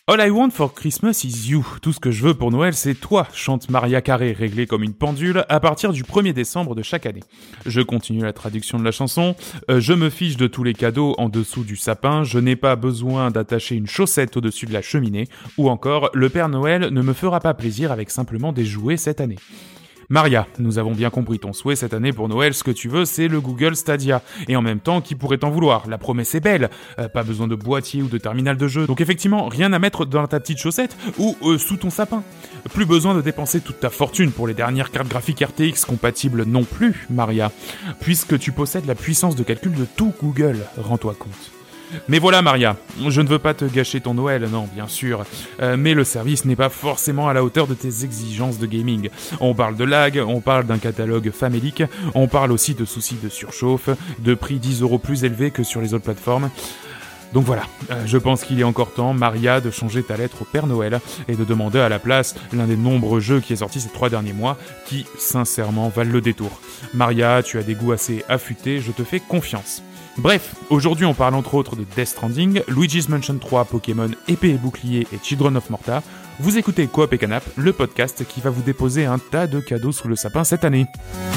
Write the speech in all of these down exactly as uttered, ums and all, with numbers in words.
All I want for Christmas is you. Tout ce que je veux pour Noël, c'est toi, chante Mariah Carey, réglée comme une pendule, à partir du premier décembre de chaque année. Je continue la traduction de la chanson. Euh, je me fiche de tous les cadeaux en dessous du sapin. Je n'ai pas besoin d'attacher une chaussette au-dessus de la cheminée. Ou encore, le Père Noël ne me fera pas plaisir avec simplement des jouets cette année. Maria, nous avons bien compris ton souhait cette année pour Noël, ce que tu veux c'est le Google Stadia. Et en même temps, qui pourrait t'en vouloir ? La promesse est belle, euh, pas besoin de boîtier ou de terminal de jeu, donc effectivement, rien à mettre dans ta petite chaussette ou euh, sous ton sapin. Plus besoin de dépenser toute ta fortune pour les dernières cartes graphiques R T X compatibles non plus, Maria, puisque tu possèdes la puissance de calcul de tout Google, rends-toi compte. Mais voilà Maria, je ne veux pas te gâcher ton Noël, non bien sûr, euh, mais le service n'est pas forcément à la hauteur de tes exigences de gaming. On parle de lag, on parle d'un catalogue famélique, on parle aussi de soucis de surchauffe, de prix dix euros plus élevés que sur les autres plateformes. Donc voilà, euh, je pense qu'il est encore temps, Maria, de changer ta lettre au Père Noël et de demander à la place l'un des nombreux jeux qui est sorti ces trois derniers mois qui, sincèrement, valent le détour. Maria, tu as des goûts assez affûtés, je te fais confiance. Bref, aujourd'hui on parle entre autres de Death Stranding, Luigi's Mansion trois, Pokémon Épée et Bouclier et Children of Morta. Vous écoutez Coop et Canap, le podcast qui va vous déposer un tas de cadeaux sous le sapin cette année.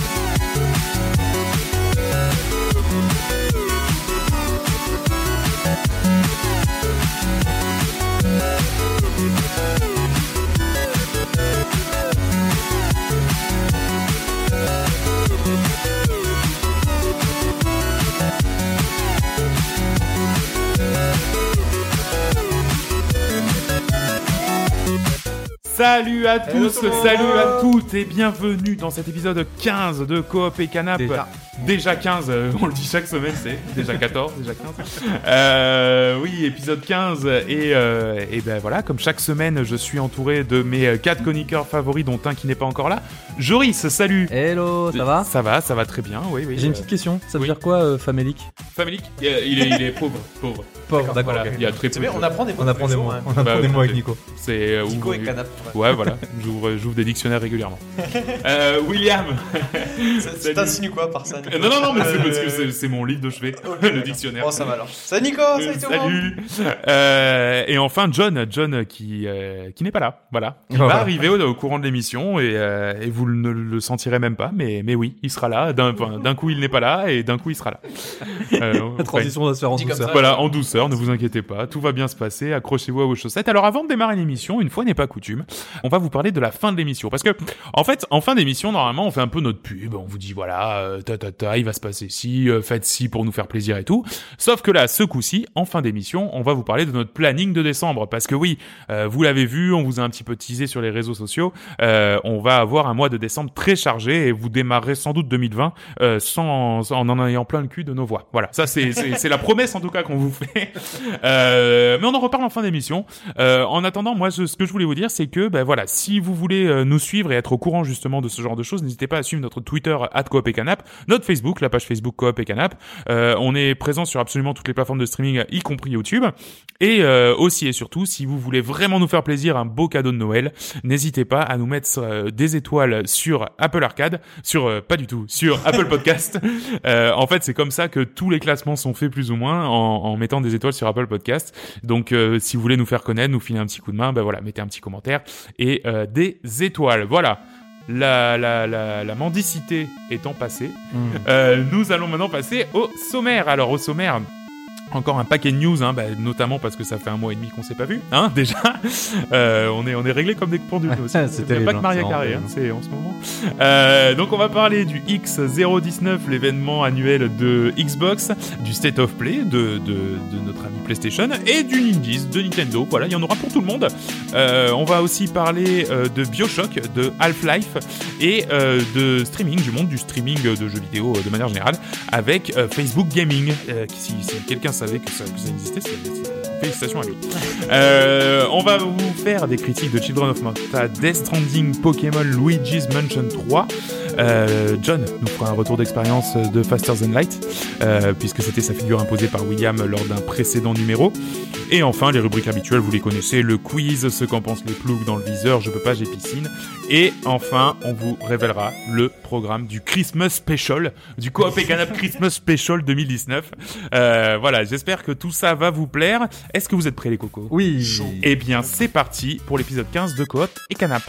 Salut à tous, Hello, salut à toutes et bienvenue dans cet épisode quinze de Coop et Canap. Déjà, déjà quinze, euh, on le dit chaque semaine, c'est déjà quatorze, déjà quinze. Euh, oui, épisode quinze et, euh, et ben voilà, comme chaque semaine, je suis entouré de mes quatre chroniqueurs favoris dont un qui n'est pas encore là. Joris, salut. Hello, ça va ? Ça va, ça va très bien, oui, oui. J'ai une euh... petite question, ça veut oui. dire quoi, euh, famélique ? Famélique ? il est, il, est, il est pauvre, pauvre. Pauvre, d'accord, voilà, okay. Il y a très peu. C'est bien, on apprend des mots. On apprend des mots, hein. on apprend bah, des mots avec Nico. C'est euh, Nico où, et Canap. Ouais, voilà, j'ouvre, j'ouvre des dictionnaires régulièrement. euh, William. Ça t'insinue quoi par ça, Nico ? Non, non, non, mais c'est parce que c'est, c'est mon livre de chevet, okay, le dictionnaire. Bon, ça va alors. Salut Nico, salut tout le monde. Salut. Euh, et enfin John, John qui euh, qui n'est pas là, voilà. Il va arriver au, au courant de l'émission et, euh, et vous ne le sentirez même pas, mais mais oui, il sera là. D'un, d'un coup il n'est pas là et d'un coup il sera là. Euh, La transition va se faire en douceur. Ça, voilà, en douceur, ne vous inquiétez pas, tout va bien se passer. Accrochez-vous à vos chaussettes. Alors avant de démarrer l'émission, une fois n'est pas coutume, on va vous parler de la fin de l'émission parce que en fait, en fin d'émission, normalement, on fait un peu notre pub, on vous dit voilà, euh, ta ta ta, il va se passer ci, euh, faites ci pour nous faire plaisir et tout. Sauf que là, ce coup-ci, en fin d'émission, on va vous parler de notre planning de décembre parce que oui, euh, vous l'avez vu, on vous a un petit peu teasé sur les réseaux sociaux, euh, on va avoir un mois de décembre très chargé et vous démarrerez sans doute deux mille vingt euh, sans, sans en en ayant plein le cul de nos voix. Voilà, ça c'est c'est, c'est la promesse en tout cas qu'on vous fait. Euh, mais on en reparle en fin d'émission. Euh, en attendant, moi, ce, ce que je voulais vous dire, c'est que, ben voilà, si vous voulez euh, nous suivre et être au courant justement de ce genre de choses, n'hésitez pas à suivre notre Twitter arobase coop et canap, notre Facebook, la page Facebook Coop et Canap. Euh, on est présent sur absolument toutes les plateformes de streaming, y compris YouTube. Et euh, aussi et surtout, si vous voulez vraiment nous faire plaisir, un beau cadeau de Noël, n'hésitez pas à nous mettre euh, des étoiles sur Apple Arcade, sur euh, pas du tout, sur Apple Podcast. Euh, en fait, c'est comme ça que tous les classements sont faits plus ou moins en, en mettant des étoiles sur Apple Podcast. Donc, euh, si vous voulez nous faire connaître, nous filer un petit coup de main, ben voilà, mettez un petit commentaire et euh, des étoiles. Voilà. La, la, la, la mendicité étant passée, mmh. euh, nous allons maintenant passer au sommaire. Alors, au sommaire, encore un paquet de news, hein, bah, notamment parce que ça fait un mois et demi qu'on s'est pas vu, hein, déjà. Euh, on est on est réglé comme des pendules aussi. C'est terrible, pas que Mariah Carey, hein, c'est en ce moment. Euh, donc on va parler du X zéro dix-neuf, l'événement annuel de Xbox, du State of Play de de de notre ami PlayStation et du Indies de Nintendo. Voilà, il y en aura pour tout le monde. Euh, on va aussi parler euh, de BioShock, de Half-Life et euh, de streaming, du monde du streaming de jeux vidéo euh, de manière générale, avec euh, Facebook Gaming. Euh, si, si quelqu'un savait que ça, que ça existait, c'est, c'est... félicitations à lui. Euh, on va vous faire des critiques de Children of Morta, Death Stranding, Pokémon, Luigi's Mansion trois. Euh, John nous fera un retour d'expérience de Faster Than Light, euh, puisque c'était sa figure imposée par William lors d'un précédent numéro. Et enfin, les rubriques habituelles, vous les connaissez, le quiz, ce qu'en pensent les ploucs dans le viseur, je peux pas, j'ai piscine. Et enfin, on vous révélera le programme du Christmas Special, du Coop et Canap Christmas Special deux mille dix-neuf. Euh, voilà, j'espère que tout ça va vous plaire. Est-ce que vous êtes prêts les cocos ? Oui. Chaud. Eh bien, c'est parti pour l'épisode quinze de Coop et Canap.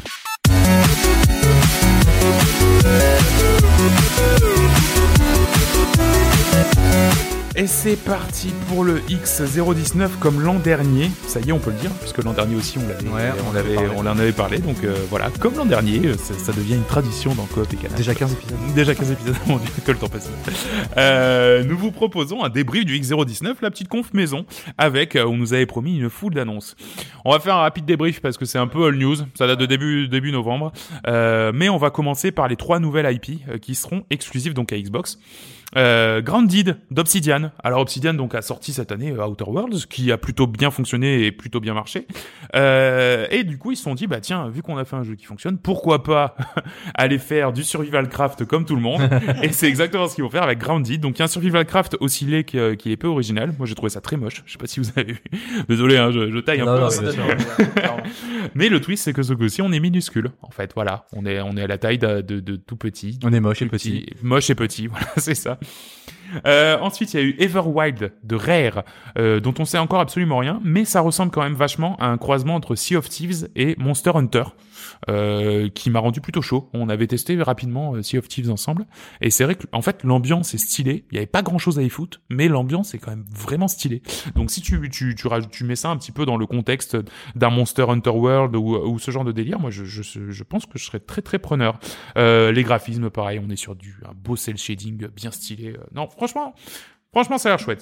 Et c'est parti pour le X zéro dix-neuf comme l'an dernier. Ça y est, on peut le dire, puisque l'an dernier aussi, on l'avait, ouais, on, on, l'avait, on en avait parlé. Donc euh, voilà, comme l'an dernier, ça, ça devient une tradition dans Coop et Canap. Déjà quinze épisodes. Déjà quinze épisodes, mon Dieu, que le temps passe. Euh, nous vous proposons un débrief du X zéro dix-neuf, la petite conf maison, avec, euh, on nous avait promis une foule d'annonces. On va faire un rapide débrief parce que c'est un peu all news, ça date de début, début novembre. Euh, mais on va commencer par les trois nouvelles I P euh, qui seront exclusives donc à Xbox. Euh, Grounded d'Obsidian. Alors Obsidian donc a sorti cette année euh, Outer Worlds, qui a plutôt bien fonctionné et plutôt bien marché. Euh, et du coup ils se sont dit bah tiens, vu qu'on a fait un jeu qui fonctionne, pourquoi pas aller faire du survival craft comme tout le monde. Et c'est exactement ce qu'ils vont faire avec Grounded. Donc il y a un survival craft aussi laid qui, euh, qui est peu original. Moi j'ai trouvé ça très moche. Je sais pas si vous avez vu. Désolé, hein, je, je taille un non, peu. Non, Ça bien donne- sûr. Mais le twist c'est que ce coup-ci on est minuscule. En fait voilà, on est on est à la taille de, de, de tout petit. On est moche et Petit, petit. moche et petit, voilà, c'est ça. Euh, ensuite, il y a eu Everwild de Rare, euh, dont on sait encore absolument rien, mais ça ressemble quand même vachement à un croisement entre Sea of Thieves et Monster Hunter, euh, qui m'a rendu plutôt chaud. On avait testé rapidement euh, Sea of Thieves ensemble, et c'est vrai que en fait l'ambiance est stylée. Il y avait pas grand chose à y foutre, mais l'ambiance est quand même vraiment stylée. Donc si tu tu tu, rajoutes, tu mets ça un petit peu dans le contexte d'un Monster Hunter World ou, ou ce genre de délire, moi je je je pense que je serais très très preneur. Euh, les graphismes, pareil, on est sur du un beau cel shading bien stylé. Euh, non, franchement, franchement, ça a l'air chouette.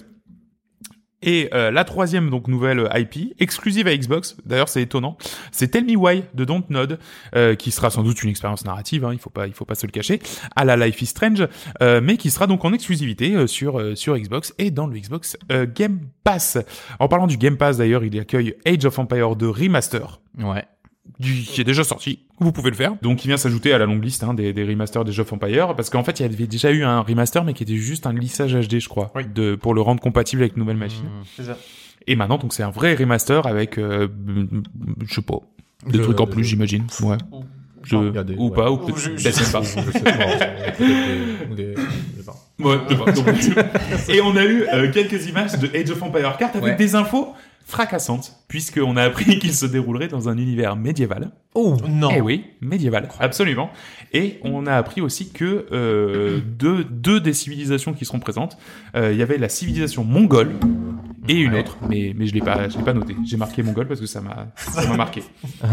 Et euh, la troisième donc nouvelle I P exclusive à Xbox, d'ailleurs c'est étonnant, c'est Tell Me Why de Dontnod, euh, qui sera sans doute une expérience narrative, hein, il faut pas il faut pas se le cacher, à la Life is Strange, euh, mais qui sera donc en exclusivité euh, sur euh, sur Xbox et dans le Xbox euh, Game Pass. En parlant du Game Pass d'ailleurs, il accueille Age of Empires deux Remaster. Ouais. Du, qui est déjà sorti, vous pouvez le faire. Donc, il vient s'ajouter à la longue liste hein, des, des remasters des Age of Empires, parce qu'en fait, il y avait déjà eu un remaster, mais qui était juste un lissage H D, je crois, Oui. de pour le rendre compatible avec une nouvelle machine. Mmh. C'est ça. Et maintenant, donc, c'est un vrai remaster avec, euh, je sais pas, des Je- trucs en je- plus, j'imagine. Ouais. Je, il y a des- ou ouais. pas, ou Ou peut-être je- peut-être même pas. Je sais pas, peut-être des- ou des- je sais pas. Ouais, je sais pas. Donc, et on a eu euh, quelques images de Age of Empires quatre avec Ouais. des infos fracassantes, puisqu'on a appris qu'il se déroulerait dans un univers médiéval. Oh. Non. Eh oui, médiéval, absolument. Et on a appris aussi que euh, deux, deux des civilisations qui seront présentes, euh, il y avait la civilisation mongole et une Ouais. autre, mais mais je l'ai pas, je l'ai pas noté. J'ai marqué mongole parce que ça m'a, ça m'a marqué.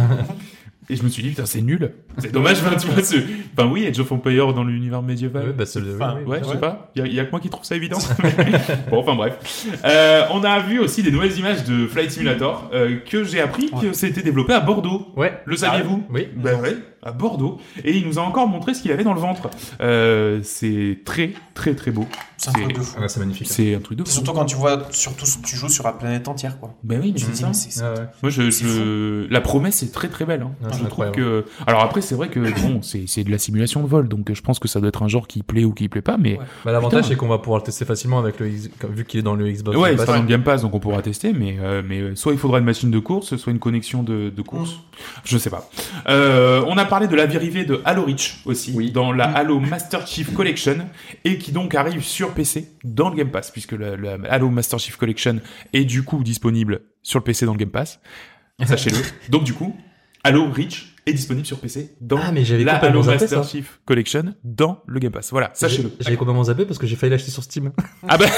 Et je me suis dit putain c'est nul, c'est dommage. Enfin, tu vois, ce... enfin oui, Age of Empires dans l'univers médiéval. Ouais, bah, c'est le- Enfin, oui, Ouais, oui. je sais pas. Il y, a- y a que moi qui trouve ça évident. Bon, enfin bref. Euh, on a vu aussi des nouvelles images de Flight Simulator euh, que j'ai appris que c'était développé à Bordeaux. Ouais. Le saviez-vous? Oui. Ben ouais, à Bordeaux. Et il nous a encore montré ce qu'il avait dans le ventre. Euh, c'est très, très, très beau. C'est un truc de fou. Ah, c'est magnifique. C'est un truc de fou. Surtout quand tu vois, surtout tu joues sur la planète entière, quoi. Ben oui, mais Tu c'est te dis, ça. mais c'est ça. Ah, ouais. Moi, je, c'est je... la promesse est très, très belle. Hein. Ah, c'est je trouve incroyable. que. Alors après, c'est vrai que bon, c'est c'est de la simulation de vol, donc je pense que ça doit être un genre qui plaît ou qui plaît pas, mais. Ouais. Bah, l'avantage, Putain. c'est qu'on va pouvoir le tester facilement avec le X- vu qu'il est dans le Xbox. Ouais, il Game sera Pass. dans le Game Pass, donc on pourra tester, mais euh, mais euh, soit il faudra une machine de course, soit une connexion de, de course. Je sais pas. Euh, on a parlé de la dérivée de Halo Reach aussi, Oui. dans la Halo Master Chief Collection, et qui donc arrive sur P C dans le Game Pass, puisque la, la Halo Master Chief Collection est du coup disponible sur le P C dans le Game Pass. Sachez-le. Donc du coup, Halo Reach est disponible sur P C dans Ah, mais j'avais la complètement Halo zappé, Master ça. Chief Collection dans le Game Pass. Voilà, sachez-le. J'ai- J'avais complètement zappé parce que j'ai failli l'acheter sur Steam. Ah bah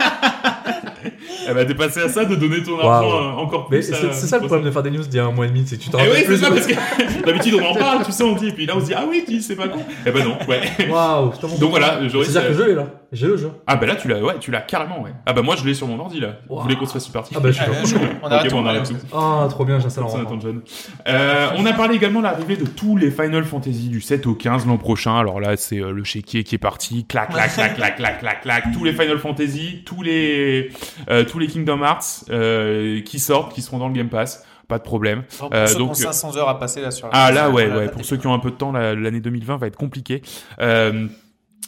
Elle va dépasser à ça de donner ton Waouh. argent euh, encore plus. Mais c'est à- c'est ça le problème de faire des news d'il y a un mois et demi, c'est que tu te Eh rappelles oui, c'est plus. ça, de- parce que d'habitude on en parle, tu sais, on dit, et puis là on se dit, ah oui, tu c'est pas con. Eh ben non, ouais. Waouh, c'est tellement Donc bon. voilà, j'aurais C'est-à-dire que je l'ai là. J'ai le jeu. Ah bah là tu l'as, ouais, tu l'as carrément, ouais. Ah bah moi je l'ai sur mon ordi là. Vous Wow. voulez qu'on se fasse une partie? Ah bah je suis Allez, là. je- on arrête Ok, tout, bon, on arrête allez. tout. Ah, trop bien, j'installe en Ça rentrant. attend John. Euh, on a parlé également de l'arrivée de tous les Final Fantasy du sept au quinze l'an prochain. Alors là, c'est euh, le chéquier qui est parti. Clac, clac, clac, clac, clac, clac, clac. Tous les Final Fantasy, tous les, euh, tous les Kingdom Hearts, euh, qui sortent, qui seront dans le Game Pass. Pas de problème. Pour Euh, ceux qui donc, ont cinq cents heures à passer là sur la Ah là, sur ouais, la- ouais. la- Pour ceux qui ont un peu de temps, la- l'année deux mille vingt va être compliquée. Euh,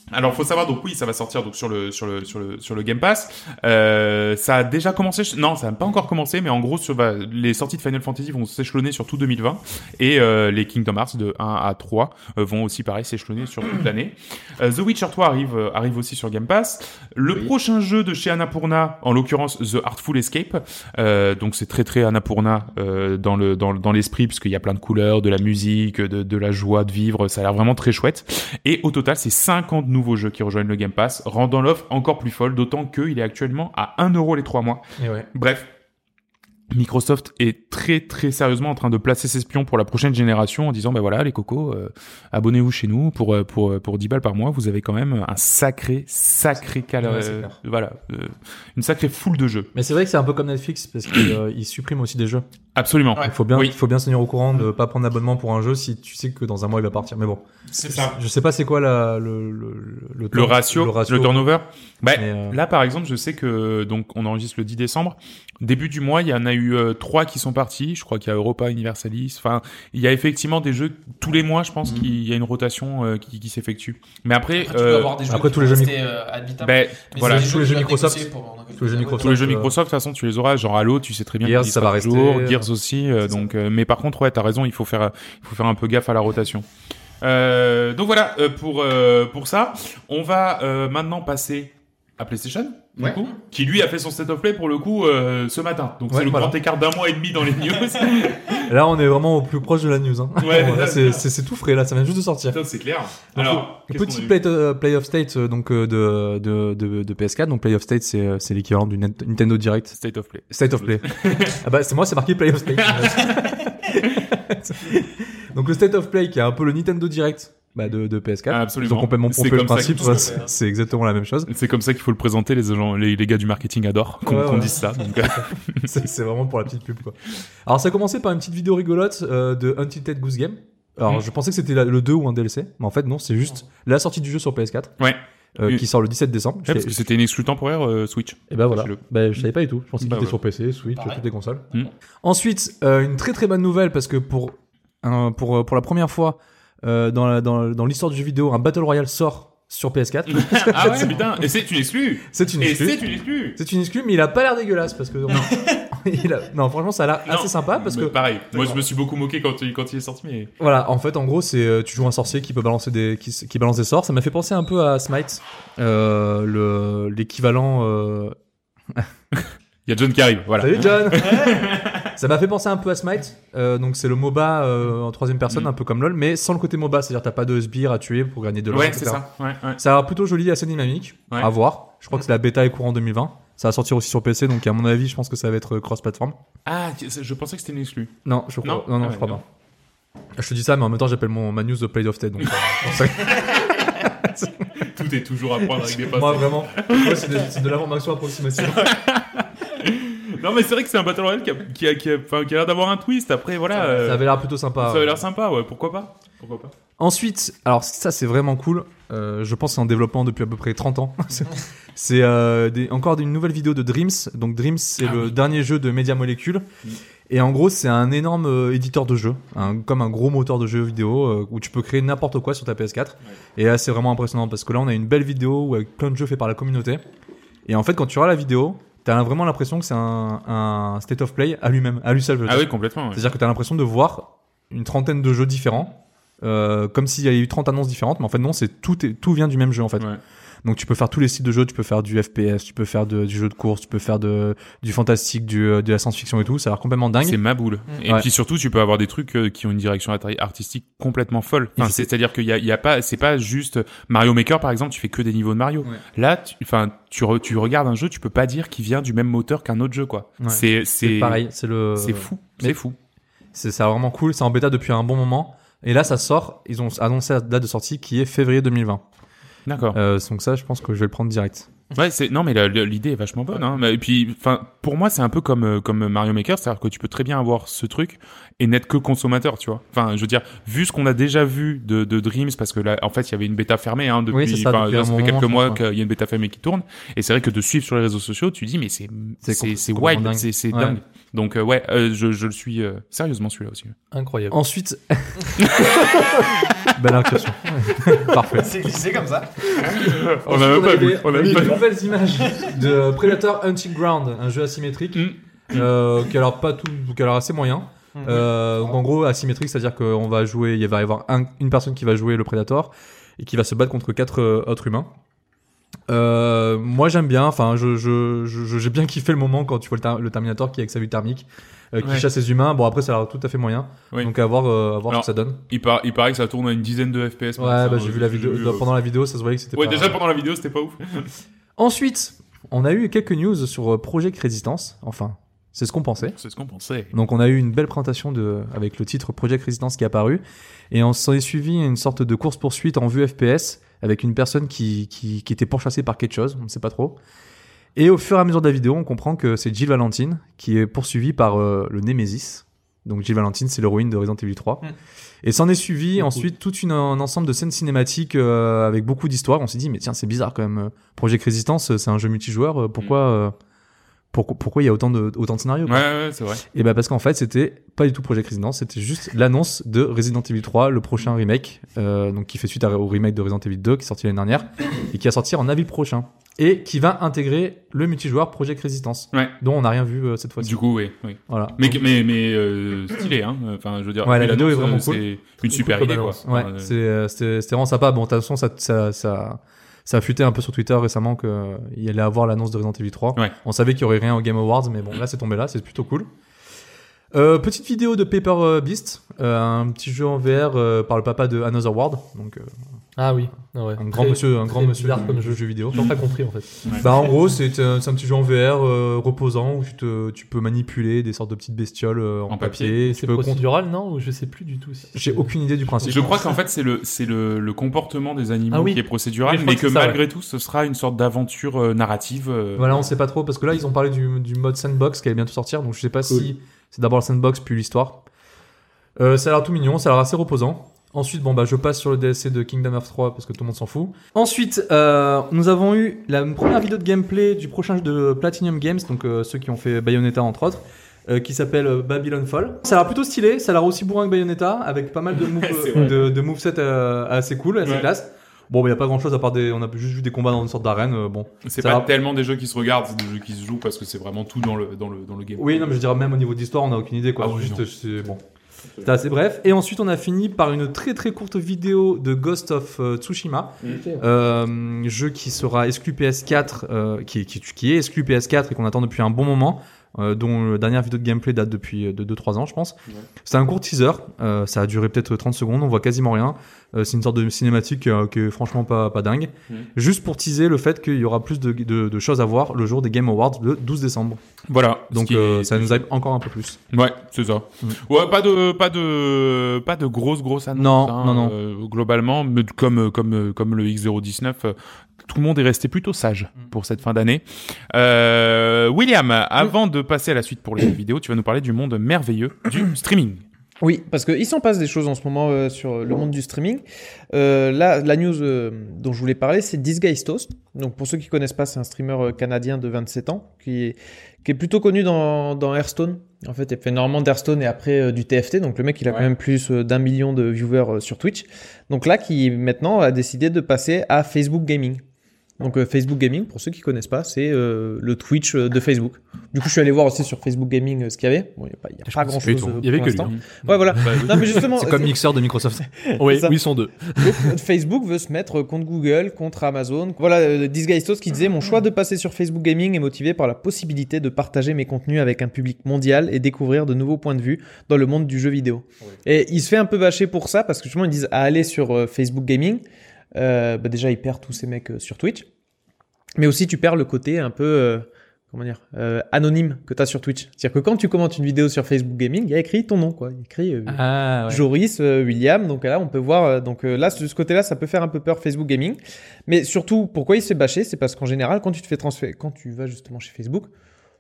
Alors, faut savoir, donc oui, ça va sortir donc sur le sur le sur le sur le Game Pass. Euh, ça a déjà commencé. Non, ça n'a pas encore commencé, mais en gros, sur bah, les sorties de Final Fantasy vont s'échelonner sur tout deux mille vingt et euh, les Kingdom Hearts de un à trois euh, vont aussi pareil s'échelonner sur toute l'année. Euh, The Witcher trois arrive euh, arrive aussi sur Game Pass. Le Oui. prochain jeu de chez Annapurna, en l'occurrence The Artful Escape. Euh, donc c'est très très Annapurna euh, dans le dans dans l'esprit, parce qu'il y a plein de couleurs, de la musique, de de la joie de vivre. Ça a l'air vraiment très chouette. Et au total, c'est cinquante nouveaux jeux qui rejoignent le Game Pass, rendant l'offre encore plus folle, d'autant qu'il est actuellement à un euro les trois mois. Et ouais. Bref, Microsoft est très très sérieusement en train de placer ses pions pour la prochaine génération en disant, ben voilà les cocos, euh, abonnez-vous chez nous pour euh, pour euh, pour dix balles par mois, vous avez quand même un sacré sacré cal Ouais, c'est euh, clair. voilà, euh, une sacrée foule de jeux. Mais c'est vrai que c'est un peu comme Netflix parce qu'ils euh, ils suppriment aussi des jeux. Absolument. Ouais. Il faut bien, Oui. il faut bien se tenir au courant de pas prendre d'abonnement pour un jeu si tu sais que dans un mois il va partir. Mais bon, C'est ça. je sais pas c'est quoi la, le, le, le, Le temps- ratio, le le, ratio. turnover. Bah, Mais, euh, là, par exemple, je sais que donc on enregistre le dix décembre. Début du mois, il y en a eu euh, trois qui sont partis. Je crois qu'il y a Europa Universalis. Enfin, il y a effectivement des jeux tous les mois. Je pense Mhm. qu'il y a une rotation euh, qui, qui s'effectue. Mais après, Après, tu euh, peux avoir des jeux après, qui tous les vont jeux rester euh, ad vitam. ben, Mais voilà. c'est des tous les que jeux tu vas Microsoft. négocier pour- dans quelques Tous les jeux années. Microsoft. tous les jeux euh, Microsoft, de toute façon, tu les auras. Genre Halo, tu sais très bien Gears, qu'il ça sera va rester. toujours. Gears aussi. euh, C'est donc, euh, mais par contre, ouais, t'as raison. Il faut faire, il faut faire un peu gaffe à la rotation. Euh, donc voilà euh, pour euh, pour ça. On va euh, maintenant passer à PlayStation, du Ouais. coup, qui lui a fait son State of Play pour le coup euh, ce matin. Donc Ouais, c'est le voilà. grand écart d'un mois et demi dans les news. Là, on est vraiment au plus proche de la news. Hein. Ouais, Là, là, c'est, c'est, c'est tout frais, là, ça vient juste de sortir. Putain, c'est clair. Donc, Alors, qu'est-ce qu'on a Petit eu play, euh, play of State euh, donc euh, de, de, de, de P S quatre. Donc Play of State, c'est, euh, c'est l'équivalent du Net- Nintendo Direct. State of Play. State of Play. Ah bah c'est moi, c'est marqué Play of State. Donc le State of Play qui est un peu le Nintendo Direct bah, de, de P S quatre. Ah, absolument. Ils ont complètement C'est pompé le comme ça principe. qu'il faut ouais, se faire. c'est, c'est exactement la même chose. C'est comme ça qu'il faut le présenter. Les gens, les, les gars du marketing adorent qu'on Ouais, qu'on ouais. dise ça. Donc, euh, c'est, c'est vraiment pour la petite pub quoi. Alors ça a commencé par une petite vidéo rigolote euh, de Untitled Goose Game. Alors Mhm. je pensais que c'était la- le deux ou un D L C, mais en fait non, c'est juste la sortie du jeu sur P S quatre ouais. euh, Oui. qui sort le dix-sept décembre. Ouais, parce que c'était une exclue temporaire euh, Switch. Et bah voilà. Sachez-le. Bah, je savais pas du tout. Je pensais qu'il Bah était ouais. sur P C, Switch, Pareil. toutes les consoles. Hmm. Ensuite, euh, une très très bonne nouvelle parce que pour un, pour pour la première fois euh, dans la, dans dans l'histoire du jeu vidéo, un Battle Royale sort sur P S quatre. Ah ouais, putain. Et c'est une exclue. C'est une Et exclue. c'est une exclue. C'est une exclue, mais il a pas l'air dégueulasse parce que non. il a... non, franchement, ça a l'air Non. assez sympa parce Mais que pareil. Moi, je me suis beaucoup moqué quand il, quand il est sorti, mais voilà, en fait, en gros, c'est euh, tu joues un sorcier qui peut balancer des qui, s- qui balance des sorts. Ça m'a fait penser un peu à Smite, euh, le l'équivalent. Euh... il y a John qui arrive. Voilà. Salut John. Ça m'a fait penser un peu à Smite. Euh, donc c'est le MOBA euh, en troisième personne, Mm. un peu comme LoL, mais sans le côté MOBA, c'est-à-dire t'as pas de sbires à tuer pour gagner de l'or. Ouais, et c'est cetera. ça. Ouais, ouais. Ça a l'air plutôt joli, assez dynamique. Ouais. À voir. Je crois que c'est la bêta est courant deux mille vingt. Ça va sortir aussi sur P C, donc à mon avis, je pense que ça va être cross-platform. Ah, je pensais que c'était une exclue. Non, je crois. Non Non, non, Ah je crois ouais, pas. Je te dis ça, mais en même temps, j'appelle mon ma news de Play of State. Donc, euh, c'est pour ça que- Tout est toujours à prendre avec des pincettes. moi vraiment, moi, c'est de, c'est de l'information approximative. Non, mais c'est vrai que c'est un Battle Royale qui a, qui a, qui a, enfin, qui a l'air d'avoir un twist. Après, voilà. euh, Ça avait l'air plutôt sympa. ça avait l'air sympa, ouais. Pourquoi pas Pourquoi pas Ensuite, alors ça c'est vraiment cool. Euh, je pense que c'est en développement depuis à peu près trente ans. c'est euh, des, encore une nouvelle vidéo de Dreams. Donc Dreams, c'est Ah le oui. dernier jeu de Media Molecule. Mm. Et en gros, c'est un énorme euh, éditeur de jeux, un- comme un gros moteur de jeux vidéo euh, où tu peux créer n'importe quoi sur ta P S quatre. Ouais. Et là, c'est vraiment impressionnant parce que là, on a une belle vidéo où, avec plein de jeux faits par la communauté. Et en fait, quand tu regardes la vidéo, t'as vraiment l'impression que c'est un, un state of play à lui-même, à lui seul. je veux Ah dire. oui, complètement. Ouais. C'est-à-dire que t'as l'impression de voir une trentaine de jeux différents, euh, comme s'il y avait eu trente annonces différentes, mais en fait non, c'est tout, est, tout vient du même jeu en fait. Ouais. Donc tu peux faire tous les styles de jeux, tu peux faire du F P S, tu peux faire de, du jeu de course, tu peux faire de, du fantastique, du, euh, de la science-fiction et tout, ça a l'air complètement dingue. C'est ma boule. Mm. Et Ouais. puis surtout, tu peux avoir des trucs euh, qui ont une direction art- artistique complètement folle. Enfin, Et c'est- c'est-à-dire qu'il y a, il y a pas, c'est pas juste Mario Maker par exemple, tu fais que des niveaux de Mario. Ouais. Là, tu, enfin, tu, re- tu regardes un jeu, tu peux pas dire qu'il vient du même moteur qu'un autre jeu, quoi. Ouais. C'est, C'est c'est, pareil, c'est le. c'est fou, mais- c'est fou. C'est ça vraiment cool, c'est en bêta depuis un bon moment. Et là, ça sort, ils ont annoncé la date de sortie qui est février deux mille vingt. D'accord. Euh, donc ça, je pense que je vais le prendre direct. Ouais, c'est non mais la- la- l'idée est vachement bonne. Hein. Et puis, enfin, pour moi, c'est un peu comme euh, comme Mario Maker, c'est-à-dire que tu peux très bien avoir ce truc et n'être que consommateur, tu vois. Enfin, je veux dire, vu ce qu'on a déjà vu de, de Dreams, parce que là, en fait, il y avait une bêta fermée hein, depuis. Oui, c'est ça, enfin, depuis un ça bon fait quelques moment, je mois pense, qu'il y a une bêta fermée qui tourne. Et c'est vrai que de suivre sur les réseaux sociaux, tu dis mais c'est C'est c'est com- c'est complètement wild, dingue. c'est c'est Ouais. dingue. Donc euh, ouais, euh, je, je le suis euh, sérieusement celui-là aussi. Incroyable. Ensuite, belle incursion. Parfait. C'est glissé comme ça. On a même pas vu. On a même pas de vu. nouvelles images de Predator Hunting Ground, un jeu asymétrique Mm. euh, qui a l'air pas tout, qui a l'air assez moyen. Mhm. Euh, donc en gros asymétrique, c'est-à-dire qu'on va jouer, il va y avoir un- une personne qui va jouer le Predator et qui va se battre contre quatre euh, autres humains. Euh, moi j'aime bien, enfin je, je, je, j'ai bien kiffé le moment quand tu vois le, ter- le Terminator qui est avec sa vue thermique, euh, qui Ouais. chasse les humains. Bon après ça a l'air tout à fait moyen, Oui. donc à voir, euh, à voir Alors, ce que ça donne. Il, par- il paraît que ça tourne à une dizaine de F P S. Ouais, ça, bah, euh, j'ai vu la vidéo, vu, dans- euh, pendant la vidéo ça se voyait que c'était Ouais, pas... déjà pendant la vidéo, c'était pas ouf. Ensuite, on a eu quelques news sur euh, Project Resistance, enfin c'est ce qu'on pensait. C'est ce qu'on pensait. Donc on a eu une belle présentation de, avec le titre Project Resistance qui est apparu, et on s'en est suivi une sorte de course-poursuite en vue F P S avec une personne qui, qui, qui était pourchassée par quelque chose, on ne sait pas trop. Et au fur et à mesure de la vidéo, on comprend que c'est Jill Valentine qui est poursuivie par euh, le Nemesis. Donc Jill Valentine, c'est l'héroïne de Resident Evil trois. Mm. Et s'en est suivi Beaucoup. ensuite tout une, un ensemble de scènes cinématiques euh, avec beaucoup d'histoires. On s'est dit, mais tiens, c'est bizarre quand même. Project Resistance, c'est un jeu multijoueur. euh, Pourquoi, euh, pourquoi, pourquoi il y a autant de, autant de scénarios Ouais, quoi. ouais, c'est vrai. Et bah parce qu'en fait c'était pas du tout Project Resistance, c'était juste l'annonce de Resident Evil trois, le prochain remake, euh, donc qui fait suite à- au remake de Resident Evil deux qui est sorti l'année dernière et qui va sortir en avril prochain et qui va intégrer le multijoueur Project Resistance, Ouais. dont on n'a rien vu euh, cette fois-ci. Du coup, oui. oui. Voilà. Mais, mais, mais euh, stylé, hein. Enfin, je veux dire, Ouais, la l'annonce, vidéo est vraiment euh, cool. C'est une super Cool idée, comme quoi. annonce. Ouais, Enfin, euh, c'est euh, c'était c'était vraiment sympa. Bon, de toute façon ça ça ça ça a fuité un peu sur Twitter récemment que il allait avoir l'annonce de Resident Evil trois. Ouais. On savait qu'il y aurait rien au Game Awards, mais bon là c'est tombé là, c'est plutôt cool. Euh, petite vidéo de Paper Beast, euh, un petit jeu en V R euh, par le papa de Another World, donc euh, Ah oui, ah ouais. un grand Très- monsieur, un grand très monsieur bizarre du, comme du jeu. jeu vidéo. J'ai pas compris en fait. Bah en gros c'est un, c'est un petit jeu en V R euh, reposant où tu te, tu peux manipuler des sortes de petites bestioles euh, en, En papier. papier. Tu C'est peux con- procédural, non? Ou je sais plus du tout. Si J'ai c'est- aucune idée du principe. Je crois qu'en fait, c'est le, c'est le, le comportement des animaux Ah oui. qui est procédural, Oui, je mais crois que que c'est ça, malgré tout, ce sera une sorte d'aventure euh, narrative. euh, Voilà, on sait pas trop parce que là ils ont parlé du, du mode sandbox qui allait bientôt sortir, donc je sais pas Cool. si c'est d'abord le sandbox puis l'histoire. Euh, ça a l'air tout mignon, ça a l'air assez reposant. Ensuite, bon bah je passe sur le D L C de Kingdom Hearts trois parce que tout le monde s'en fout. Ensuite, euh, nous avons eu la première vidéo de gameplay du prochain jeu de Platinum Games, donc euh, ceux qui ont fait Bayonetta entre autres, euh, qui s'appelle euh, Babylon Fall. Ça a l'air plutôt stylé, ça a l'air aussi bourrin que Bayonetta, avec pas mal de, move, C'est vrai. de, de movesets euh, assez cool, assez Ouais. classe. Bon, bah y a pas grand chose à part des, on a juste vu des combats dans une sorte d'arène. euh, bon. C'est Ça pas va. tellement des jeux qui se regardent, c'est des jeux qui se jouent parce que c'est vraiment tout dans le, dans le, dans le game. Oui, non, mais je dirais même au niveau d'histoire, on n'a aucune idée quoi. Ah oui, Juste, non. c'est bon. C'était assez bref. Et ensuite, on a fini par une très très courte vidéo de Ghost of euh, Tsushima, euh, jeu qui sera exclu P S quatre, euh, qui, qui, qui est exclu P S quatre et qu'on attend depuis un bon moment. Euh, dont la dernière vidéo de gameplay date depuis euh, de deux trois ans, je pense. Ouais. C'était un court teaser, euh, ça a duré peut-être trente secondes, on voit quasiment rien. Euh, c'est une sorte de cinématique euh, qui est franchement pas, pas dingue. Mhm. Juste pour teaser le fait qu'il y aura plus de, de, de choses à voir le jour des Game Awards le douze décembre. Voilà. Donc Ce qui euh, est- ça nous hype encore un peu plus. Ouais, c'est ça. Mm. Ouais, pas de, pas de, pas de grosses, grosses annonces. Non, hein, non, non. euh, globalement, mais comme, comme, comme le X zéro dix-neuf, euh, tout le monde est resté plutôt sage Mm. pour cette fin d'année. Euh, William, avant de passer à la suite pour les vidéos, tu vas nous parler du monde merveilleux du streaming. Oui, parce qu'il s'en passe des choses en ce moment euh, sur le monde du streaming. Euh, là, la news euh, dont je voulais parler, c'est Disguised Toast. Donc, pour ceux qui connaissent pas, c'est un streamer euh, canadien de vingt-sept ans qui est, qui est plutôt connu dans, dans Hearthstone. En fait, il fait énormément d'Hearthstone et après euh, du T F T. Donc, le mec, il a Ouais. quand même plus euh, d'un million de viewers euh, sur Twitch. Donc là, qui maintenant a décidé de passer à Facebook Gaming. Donc euh, Facebook Gaming, pour ceux qui connaissent pas, c'est euh, le Twitch euh, de Facebook. Du coup, je suis allé voir aussi sur Facebook Gaming euh, ce qu'il y avait. Bon, il n'y a pas, il y a pas grand chose. Il y avait que lui. Ouais, voilà. Non, mais justement, C'est comme Mixer de Microsoft. oui, oui, ils sont deux. donc, Facebook veut se mettre contre Google, contre Amazon. Voilà, euh, Disguised Toast qui disait: mon choix de passer sur Facebook Gaming est motivé par la possibilité de partager mes contenus avec un public mondial et découvrir de nouveaux points de vue dans le monde du jeu vidéo. Et il se fait un peu bâcher pour ça parce que justement ils disent à aller sur euh, Facebook Gaming. Euh, bah déjà, il perd tous ces mecs euh, sur Twitch. Mais aussi, tu perds le côté un peu, euh, comment dire, euh, anonyme que tu as sur Twitch. C'est-à-dire que quand tu commentes une vidéo sur Facebook Gaming, il y a écrit ton nom, quoi. Il y a écrit euh, Ah, ouais. Joris, euh, William. Donc là, on peut voir. euh, donc euh, là, de ce côté-là, ça peut faire un peu peur Facebook Gaming. Mais surtout, pourquoi il se fait bâcher, c'est parce qu'en général, quand tu te fais transférer, quand tu vas justement chez Facebook,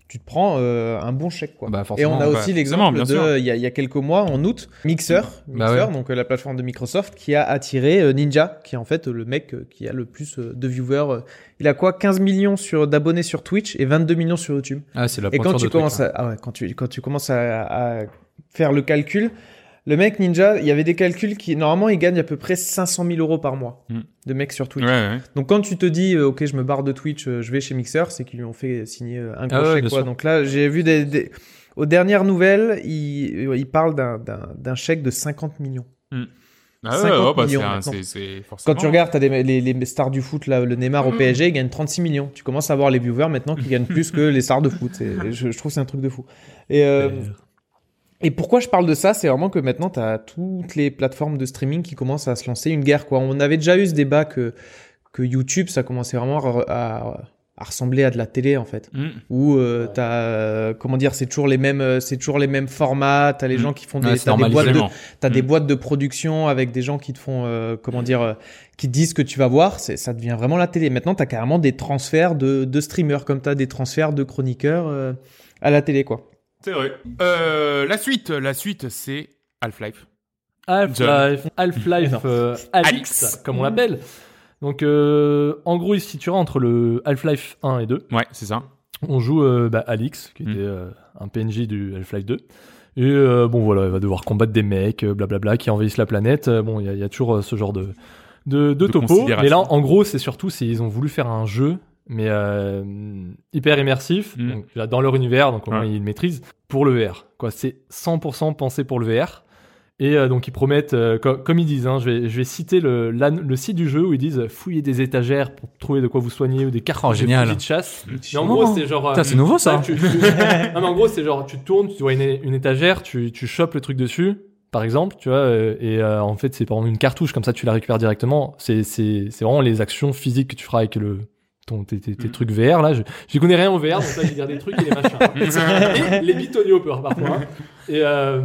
tu te prends euh, un bon chèque, quoi. Bah, Et forcément, on a bah, aussi forcément, l'exemple bien sûr. de, il y, a- il y a quelques mois, en août, Mixer, Bah Mixer ouais. donc euh, la plateforme de Microsoft, qui a attiré euh, Ninja, qui est en fait euh, le mec euh, qui a le plus euh, de viewers. euh. Il a quoi, quinze millions sur, d'abonnés sur Twitch et vingt-deux millions sur YouTube. Ah, c'est la Et quand pointure tu de truc, commences hein. à, ah ouais, quand tu, quand tu commences à, à faire le calcul, le mec Ninja, il y avait des calculs qui, normalement, il gagne à peu près cinq cent mille euros par mois Mm. de mecs sur Twitch. Ouais, ouais. Donc quand tu te dis, euh, ok, je me barre de Twitch, euh, je vais chez Mixer, c'est qu'ils lui ont fait signer euh, un gros Ah ouais, chèque, bien quoi. sûr. Donc là, j'ai vu des, des... aux dernières nouvelles, il, il parle d'un, d'un, d'un chèque de cinquante millions. Ah ouais, cinquante ouais, bah, c'est, millions un- maintenant. c'est, c'est forcément. Quand tu regardes, t'as des, les, les stars du foot, là, le Neymar au P S G, il gagne trente-six millions. Tu commences à voir les viewers maintenant qui gagnent plus que les stars de foot. C'est- je, je trouve que c'est un truc de fou. Et, euh, et pourquoi je parle de ça, c'est vraiment que maintenant, tu as toutes les plateformes de streaming qui commencent à se lancer une guerre, quoi. On avait déjà eu ce débat que, que YouTube, ça commençait vraiment à, à, à ressembler à de la télé, en fait. Mm. Où euh, Ouais. t'as, euh, comment dire, c'est toujours les mêmes, euh, c'est toujours les mêmes formats. T'as les Mm. gens qui font des, Ouais, c'est t'as des normal, boîtes de, Vraiment. t'as des Mm. boîtes de production avec des gens qui te font, euh, comment dire, euh, qui te disent ce que tu vas voir. C'est, ça devient vraiment la télé. Maintenant, t'as carrément des transferts de, de streamers, comme t'as des transferts de chroniqueurs euh, à la télé, quoi. C'est vrai. Euh, la suite, la suite, c'est Half-Life. Half-Life, Half-Life Non. euh, Alix, Alix. comme on l'appelle. Donc, euh, en gros, il se situera entre le Half-Life un et deux. Ouais, c'est ça. On joue euh, bah, Alix, qui Mm. était euh, un P N J du Half-Life deux. Et euh, bon, voilà, il va devoir combattre des mecs, euh, blablabla, qui envahissent la planète. Euh, bon, il y, a- il y a toujours euh, ce genre de, de, de De topo. considération. Mais là, en gros, c'est surtout, c'est, ils ont voulu faire un jeu, mais euh, hyper immersif, Mm. donc, là, dans leur univers, donc au moins Ouais. ils le maîtrisent, pour le V R. Quoi, c'est cent pour cent pensé pour le V R. Et euh, donc ils promettent, euh, co- comme ils disent, hein, je, vais, je vais citer le, la- le site du jeu où ils disent fouiller des étagères pour trouver de quoi vous soigner ou des cartes Oh, de génial. fusils de chasse. Mais en Oh. gros, c'est genre. euh, Putain, c'est nouveau, ça. ouais, tu- tu- non, mais en gros, c'est genre tu tournes, tu vois une, une étagère, tu, tu chopes le truc dessus, par exemple, tu vois, euh, et euh, en fait c'est par exemple une cartouche, comme ça tu la récupères directement. C'est c'est c'est vraiment les actions physiques que tu feras avec le ton tes, tes, tes Mm. trucs V R là. Je j'y connais rien au V R, donc là j'ai gardé des trucs et les machins. Et les bitonios par- parfois. Hein. Et, euh,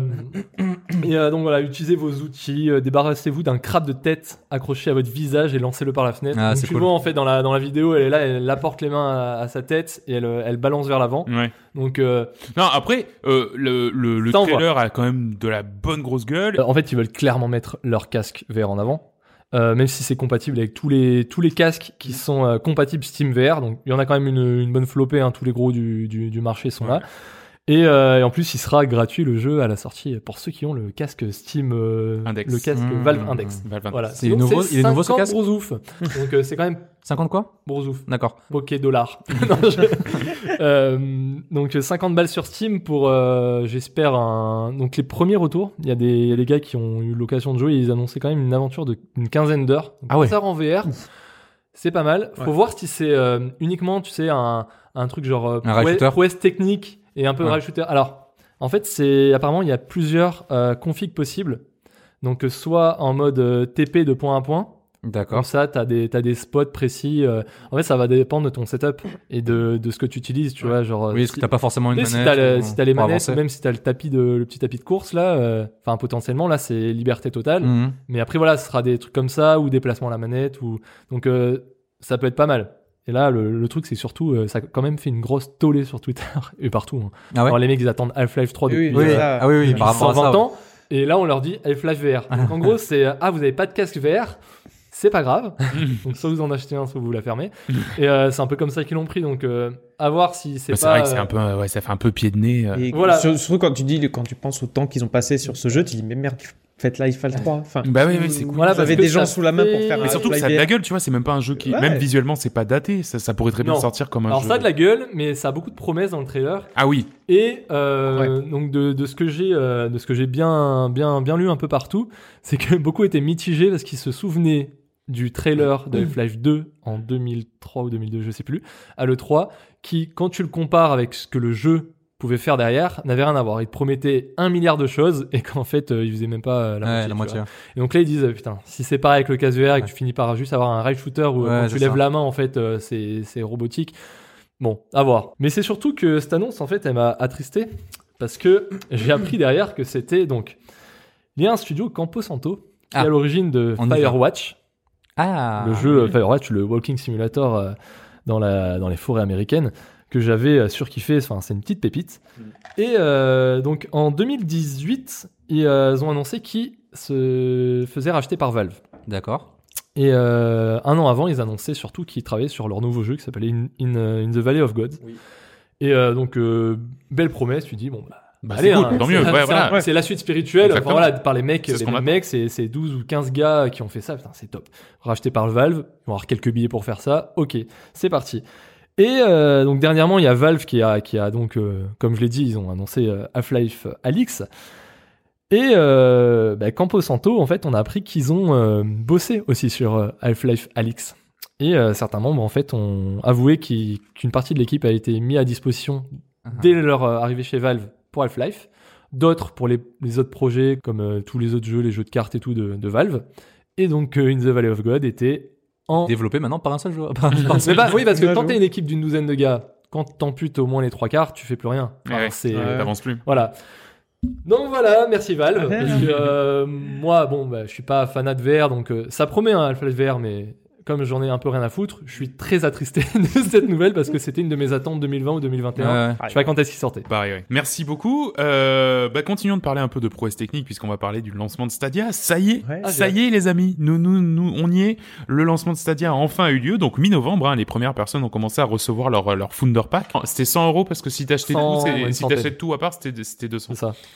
et euh, donc voilà, utilisez vos outils, euh, débarrassez-vous d'un crabe de tête accroché à votre visage et lancez-le par la fenêtre. Ah, donc c'est tu cool. vois en fait dans la dans la vidéo, elle est là, elle apporte les mains à, à sa tête et elle elle balance vers l'avant. Ouais. Donc euh, Non, après, euh, le, le, le Ça, on trailer a quand même de la bonne grosse gueule. en fait, ils veulent clairement mettre leur casque V R en avant. Euh, même si c'est compatible avec tous les tous les casques qui sont euh, compatibles Steam V R, donc il y en a quand même une, une bonne flopée, hein, tous les gros du, du, du marché sont là. Et, euh, et en plus, il sera gratuit le jeu à la sortie pour ceux qui ont le casque Steam euh, Index. le casque Mmh. Valve Index. Valve Voilà. C'est Donc, nouveau- il est nouveau, ce cinquante casque gros ouf. Donc euh, c'est quand même cinquante quoi? gros ouf. D'accord. Ok, dollars. Non, je- Euh, donc cinquante balles sur Steam pour, euh, j'espère, un... donc les premiers retours. Il y a des, il y a des gars qui ont eu l'occasion de jouer et ils annonçaient quand même une aventure de une quinzaine d'heures. Donc, Ah ouais. Ça en V R, c'est pas mal. Faut Ouais. voir si c'est euh, uniquement, tu sais, un, un truc genre euh, Un rail prouesse- shooter. prouesse technique et un peu Ouais. rail shooter. Alors, en fait, c'est apparemment il y a plusieurs euh, configs possibles. Donc euh, soit en mode euh, T P de point à point. Comme D'accord. ça, tu as des, t'as des spots précis. euh, En fait, ça va dépendre de ton setup et de, de ce que tu utilises, tu vois. Genre, Oui, parce que si, t'as pas forcément une tu sais, manette. si t'as, le- ou- si t'as les pour manettes, avancer. ou même si t'as le tapis de, le petit tapis de course, là, euh, enfin, potentiellement, là, c'est liberté totale. Mhm. Mais après, voilà, ce sera des trucs comme ça, ou déplacement à la manette, ou, donc, euh, ça peut être pas mal. Et là, le, le truc, c'est surtout, euh, ça a quand même fait une grosse tollée sur Twitter et partout. Hein. Ah ouais. Alors, les mecs, ils attendent Half-Life trois Oui, depuis, oui, Oui, euh, ça, ah oui, oui, depuis par rapport à cent vingt ça. ans. Et là, on leur dit Half-Life V R. Donc, en gros, c'est, ah, vous avez pas de casque V R, c'est pas grave. Donc, soit vous en achetez un, soit vous la fermez. Et euh, c'est un peu comme ça qu'ils l'ont pris. Donc, euh, à voir si c'est Bah, pas. c'est vrai que c'est euh, un peu, euh, ouais, ça fait un peu pied de nez. euh. Et Voilà. sur- surtout quand tu dis, quand tu penses au temps qu'ils ont passé sur ce jeu, tu dis, mais merde, faites Half-Life trois. Enfin, Bah oui, oui, c'est cool. Voilà, vous parce avez que des gens ça sous la main pour fait- faire Mais Mais un surtout que ça a de Half-Life la V R. gueule, tu vois, c'est même pas un jeu qui, Ouais. même visuellement, c'est pas daté. Ça, ça pourrait très bien Non. sortir comme un Alors, jeu. ça a de la gueule, mais ça a beaucoup de promesses dans le trailer. Ah oui. Et euh, donc de, de ce que j'ai euh, de ce que j'ai bien bien bien lu un peu partout, c'est que beaucoup étaient mitigés parce qu'ils se souvenaient du trailer de Half-Life deux en deux mille trois ou deux mille deux, je sais plus, à l'E trois, qui quand tu le compares avec ce que le jeu pouvait faire derrière, n'avait rien à voir. Il te promettait un milliard de choses et qu'en fait, euh, il faisait même pas euh, la Ouais, moitié. la tu moitié. vois. Et donc là, ils disent, euh, putain, si c'est pareil avec le casque V R et que Ouais. tu finis par juste avoir un rail shooter où euh, Ouais, quand tu c'est lèves ça. la main, en fait, euh, c'est, c'est robotique. Bon, à voir. Mais c'est surtout que cette annonce, en fait, elle m'a attristé parce que j'ai appris derrière que c'était donc, il y a un studio Campo Santo qui Ah. est à l'origine de On y va. Firewatch, Ah. le jeu euh, Firewatch, le walking simulator euh, dans la dans les forêts américaines, que j'avais surkiffé. Enfin, c'est une petite pépite. Mm. Et euh, donc en deux mille dix-huit, ils euh, ont annoncé qu'ils se faisaient racheter par Valve. D'accord. Et euh, un an avant, ils annonçaient surtout qu'ils travaillaient sur leur nouveau jeu qui s'appelait In, In, in the Valley of Gods. Oui. Et euh, donc, euh, belle promesse, tu dis, bon, bah, bah allez, c'est cool, hein, tant mieux. C'est, ouais, c'est, voilà. un, c'est la suite spirituelle. Enfin, voilà, par les mecs, c'est, les mecs c'est, c'est douze ou quinze gars qui ont fait ça. Putain, c'est top. Racheté par Valve, ils vont avoir quelques billets pour faire ça. Ok, c'est parti. Et euh, donc, dernièrement, il y a Valve qui a, qui a donc, euh, comme je l'ai dit, ils ont annoncé euh, Half-Life Alyx. Et euh, bah, Campo Santo, en fait, on a appris qu'ils ont euh, bossé aussi sur euh, Half-Life Alyx. Et euh, certains membres, en fait, ont avoué qu'une partie de l'équipe a été mise à disposition uh-huh. dès leur euh, arrivée chez Valve pour Half-Life. D'autres pour les, les autres projets, comme euh, tous les autres jeux, les jeux de cartes et tout de, de Valve. Et donc, euh, In the Valley of God était en... développé maintenant par un seul joueur. Mais bah, oui, parce que quand t'es une équipe d'une douzaine de gars, quand t'amputes au moins les trois quarts, tu fais plus rien. Enfin, ouais, c'est... Ouais, t'avances plus. Voilà. Donc voilà, merci Valve. Parce que euh, moi, bon, bah, je suis pas fanat de V R, donc euh, ça promet un hein, Half-Life V R, mais comme j'en ai un peu rien à foutre, je suis très attristé de cette nouvelle parce que c'était une de mes attentes deux mille vingt ou deux mille vingt et un. Ouais. Je sais pas quand est-ce qu'il sortait. Pareil, ouais. Merci beaucoup. Euh, bah, continuons de parler un peu de prouesse technique puisqu'on va parler du lancement de Stadia. Ça y est, ouais. ah, ça y est les amis, nous, nous, nous, on y est. Le lancement de Stadia a enfin eu lieu, donc mi-novembre. Hein, les premières personnes ont commencé à recevoir leur leur Founder Pack. C'était cent euros parce que si t'achetais tout, c'est, ouais, si t'achètes tout à part, c'était c'était deux cents. C'est ça.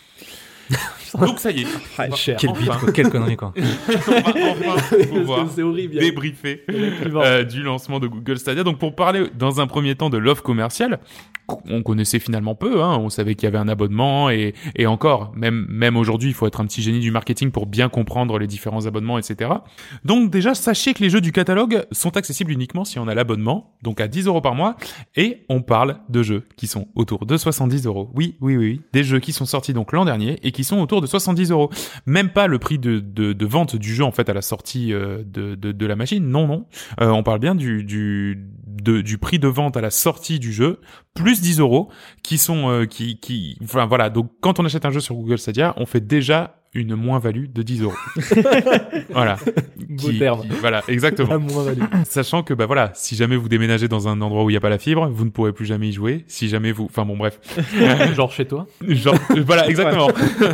Donc ça y est, ah, cher. Quel bide, quoi. Quelle connerie quoi. On va enfin pouvoir c'est horrible, débriefer euh, du lancement de Google Stadia. Donc pour parler dans un premier temps de l'offre commerciale, on connaissait finalement peu, hein. On savait qu'il y avait un abonnement et, et encore, même, même aujourd'hui, il faut être un petit génie du marketing pour bien comprendre les différents abonnements, et cetera. Donc déjà, sachez que les jeux du catalogue sont accessibles uniquement si on a l'abonnement, donc à dix euros par mois, et on parle de jeux qui sont autour de soixante-dix euros. Oui, oui, oui, des jeux qui sont sortis donc l'an dernier et qui sont autour de soixante-dix euros. Même pas le prix de, de, de vente du jeu en fait à la sortie euh, de, de, de la machine. Non, non. Euh, on parle bien du, du, de, du prix de vente à la sortie du jeu plus dix euros qui sont euh, qui qui enfin voilà. Donc quand on achète un jeu sur Google Stadia, on fait déjà une moins-value de dix euros. Voilà. Beau qui, terme. Qui, voilà, exactement. La moins-value. Sachant que, bah voilà, si jamais vous déménagez dans un endroit où il n'y a pas la fibre, vous ne pourrez plus jamais y jouer. Si jamais vous, enfin bon, bref. Genre chez toi. Genre, voilà, exactement.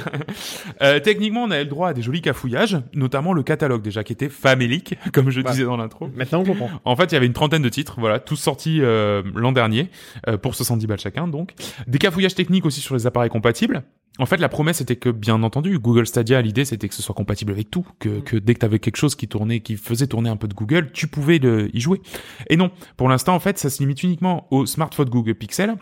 euh, techniquement, on avait le droit à des jolis cafouillages, notamment le catalogue déjà, qui était famélique, comme je bah, disais dans l'intro. Maintenant, on comprend. En fait, il y avait une trentaine de titres, voilà, tous sortis euh, l'an dernier, euh, pour soixante-dix balles chacun, donc. Des cafouillages techniques aussi sur les appareils compatibles. En fait, la promesse était que, bien entendu, Google Stadia, l'idée, c'était que ce soit compatible avec tout, que, que dès que t'avais quelque chose qui tournait, qui faisait tourner un peu de Google, tu pouvais le, y jouer. Et non, pour l'instant, en fait, ça se limite uniquement au smartphone Google Pixel,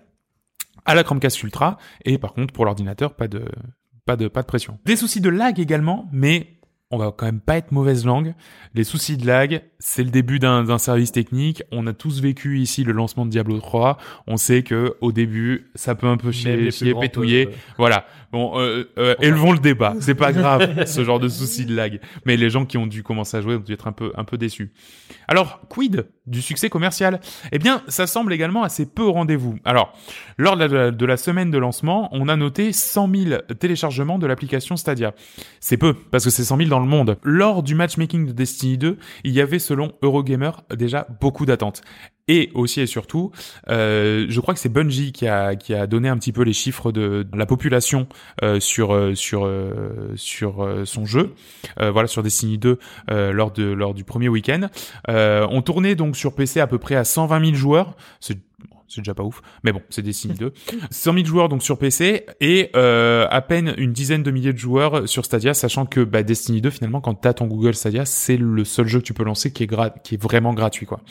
à la Chromecast Ultra, et par contre, pour l'ordinateur, pas de, pas de, pas de pression. Des soucis de lag également, mais on va quand même pas être mauvaise langue. Les soucis de lag, c'est le début d'un, d'un service technique. On a tous vécu ici le lancement de Diablo trois. On sait que au début, ça peut un peu chier, chier pétouiller. Peu, euh... Voilà. Bon, euh, euh, enfin... élevons le débat. C'est pas grave, ce genre de soucis de lag. Mais les gens qui ont dû commencer à jouer ont dû être un peu, un peu déçus. Alors, quid du succès commercial? Eh bien, ça semble également assez peu au rendez-vous. Alors, lors de la, de la semaine de lancement, on a noté cent mille téléchargements de l'application Stadia. C'est peu, parce que c'est cent mille dans le monde. Lors du matchmaking de Destiny deux, il y avait, selon Eurogamer, déjà beaucoup d'attentes. Et aussi et surtout, euh, je crois que c'est Bungie qui a qui a donné un petit peu les chiffres de, de la population euh, sur euh, sur euh, sur euh, son jeu, euh, voilà, sur Destiny deux euh, lors de lors du premier week-end. Euh, on tournait donc sur P C à peu près à cent vingt mille joueurs. C'est C'est déjà pas ouf, mais bon, c'est Destiny deux. cent mille joueurs donc sur P C et euh, à peine une dizaine de milliers de joueurs sur Stadia, sachant que bah, Destiny deux, finalement, quand t'as ton Google Stadia, c'est le seul jeu que tu peux lancer qui est gra- qui est vraiment gratuit, quoi.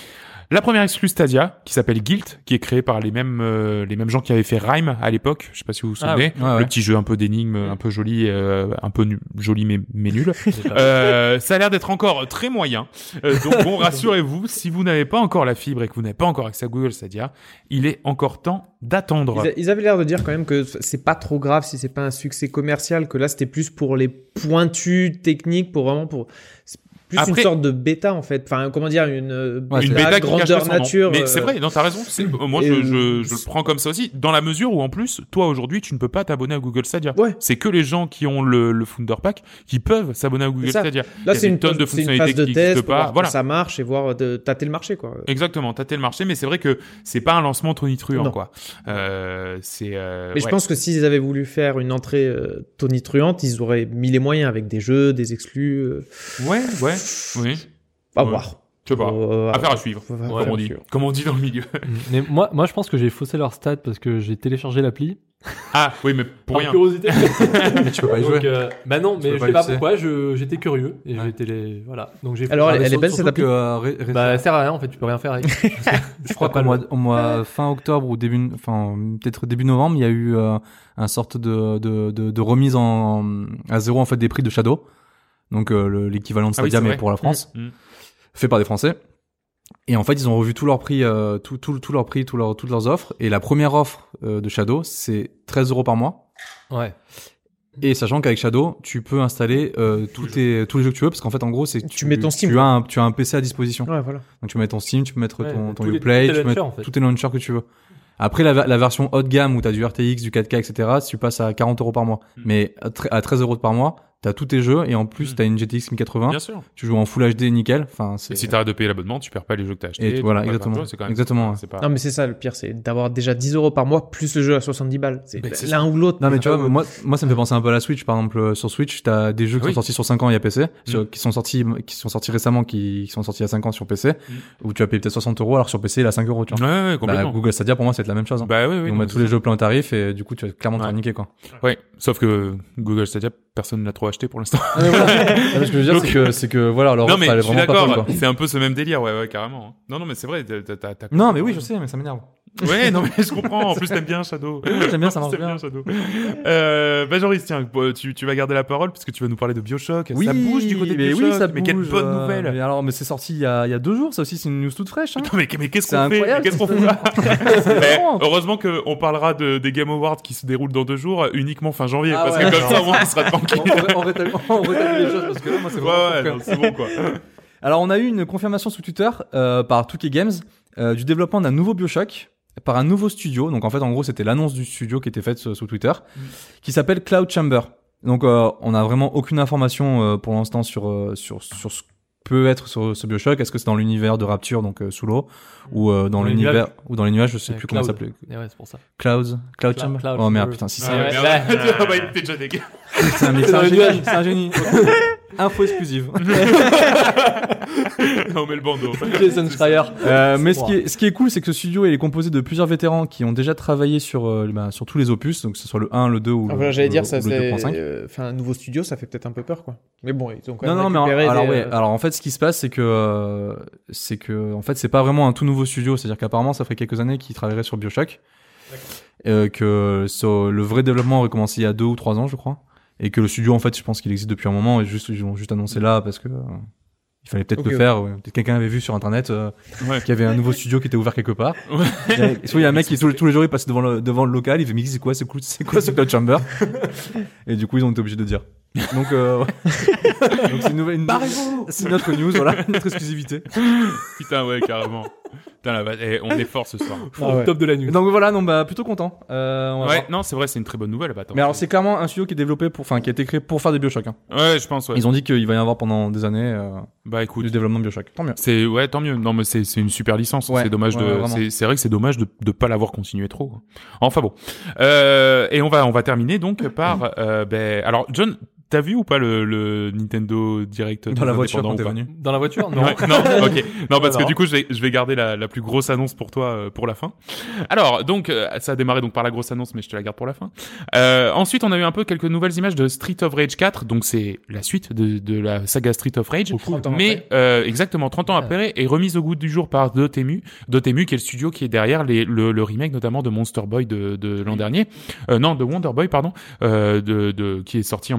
La première exclue Stadia, qui s'appelle Guilt, qui est créée par les mêmes euh, les mêmes gens qui avaient fait Rime à l'époque. Je sais pas si vous vous souvenez. Ah, ouais. Ouais, le ouais. petit jeu un peu d'énigmes, un peu joli, euh, un peu nu- joli mais, mais nul. euh, ça a l'air d'être encore très moyen. Euh, donc bon, rassurez-vous, si vous n'avez pas encore la fibre et que vous n'avez pas encore accès à Google Stadia, il est encore temps d'attendre. Ils, a, ils avaient l'air de dire quand même que c'est pas trop grave si c'est pas un succès commercial, que là c'était plus pour les pointus techniques, pour vraiment pour plus Après- une sorte de bêta en fait. Enfin, comment dire, une, euh, Ouais, une c'est bêta qui cache grandeur son nom. nature. Mais c'est euh, vrai, non, t'as raison. C'est, moi, et, je, euh, je, je le prends comme ça aussi, dans la mesure où, en plus, toi, aujourd'hui, tu ne peux pas t'abonner à Google Stadia. Ouais. C'est que les gens qui ont le, le Founder Pack qui peuvent s'abonner à Google C'est ça. Stadia. Là, Il y a c'est des une, tonnes de c'est une fonctionnalités phase de qui test n'existent pour pas. voir Voilà. que ça marche et voir de tâter le marché quoi. Exactement, tâter le marché, mais c'est vrai que c'est pas un lancement tonitruant, Non. quoi. Euh, c'est, euh, Mais je ouais. pense que s'ils avaient voulu faire une entrée euh, tonitruante, ils auraient mis les moyens avec des jeux, des exclus. Euh, Ouais, ouais, oui. à Ouais. voir. Je sais pas. Euh, Affaire à suivre. faut- faut- Comme faut- on dit. faut- Comme on dit dans le milieu. Mais moi, moi, je pense que j'ai faussé leur stat parce que j'ai téléchargé l'appli. Ah, oui, mais pour Par rien. curiosité. Mais tu peux pas y Donc, jouer. euh, bah non, Tu mais peux je pas sais pas l'utiliser. pourquoi. Je, j'étais curieux et Ouais. j'ai télé, voilà. Donc j'ai. Alors, Ah, elle, mais elle est belle surtout cette appli. que, euh, ré- ré- Bah, elle sert à rien en fait. Tu peux rien faire avec. je crois qu'au mois, au mois fin octobre ou début, enfin peut-être début novembre, il y a eu euh, un sorte de, de, de, de remise en à zéro en fait des prix de Shadow, donc euh, le- l'équivalent de Ah oui, Stadia c'est mais vrai. pour la France, Mm. fait par des Français. Et en fait, ils ont revu tous leurs prix, euh, tout, tout, tout leurs prix, tout leur, toutes leurs offres. Et la première offre euh, de Shadow, c'est treize euros par mois. Ouais. Et sachant qu'avec Shadow, tu peux installer euh, tous tes tous les jeux que tu veux, parce qu'en fait, en gros, c'est que Tu mets ton Steam, Tu quoi. as un, tu as un P C à disposition. Ouais, voilà. Donc tu peux mettre ton Steam, tu peux mettre Ouais, ton, ton tous les- Uplay, tous tes tu peux mettre launchers, en fait. tous tes launchers que tu veux. Après, la, ver- la version haut de gamme où t'as du R T X, du quatre K, et cetera, tu passes à quarante euros par mois. Mm. Mais à, tre- à treize euros par mois, t'as tous tes jeux et en plus Mm. t'as une G T X mille quatre-vingts. Bien sûr. Tu joues en Full H D nickel. Enfin, c'est. Et si t'arrêtes de payer l'abonnement, tu perds pas les jeux que t'as achetés. Et tu voilà, perds pas exactement. plein de jeux, c'est quand même- Exactement, ouais. C'est pas... Non, mais c'est ça le pire, c'est d'avoir déjà dix euros par mois plus le jeu à soixante-dix balles. C'est Mais c'est l'un ou l'autre. Non mais tu vois, Euh, moi, moi ça me fait penser un peu à la Switch. Par exemple, euh, sur Switch, t'as des jeux qui Ah oui. sont sortis sur cinq ans et à P C, Mm. sur- qui sont sortis, qui sont sortis récemment, qui, qui sont sortis il y a cinq ans sur P C, Mm. où tu as payé peut-être soixante euros, alors sur P C il a cinq euros, tu vois. Ouais, ouais, Bah, complètement. Google Stadia pour moi c'est la même chose. Hein. Bah oui, oui. Ils non, vont mettre mais tous les c'est jeux plein tarif et du coup tu vas clairement te Ouais. faire niquer quoi. ça. Ouais. Sauf que Google Stadia, personne ne l'a trop acheté pour l'instant. Ah, mais voilà. Ah, mais ce que je veux dire Donc- c'est que c'est que voilà leur Non, offre mais elle est je suis vraiment pas folle d'accord. quoi. C'est un peu ce même délire, ouais, ouais, carrément. hein. Non, non, mais c'est vrai. t'as- t'as- t'as- t'as- Non mais oui je sais mais ça m'énerve. Ouais, non, mais je comprends. En plus, t'aimes bien Shadow. J'aime bien, ça marche T'aimes bien. Shadow. Euh, bah, Joris, tiens, tu, tu vas garder la parole parce que tu vas nous parler de Bioshock. ça bouge du côté de mais Bioshock. oui, ça mais quelle bouge, bonne euh, nouvelle. Mais alors mais c'est sorti il y a il y a deux jours, ça aussi c'est une news toute fraîche hein. Non, mais, mais qu'est-ce C'est qu'on fait? incroyable, Qu'est-ce qu'on c'est fout là? C'est Eh, marrant. heureusement qu'on parlera de, des Game Awards qui se déroulent dans deux jours, uniquement fin janvier, Ah parce ouais, que comme non. ça, au moins, on sera tranquille. on, on, rétablit, on rétablit les choses parce que là moi c'est Ouais, vraiment ouais, pas non, c'est bon, quoi. Alors, on a eu une confirmation sur Twitter euh, par two K Games euh, du développement d'un nouveau Bioshock par un nouveau studio. Donc, en fait, en gros, c'était l'annonce du studio qui était faite sur, sur Twitter, qui s'appelle Cloud Chamber. Donc, euh, on n'a vraiment aucune information euh, pour l'instant sur, euh, sur sur ce que peut être sur ce Bioshock. Est-ce que c'est dans l'univers de Rapture, donc euh, sous l'eau, ou euh, dans Dans les l'univers nuages. ou dans les nuages, je sais Ouais, plus comment ça Cloud. s'appelait. Et ouais, c'est pour ça. Clouds, Cloud Cla- Chamber. Cloud Oh merde, Chamber. putain, si Ah, c'est ouais, Ouais, merde. ouais. Ah, bah, il était déjà dégueu. c'est un, c'est Dans un les génie, nuages. c'est un génie. Info exclusive. On met le bandeau. Jason Schreier. Euh, mais ce qui, est, ce qui est cool, c'est que ce studio il est composé de plusieurs vétérans qui ont déjà travaillé sur, euh, bah, sur tous les opus, donc que ce soit le un, le deux ou Ah, le, voilà, j'allais ou dire le- ça, ou le deux c'est. point cinq. euh, Enfin, un nouveau studio, ça fait peut-être un peu peur, quoi. Mais bon, ils ont quand Non, même non, mais en- récupéré alors des, ouais. euh, Alors en fait, ce qui se passe, c'est que euh, c'est que en fait, c'est pas vraiment un tout nouveau studio. C'est-à-dire qu'apparemment, ça ferait quelques années qu'ils travailleraient sur Bioshock, euh, que sur- le vrai développement aurait commencé il y a deux ou trois ans, je crois, et que le studio, en fait, je pense qu'il existe depuis un moment et juste ils l'ont juste annoncé là parce que euh, il fallait peut-être Ok, le ok. faire. Ouais. Peut-être quelqu'un avait vu sur internet euh, Ouais. qu'il y avait un nouveau studio qui était ouvert quelque part. Ouais. Il y a- Soit il y a un mec qui tous les, tous les jours il passe devant le devant le local, il fait mais c'est quoi, c'est cool, c'est quoi ce Cloud Chamber? Et du coup ils ont été obligés de dire. Donc, euh, ouais. Donc c'est une nouvelle, une- c'est notre news, voilà, notre exclusivité. Putain, ouais, carrément. Putain, la vache. Eh, on est fort ce soir. Ah ouais. Top de la nuit. Donc voilà, non bah plutôt content. Euh, on va Ouais, voir. non, c'est vrai, c'est une très bonne nouvelle. Bah, attends. Mais alors c'est clairement un studio qui est développé pour, enfin qui a été créé pour faire des Bioshock. Hein. Ouais, je pense, ouais. Ils ont dit qu'il va y avoir pendant des années euh, Bah, écoute. du développement de Bioshock. Tant mieux. C'est ouais, tant mieux. Non, mais c'est c'est une super licence. Ouais, c'est dommage ouais, de. vraiment. c'est c'est vrai que c'est dommage de de pas l'avoir continué trop. quoi. Enfin bon. Euh, et on va on va terminer donc par. Euh, ben alors John, t'as vu ou pas le, le Nintendo Direct Dans la des voiture indépendants quand t'es ou pas venu. Dans la voiture? Non. Ouais, non, ok. Non, parce que Alors. du coup, je vais, je vais garder la, la plus grosse annonce pour toi euh, pour la fin. Alors, donc, euh, ça a démarré donc par la grosse annonce, mais je te la garde pour la fin. Euh, ensuite, on a eu un peu quelques nouvelles images de Street of Rage quatre, donc c'est la suite de, de la saga Street of Rage. trente ans Mais euh, exactement trente ans Ouais. après, et remise au goût du jour par Dotemu, Dotemu qui est le studio qui est derrière les, le, le remake notamment de Monster Boy de, de l'an dernier, euh, non de Wonder Boy pardon, euh, de, de qui est sorti en même temps que la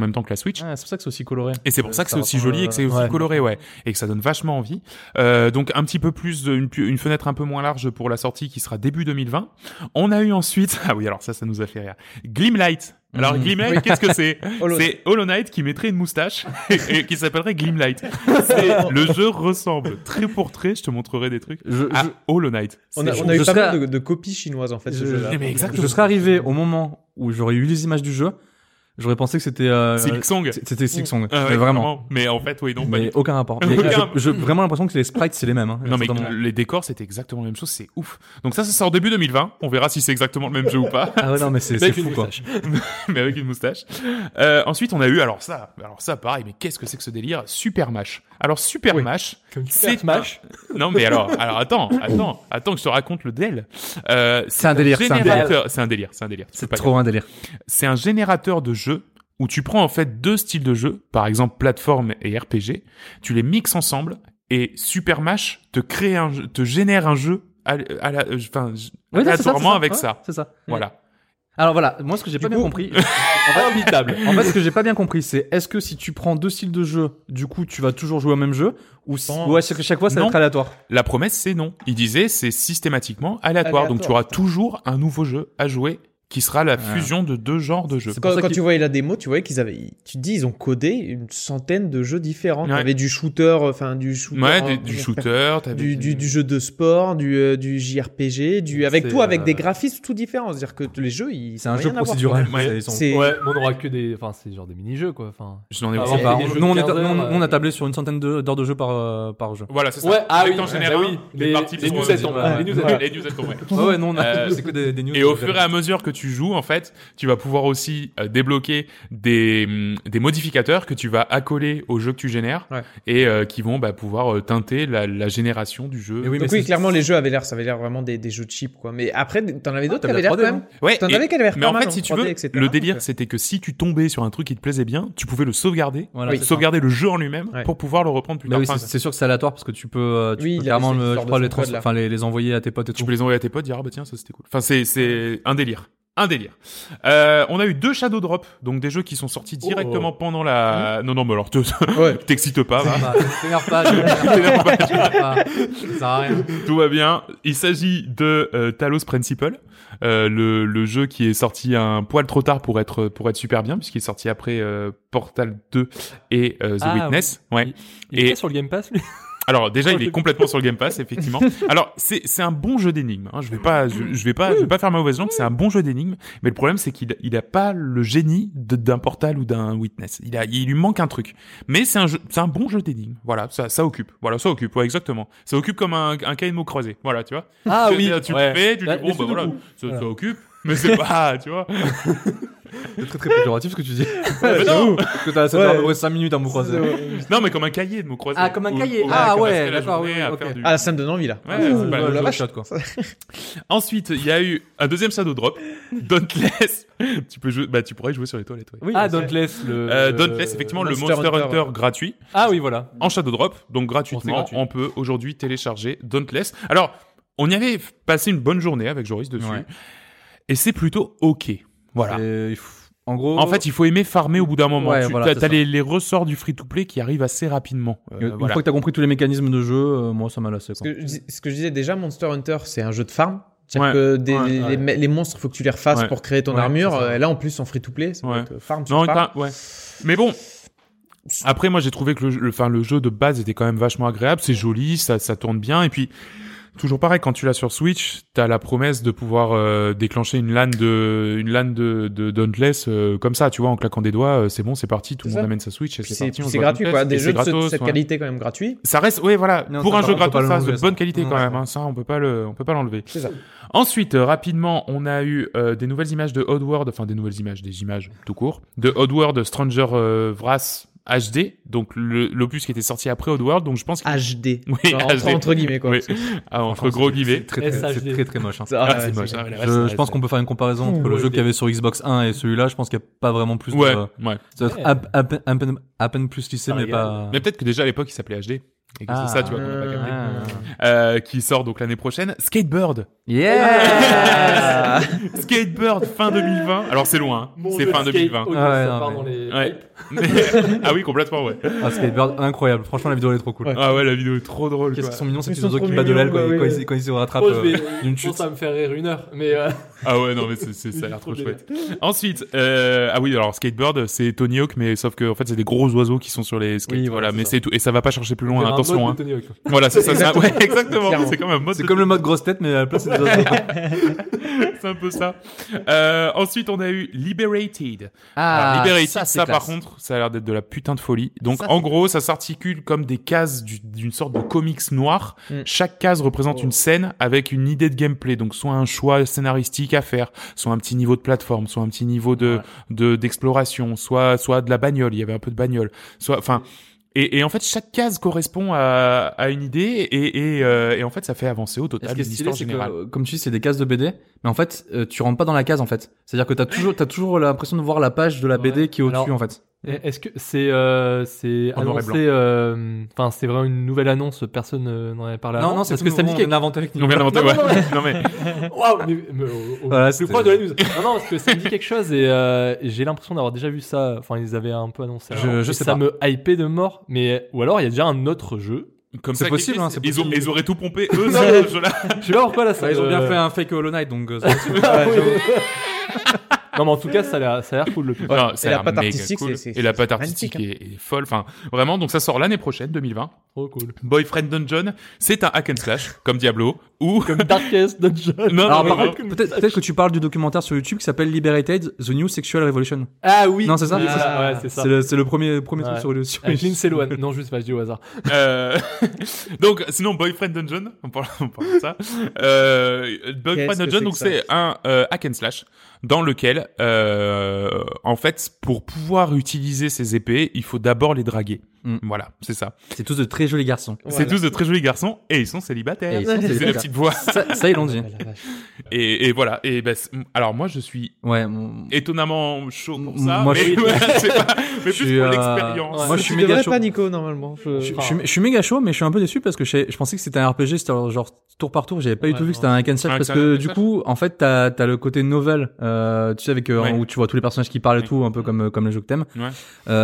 Switch. Ah, c'est pour ça que c'est aussi coloré. Et c'est pour ça que Ça c'est aussi ressemble, joli et que c'est aussi ouais. coloré, ouais, et que ça donne vachement envie. Euh, donc un petit peu plus, de, une, une fenêtre un peu moins large pour la sortie qui sera début deux mille vingt. On a eu ensuite, ah oui, alors ça, ça nous a fait rire. Glimlight. Alors Mhm. Glimlight, qu'est-ce que c'est? Hollow C'est Hollow Knight qui mettrait une moustache et, et qui s'appellerait Glimlight. C'est, le jeu ressemble trait pour trait, je te montrerai des trucs, Je, à je- Hollow Knight. On a, C'est- on a eu je pas serais- mal de, de copies chinoises en fait, ce je- jeu-là. Mais exactement. je serais arrivé au moment où j'aurais eu les images du jeu, j'aurais pensé que c'était euh, C'est Silksong. c'était Silksong. Ah ouais, mais vraiment. Mais en fait, oui, non, pas du Mais tout. aucun rapport. Mais Aucun. je- J'ai vraiment l'impression que les sprites c'est les mêmes. Hein. Non mais Totalement. les décors c'était exactement la même chose, c'est ouf. Donc ça ça sort début deux mille vingt, on verra si c'est exactement le même jeu ou pas, Ah ouais non mais c'est c'est Avec fou une quoi. moustache. mais avec une moustache. Euh, ensuite on a eu alors ça, alors ça pareil, mais qu'est-ce que c'est que ce délire? Super Mash. Alors Super Oui. Mash, Comme c'est Super Smash. un- Non mais alors alors attends, attends, attends que je te raconte le dél. Euh, C'est un délire, c'est un générateur- c'est un délire, c'est un délire. C'est pas trop un délire. c'est un générateur de jeux où tu prends en fait deux styles de jeux, par exemple plateforme et R P G, tu les mixes ensemble et Super Mash te crée un jeu, te génère un jeu à, à la, euh, enfin, Oui, c'est ça, aléatoirement c'est avec Ouais, ça. C'est ça. Voilà. Alors voilà, moi ce que j'ai pas bien coup- compris, Imbitable. en fait ce que j'ai pas bien compris, c'est est-ce que si tu prends deux styles de jeu, du coup tu vas toujours jouer au même jeu, ou si... Pense. ouais, chaque, chaque fois ça va Non. être aléatoire. La promesse, c'est non. Il disait, c'est systématiquement aléatoire. Donc, tu auras toujours un nouveau jeu à jouer qui sera la fusion de deux genres de jeux. C'est pour Quand, ça quand qu'il- tu voyais la démo, tu voyais qu'ils avaient, tu te dis, ils ont codé une centaine de jeux différents. Ouais. Tu avais du shooter, enfin du shooter, Ouais, en- des- du en- shooter, t'avais du, du, du jeu de sport, du, euh, du J R P G, du avec C'est, tout, avec euh, des graphismes tout différents. C'est-à-dire que les jeux, ils C'est ont un rien jeu à voir. procédural. Ouais. C'est- ils sont- C'est- Ouais, mais on aura que des, enfin, c'est genre des mini-jeux, quoi. Enfin. Je n'en ai Ah, aucun. ouais. Bah, des on- jeux nous, on de est- quinze nous, heures, on a euh, tablé sur une centaine de- d'heures de jeu par, euh, par jeu. Voilà, c'est ça. Ouais, ah Dès oui, que t'en génères bah un, oui, les les- parties les sont news, revenues. elles tombent. Ouais. Les news, Ouais, elles- les news, elles tombent, ouais. Ouais, ouais, nous on a Euh, c'est que des, des news. Et au fur et à mesure que tu joues, en fait, tu vas pouvoir aussi euh, débloquer des, hum, des modificateurs que tu vas accoler au jeu que tu génères Ouais. et euh, qui vont bah, pouvoir euh, teinter la, la génération du jeu. Et oui, mais Donc oui, c'est- clairement, les jeux avaient l'air, ça avait l'air vraiment des, des jeux cheap, quoi. Mais après, t'en avais d'autres qui t'avais avaient la l'air quand trois D, même. Ouais, T'en et- avais qui avaient l'air mais pas en mal fait, si tu trois D, veux, et cetera. le délire, Donc, euh, c'était que si tu tombais sur un truc qui te plaisait bien, tu pouvais le sauvegarder, Voilà, oui, c'est ça. sauvegarder le jeu en lui-même Ouais. pour pouvoir le reprendre plus Bah tard. oui, Enfin, c'est c'est sûr que c'est aléatoire parce que tu peux, euh, tu Oui, peux il carrément avait le, cette je histoire crois, de les, son trans- code, là. enfin, les, les envoyer à tes potes et tu tout. peux les envoyer à tes potes, dire ah bah tiens ça c'était cool. Enfin c'est c'est un délire. Un délire. Euh, on a eu deux Shadow Drop, donc des jeux qui sont sortis directement pendant la. Non non mais alors te... Ouais. t'excites pas, va. Bah, t'énerve pas, t'énerve pas, t'énerve pas. Ça sert à rien. Tout va bien. Il s'agit de euh, Talos Principle, euh, le le jeu qui est sorti un poil trop tard pour être pour être super bien puisqu'il est sorti après euh, Portal deux et euh, The Ah, Witness. Ouais. Il, il est Et- pas sur le Game Pass, lui. Alors déjà, Oh, il est le- complètement sur le Game Pass, effectivement. Alors c'est c'est un bon jeu d'énigmes. Hein. Je vais pas je, je vais pas je vais pas faire ma mauvaise langue. C'est un bon jeu d'énigmes, mais le problème c'est qu'il il a pas le génie de- d'un Portal ou d'un Witness. Il a il lui manque un truc. Mais c'est un jeu c'est un bon jeu d'énigmes. Voilà, ça ça occupe. Voilà, ça occupe. Ouais, exactement. Ça occupe comme un un cahier de mots croisé. Voilà, tu vois. Ah Tu- oui, tu ouais. le fais, tu Là, dis bon les bah Sudoku. voilà, ça, Voilà. ça occupe. Mais c'est pas, tu vois. C'est très très péjoratif ce que tu dis. Mais non, Parce que t'as ça Ouais. dure à peu près cinq minutes à me croiser. non, mais comme un cahier de mots croisés. Ah, comme un Où- cahier. où- Ah, où on ouais, passerait la d'accord, journée oui, à ok. faire du- Ah, ça me donne envie là. Ouais, c'est pas Ouais, la- le vache. shot, quoi. Ensuite, il y a eu un deuxième Shadow Drop, Dauntless. tu peux jouer, bah tu pourrais y jouer sur les toilettes. Ouais. Oui, Ah, c'est- Dauntless, le. Euh, Dauntless, effectivement, Monster le Monster Hunter, Hunter, gratuit Ah oui, voilà. en Shadow Drop, donc gratuitement, gratuit. on peut aujourd'hui télécharger Dauntless. Alors, on y avait passé une bonne journée avec Joris dessus, Ouais. et c'est plutôt ok. Voilà. Et il faut- En gros. En fait, il faut aimer farmer au bout d'un moment. Ouais, tu voilà, as, c'est t'as ça. les, les ressorts du free-to-play qui arrivent assez rapidement. Euh, une voilà. fois que t'as compris tous les mécanismes de jeu, euh, moi ça m'a lassé. Ce Quoi. que, je dis- ce que je disais déjà, Monster Hunter, c'est un jeu de farm. C'est-à-dire Ouais. que des, Ouais, les, ouais. les- les monstres, faut que tu les refasses Ouais. pour créer ton Ouais, armure. c'est ça. Euh, Là, en plus, en free-to-play, ça Ouais. va être farm sur Non, farm. t'as- ouais. Mais bon. Après, moi, j'ai trouvé que le, le, enfin, le jeu de base était quand même vachement agréable. C'est joli, ça, ça tourne bien. Et puis, toujours pareil, quand tu l'as sur Switch, t'as la promesse de pouvoir euh, déclencher une LAN de, une LAN de, de Dauntless euh, comme ça, tu vois, en claquant des doigts. euh, c'est bon, c'est parti. Tout le C'est monde ça. amène sa Switch et Puis c'est C'est parti. on puis joue c'est à gratuit, Dauntless. quoi. Des Et jeux c'est de ce- gratos, cette ouais. qualité, quand même, gratuit. Ça reste, oui, voilà. Non, Pour ça, un on jeu peut pas gratos, ça reste de l'enlever, ça. bonne qualité Non, quand c'est même. ça. Hein, ça, on peut pas le, on peut pas l'enlever. C'est ça. Ensuite, euh, rapidement, on a eu euh, des nouvelles images de Oddworld, enfin des nouvelles images, des images tout court, de Oddworld Stranger euh, Wrath H D, donc le- l'opus qui était sorti après Oddworld, donc je pense que H D. Oui, Genre, H D. entre, entre guillemets, quoi. oui, ah, entre Franchement, gros c'est- guillemets. C'est très, très, S H D. c'est très très moche. hein. Ça, Ah, ouais, c'est moche. c'est- Ah, ouais, la reste, Je, ça je reste- pense qu'on peut faire une comparaison entre le Ouais, jeu des- qu'il y avait sur Xbox un et celui-là. Je pense qu'il n'y a pas vraiment plus Ouais, de. ouais. Ça doit être Ouais. à, à peine- à peine, à peine plus lissé, Ah, mais regarde. pas. Mais peut-être que déjà à l'époque il s'appelait H D. Et que Ah. c'est ça, tu vois, qu'on n'a pas capté. Ah. Euh, qui sort donc l'année prochaine. Skatebird. Yeah. Skatebird fin deux mille vingt. Alors c'est loin, hein. Mon c'est jeu fin de deux mille skate, vingt. ok, Ah ouais, ça non, part mais- dans les Ouais. Ah oui, complètement, ouais. Ah, Skatebird, incroyable. Franchement, la vidéo elle est trop cool. Ouais. Ah ouais, la vidéo est trop drôle. Qu'est-ce quoi. qu'ils sont mignons ces Ils petits sont oiseaux trop qui battent de l'aile mignons, quand, bah ils- quand oui. ils, quand ils se rattrapent Oh, je vais, euh, d'une je pense chute. que ça va me faire rire une heure, mais euh, Ah ouais, non mais c'est, c'est, ça a l'air trop Trop chouette. Ensuite, euh, ah oui, alors Skatebird, c'est Tony Hawk, mais sauf que en fait c'est des gros oiseaux qui sont sur les skates. Oui, voilà, voilà, c'est mais ça. c'est tout, et ça va pas chercher plus il y loin. aura un Attention, mode hein. de Tony Hawk, quoi. Voilà, c'est ça, c'est un- ouais, exactement. Clairement. C'est comme un mode. C'est de- comme le mode grosse tête, mais à la place c'est des oiseaux. c'est un peu ça. Euh, ensuite, on a eu Liberated. Ah, Alors, Liberated, ça, ça, c'est par classe. contre, ça a l'air d'être de la putain de folie. Donc, Ça, en c'est- gros, ça s'articule comme des cases du- d'une sorte de comics noir. Mm. Chaque case représente Oh. une scène avec une idée de gameplay. Donc, soit un choix scénaristique à faire, soit un petit niveau de plateforme, soit un petit niveau de, Ouais. de, d'exploration, soit, soit de la bagnole. Il y avait un peu de bagnole. Soit, enfin, et, et en fait, chaque case correspond à, à une idée et, et, euh, et en fait, ça fait avancer au Et total ce qui est une stylé, histoire c'est générale. que, comme tu dis, c'est des cases de B D, mais en fait, euh, tu rentres pas dans la case en fait. C'est-à-dire que t'as toujours, t'as toujours l'impression de voir la page de la B D Ouais. qui est au-dessus Alors, en fait. Et Est-ce que c'est euh, c'est En noir et annoncé euh, enfin c'est vraiment une nouvelle annonce, personne euh, n'en avait parlé avant. parce que ça me dit quelque on inventé avec On vient d'inventer, Non, ouais. non, Non, mais, Waouh, mais, mais au, au Voilà, plus c'était- proche de la news. Non, non, parce que ça me dit quelque chose et euh, j'ai l'impression d'avoir déjà vu ça. Enfin, ils avaient un peu annoncé. Je- avant. je Et sais ça pas. me hypait de mort. Mais ou alors il y a déjà un autre jeu. comme C'est ça, possible, qu'ils hein, disent, c'est ils, ont, possible. ils auraient tout pompé, eux, ce jeu-là. Je sais pas pourquoi là. Ça Ouais, ils ont me- bien fait un fake Hollow Knight, donc. euh, ça- Ouais, j'avoue. Non, mais en tout cas, ça a l'air, ça a l'air cool le truc. Non, ça Et a la l'air patte méga artistique, cool. c'est- c'est- Et la c'est patte magnifique, artistique est, est folle. Enfin, vraiment. Donc ça sort l'année prochaine, deux mille vingt. Trop cool. Boyfriend Dungeon, c'est un hack and slash comme Diablo ou Comme Darkest Dungeon. non, Alors, non, par non, contre, peut-être, peut-être que tu parles du documentaire sur YouTube qui s'appelle Liberated, The New Sexual Revolution. Ah oui. Non, c'est ça? Oui, C'est ça. Ouais, c'est ça. C'est le, c'est le premier, premier truc Ouais. sur le, sur Avec Lindsay Lohan. Non, juste pas, je dis au hasard. Euh, donc, sinon, Boyfriend Dungeon, on parle, on parle de ça. Euh, Boyfriend Qu'est-ce que Dungeon, c'est donc que ça c'est un euh, hack and slash dans lequel, euh, en fait, pour pouvoir utiliser ces épées, il faut d'abord les draguer. Mm. Voilà, c'est ça. C'est tous de très jolis garçons. C'est tous de très jolis garçons et ils sont célibataires. Et ils sont C'est la célibataires. petite voix. Ça, ça, ils l'ont dit. Oh, la vache. Et, et voilà. Et ben, c'est- alors moi, je suis Ouais, mon- étonnamment chaud pour M- ça. moi, mais, je suis- c'est pas, mais je plus suis, pour euh, l'expérience. ouais. Moi, je Tu suis méga devrais chaud. pas, Nico, normalement. Je- Je, je enfin, suis, je suis méga chaud, mais je suis un peu déçu parce que je, je pensais que c'était un R P G, c'était genre tour par tour. J'avais pas du Ouais, tout vu non, que c'était un hack and slash un parce hack and que slash. du coup, en fait, t'as as le côté novel, euh, tu sais, avec euh, Ouais. où tu vois tous les personnages qui parlent et Ouais. tout, un peu comme comme le jeu que t'aimes. Ouais.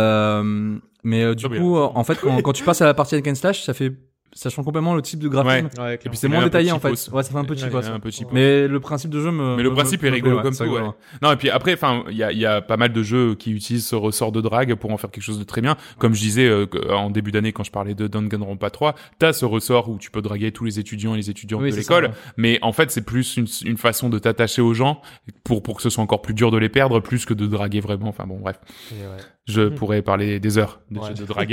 Euh, mais euh, du Ah, mais coup, là. euh, en fait, quand, quand tu passes à la partie hack and slash, ça fait, ça change complètement le type de graphisme. Ouais. ouais, Et puis clairement. c'est Mais moins un peu détaillé en cheapos. fait. Ouais, ça fait un peu cheap. Ouais, ouais, ça. un peu cheap. Mais le principe de jeu me. Mais le me- principe me- est me rigolo plaît, comme ouais, tout, ça, ouais. Non, et puis après, enfin, il y a, il y a pas mal de jeux qui utilisent ce ressort de drague pour en faire quelque chose de très bien. Comme je disais euh, que- en début d'année quand je parlais de Danganronpa trois, t'as ce ressort où tu peux draguer tous les étudiants et les étudiantes Oui, de c'est l'école. ça, ouais. Mais en fait, c'est plus une, une façon de t'attacher aux gens pour pour que ce soit encore plus dur de les perdre, plus que de draguer vraiment. Enfin bon, bref, Et ouais. je Mhm. pourrais parler des heures de Ouais. jeux de drague.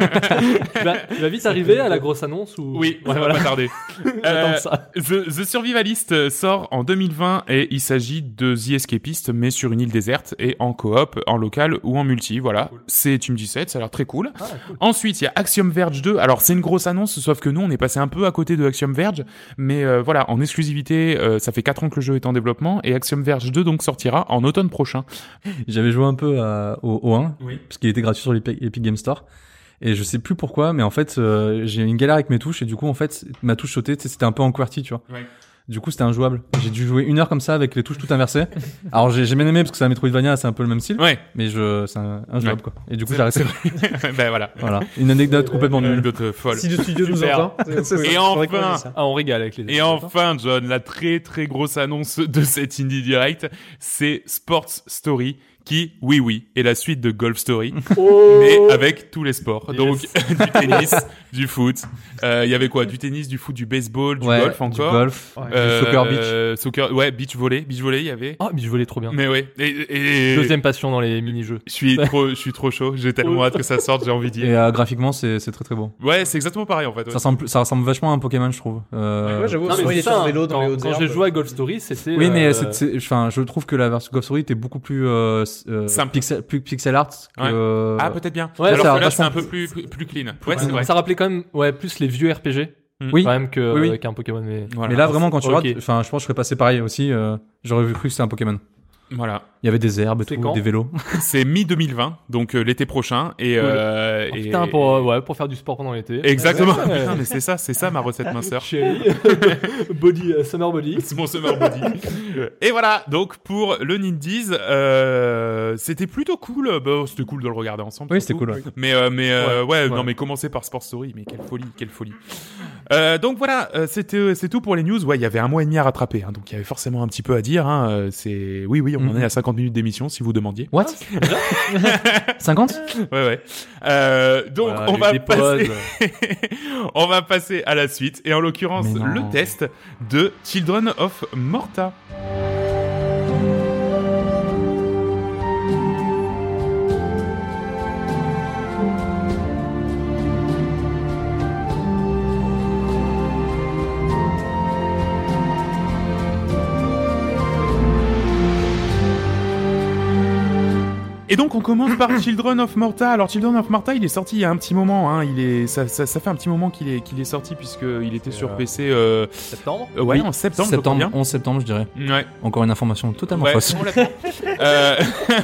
tu, vas, tu vas vite arriver à la grosse annonce ou Oui, ça Ouais, va voilà. pas tarder. J'attends Euh, ça. The, The Survivalist euh, sort en deux mille vingt et il s'agit de The Escapist mais sur une île déserte et en coop, en local ou en multi, voilà. C'est Team dix-sept, ça a l'air très cool. Ah, cool. Ensuite, il y a Axiom Verge deux. Alors, c'est une grosse annonce, sauf que nous, on est passé un peu à côté de Axiom Verge. Mais euh, voilà, en exclusivité, euh, ça fait quatre ans que le jeu est en développement. Et Axiom Verge deux, donc, sortira en automne prochain. J'avais joué un peu à- au, au un, Oui. parce qu'il était gratuit sur l'Epic Epic Game Store. Et je sais plus pourquoi, mais en fait, euh, j'ai eu une galère avec mes touches, et du coup, en fait, ma touche sautée, tu sais, c'était un peu en QWERTY, tu vois. Ouais. Du coup, c'était injouable. J'ai dû jouer une heure comme ça avec les touches toutes inversées. Alors, j'ai j'ai bien aimé parce que c'est un Metroidvania, c'est un peu le même style. Ouais. Mais je, c'est un, injouable, Ouais. quoi. Et du coup, C'est- j'ai arrêté. ben voilà. Voilà. Une anecdote complètement Une nulle. anecdote euh, folle. Si le studio nous Super. entend. c'est- Et c'est- faudrait qu'on enfin, dise ça. Ah, on régale avec les Et enfin, John, la très très grosse annonce de cet Indie Direct, c'est Sports Story, qui, oui oui, est la suite de Golf Story, Oh mais avec tous les sports. Yes. Donc, du tennis, du foot, euh, il y avait quoi? Du tennis, du foot, du baseball, du Ouais, golf Du encore. golf. Ouais. Euh, du soccer beach. euh, soccer, ouais, beach volley, beach volley, il y avait. Ah, mais je volais trop bien. Mais ouais. Et, et- Deuxième passion dans les mini-jeux. je suis trop, je suis trop chaud. J'ai tellement hâte que ça sorte, j'ai envie d'y Et aller. euh, graphiquement, c'est c'est très très beau. Ouais, c'est exactement pareil en fait. ouais. Ça ressemble, ça ressemble vachement à un Pokémon, je trouve. Euh, Ouais, j'avoue, Non, mais souvent, il c'est est ça, sur hein. vélo dans quand, les hautes quand herbes. j'ai joué à Golf Story, c'était. Oui, mais euh, c'est, c'est- enfin, je trouve que la version Golf Story était beaucoup plus, euh, euh, Simple. pixel, plus pixel art que. Ouais. euh, Ah, peut-être bien. Ouais, Alors ça a que là, c'est vachement un peu plus, plus, plus clean. Ouais, c'est vrai. Ça rappelait quand même ouais, plus les vieux R P G Oui. quand même que, Oui, oui. euh, qu'un Pokémon. Mais... Voilà. Mais là, vraiment, quand tu Ok. regardes, enfin, je pense que je serais passé pareil aussi. euh, j'aurais vu cru que c'était un Pokémon. Voilà. Il y avait des herbes et C'est tout, quand des vélos. C'est mi deux mille vingt, donc euh, l'été prochain. Et, Cool. euh, Oh, et- putain, pour, euh, ouais, pour faire du sport pendant l'été. Exactement. Ouais, ouais. Putain, mais c'est ça, c'est ça ma recette minceur. Chérie. Body, euh, summer body. C'est mon summer body. Et voilà, donc pour le Nindies, euh, c'était plutôt cool. Bah, c'était cool de le regarder ensemble. Oui, surtout. c'était cool. Ouais. Mais euh, mais euh, ouais, Ouais, non ouais. mais commencer par Sport Story, mais quelle folie, quelle folie. Euh, donc voilà, euh, c'était c'est tout pour les news. Ouais, il y avait un mois et demi à rattraper, hein, donc il y avait forcément un petit peu à dire. Hein. Euh, C'est oui, oui, on en Mhm. est à cinquante minutes d'émission si vous demandiez. What cinquante Ouais, ouais. Euh, donc Voilà, on les- va les passer, pauses. on va passer à la suite et en l'occurrence Mais non. le test de Children of Morta. Et donc on commence par Children of Morta. Alors Children of Morta, il est sorti il y a un petit moment. Hein. Il est, ça, ça, ça fait un petit moment qu'il est, qu'il est sorti puisque il était C'est, sur euh, P C. Euh, Septembre. euh, ouais, Oui, en septembre. je crois septembre, bien. onze septembre, je dirais. Ouais. Encore une information totalement Ouais, fausse. complètement. euh,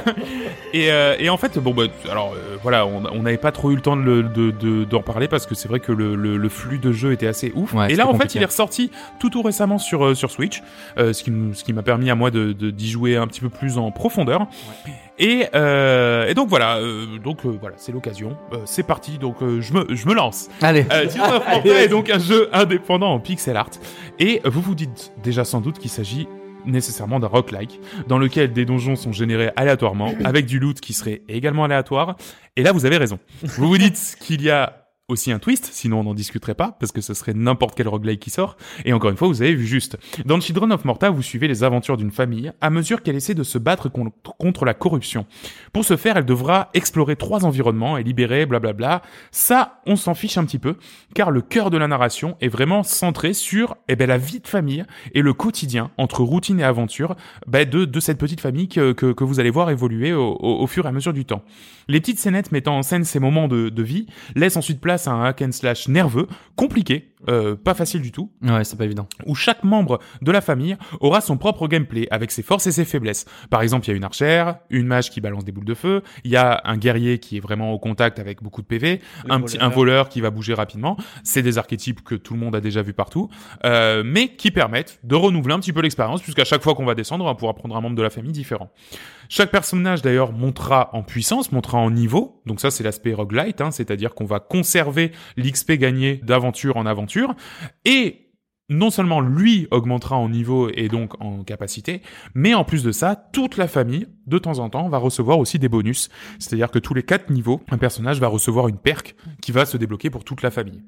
et, euh, et en fait, bon, bah, alors euh, voilà, on on n'avait pas trop eu le temps de, le- de, de- d'en parler parce que c'est vrai que le, le, le flux de jeu était assez ouf. Ouais, et c'était là, en compliqué. fait, il est ressorti tout tout récemment sur euh, sur Switch, euh, ce qui m- ce qui m'a permis à moi de de- d'y jouer un petit peu plus en profondeur. Et, euh, et donc voilà, euh, donc euh, voilà, c'est l'occasion. Euh, c'est parti, donc euh, je me je me lance. Allez. Euh, Children of Morta est donc un jeu indépendant en pixel art. Et vous vous dites déjà sans doute qu'il s'agit nécessairement d'un roguelike, dans lequel des donjons sont générés aléatoirement, avec du loot qui serait également aléatoire. Et là, vous avez raison. Vous vous dites qu'il y a aussi un twist, sinon on n'en discuterait pas, parce que ce serait n'importe quel roguelike qui sort. Et encore une fois, vous avez vu juste. Dans Children of Morta, vous suivez les aventures d'une famille à mesure qu'elle essaie de se battre con- contre la corruption. Pour ce faire, elle devra explorer trois environnements et libérer blablabla. Ça, on s'en fiche un petit peu, car le cœur de la narration est vraiment centré sur eh ben, la vie de famille et le quotidien entre routine et aventure ben, de, de cette petite famille que, que, que vous allez voir évoluer au, au, au fur et à mesure du temps. Les petites scénettes mettant en scène ces moments de, de vie laissent ensuite place à un hack and slash nerveux, compliqué, euh, pas facile du tout, Ouais, c'est pas évident. où chaque membre de la famille aura son propre gameplay avec ses forces et ses faiblesses. Par exemple, il y a une archère, une mage qui balance des boules de feu, il y a un guerrier qui est vraiment au contact avec beaucoup de P V, Le un petit un voleur. voleur qui va bouger rapidement. C'est des archétypes que tout le monde a déjà vu partout, euh, mais qui permettent de renouveler un petit peu l'expérience puisqu'à chaque fois qu'on va descendre, on va pouvoir prendre un membre de la famille différent. Chaque personnage d'ailleurs montera en puissance, montera en niveau. Donc ça c'est l'aspect roguelite, hein, c'est-à-dire qu'on va conserver l'X P gagné d'aventure en aventure et non seulement lui augmentera en niveau et donc en capacité, mais en plus de ça, toute la famille, de temps en temps, va recevoir aussi des bonus. C'est-à-dire que tous les quatre niveaux, un personnage va recevoir une perk qui va se débloquer pour toute la famille.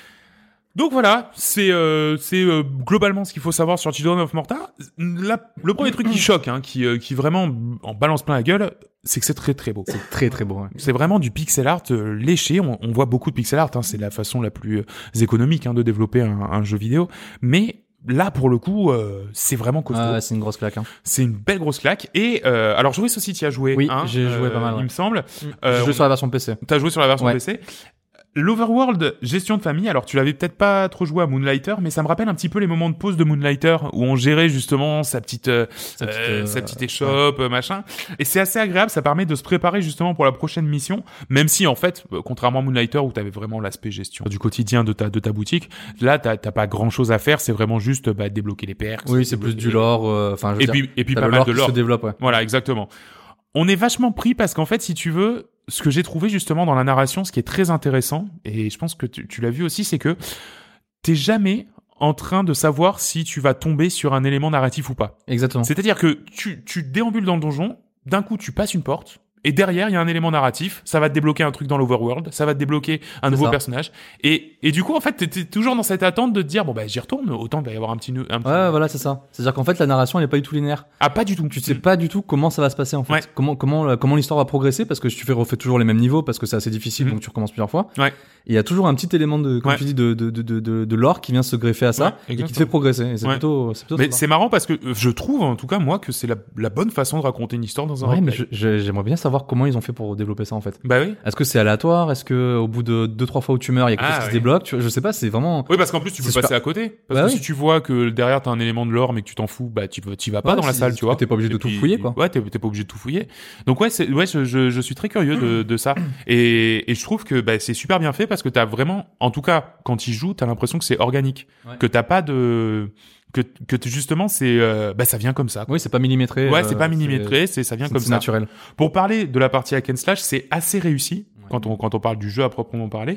Donc voilà, c'est euh, c'est euh, globalement ce qu'il faut savoir sur Children of Morta. La- le premier truc qui choque, hein, qui euh, qui vraiment en balance plein la gueule, c'est que c'est très très beau. C'est très très beau. Ouais. C'est vraiment du pixel art euh, léché. On, on voit beaucoup de pixel art. Hein, c'est la façon la plus euh, économique hein, de développer un, un jeu vidéo. Mais là, pour le coup, euh, c'est vraiment costaud. Ah, c'est une grosse claque. Hein. C'est une belle grosse claque. Et euh, alors, Joris aussi, tu y as joué. Oui, hein, j'ai joué euh, pas mal, Il ouais. me semble. J'ai Euh, joué sur la version P C. T'as joué sur la version Ouais. P C. L'Overworld gestion de famille, alors tu l'avais peut-être pas trop joué à Moonlighter, mais ça me rappelle un petit peu les moments de pause de Moonlighter où on gérait justement sa petite, euh, Sa petite, euh, euh, sa petite échoppe, euh, machin. Et c'est assez agréable, ça permet de se préparer justement pour la prochaine mission, même si en fait, euh, contrairement à Moonlighter où t'avais vraiment l'aspect gestion du quotidien de ta de ta boutique, là t'as t'as pas grand chose à faire, c'est vraiment juste bah, débloquer les perks. Oui, c'est plus du lore. euh, Enfin, je veux Et dire, puis et puis t'as pas le mal lore de qui lore. se développe. Ouais. Voilà, exactement. On est vachement pris parce qu'en fait, si tu veux, ce que j'ai trouvé justement dans la narration, ce qui est très intéressant, et je pense que tu, tu l'as vu aussi, c'est que t'es jamais en train de savoir si tu vas tomber sur un élément narratif ou pas. Exactement. C'est-à-dire que tu, tu déambules dans le donjon, d'un coup tu passes une porte, et derrière il y a un élément narratif, ça va te débloquer un truc dans l'overworld, ça va te débloquer un C'est nouveau ça. personnage, et, et du coup en fait t'es, t'es toujours dans cette attente de te dire bon bah j'y retourne, autant il va y avoir un petit... Un petit... Ouais, voilà, c'est ça. C'est-à-dire qu'en fait, la narration, elle est pas du tout linéaire. Ah pas du tout. Tu sais pas du tout comment ça va se passer en fait. Ouais. Comment comment la- comment l'histoire va progresser parce que si tu fais refais toujours les mêmes niveaux parce que c'est assez difficile Mhm. donc tu recommences plusieurs fois. Ouais. Et il y a toujours un petit élément de comme Ouais. tu dis de de de de de, de lore qui vient se greffer à ça Ouais, et qui te exactement. fait progresser. Et c'est Ouais. plutôt c'est plutôt Mais sympa. c'est marrant parce que euh, je trouve, en tout cas moi, que c'est la, la bonne façon de raconter une histoire dans un Ouais, mais roleplay. je- je- j'aimerais bien savoir savoir comment ils ont fait pour développer ça en fait. Bah oui. Est-ce que c'est aléatoire? Est-ce que au bout de deux trois fois où tu meurs, il y a quelque Ah, chose qui oui. se débloque? Tu vois, je sais pas, c'est vraiment. Oui, parce qu'en plus, tu peux C'est passer super. à côté. Parce Bah que oui. si tu vois que derrière, t'as un élément de lore, mais que tu t'en fous, bah, tu t'y vas pas Ouais, dans la si- salle, tu vois. t'es pas obligé de Et tout puis- fouiller, quoi. Ouais, t'es t'es pas obligé de tout fouiller. Donc, ouais, c'est, ouais, je, je, je suis très curieux de, de ça. Et, et je trouve que, bah, c'est super bien fait parce que t'as vraiment, en tout cas, quand il joue, t'as l'impression que c'est organique. Ouais. Que t'as pas de, que, que t- justement, c'est, euh, bah, ça vient comme ça. Oui, c'est pas millimétré. Ouais, euh, c'est pas millimétré, c'est, ça vient c'est- comme c'est ça. naturel. Pour parler de la partie hack and slash, c'est assez réussi. Quand on, quand on parle du jeu à proprement parler,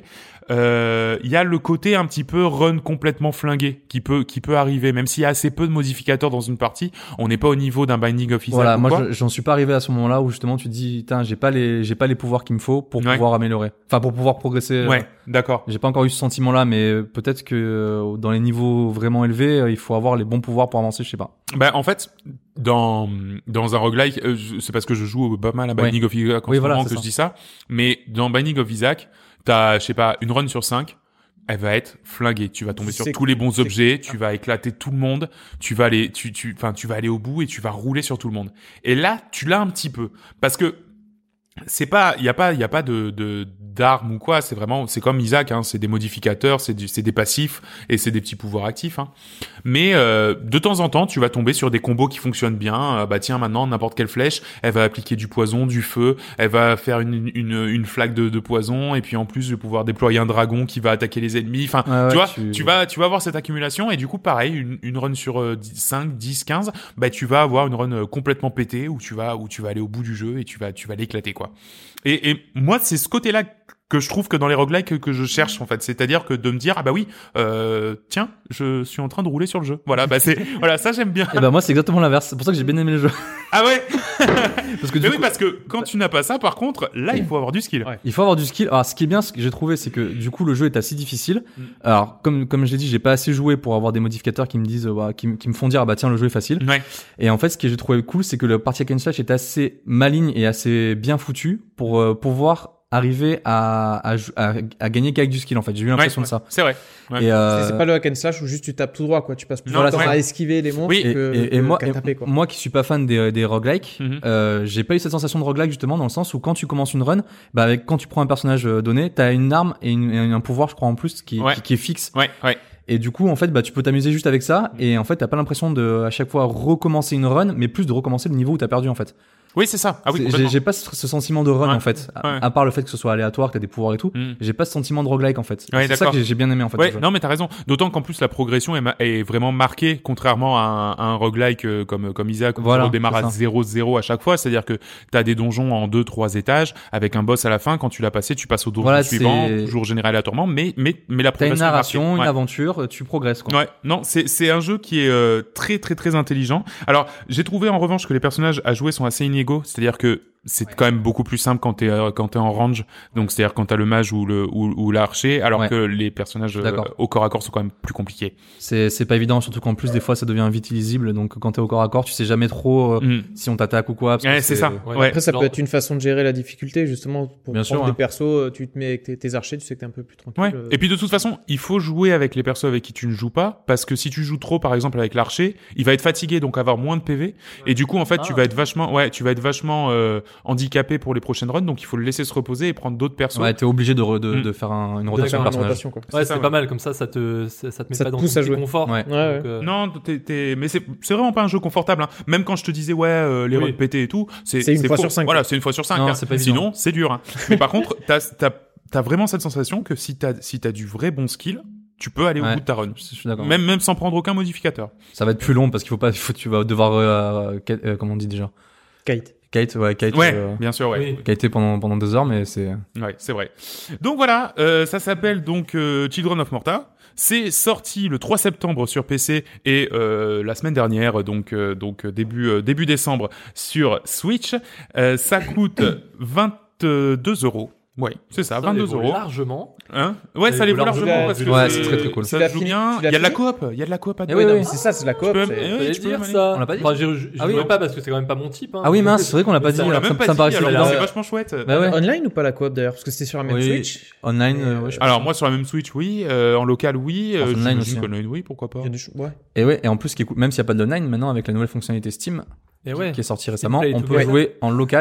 euh, il y a le côté un petit peu run complètement flingué qui peut, qui peut arriver, même s'il y a assez peu de modificateurs dans une partie, on n'est pas au niveau d'un Binding of Isaac. Voilà, ou moi quoi. je- j'en suis pas arrivé à ce moment-là où justement tu te dis, tiens, j'ai pas les, j'ai pas les pouvoirs qu'il me faut pour Ouais. pouvoir améliorer. Enfin, pour pouvoir progresser. euh, Ouais, d'accord. J'ai pas encore eu ce sentiment-là, mais euh, peut-être que euh, dans les niveaux vraiment élevés, euh, il faut avoir les bons pouvoirs pour avancer, je sais pas. Bah, en fait, dans, dans un roguelike, euh, je- c'est parce que je joue pas mal à Binding Ouais. of Isaac en Oui, ce voilà, moment c'est que ça. je dis ça, mais dans Binding of Isaac, t'as, je sais pas, une run sur cinq, elle va être flinguée. Tu vas tomber sur C'est- tous les bons c'est- objets, tu vas éclater tout le monde, tu vas aller, tu, tu, enfin, tu vas aller au bout et tu vas rouler sur tout le monde. Et là, tu l'as un petit peu. Parce que, c'est pas, il y a pas, il y a pas de, de, d'armes ou quoi, c'est vraiment, c'est comme Isaac, hein, c'est des modificateurs, c'est du, c'est des passifs et c'est des petits pouvoirs actifs, hein. Mais, euh, de temps en temps, tu vas tomber sur des combos qui fonctionnent bien. Euh, bah, tiens, maintenant, n'importe quelle flèche, elle va appliquer du poison, du feu, elle va faire une, une, une flaque de, de poison et puis en plus, je vais pouvoir déployer un dragon qui va attaquer les ennemis. Enfin, Ouais, ouais, tu vois, tu- tu vas, tu vas avoir cette accumulation et du coup, pareil, une, une run sur euh, dix, cinq, dix, quinze, bah, tu vas avoir une run euh, complètement pétée où tu vas, où tu vas aller au bout du jeu et tu vas, tu vas l'éclater, quoi. Et, et moi, c'est ce côté-là que je trouve que dans les roguelikes que, que je cherche, en fait. C'est-à-dire que de me dire, ah bah oui, euh, tiens, je suis en train de rouler sur le jeu. Voilà, bah c'est, voilà, ça j'aime bien. Et bah moi c'est exactement l'inverse. C'est pour ça que j'ai bien aimé le jeu. Ah ouais? Parce que du Mais oui, coup, parce que quand tu n'as pas ça, par contre, là, il faut avoir du skill. Ouais. il faut avoir du skill. Alors ce qui est bien, ce que j'ai trouvé, c'est que du coup le jeu est assez difficile. Mm. Alors comme comme je l'ai dit, j'ai pas assez joué pour avoir des modificateurs qui me disent, euh, bah, qui, me- qui me font dire, ah bah tiens le jeu est facile. Ouais. Et en fait, ce que j'ai trouvé cool, c'est que le partie hack and slash est assez maligne et assez bien foutu pour euh, pouvoir arriver à, à, à, à gagner qu'avec du skill, en fait. J'ai eu l'impression Ouais, de ça. C'est vrai. Ouais. Et, euh, C'est c'est pas le hack and slash où juste tu tapes tout droit, quoi. Tu passes plus Non, de temps ouais. à esquiver les monstres Oui, et, que, et- et que- moi, qu'à et taper, quoi. moi qui suis pas fan des, des roguelikes, Mhm. euh, j'ai pas eu cette sensation de roguelike justement dans le sens où quand tu commences une run, bah avec, quand tu prends un personnage euh, donné, t'as une arme et, une, et un pouvoir, je crois en plus, qui, Ouais. qui, qui est fixe. Ouais, ouais. Et du coup, en fait, bah tu peux t'amuser juste avec ça et en fait, t'as pas l'impression de à chaque fois recommencer une run, mais plus de recommencer le niveau où t'as perdu en fait. Oui, c'est ça. Ah oui, C'est- j'ai, complètement. j'ai pas ce, ce sentiment de run Ouais. en fait, à, Ouais. à part le fait que ce soit aléatoire, que t'as des pouvoirs et tout. Mm. J'ai pas ce sentiment de roguelike en fait. Ouais, c'est ça d'accord. que j'ai, j'ai bien aimé en fait. Ouais, le jeu. non, mais t'as raison. D'autant qu'en plus, la progression est, ma- est vraiment marquée, contrairement à un, à un roguelike euh, comme, comme Isaac, où Voilà, tu redémarres c'est à ça. zéro zéro à chaque fois. C'est-à-dire que t'as des donjons en deux, trois étages, avec un boss à la fin. Quand tu l'as passé, tu passes au donjon Voilà, suivant, c'est- toujours généré aléatoirement, mais, mais, mais la T'as une progression est narration, marquée. une Ouais. aventure, tu progresses quoi. Ouais, non, c'est c'est un jeu qui est euh, très très très intelligent. Alors, j'ai trouvé en revanche que les personnages à jouer sont assez inégaux, c'est-à-dire que c'est quand même beaucoup plus simple quand t'es euh, quand t'es en range, donc c'est-à-dire quand t'as le mage ou le ou, ou l'archer, alors Ouais. que les personnages euh, D'accord. au corps à corps sont quand même plus compliqués. C'est, c'est pas évident, surtout qu'en plus des fois ça devient vite illisible, donc quand t'es au corps à corps, tu sais jamais trop euh, Mm. si on t'attaque ou quoi. parce que Ouais, c'est ça. Ouais. Après, ça Genre- peut être une façon de gérer la difficulté, justement, pour Bien prendre sûr, des hein. persos, euh, tu te mets avec tes, tes archers, tu sais que t'es un peu plus tranquille. Ouais. euh. Et puis de toute façon, il faut jouer avec les persos avec qui tu ne joues pas, parce que si tu joues trop, par exemple avec l'archer, il va être fatigué, donc avoir moins de P V, et du coup en fait tu Ah. vas être vachement, ouais, tu vas être vachement euh, handicapé pour les prochaines runs, donc il faut le laisser se reposer et prendre d'autres persos. Ouais, t'es obligé de, re- de, Mm. de faire un- une De rotation faire de une personnage. rotation, quoi. C'est Ouais, ça, c'est ouais. pas mal comme ça, ça te, ça, ça te met Ça pas te dans pousse ton à petit jouer. confort. Ouais. Ouais, ouais. Donc, euh, Non, t'es, t'es... mais c'est, c'est vraiment pas un jeu confortable. Hein. Même quand je te disais ouais, euh, les Oui. runs pétés et tout, c'est, C'est une fois faux. sur cinq, Voilà, quoi. c'est une fois sur cinq. Non, hein. c'est pas évident. Sinon, c'est dur. Hein. Mais par contre, t'as, t'as, t'as vraiment cette sensation que si t'as, si t'as du vrai bon skill, tu peux aller au Ouais. bout de ta run. Je suis d'accord. Même, même sans prendre aucun modificateur. Ça va être plus long parce qu'il faut pas, il faut, tu vas devoir, euh, euh, euh, comment on dit déjà? Kite. Kite, ouais, kite, Ouais, euh, bien sûr, ouais. oui. kiter pendant, pendant deux heures, mais c'est, Ouais, c'est vrai. Donc voilà, euh, ça s'appelle donc euh, Children of Morta. C'est sorti le trois septembre sur P C et euh, la semaine dernière, donc euh, donc début euh, début décembre sur Switch. Euh, ça coûte vingt-deux euros. Ouais, c'est ça, Ça vingt-deux les vaut euros. Largement. Hein ouais, Ça ça les les vaut vaut largement largement. parce que Ouais, c'est très, très cool. Ça Tu l'as se joue fini bien. Tu Il l'as y a de la fini coop. Il y a de la coop à Eh deux. oui, Ouais, oui, non, oui. mais c'est ça, c'est la coop. peux- c'est- eh oui, J'allais tu peux dire le ça. On l'a pas dit Enfin, j'ai, j'ai Ah oui. joué pas parce que c'est quand même pas mon type. Hein. Ah oui, mince, c'est vrai qu'on l'a pas dit, Ça, On l'a alors ça, même me- pas ça me dit, paraissait alors évident. c'est vachement chouette. Bah ouais. Online ou pas la coop d'ailleurs? Parce que c'était sur la même Oui. Switch. Online, euh, ouais, je sais pas. Alors moi sur la même Switch, oui. Euh, en local, oui. Euh, Offline j'imagine aussi. qu'online, oui, pourquoi pas. Il y a des choses- ouais. Et ouais, et en plus, ce qui est cool, même s'il n'y a pas de online, maintenant, avec la nouvelle fonctionnalité Steam, Et ouais. qui est sortie récemment, Play on to peut play. jouer en local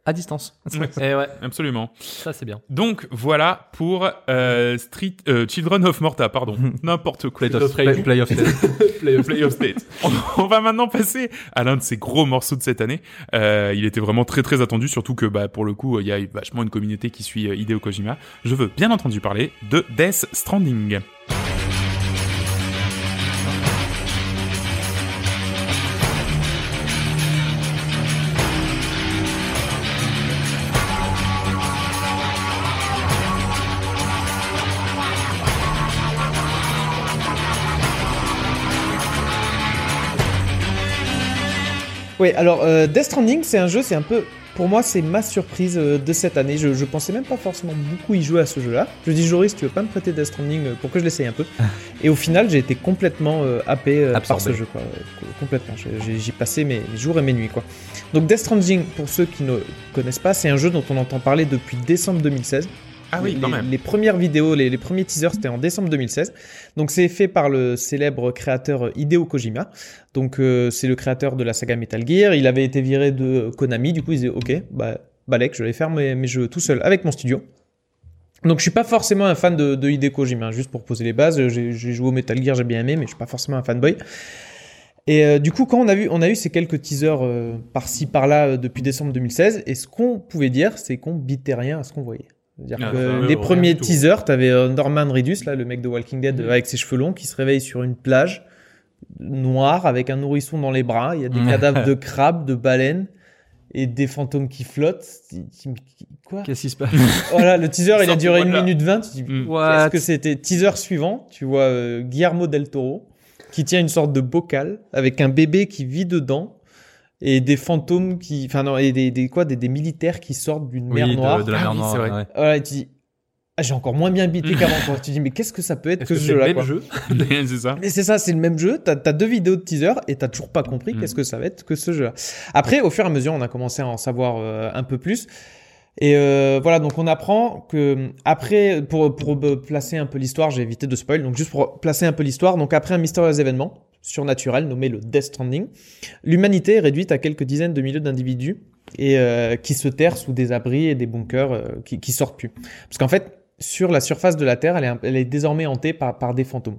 à distance. Et ouais, Absolument. ça c'est bien. Donc voilà pour euh, Street euh, Children of Morta, pardon, n'importe quoi. Play of, Play- play, play of State. Play of, Play of State. On, on va maintenant passer à l'un de ces gros morceaux de cette année. Euh, il était vraiment très très attendu, surtout que bah pour le coup il y a vachement une communauté qui suit euh, Hideo Kojima. Je veux bien entendu parler de Death Stranding. Oui, alors euh, Death Stranding, c'est un jeu, c'est un peu, pour moi, c'est ma surprise euh, de cette année. Je, je pensais même pas forcément beaucoup y jouer à ce jeu-là. Je dis, Joris, tu veux pas me prêter Death Stranding euh, pour que je l'essaye un peu? Et au final, j'ai été complètement euh, happé euh, par ce jeu, quoi. Euh, complètement. J'ai, j'y passé mes jours et mes nuits, quoi. Donc Death Stranding, pour ceux qui ne connaissent pas, c'est un jeu dont on entend parler depuis décembre deux mille seize. Ah oui, les, quand même. Les premières vidéos, les, les premiers teasers, c'était en décembre deux mille seize. Donc, c'est fait par le célèbre créateur Hideo Kojima. Donc, euh, c'est le créateur de la saga Metal Gear. Il avait été viré de Konami. Du coup, il disait, OK, bah, balèque, je vais faire mes, mes jeux tout seul avec mon studio. Donc, je suis pas forcément un fan de, de Hideo Kojima. Juste pour poser les bases, j'ai, j'ai joué au Metal Gear, j'ai bien aimé, mais je suis pas forcément un fanboy. Et euh, du coup, quand on a vu, on a eu ces quelques teasers euh, par-ci, par-là, euh, depuis décembre deux mille seize, et ce qu'on pouvait dire, c'est qu'on bitait rien à ce qu'on voyait. C'est-à-dire Ah, que ça, les ouais, premiers tout. teasers, t'avais euh, Norman Reedus, là, le mec de Walking Dead, euh, avec ses cheveux longs, qui se réveille sur une plage noire avec un nourrisson dans les bras. Il y a des cadavres de crabes, de baleines et des fantômes qui flottent. Tu- tu- Quoi? Qu'est-ce qui se passe? Voilà, le teaser, il a Sorti duré de une là. minute vingt. Tu dis, Mm. What? qu'est-ce que c'était? Teaser suivant, tu vois euh, Guillermo del Toro qui tient une sorte de bocal avec un bébé qui vit dedans. Et des fantômes qui, enfin non, et des, des quoi, des, des militaires qui sortent d'une mer Oui, de- noire. de, la Ah mer oui, noire. c'est vrai. ouais. Voilà, et tu dis, ah, j'ai encore moins bien bité qu'avant, quoi. Tu dis, mais qu'est-ce que ça peut être Est-ce que, que ce c'est le jeu-là, même quoi. jeu? C'est ça. Mais c'est ça, c'est le même jeu. T'as, t'as deux vidéos de teaser et t'as toujours pas compris Mm. qu'est-ce que ça va être que ce jeu-là. Après, au fur et à mesure, on a commencé à en savoir euh, un peu plus. Et euh, voilà, donc on apprend que après, pour, pour euh, placer un peu l'histoire, j'ai évité de spoil, donc juste pour placer un peu l'histoire, donc après un mystérieux événement surnaturel nommé le Death Stranding, l'humanité est réduite à quelques dizaines de milliers d'individus et euh, qui se terrent sous des abris et des bunkers euh, qui, qui sortent plus. Parce qu'en fait, sur la surface de la Terre, elle est, elle est désormais hantée par, par des fantômes.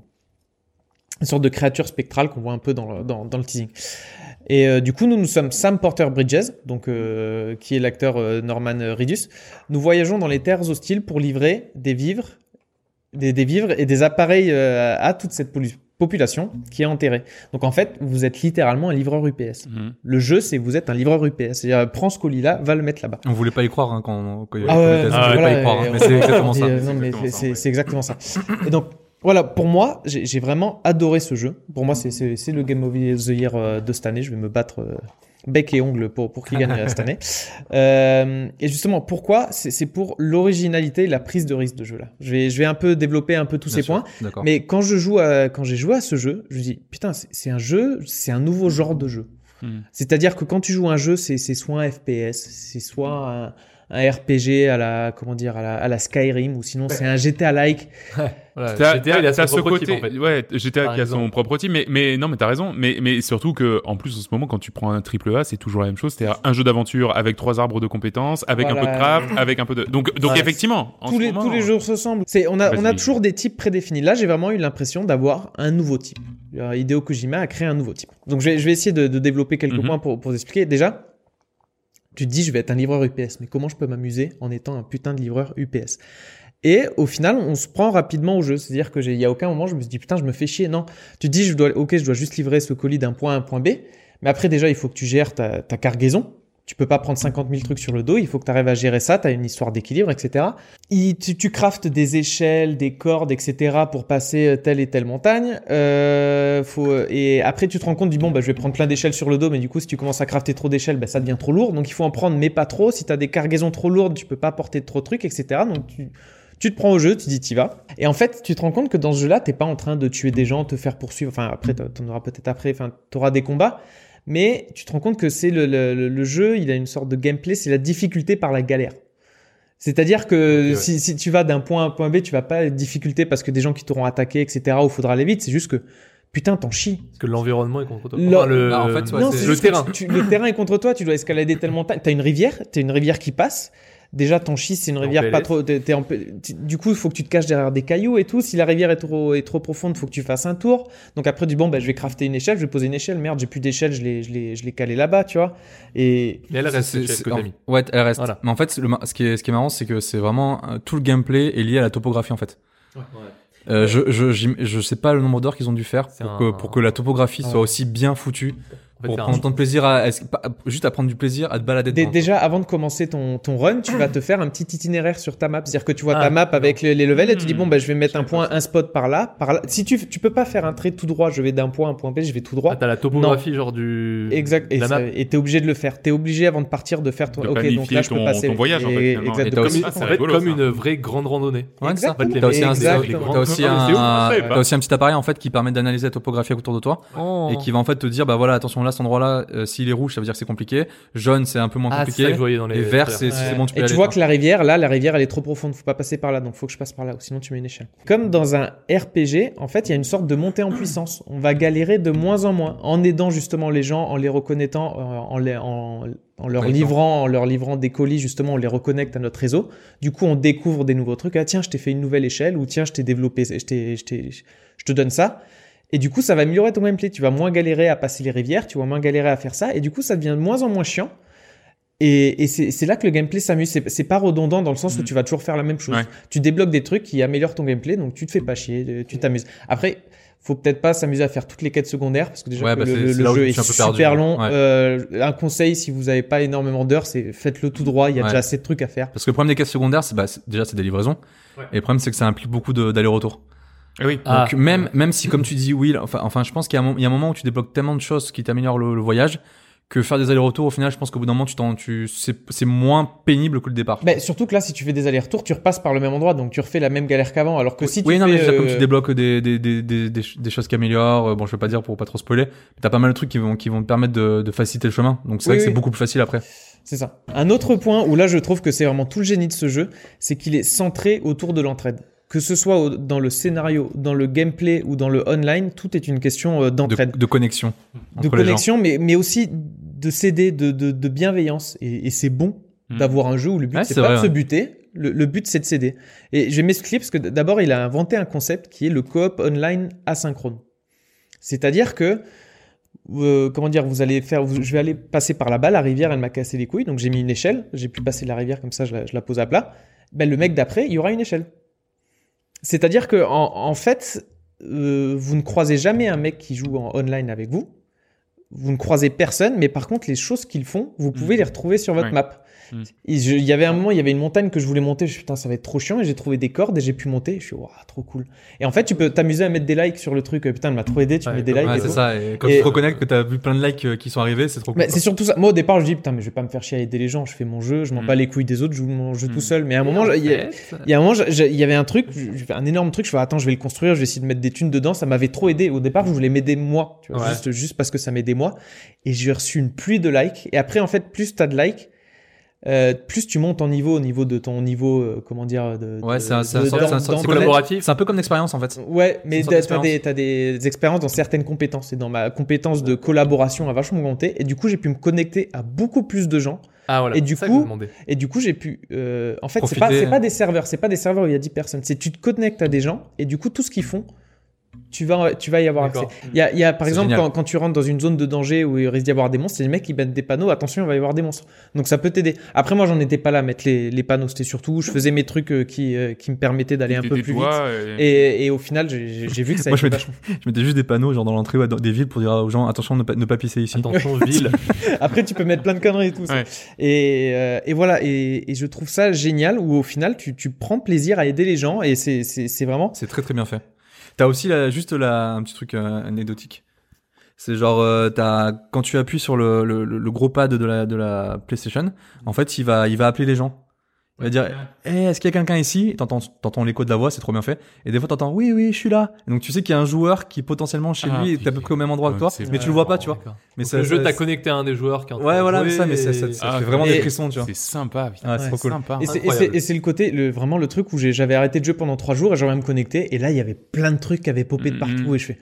Une sorte de créature spectrale qu'on voit un peu dans le, dans, dans le teasing. Et euh, du coup, nous, nous sommes Sam Porter Bridges, donc euh, qui est l'acteur euh, Norman Reedus. Nous voyageons dans les terres hostiles pour livrer des vivres, des, des vivres et des appareils euh, à toute cette pollu- population qui est enterrée. Donc en fait, vous êtes littéralement un livreur U P S. Mhm. Le jeu, c'est que vous êtes un livreur U P S. C'est-à-dire, prends ce colis-là, va le mettre là-bas. On voulait pas y croire hein, quand, quand il y Ah avait ouais, les tests, ah on voulait ouais, pas y croire, hein, et mais on- c'est exactement et, ça. euh, non, mais exactement c'est, ça, c'est, ouais. c'est exactement ça. Et donc, voilà, pour moi, j'ai, j'ai vraiment adoré ce jeu. Pour moi, c'est, c'est, c'est le Game of the Year euh, de cette année. Je vais me battre euh, bec et ongle pour, pour qu'il gagne euh, cette année. Euh, et justement, pourquoi? C'est, c'est pour l'originalité et la prise de risque de jeu là. Je vais, je vais un peu développer un peu tous Bien ces sûr, points. D'accord. Mais quand je joue à, quand j'ai joué à ce jeu, je me dis, putain, c'est, c'est un jeu, c'est un nouveau genre de jeu. Mhm. C'est-à-dire que quand tu joues à un jeu, c'est, c'est soit un F P S, c'est soit un, un R P G à la, comment dire, à la, à la Skyrim, ou sinon c'est un G T A-like. Voilà, T'as, G T A, il t'as- a son t'as ce propre côté, type, en fait. ouais, G T A Par qui a son exemple. propre type, mais, mais non, mais t'as raison, mais, mais surtout que, en plus, en ce moment, quand tu prends un triple A, c'est toujours la même chose, c'est-à-dire un jeu d'aventure avec trois arbres de compétences, avec un peu de Voilà. craft, avec un peu de, donc, donc Ouais. effectivement, en tous ce les, moment, tous les jours se ressemblent. C'est, on a, on a Vas-y. toujours des types prédéfinis. Là, j'ai vraiment eu l'impression d'avoir un nouveau type. Euh, Hideo Kojima a créé un nouveau type. Donc, je vais, je vais essayer de, de développer quelques Mhm. points pour, pour vous expliquer. Déjà, tu te dis, je vais être un livreur U P S, mais comment je peux m'amuser en étant un putain de livreur U P S? Et au final, on se prend rapidement au jeu. C'est-à-dire que j'ai, il y a aucun moment, je me suis dit, putain, je me fais chier. Non. Tu te dis, je dois, ok, je dois juste livrer ce colis d'un point A à un point B. Mais après, déjà, il faut que tu gères ta, ta cargaison. Tu peux pas prendre cinquante mille trucs sur le dos. Il faut que tu arrives à gérer ça. Tu as une histoire d'équilibre, et cetera. Il, tu, tu craftes des échelles, des cordes, et cetera pour passer telle et telle montagne. Euh, faut, et après, tu te rends compte, du bon, bah, je vais prendre plein d'échelles sur le dos. Mais du coup, si tu commences à crafter trop d'échelles, bah, ça devient trop lourd. Donc, il faut en prendre, mais pas trop. Si tu as des cargaisons trop lourdes, tu peux pas porter trop de trucs, et cetera. Donc, tu, tu te prends au jeu, tu dis t'y vas. Et en fait, tu te rends compte que dans ce jeu-là, t'es pas en train de tuer des gens, te faire poursuivre. Enfin, après, t'en auras peut-être après. Enfin, t'auras des combats. Mais tu te rends compte que c'est le, le, le jeu, il a une sorte de gameplay, c'est la difficulté par la galère. C'est-à-dire que Ok, ouais. si, si tu vas d'un point A à un point B, tu vas pas être difficulté parce que des gens qui t'auront attaqué, et cetera, ou faudra aller vite. C'est juste que putain, t'en chies. Parce que l'environnement est contre toi. Le- Enfin, le... Bah, en fait, ouais, non, c'est- c'est le juste que terrain. tu- tu- le terrain est contre toi, tu dois escalader telle montagne. T'as une rivière, t'as une rivière qui passe. Déjà, ton schiste, c'est une T'es en rivière P L S. pas trop. t'es- t'es en P- tu- du coup, il faut que tu te caches derrière des cailloux et tout. Si la rivière est trop, est trop profonde, il faut que tu fasses un tour. Donc après, du bon, bah, je vais crafter une échelle, je vais poser une échelle. Merde, j'ai plus d'échelle, je l'ai, je l'ai, je l'ai calé là-bas, tu vois. Et Mais elle reste C'est- celle c'est- que t'as mis. Ouais, elle reste. Voilà. Mais en fait, le, ma- ce, qui est, ce qui est marrant, c'est que c'est vraiment euh, tout le gameplay est lié à la topographie en fait. Euh, je, je, j'im- je sais pas le nombre d'heures qu'ils ont dû faire C'est pour, un- que, pour que la topographie Ouais. soit aussi bien foutue. En fait, Pour c'est prendre un- autant de plaisir à, à- pas- juste à prendre du plaisir à te balader Dé- dedans. déjà, avant de commencer ton, ton run, tu vas te faire un petit itinéraire sur ta map. C'est-à-dire que tu vois Ah, ta map avec les, les levels et tu dis, Hmm. bon, bah, je vais mettre Je un savais point, pas un spot par là, par là. Si tu, tu peux pas faire un trait tout droit, je vais d'un point à un point B, je vais tout droit. Ah, t'as la topographie genre du. Exact. Et la ça- map. et t'es obligé de le faire. T'es obligé avant de partir de faire ton. De ok, donc planifier là, je peux ton- passer. ton voyage, en fait, Et- finalement. exactement. Et t'as aussi- Comme, Ah, c'est en fait, rigolo, comme ça. une vraie grande randonnée. Ouais, c'est ça. Exactement. T'as aussi, un, Exactement. t'as aussi Ah, mais c'est ouf, un, je savais pas. t'as aussi un petit appareil en fait qui permet d'analyser la topographie autour de toi Oh. et qui va en fait te dire bah voilà attention là cet endroit là s'il est rouge ça veut dire que c'est compliqué, jaune c'est un peu moins Ah, c'est ça compliqué que je voyais dans les. et vert trailers. c'est c'est Ouais. bon tu peux Et y tu aller, vois quoi. que la rivière, là, la rivière, elle est trop profonde. Faut pas passer par là. Donc, faut que je passe par là. Ou sinon, tu mets une échelle. Comme dans un R P G, en fait, il y a une sorte de montée en puissance. On va galérer de moins en moins en aidant justement les gens, en les reconnaissant, euh, en, les, en, en leur Connectant. livrant, en leur livrant des colis. Justement, on les reconnecte à notre réseau. Du coup, on découvre des nouveaux trucs. Ah, tiens, je t'ai fait une nouvelle échelle. Ou tiens, je t'ai développé, je t'ai, je t'ai, je te donne ça. Et du coup, ça va améliorer ton gameplay. Tu vas moins galérer à passer les rivières, tu vas moins galérer à faire ça. Et du coup, ça devient de moins en moins chiant. Et, et c'est, c'est là que le gameplay s'amuse. C'est, c'est pas redondant dans le sens où Mm. tu vas toujours faire la même chose. Ouais. Tu débloques des trucs qui améliorent ton gameplay, donc tu te fais pas chier, euh, tu t'amuses. Après, faut peut-être pas s'amuser à faire toutes les quêtes secondaires parce que déjà Ouais, que bah, le, c'est- le- c'est le là où jeu je est suis un peu super perdu, long. ouais. Euh, un conseil, si vous avez pas énormément d'heures, c'est faites-le tout droit. Il y a Ouais. déjà assez de trucs à faire. Parce que le problème des quêtes secondaires c'est bah, c'est- déjà c'est des livraisons Ouais. et le problème c'est que ça implique beaucoup de, d'aller-retour. Eh oui. Ah. Donc même même si comme tu dis oui là, enfin enfin je pense qu'il y a un, mo- il y a un moment où tu débloques tellement de choses qui t'améliorent le, le voyage que faire des allers-retours au final je pense qu'au bout d'un moment tu t'en tu c'est c'est moins pénible que le départ. Mais surtout que là, si tu fais des allers-retours, tu repasses par le même endroit, donc tu refais la même galère qu'avant. Alors que si tu oui, non, fais, mais je veux dire, comme euh, tu débloques des, des, des, des, des, des choses qui améliorent, euh, bon, je veux pas dire pour pas trop spoiler, mais t'as pas mal de trucs qui vont, qui vont te permettre de, de faciliter le chemin. Donc c'est Oui, vrai que oui. c'est beaucoup plus facile après. c'est ça. Un autre point où là, je trouve que c'est vraiment tout le génie de ce jeu, c'est qu'il est centré autour de l'entraide. Que ce soit au- dans le scénario, dans le gameplay ou dans le online, tout est une question euh, De, d'entraide. de connexion. de entre les gens. connexion, mais, mais aussi de s'aider, de, de, de bienveillance. Et, et c'est bon Mm. d'avoir un jeu où le but, Ouais, c'est c'est pas vrai, de se ouais. buter. Le, le but, c'est de s'aider. Et je vais m'expliquer parce que d- d'abord, il a inventé un concept qui est le coop online asynchrone. C'est-à-dire que, euh, comment dire, vous allez faire, vous- je vais aller passer par là-bas, la rivière, elle m'a cassé les couilles, donc j'ai mis une échelle, j'ai pu passer la rivière comme ça, je la, je la pose à plat. Ben, le mec d'après, il y aura une échelle. C'est-à-dire que, en, en fait, euh, vous ne croisez jamais un mec qui joue en online avec vous. Vous ne croisez personne, mais par contre, les choses qu'ils font, vous pouvez Mm. les retrouver sur votre Ouais. map. Mm. Et je- Il y avait un moment, il y avait une montagne que je voulais monter. Je suis putain, ça va être trop chiant. Et j'ai trouvé des cordes et j'ai pu monter. Je suis waouh, trop cool. Et en fait, tu peux t'amuser à mettre des likes sur le truc. Putain, elle m'a trop aidé. Tu Ouais, mets des comme- likes. Ouais, et c'est tout. ça. Et quand Et- tu te reconnectes que t'as vu plein de likes euh, qui sont arrivés, c'est trop cool. Mais c'est surtout ça. Moi, au départ, je dis putain, mais je vais pas me faire chier à aider les gens. Je fais mon jeu. Je m'en Mm. bats les couilles des autres. Je joue mon jeu Mm. tout seul. Mais à un moment, il y a- il y a un moment, je- je- il y avait un truc, je- je fais un énorme truc. Je fais attends, je vais le construire. Je vais essayer de mettre des thunes dedans. Ça m'avait trop aidé. Au départ, je voulais m'aider moi. Tu vois, Ouais. juste, juste parce que ça m'aidait moi. Et j'ai reçu une pluie de likes. Et après, en fait, plus t'as de likes. Euh, plus tu montes en niveau au niveau de ton niveau euh, comment dire de, Ouais, de- c'est un- c'est un de- sort- d'en- c'est un sort- d'en- c'est collaboratif. C'est un peu comme l'expérience en fait. ouais mais une sorte t'as, t'as d'expérience. des t'as des expériences dans certaines compétences et dans ma compétence de collaboration a vachement augmenté et du coup j'ai pu me connecter à beaucoup plus de gens Ah voilà. Et du c'est ça que coup- je me demandais. et du coup j'ai pu euh, en fait c'est Profiter. pas c'est pas des serveurs c'est pas des serveurs où il y a dix personnes c'est tu te connectes à des gens et du coup tout ce qu'ils font tu vas tu vas y avoir accès. D'accord. Il y a, il y a par C'est exemple génial. quand, quand tu rentres dans une zone de danger où il risque d'y avoir des monstres, c'est des mecs qui mettent des panneaux, attention, il va y avoir des monstres. Donc ça peut t'aider. Après moi j'en étais pas là à mettre les, les panneaux, c'était surtout je faisais mes trucs euh, qui euh, qui me permettaient d'aller un peu Tes plus doigts vite. et- Et, et au final j'ai, j'ai- j'ai vu que ça Moi, je aidait mettais- vachement. Je mettais juste des panneaux genre dans l'entrée ouais, dans des villes pour dire aux gens attention ne pas, ne pas pisser ici. Attention, ville. Après tu peux mettre plein de conneries et tout. ça. Ouais. Et, euh, et voilà et, et je trouve ça génial où au final tu, tu prends plaisir à aider les gens et c'est c'est, c'est vraiment C'est très très bien fait. T'as aussi la, juste la, un petit truc euh, anecdotique. C'est genre, euh, t'as, quand tu appuies sur le, le, le gros pad de la, de la PlayStation, en fait, il va, il va appeler les gens. Il va dire, eh, est-ce qu'il y a quelqu'un ici? Et T'entends, t'entends l'écho de la voix, c'est trop bien fait. Et des fois, t'entends, oui, oui, je suis là. Et donc, tu sais qu'il y a un joueur qui potentiellement chez Ah, lui est à peu près au même endroit que ouais, toi, c'est mais tu le vois pas, tu vois. D'accord. Mais Donc, ça, le jeu ça- t'a connecté à un des joueurs qui est en train Ouais, de voilà, jouer mais ça, mais ça, et- ça, ça Ah, fait vraiment et- des frissons, tu vois. C'est sympa, putain. Ouais, c'est c'est trop cool. sympa. Et c'est, et, Incroyable. c'est, et c'est le côté, le, vraiment le truc où j'ai, j'avais arrêté de jouer pendant trois jours et j'aurais me connecter et là il y avait plein de trucs qui avaient popé de Mhm. partout et je fais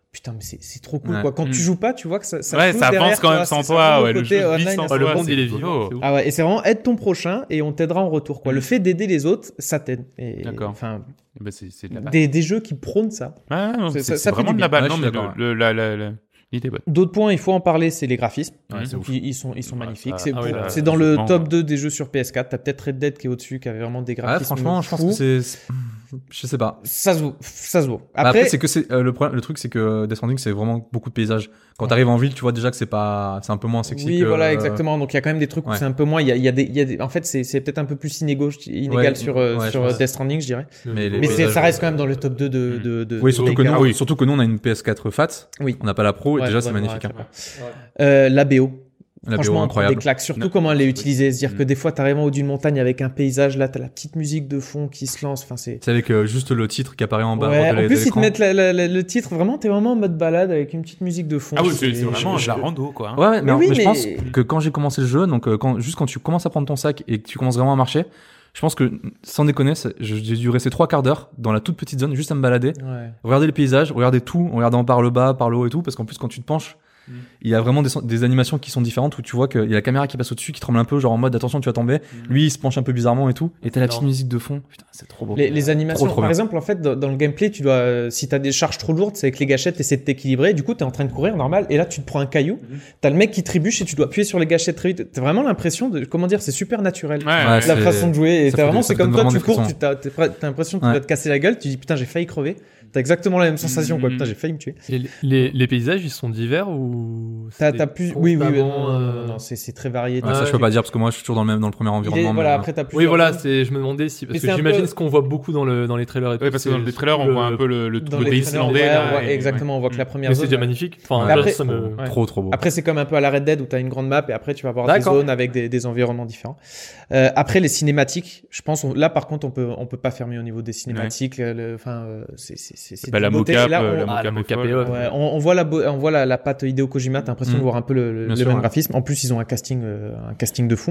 putain, mais c'est, c'est trop cool, Ouais. quoi. Quand Mm. tu joues pas, tu vois que ça, ça Ouais, pousse ça derrière, avance quand tu même vois, sans c'est- toi. c'est Ouais, le côté jeu vit online, sans c'est toi. le monde, c'est il est rigolo. vivant. c'est ouf. Ah ouais, et c'est vraiment aide ton prochain et on t'aidera en retour, quoi. Mm. Le fait d'aider les autres, ça t'aide. Et, D'accord. Enfin, Bah, c'est c'est de la balle. des, des jeux qui prônent ça. Ouais, non, Ça- c'est ça- c'est ça fait vraiment du de la bien. balle. Ouais, Non, je mais suis d'accord. le- le- la- la- la- l'idée est bonne. D'autres points, il faut en parler, c'est les graphismes. Ouais, c'est Donc, ouf. ils, ils sont, ils sont Ouais, magnifiques. ça- c'est ah oui, pour- là, c'est dans le effectivement, top ouais. deux des jeux sur P S quatre. T'as peut-être Red Dead qui est au-dessus, qui avait vraiment des Ouais, graphismes. franchement, je pense fous. que c'est. c'est- Je sais pas. Ça se vaut. Ça se vaut. Bah, Après, Après, c'est que c'est euh, le problème, le truc, c'est que Death Stranding, c'est vraiment beaucoup de paysages. Quand t'arrives en ville, tu vois déjà que c'est pas, c'est un peu moins sexy. oui, que, voilà, euh, exactement. Donc, il y a quand même des trucs où ouais. c'est un peu moins. Il y a, il y a des, il y a des, en fait, c'est, c'est peut-être un peu plus inégaux, inégal Ouais, sur, euh, ouais, je sur pense. Death Stranding, je dirais. Mais, les Mais c'est, paysages, ça reste euh, quand même dans le top deux de, de, de Oui, de surtout que, Baker. nous, Ah oui. surtout que nous, on a une P S quatre Fat. Oui. On n'a pas la Pro, et Ouais, déjà, je c'est vois, magnifique. ouais, hein. très bien. Euh, la B O. La B O Franchement, on prend incroyable. des claques. Surtout Non. comment elle est utilisée. C'est-à-dire Mm. que des fois, t'arrives en haut d'une montagne avec un paysage, là, t'as la petite musique de fond qui se lance. Enfin, c'est. C'est avec euh, juste le titre qui apparaît en bas. Ouais, de la- en de plus, ils te l'écran. mettent la- la- la- le titre. Vraiment, t'es vraiment en mode balade avec une petite musique de fond. Ah oui, c'est c'est je- vraiment je- de la rando, quoi. Ouais, ouais, mais, Mais oui, mais je mais- pense que quand j'ai commencé le jeu, donc euh, quand, juste quand tu commences à prendre ton sac et que tu commences vraiment à marcher, je pense que, sans déconner, c'est- je- j'ai dû rester trois quarts d'heure dans la toute petite zone, juste à me balader, Ouais. regarder les paysages, regarder tout, en regardant par le bas, par le haut et tout, parce qu'en plus, quand tu te penches, Mm. il y a vraiment des, des animations qui sont différentes où tu vois qu'il y a la caméra qui passe au-dessus, qui tremble un peu, genre en mode attention, tu vas tomber. Lui, il se penche un peu bizarrement et tout, et t'as la petite énorme. musique de fond. Putain, c'est trop beau. Les, les animations, Trop, trop par bien. exemple, en fait, dans, dans le gameplay, tu dois, euh, si t'as des charges trop lourdes, c'est avec les gâchettes, t'essaies de t'équilibrer. Du coup, t'es en train de courir normal, et là, tu te prends un caillou. T'as le mec qui trébuche et tu dois appuyer sur les gâchettes très vite. T'as vraiment l'impression de, comment dire, c'est super naturel. Ouais, Ouais, ouais. La c'est- façon de jouer, et ça t'as fait vraiment, des- ça c'est te comme donne toi, tu vraiment des cours, tu frissons. t'as, t'as t'as l'impression que tu Ouais. vas te casser la gueule, tu dis putain, j'ai failli crever. T'as exactement la même sensation, quoi. Mhm. Putain, j'ai failli me tuer. Et les, les, les paysages, ils sont divers ou T'as, c'est t'as plus, oui, oui, oui, constamment, non, non, euh, non, non, c'est, c'est très varié. Ouais, ça, je peux pas dire parce que moi, je suis toujours dans le même, dans le premier Il est- environnement. voilà, mais, après, t'as plus. Oui, voilà, c'est, je me demandais si, parce Mais que c'est un j'imagine peu- ce qu'on voit beaucoup dans, le, dans les trailers et tout. Ouais, parce que dans c'est les trailers, on surtout voit un le- peu le, le, Dans le les pays trailers, islandais, ouais, là. ouais, et- exactement, on voit que la Mm. première Mais zone. c'est déjà magnifique. Enfin, Mais là, après- ça me. Ouais. trop, trop beau. Après, c'est comme un peu à la Red Dead où t'as une grande map et après tu vas avoir des D'accord. zones avec des, des environnements différents. Euh, après, les cinématiques, je pense, on- là par contre, on peut, on peut pas faire mieux au niveau des cinématiques. le- le- Enfin, euh, c'est, c'est, c'est, c'est Bah, de la beauté. mocap, Et là, euh, on- la Ah, mocap la est mocap folle. est- ouais. ouais, on, on voit la, beau- on voit la, la patte Hideo Kojima. T'as l'impression Mm. de voir un peu le, le, Bien le sûr, même ouais. graphisme. En plus, ils ont un casting, euh, un casting de fou.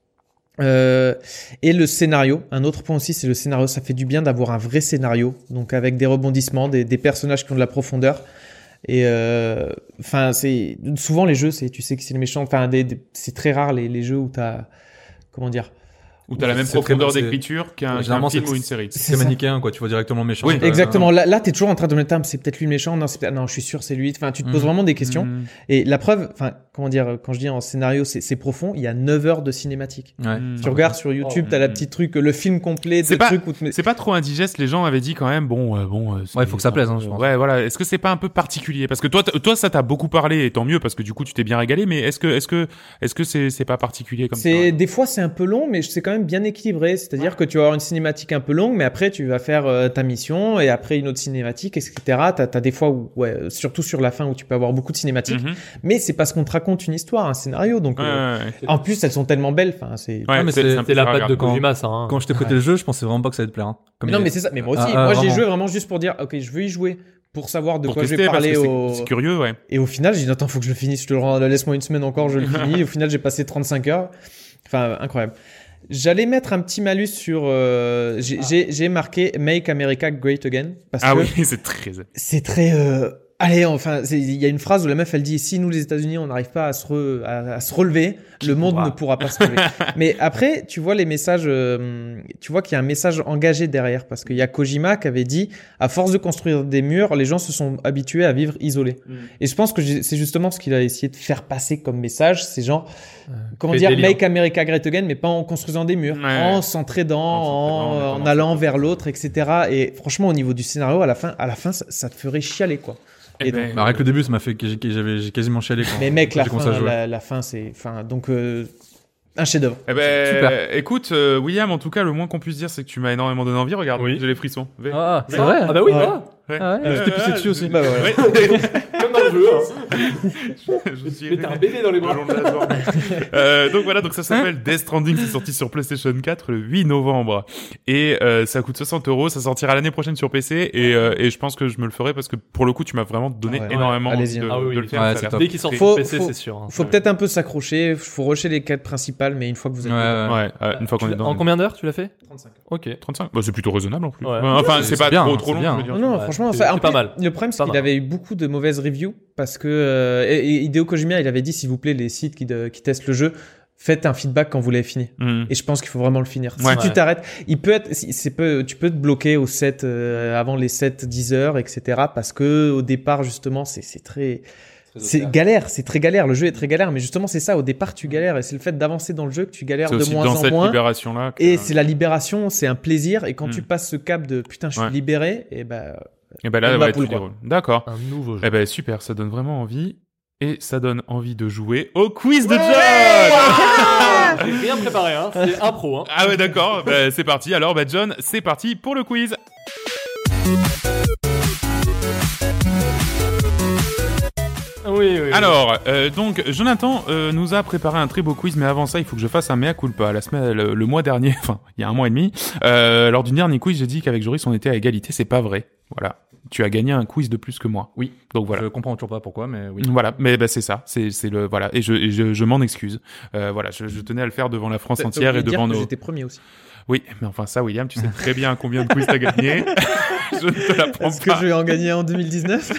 Euh, et le scénario, un autre point aussi, c'est le scénario. Ça fait du bien d'avoir un vrai scénario, donc avec des rebondissements, des, des personnages qui ont de la profondeur. Et euh, enfin, c'est souvent les jeux, c'est tu sais que c'est le méchant. Enfin, des, des- c'est très rare les, les jeux où t'as comment dire. Où t'as la même C'est très profondeur bon, c'est- d'écriture qu'un qu'un Généralement, film c'est- ou une série. C'est manichéen, quoi. Tu vois directement le méchant. Oui, Euh, Exactement. Là, là, t'es toujours en train de me dire, c'est peut-être lui le méchant. Non, c'est peut-être- non, je suis sûr, c'est lui. Enfin, tu te poses Mhm. vraiment des questions. Mm. Et la preuve, enfin, comment dire, quand je dis en scénario, c'est, c'est profond. Il y a neuf heures de cinématique. Ouais. Mm. Tu regardes sur YouTube, Oh. t'as la petite truc, le film complet, C'est de pas- trucs où tu- C'est pas trop indigeste, les gens avaient dit quand même, bon, euh, bon. euh, c'est- Ouais, faut que ça plaise, hein, je pense. Ouais, voilà. Est-ce que c'est pas un peu particulier? Parce que toi, t- toi, ça t'a beaucoup parlé, et tant mieux, parce que du coup, tu t'es bien régalé, mais est-ce que, est-ce que, est-ce que c'est, c'est pas particulier comme C'est ça? des fois c'est un peu long, mais c'est quand même bien équilibré. C'est-à-dire que tu vas avoir une cinématique un peu longue, mais après tu vas faire euh, ta mission et après une autre cinématique, et cetera. T'as, t'as des fois où, ouais, surtout sur la fin où tu peux avoir beaucoup de cinématiques, Mhm. mais c'est parce qu'on te raconte une histoire, un scénario. Donc Ouais, euh, ouais, ouais. en plus elles sont tellement belles. Enfin c'est. Ouais, mais c'est, c'est- un C'est plaisir la à patte de regarder. Kojima, ça. Hein. Quand je t'ai prêté le jeu, je pensais vraiment pas que ça allait te plaire. hein. Comme non il- mais c'est ça. Mais moi aussi, Ah, ah, moi j'ai vraiment. joué vraiment juste pour dire, ok, je veux y jouer pour savoir de Pour quoi je tester, vais parce parler que c'est, au. c'est curieux, ouais. Et au final, j'ai dit attends, faut que je le finisse. Je te le rends. Laisse-moi une semaine encore, je le finis. Et au final, j'ai passé trente-cinq heures. Enfin, incroyable. J'allais mettre un petit malus sur. Euh, j'ai, j'ai, j'ai marqué Make America Great Again parce Ah que oui, c'est très. c'est très. Euh, allez, enfin, c'est- il y a une phrase où la meuf elle dit si nous les États-Unis on n'arrive pas à se re- à, à se relever, le monde pourra ne pourra pas se relever. Mais après, tu vois les messages. euh, tu vois qu'il y a un message engagé derrière parce qu'il y a Kojima qui avait dit à force de construire des murs, les gens se sont habitués à vivre isolés. Et je pense que j'ai- c'est justement ce qu'il a essayé de faire passer comme message. C'est genre comment fait dire, des liens. Make America Great Again, mais pas en construisant des murs, Ouais. en s'entraidant, En s'entraidant, en, en en étant allant dans vers cette- l'autre, et cetera. Et franchement, au niveau du scénario, à la fin, à la fin, ça, ça te ferait chialer, quoi. Eh Et ben, donc- Bah, avec le début, ça m'a fait que j'ai, que j'avais, j'ai quasiment chialé quand, mais mec, quand la j'ai commencé à fin, jouer. la, la fin, c'est, enfin, donc euh, un chef-d'œuvre. Eh ben, Super. écoute, euh, William, en tout cas, le moins qu'on puisse dire, c'est que tu m'as énormément donné envie. Regarde, Oui. j'ai les frissons. V. Ah, C'est vrai. Ah bah oui, Ouais. voilà. Ouais. Ah ouais, je t'ai pissé dessus aussi. Bah ouais. Ouais. Comme dans un jeu. Hein. Je suis Mais t'as un bébé dans les bras. euh, donc voilà, donc ça s'appelle Death Stranding, c'est sorti sur PlayStation quatre le huit novembre et euh, ça coûte soixante euros, ça sortira l'année prochaine sur P C et, euh, et je pense que je me le ferai parce que pour le coup tu m'as vraiment donné Ah ouais. énormément Ouais, envie allez-y, de, hein. Ah oui, de oui. le faire. Ouais, ça a c'est l'air top. Dès qu'il sort très- sur Faut- P C, faut- c'est sûr. hein. Faut peut-être un peu s'accrocher, faut rusher les quêtes principales, mais une fois que vous êtes Ouais, dedans. ouais. Ouais, euh, une fois qu'on Tu est l'as- dedans. En combien d'heures tu l'as fait trente-cinq. Ok. trente-cinq Bah, c'est plutôt raisonnable en plus. Ouais. Enfin, Ouais, c'est c'est pas bien, trop c'est trop long, bien. je veux dire. Non, non, Ouais, franchement, c'est- ça, c'est en pas plus, mal. Le problème, c'est Pas qu'il mal. avait eu beaucoup de mauvaises reviews parce que euh, et- et Hideo Kojima, il avait dit, s'il vous plaît, les sites qui, de- qui testent le jeu, faites un feedback quand vous l'avez fini. Mhm. Et je pense qu'il faut vraiment le finir. Ouais. Si tu Ouais. t'arrêtes, il peut être, si- c'est peu, tu peux te bloquer au sept, euh, avant les sept, dix heures, et cetera. Parce que au départ, justement, c'est, c'est très, c'est galère, c'est très galère. Le jeu est très galère, mais justement, c'est ça. Au départ, tu galères, et c'est le fait d'avancer dans le jeu que tu galères C'est de aussi moins dans en cette moins. libération-là. que- Et c'est la libération, c'est un plaisir. Et quand Hmm. tu passes ce cap de putain, je suis Ouais. libéré, et ben, Et ben là, Comme ouais, la poule, tu quoi. déroules. D'accord. Un nouveau jeu. Eh ben super, ça donne vraiment envie. Et ça donne envie de jouer au quiz de John. J'ai rien préparé, hein. C'est impro, hein. Ah ouais, d'accord. Bah, c'est parti. Alors, bah, John, c'est parti pour le quiz. Oui, oui. Alors, euh, donc, Jonathan euh, nous a préparé un très beau quiz, mais avant ça, il faut que je fasse un mea culpa. La semaine, le, le mois dernier, enfin, il y a un mois et demi, euh, lors du dernier quiz, j'ai dit qu'avec Joris, on était à égalité. C'est pas vrai. Voilà. Tu as gagné un quiz de plus que moi. Oui. Donc voilà. Je comprends toujours pas pourquoi, mais oui. Voilà, mais bah, c'est ça, c'est c'est le voilà, et je et je, je m'en excuse. Euh, voilà, je, je tenais à le faire devant la France t'as entière et oublié de dire devant que nos. j'étais premier aussi. Oui, mais enfin ça, William, tu sais très bien combien de quiz t'as gagné. Je ne te l'apprends Est-ce que pas. je vais en gagner en deux mille dix-neuf?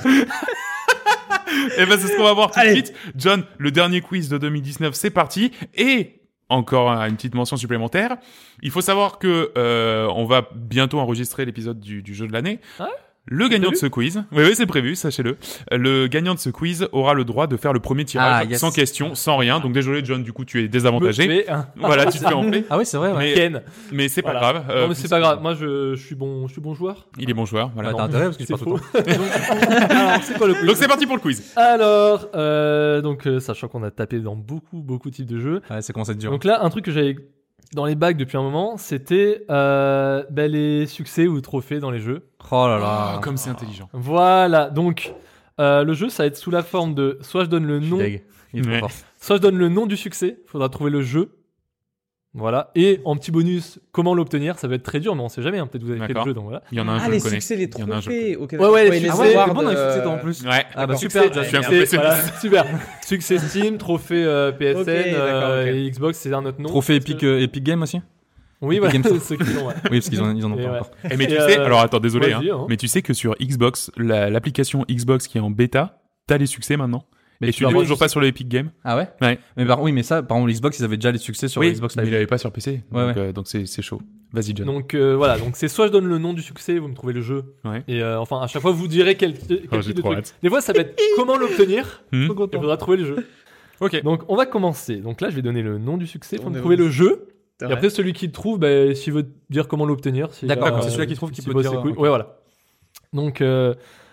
Et ben c'est ce qu'on va voir tout de Allez. suite. John, le dernier quiz de deux mille dix-neuf, c'est parti. Et encore une petite mention supplémentaire. Il faut savoir que euh, on va bientôt enregistrer l'épisode du, du jeu de l'année. Ah ouais Le gagnant prévu de ce quiz, oui, oui, c'est prévu, sachez-le. Le gagnant de ce quiz aura le droit de faire le premier tirage Ah, yes. sans question, sans rien. Donc désolé, John, du coup, tu es désavantagé. Me fais un- Voilà, tu te fais enfler. Ah oui, c'est vrai, ouais. Mais, Ken. mais c'est pas Voilà. grave. euh, Non, mais c'est pas grave. Moi, je, je suis bon, je suis bon joueur. Il est bon joueur, voilà. Bah, t'as non. intérêt parce que tu C'est parles tout faux. le temps. Alors, c'est quoi le quiz Donc c'est parti pour le quiz. Alors, euh, donc, euh, sachant qu'on a tapé dans beaucoup, beaucoup de types de jeux. Ouais, c'est commencé à être dur. Donc là, un truc que j'avais dans les bacs depuis un moment, c'était euh, bah, les succès ou trophées dans les jeux. Oh là là. Ah, comme c'est intelligent. Voilà. Donc, euh, le jeu, ça va être sous la forme de soit je donne le Je suis nom, deg. Il est trop Ouais. fort. soit je donne le nom du succès. Faudra trouver le jeu. Voilà. Et en petit bonus, comment l'obtenir. Ça va être très dur, mais on sait jamais. hein. Peut-être vous avez fait le D'accord. jeu, donc voilà. Il y en a un, Ah, je les le connais. succès, les Il y en a un, je le trophées. ok, Ouais, ouais, d'accord. les Et les succès. Ah ouais, awards, c'est bon dans les euh, succès toi en plus. Ouais. Ah bah Succès, super, je suis succès, impressionné. voilà, super. Succès Steam, trophée euh, P S N Ok, d'accord, euh, ok. et Xbox, c'est un autre nom. Trophée Parce Epic, que- euh, Epic Game aussi. Oui, Epic voilà, Games Store. ceux qui l'ont, ouais. Oui, parce qu'ils en, ils en ont Et pas ouais. encore. Eh, mais tu Et, sais, euh, alors attends, désolé, vas-y, hein, hein. mais tu sais que sur Xbox, la- l'application Xbox qui est en bêta, t'as les succès maintenant. Mais Et tu tu vas les voir vois toujours pas sur le Epic Game. Ah ouais. Ouais. Mais par, oui, mais ça, par exemple, l'Xbox, ils avaient déjà les succès sur oui, Xbox mais Live. il avait pas sur P C. Ouais, donc ouais. euh, donc c'est c'est chaud. Vas-y, John. Donc euh, voilà, donc c'est soit je donne le nom du succès, vous me trouvez le jeu. Ouais. Et euh, enfin, à chaque fois, vous direz quel, quel Oh, type j'ai de trop truc. hâte. Des fois, ça va être comment l'obtenir. Hmm. Il faudra trouver le jeu. Ok. Donc, on va commencer. Donc là, je vais donner le nom du succès. Il faut On me est trouver où le jeu. C'est Et vrai. après, celui qui le trouve, bah, s'il veut dire comment l'obtenir. si- D'accord, euh, c'est celui-là qui trouve qui si peut bosse dire, ses couilles. ok. Ouais, voilà. Donc, euh,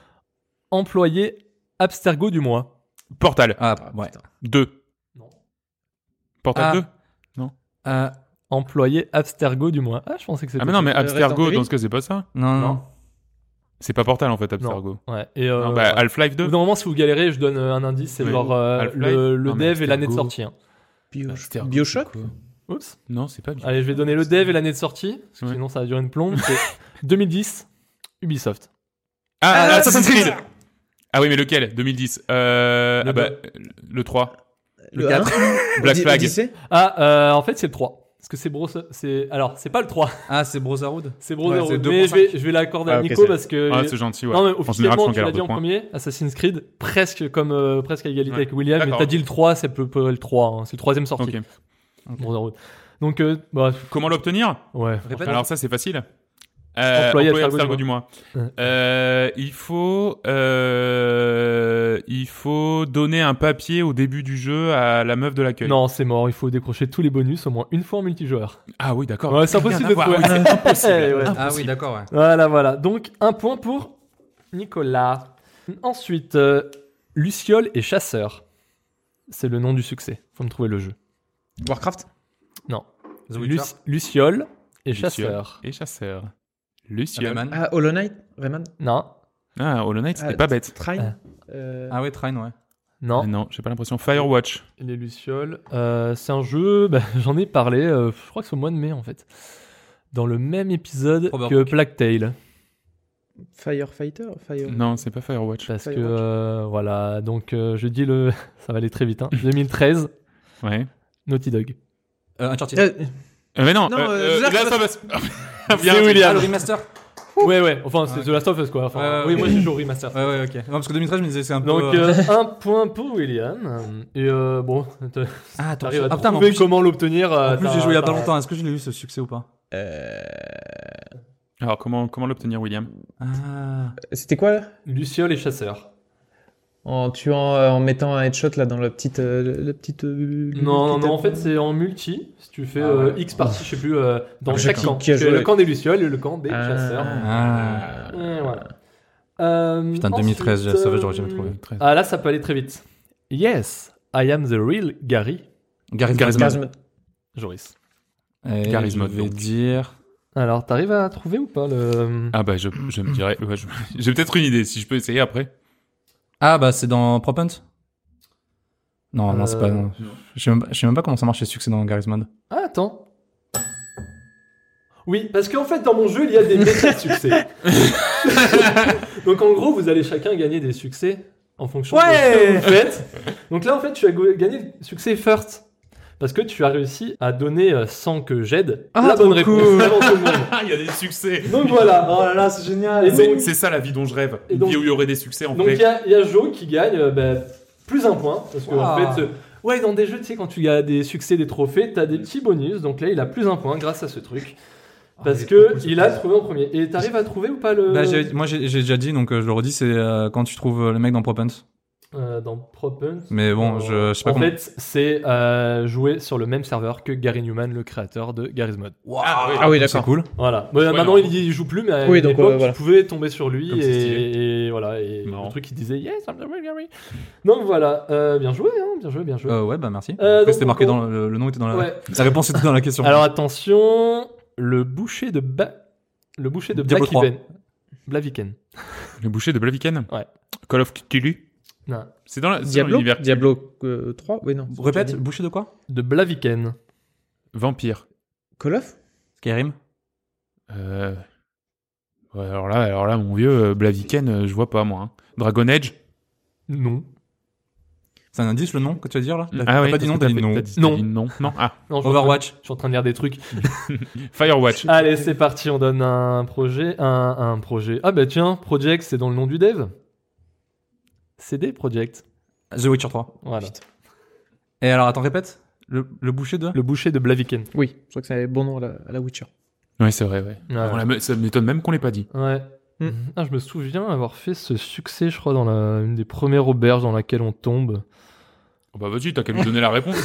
employé abstergo du mois. Portal Ah ouais. deux. Non. Portal Ah. deux. Euh, Employé abstergo du mois. Ah, je pensais que c'était. Ah mais non, mais Euh, Abstergo, Resident dans ce cas, c'est pas ça. non, non. Non. C'est pas Portal en fait, Abstergo. Ouais. Et euh, Non, bah, ouais. Half-Life Au deux. bout d'un moment, si vous galérez, je donne euh, un indice, c'est Oui. genre euh, Half-Life. le, le Non, mais dev et l'année de Abstergo. sortie. hein. Bio- Abstergo, Bioshock c'est quoi Oups. Non, c'est pas bien. Allez, je vais donner le dev et l'année de sortie, parce que Ouais. sinon ça va durer une plombe. C'est deux mille dix, Ubisoft. Ah, Ah, Assassin's Assassin's Creed. Ah oui, mais lequel deux mille dix. Euh, Le ah bah, deux. le trois. Le quatre. un Black Di- Flag. Odyssey Ah, euh, en fait, c'est le trois. Parce que c'est Bros... c'est alors c'est pas le trois, Ah, c'est Brotherhood. c'est Brotherhood. Ouais, c'est deux mais pour je vais je vais l'accorder Ah, à ok, Nico c'est- parce que Ah, c'est gentil, ouais. non mais En général, officiellement je tu l'as garde dit deux en points. premier, Assassin's Creed, presque comme euh, presque à égalité Ouais. avec William, mais D'accord, t'as ok. dit le trois, c'est peu peu le trois, hein. C'est le troisième sorti. Ok. Brotherhood. Donc euh, bah Comment l'obtenir? ouais. Répète. Alors ça, c'est facile. Euh, Employé employé Abstergo Abstergo du du mois. Ouais. Euh, il faut, euh, il faut donner un papier au début du jeu à la meuf de l'accueil. Non, c'est mort, il faut décrocher tous les bonus au moins une fois en multijoueur. Ah oui, d'accord. Ouais, c'est impossible de Rien à trouver. voir. Oui, c'est impossible. Eh ouais. Ah oui, d'accord, ouais. Voilà, voilà. Donc, un point pour Nicolas. Ensuite, euh, Luciole et Chasseur. C'est le nom du succès. Faut me trouver le jeu. Warcraft Non. The Witcher. Luc- Luciole et Luciole Chasseur. Et chasseur. Luciole. Rayman. Ah, Hollow Knight Rayman Non. Ah, Hollow Knight, c'était Ah, pas bête. Trine Euh, Ah ouais, Trine, ouais. Non, Euh, Non, j'ai pas l'impression. Firewatch. les Lucioles. Euh, c'est un jeu, bah, j'en ai parlé, euh, je crois que c'est au mois de mai en fait. Dans le même épisode Robert que Hawk. Plague Tale. Firefighter Fire... Non, c'est pas Firewatch. Parce que, Firewatch. euh, voilà, donc euh, je dis le. Ça va aller très vite, hein. deux mille treize, Ouais. Naughty Dog. Euh, Uncharted. Euh, Euh, mais non, Non, euh, euh, euh, Last Last of of Us. C'est Bien, William. Ah, le remaster. Ouais, ouais, enfin, c'est Ouais. The Last of Us quoi. Enfin, Ouais, ouais, oui, ouais. moi j'ai joué au remaster. Ouais, ouais, ok. Non, parce que deux mille treize, je me disais, c'est un peu. Donc, euh, euh, un point pour William. Et euh, bon, t- Ah, attends, t'arrives à ah, putain, mais en trouver plus, comment l'obtenir. euh, en plus, t'as- j'ai joué il y a pas t'as- longtemps. Est-ce que je l'ai eu ce succès ou pas euh, Alors, comment, comment l'obtenir, William? Ah. C'était quoi là Luciole et Chasseur. En tuant, euh, en mettant un headshot là dans la petite, euh, la petite. euh, Non, non, petite- non, en fait, c'est en multi. Si tu fais Ah euh, ouais. X parties, je sais plus, euh, dans Ah, chaque d'accord. camp. Qui a Parce que joué le camp des Lucioles et le camp des Ah. Chasseurs. Ah. Et voilà. Euh, Putain, deux mille treize, ensuite, ça va, j'aurais jamais euh, trouvé. Ah là, ça peut aller très vite. Yes, I am the real Gary. Garry's Garry's Mod. Mod. Joris. Et Garry's je Mod, vais donc. dire. Alors, t'arrives à trouver ou pas le... Ah bah, je, je me dirais... ouais, je- j'ai peut-être une idée, si je peux essayer après. Ah, bah, c'est dans Prop Hunt Non, non, c'est Euh, pas. non. Je sais même pas- je sais même pas comment ça marche les succès dans Garry's Mod. Ah, attends. Oui, parce qu'en fait, dans mon jeu, il y a des méta de succès. Donc, en gros, vous allez chacun gagner des succès en fonction de ce que vous faites. Donc là, en fait, tu as go- gagné le succès first. Parce que tu as réussi à donner, euh, sans que j'aide, Ah, la bonne trop réponse cool. avant tout le monde. Ah, il y a des succès. Donc voilà. Oh là là, c'est génial. Et C'est donc- c'est ça la vie dont je rêve. Et Une donc- vie où il y aurait des succès en Donc il vrai. y a, il y a Jo qui gagne euh, bah, plus un point. Parce que, en Wow. fait, euh, ouais, dans des jeux, tu sais, quand tu as des succès, des trophées, tu as des petits bonus. Donc là, il a plus un point grâce à ce truc. Parce il est que trop cool, ce il a truc. trouvé en premier. Et t'arrives à trouver ou pas le. Bah, j'ai- moi, j'ai j'ai déjà dit, donc euh, je le redis, c'est euh, quand tu trouves euh, le mec dans Prop Hunt. Euh, dans Prop Hunt. Mais bon, je, je sais pas En comment. fait, c'est euh, jouer sur le même serveur que Gary Newman, le créateur de Garry's Mod. Ah, oui. Ah oui, C'est d'accord. cool. Voilà. Bah, Ouais, maintenant, non. il y joue plus, mais à Oui, donc, l'époque, euh, voilà. tu pouvais tomber sur lui Comme c'est stylé. et, et voilà. Et Marrant. le truc, il disait Yes, I'm the real Gary. Donc voilà. Euh, bien joué, hein, bien joué, bien joué. Euh, ouais, bah merci. Euh, Après, donc, c'était marqué on- dans le, le nom était dans la. Ouais. La réponse était dans la question. Alors attention, le boucher de ba... le boucher de Diablo trois. Blaviken. Blaviken. Le boucher de Blaviken. Ouais. Call of Cthulhu. Non. C'est dans la- c'est dans Diablo l'univers. Diablo euh, trois Oui, non. Répète, boucher de quoi De Blaviken. Vampire. Call of Skyrim. Euh... Ouais, alors là, alors là, mon vieux euh, Blaviken, euh, je vois pas moi. hein. Dragon Age. Non. C'est un indice le nom que tu vas dire là T'as Ah oui. pas dit non, t'as dit non. T'as dit, Non. t'as dit non. Non. Ah. Non, je suis en train- Overwatch. Je suis en train de lire des trucs. Firewatch. Allez, c'est parti, on donne un projet. Un, un projet. Ah bah tiens, Project, c'est dans le nom du dev. C D Project. The Witcher trois. Voilà. Et alors, attends, répète. Le, le boucher de Le boucher de Blaviken. Oui, je crois que c'est un bon nom à la, à la Witcher. Ouais, c'est vrai. Ouais. Ouais. On l'a- ça m'étonne même qu'on l'ait pas dit. Ouais. Hmm. Ah, je me souviens avoir fait ce succès, je crois, dans la, une des premières auberges dans laquelle on tombe. Oh, bah vas-y, t'as qu'à nous donner la réponse.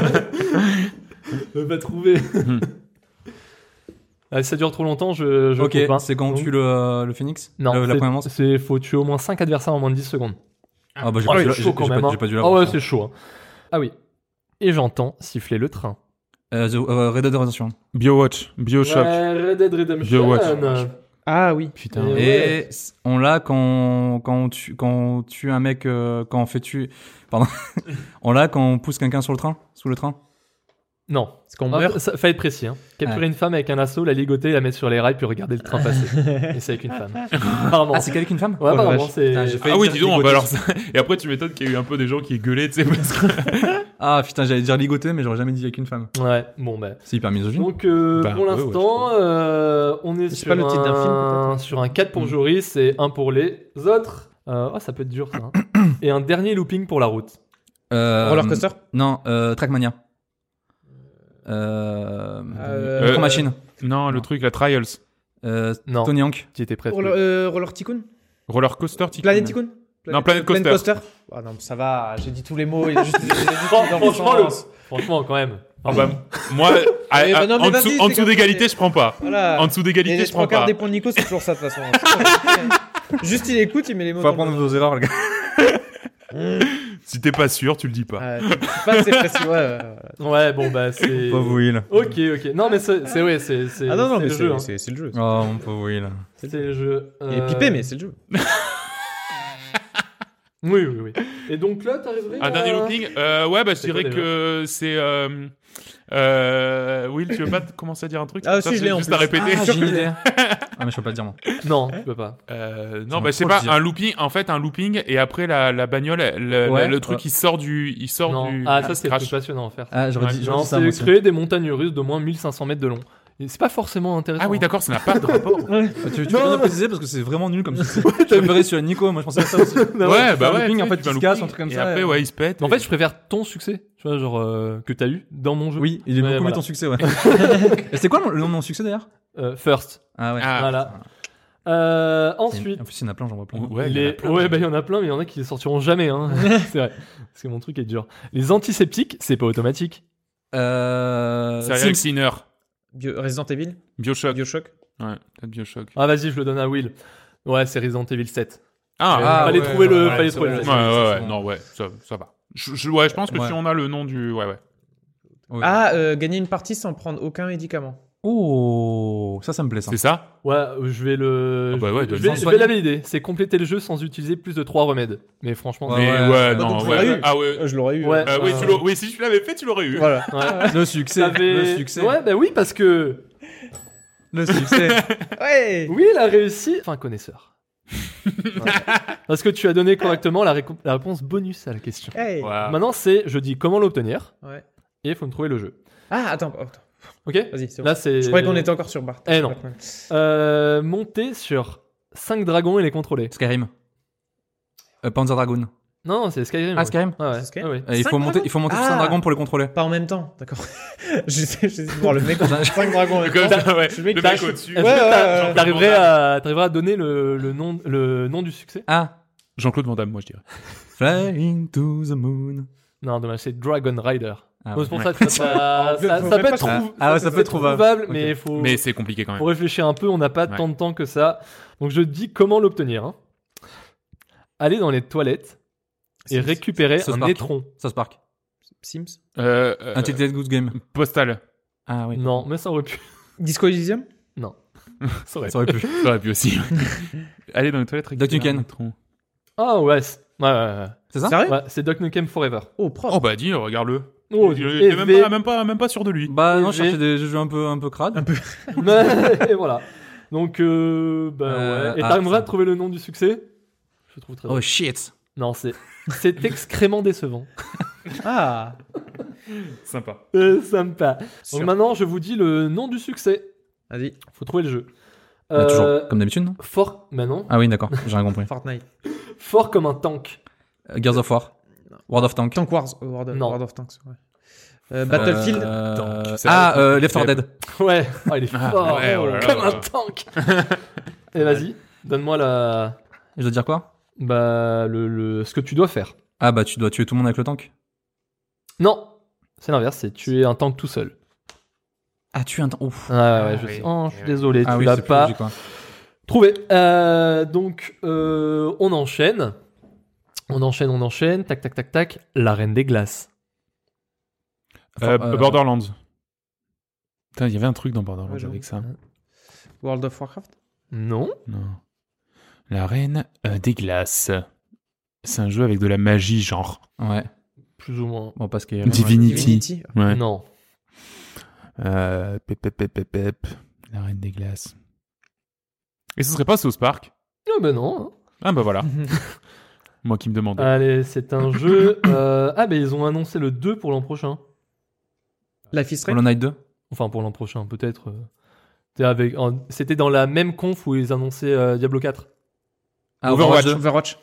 Ne pas trouver. Hmm. Ah, si ça dure trop longtemps, je, je Ok, coupe, hein. c'est quand on Donc- tue le, le phénix Non, Le- La c'est- première monstre c'est faut tuer au moins cinq adversaires en moins de dix secondes. Ah bah j'ai Ah pas, ouais, dû la- chaud j'ai- quand j'ai même. pas, hein. j'ai pas dû la Ah ouais, voir. c'est chaud. hein. Ah oui. Et j'entends siffler le train. Euh, The- euh, Red Dead Redemption. Biowatch. Bioshock. Ouais, Red Dead Redemption. Biowatch. Ah oui. Putain. Et- Et Ouais. c- on l'a quand, quand, on tue, quand on tue un mec, euh, quand on fait tuer. Pardon. On l'a quand on pousse quelqu'un sur le train Sous le train Non. C'est qu'on Ah, meurt. ça fallait être précis. Hein. Capturer Ouais. une femme avec un assaut, la ligoter, la mettre sur les rails, puis regarder le train passer. Et c'est avec une femme. Apparemment. Ah, c'est qu'avec une femme Ouais, apparemment, vache. c'est. Putain, j'ai failli Ah oui, dire dis donc, ligoter. bah alors ça... Et après, tu m'étonnes qu'il y a eu un peu des gens qui gueulaient, tu sais, parce que... Ah putain, j'allais dire ligoter, mais j'aurais jamais dit avec une femme. Ouais, bon, bah. C'est hyper misogyne. Donc, euh, Bah, pour ouais, ouais, l'instant, euh, on est C'est sur, pas le titre d'un film, un... peut-être sur un quatre pour Mm. Joris et un pour les autres. Euh, oh, ça peut être dur, ça. hein. Et un dernier looping pour la route. Euh, Roller coaster Non, euh, Trackmania. Euh, Euh, Micro euh, Machine. Non, le truc, la Trials. Euh, Non. Tony Hawk. Tu étais presque. Roller, euh, Roller Tycoon Roller Coaster, Tycoon. Planet Tycoon Non, Planet Coaster. Ah non, mais ça va, j'ai dit tous les mots. Il a juste, j'ai dit Fran- dans le franchement, le- sens. Franchement, quand même. Ah bah, moi, à- Eh bah à- non, mais en vas-y, dessous, c'est en dessous comme d'égalité, ça. je prends pas. Voilà. En dessous Et d'égalité, les je prends trois quarts pas. des points de Nico, c'est toujours ça de toute façon. Juste il écoute, il met les mots Faut dans apprendre le... vos erreurs, les gars. Si t'es pas sûr, tu le dis pas. Ah, c'est pas assez précis, ouais, ouais, ouais. Ouais, bon, bah, c'est. Pauvre Will. Ok, ok. Non, mais c'est, c'est ouais, c'est, c'est, Ah non, non, c'est mais le jeu. hein. c'est c'est le jeu. Oh, mon pauvre Will. C'est le jeu. Il est Euh, pipé, mais c'est le jeu. Oui, oui, oui. Et donc là, t'arriverais Un à... dernier looping euh, Ouais, bah je C'est dirais quoi, que c'est... Euh, euh, Will, tu veux pas t- commencer à dire un truc Ah, Ça, si, je c'est l'ai en juste plus. à répéter. Ah, j'ai une idée. Ah, mais je peux pas le dire, moi. Non, tu peux pas. Euh, Ça non, m'a bah je sais trop pas, le dire. un looping, en fait, un looping, et après la, la bagnole, le, Ouais, le, le truc, ouais. il sort du... Il sort Non. du Ah, ça, c'est crash. plus passionnant à faire. Ah, j'aurais Ouais. dit, j'aurais Non, dit ça, moi c'est aussi. créer des montagnes russes de moins mille cinq cents mètres de long. Et c'est pas forcément intéressant. Ah oui, d'accord, ça n'a pas de rapport. Ah, Tu, tu Non, peux non. nous préciser parce que c'est vraiment nul comme ça. Je préférais sur Nico, moi je pensais à ça aussi. Ouais, bah un ouais. looping, tu en sais, fait, tu il fais se un casse, looping, un truc comme et ça, après, et- ouais, il se pète. En et- fait, je préfère ton succès, tu vois, genre euh, que t'as eu dans mon jeu. Oui, il est Ouais, beaucoup mieux voilà. ton succès, ouais. Et c'était quoi le nom de mon succès d'ailleurs Euh, first. Ah ouais. Ah. Voilà. Euh, ensuite, En plus, il y en a plein, j'en vois plein. Ouais, il y en a les... plein. ouais, bah il y en a plein, mais il y en a qui ne sortiront jamais. Hein. C'est vrai. Parce que mon truc est dur. Les antiseptiques, c'est pas automatique. Euh. Serial Sims. Cleaner. Bio- Resident Evil, Bioshock. Bioshock. Ouais, peut-être Bioshock. Ah, vas-y, je le donne à Will. Ouais, c'est Resident Evil sept. Ah, Ah, fallait ouais, trouver le, ouais, fallait c'est trouver vrai, le. c'est ouais, vrai, ouais, c'est ouais, bon. non, ouais, ça, ça va. Je, je- ouais, je pense que Ouais. si on a le nom du... Ouais, ouais. Ouais. Ah, euh, gagner une partie sans prendre aucun médicament. Oh, ça, ça me plaît ça. C'est ça Ouais, euh, je vais le. Ah bah ouais, je, donne-le. vais, je vais la valider. C'est compléter le jeu sans utiliser plus de trois remèdes. Mais franchement, Ouais, Mais ouais, ouais, ouais, non, donc tu ouais. l'aurais eu. Ah ouais. Euh, je l'aurais eu. Ouais. Euh, oui, Euh, tu l'aurais- oui, si tu l'avais fait, tu l'aurais eu. Voilà. ouais. Le succès. T'avais- Le succès. Ouais, bah oui, parce que. Le succès. Ouais. Oui, il a réussi. Enfin, connaisseur. Ouais. Parce que tu as donné correctement la, réco- la réponse bonus à la question. Hey. Voilà. Maintenant, c'est je dis comment l'obtenir Ouais. et il faut me trouver le jeu. Ah, attends. oh, attends. Ok. Vas-y, c'est bon. Là, c'est. Je croyais qu'on était encore sur Bart. Eh non. Batman. Euh, monter sur cinq dragons et les contrôler. Skyrim. Euh, Panzer Dragoon. Non, c'est Skyrim. Ah, ouais. Skyrim. Ouais, ouais. C'est Skyrim Ouais, ouais. Euh, il Cinq faut monter, dragons il faut monter sur Ah. un dragon pour les contrôler. Pas en même temps, d'accord. J'essaie j'essaie de voir le mec. cinq dragons en même Comme temps. ça, ouais. Le mec, Le t'as- mec au-dessus. Est-ce Ouais, que ouais, t'a- ouais. T'arriverais à, t'arriverais à donner le, le, nom, le nom du succès? Ah. Jean-Claude Van Damme, moi, je dirais. Flying to the moon. Non, dommage, c'est Dragon Rider. Ah, Donc, c'est pour ouais. ça que ça, ça, Faut ça, même ça peut pas être se- trou- Ah ouais, ça ça peut peut être être trouvable. trouvable, Ok. mais il faut, Mais c'est compliqué quand faut même. réfléchir un peu, on n'a pas Ouais. tant de temps que ça. Donc je dis comment l'obtenir. Hein. Aller dans les toilettes et Sims. récupérer South un Park. étron. Ça se parque. Sims. Euh, euh, Intelligent Goose Game. Postal. Ah oui. Non, mais ça aurait pu. Disco Elysium. Ça aurait pu. Ça aurait pu. Ça aurait pu aussi. Allez dans les toilettes. Duck récupérer Nukem. un tronc. Ah ouais, c'est- ouais, ouais, ouais. C'est ça Sérieux Ouais, c'est Duck Nukem Forever. Oh, propre. Oh bah dis, regarde-le. Oh, il et était même V. pas, même pas, même pas sûr de lui. Bah non, Et je cherchais V. des jeux un peu, un peu crades. Un peu. et voilà. Donc, euh, bah Euh, ouais. Et ah, t'arriveras à ça- trouver le nom du succès? Je trouve très Oh bien. shit. Non, c'est c'est extrêmement décevant. Ah. Sympa. Euh, sympa. Donc Sûr. maintenant, je vous dis le nom du succès. Vas-y. Faut trouver le jeu. Bah, Euh, toujours comme d'habitude, non Fort, mais non. Ah oui, d'accord, j'ai rien compris. Fortnite. Fort comme un tank. Euh, Gears of War. World of Tank. Tank Wars. euh, World of, Non. World of Tanks. Ouais. Euh, Battlefield. Euh, Tank. Ah, euh, Left four Dead. Ouais. Ah, il est Ah, fort. ouais, oh là là, comme oh un là. tank. Et vas-y, donne-moi la. Je dois dire quoi Bah, le, le... ce que tu dois faire. Ah bah tu dois tuer tout le monde avec le tank. Non, c'est l'inverse, c'est tuer un tank tout seul. Ah, tuer un tank. Ouf. Ah ouais, ouais, Ah je oui. sais. Oh, je suis Ah désolé, Ah tu oui, l'as c'est plus pas logique, quoi. trouvé. Euh, donc, euh, on enchaîne. On enchaîne, on enchaîne. Tac, tac, tac, tac. La reine des glaces. Euh, Enfin, euh, Borderlands. Putain, il y avait un truc dans Borderlands Ouais, j'avoue. avec ça. World of Warcraft. Non. Non. La reine euh, des glaces. C'est un jeu avec de la magie, genre. Ouais. Plus ou moins. Bon, parce qu'il Divinity. Divinity. Ouais. Non. Euh, pep, pep, pep, pep, pep. La reine des glaces. Et ce serait pas South Park? Ah ben non. Ah bah voilà. Moi qui me demandais. Allez, c'est un jeu. euh, Ah ben ils ont annoncé le deux pour l'an prochain. Life is Strange. Hollow Knight deux. Enfin pour l'an prochain, peut-être. euh. C'était avec- en- C'était dans la même conf où ils annonçaient euh, Diablo quatre. Ah, Overwatch. deux. Overwatch.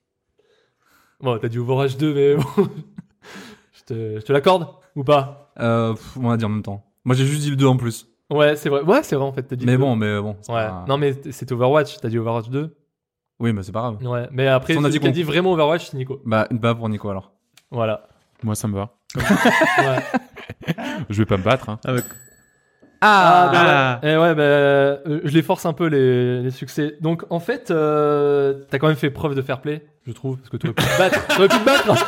Bon, t'as dit Overwatch deux, mais bon. je te, je te l'accorde ou pas? Euh, pff, on va dire en même temps. Moi j'ai juste dit le deux en plus. Ouais, c'est vrai. Ouais, c'est vrai en fait. T'as dit Mais deux. bon, mais bon. c'est Ouais. pas- Non, mais t- c'était Overwatch. T'as dit Overwatch deux. Oui, mais c'est pas grave. Ouais. Mais après, On a celui dit qui a qu'on- dit vraiment Overwatch, c'est Nico. Bah, bah pour Nico alors. Voilà. Moi ça me va. Ouais. Je vais pas me battre. Hein. Ah, bah, Ah. ouais. Eh ouais, bah, euh, je les force un peu les, les succès. Donc en fait, euh, t'as quand même fait preuve de fair play, je trouve, parce que t'aurais pu te battre. T'aurais pu te battre.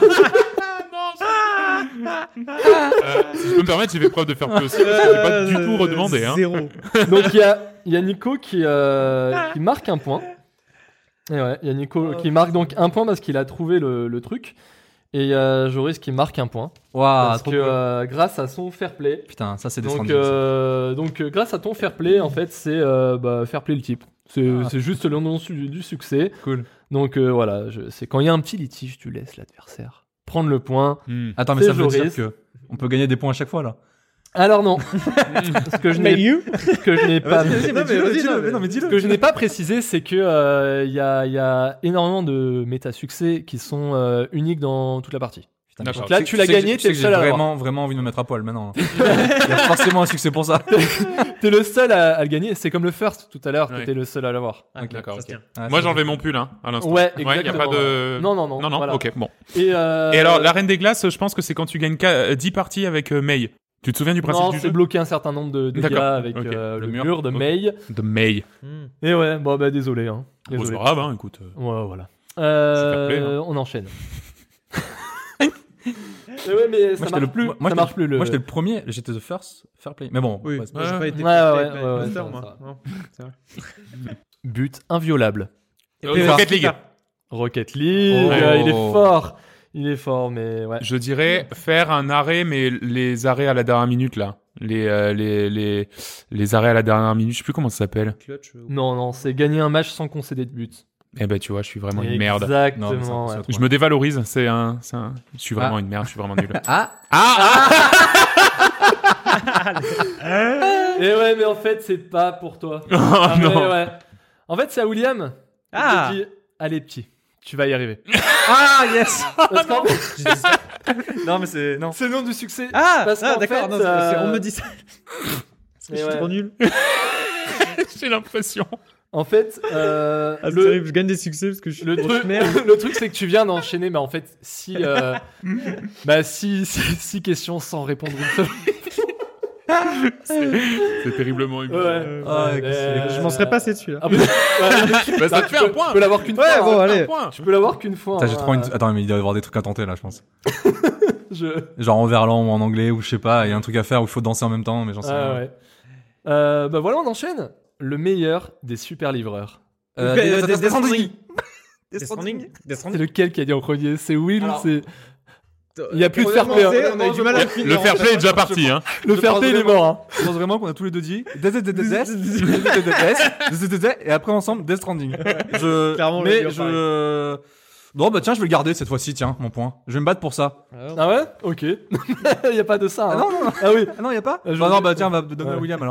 Euh, si je peux me permettre, j'ai fait preuve de faire plus aussi parce que j'ai pas du tout redemandé. Hein. Zéro. Donc il y a, il y a Nico qui, euh, qui marque un point. Et ouais, il y a Nico Oh, qui marque donc un point parce qu'il a trouvé le, le truc. Et il y a Joris qui marque un point. Waouh, parce trop que cool. euh, grâce à son fair play. Putain, ça c'est des Donc, Stranding, ça. euh, donc euh, grâce à ton fair play, en fait, c'est euh, bah, fair play le type. C'est Ah. c'est juste le nom du, du succès. Cool. Donc euh, voilà, je- c'est quand il y a un petit litige, tu laisses l'adversaire prendre le point. Hmm. Attends, mais c'est ça veut dire Joris. que on peut gagner des points à chaque fois là. Alors non, ce que je Mais n'ai you ce que je n'ai pas Vas-y, vas-y, Non, mais dis-le, vas-y, dis-le, non, mais- non, mais dis-le. ce que je n'ai pas précisé, c'est que euh, il y, a, il y a énormément de méta succès qui sont euh, uniques dans toute la partie. Putain, D'accord. Donc là, tu l'as sais que- gagné, tu sais t'es le que seul à J'ai l'avoir. vraiment, vraiment envie de me mettre à poil maintenant. Il y a forcément un succès pour ça. T'es le seul à, à le gagner. C'est comme le first tout à l'heure, Ouais. t'étais le seul à l'avoir. Ok, d'accord. ça se ok. tient. Ah, Moi, ça- j'enlevais mon pull, hein, à l'instant. Ouais, il y a pas exactement, de. Non, non, non. Non, non. voilà. Ok, bon. Et, euh, Et alors, la Reine des Glaces, je pense que c'est quand tu gagnes qua- dix parties avec euh, Mei. Tu te souviens du principe non, du c'est jeu bloqué un certain nombre de dégâts D'accord. avec Ok. euh, le Le mur, mur. de Ok. Mei. De Mei. Hmm. Et ouais, bon bah désolé. Hein. Bon, c'est Désolé. pas grave, hein, écoute. euh, Ouais, voilà. Euh, fair play, hein. On enchaîne. Et ouais, mais ça Moi, j'étais marche le- plus. moi, ça j'étais marche le- plus. Le... Moi j'étais le premier, j'étais the first, fair play. Mais bon, Oui, ouais, c'est- moi, j'ai Ouais. pas été Ouais, ouais, avec ouais, la ouais, Master, ça, moi. ça. Non, c'est vrai. But inviolable. Euh, Rocket League. Rocket League, Oh. euh, il est fort. Il est fort, mais ouais. Je dirais faire un arrêt, mais les arrêts à la dernière minute, là. Les, euh, les, les, les arrêts à la dernière minute, je sais plus comment ça s'appelle. Clutch. euh, Non, non, c'est gagner un match sans concéder de but. Eh ben, tu vois, je suis vraiment une merde. Exactement. Non, mais ça, ouais. c'est autre. Je me dévalorise, c'est un, c'est un... Je suis vraiment Ah. une merde, je suis vraiment nul. Ah, Et ouais, mais en fait, c'est pas pour toi. Oh, Ah, mais non. ouais. En fait, c'est à William. Ah. Il te dit, allez petit, tu vas y arriver. ah yes. Parce qu'en fait, Non mais c'est non. c'est le nom du succès. Ah, Parce ah qu'en d'accord. fait, non, c'est- c'est- euh, On me dit ça. Parce que mais je suis ouais. trop nul. J'ai l'impression. En fait, euh, Ah, c'est le, terrible, je gagne des succès parce que je suis le une truc, grosse merde. le truc, c'est que tu viens d'enchaîner, mais en fait, si, euh, bah, si, si, six questions sans répondre une seule. C'est terriblement humiliant. Ouais. Ah, Ouais, excellent. Je m'en serais passé dessus là. Ah, mais- ouais. Bah, ça te Tu fait peux- un point. Tu peux l'avoir qu'une Ouais, fois. bon, hein. allez. Un point. Tu peux l'avoir qu'une fois. Putain, j'ai hein. trop une... Attends, mais il doit y avoir des trucs à tenter là, je pense. Je... Genre en verlan ou en anglais ou je sais pas, il y a un truc à faire où il faut danser en même temps, mais j'en sais Ah, rien. ouais. Euh, bah voilà, on enchaîne. Le meilleur des super livreurs. Euh, Des- des- des- des- des des- Stranding. des- Death Stranding. Death C'est Stranding. lequel qui a dit en premier? C'est Will Alors, ou c'est... Il y a plus de fair Honnêtement, play, hein. c'est- On a eu du mal à le finir. Le fair play est déjà parti, hein. Le je fair pense play, il est vraiment- mort. Hein. Je pense vraiment qu'on a tous les deux dit des- des- des- des- des- des- des- des- des- des- des- et après ensemble Death Stranding. Je Clairement, on l'a mais dit en je non bah tiens, je vais le garder cette fois-ci, tiens, mon point. Je vais me battre pour ça. Ah ouais? Ok. Il y a pas de ça. Ah Hein. non non, non. Ah oui. Ah non, y a pas. Euh, je Bah veux non, dire- bah tiens, va donner à Ouais. William alors.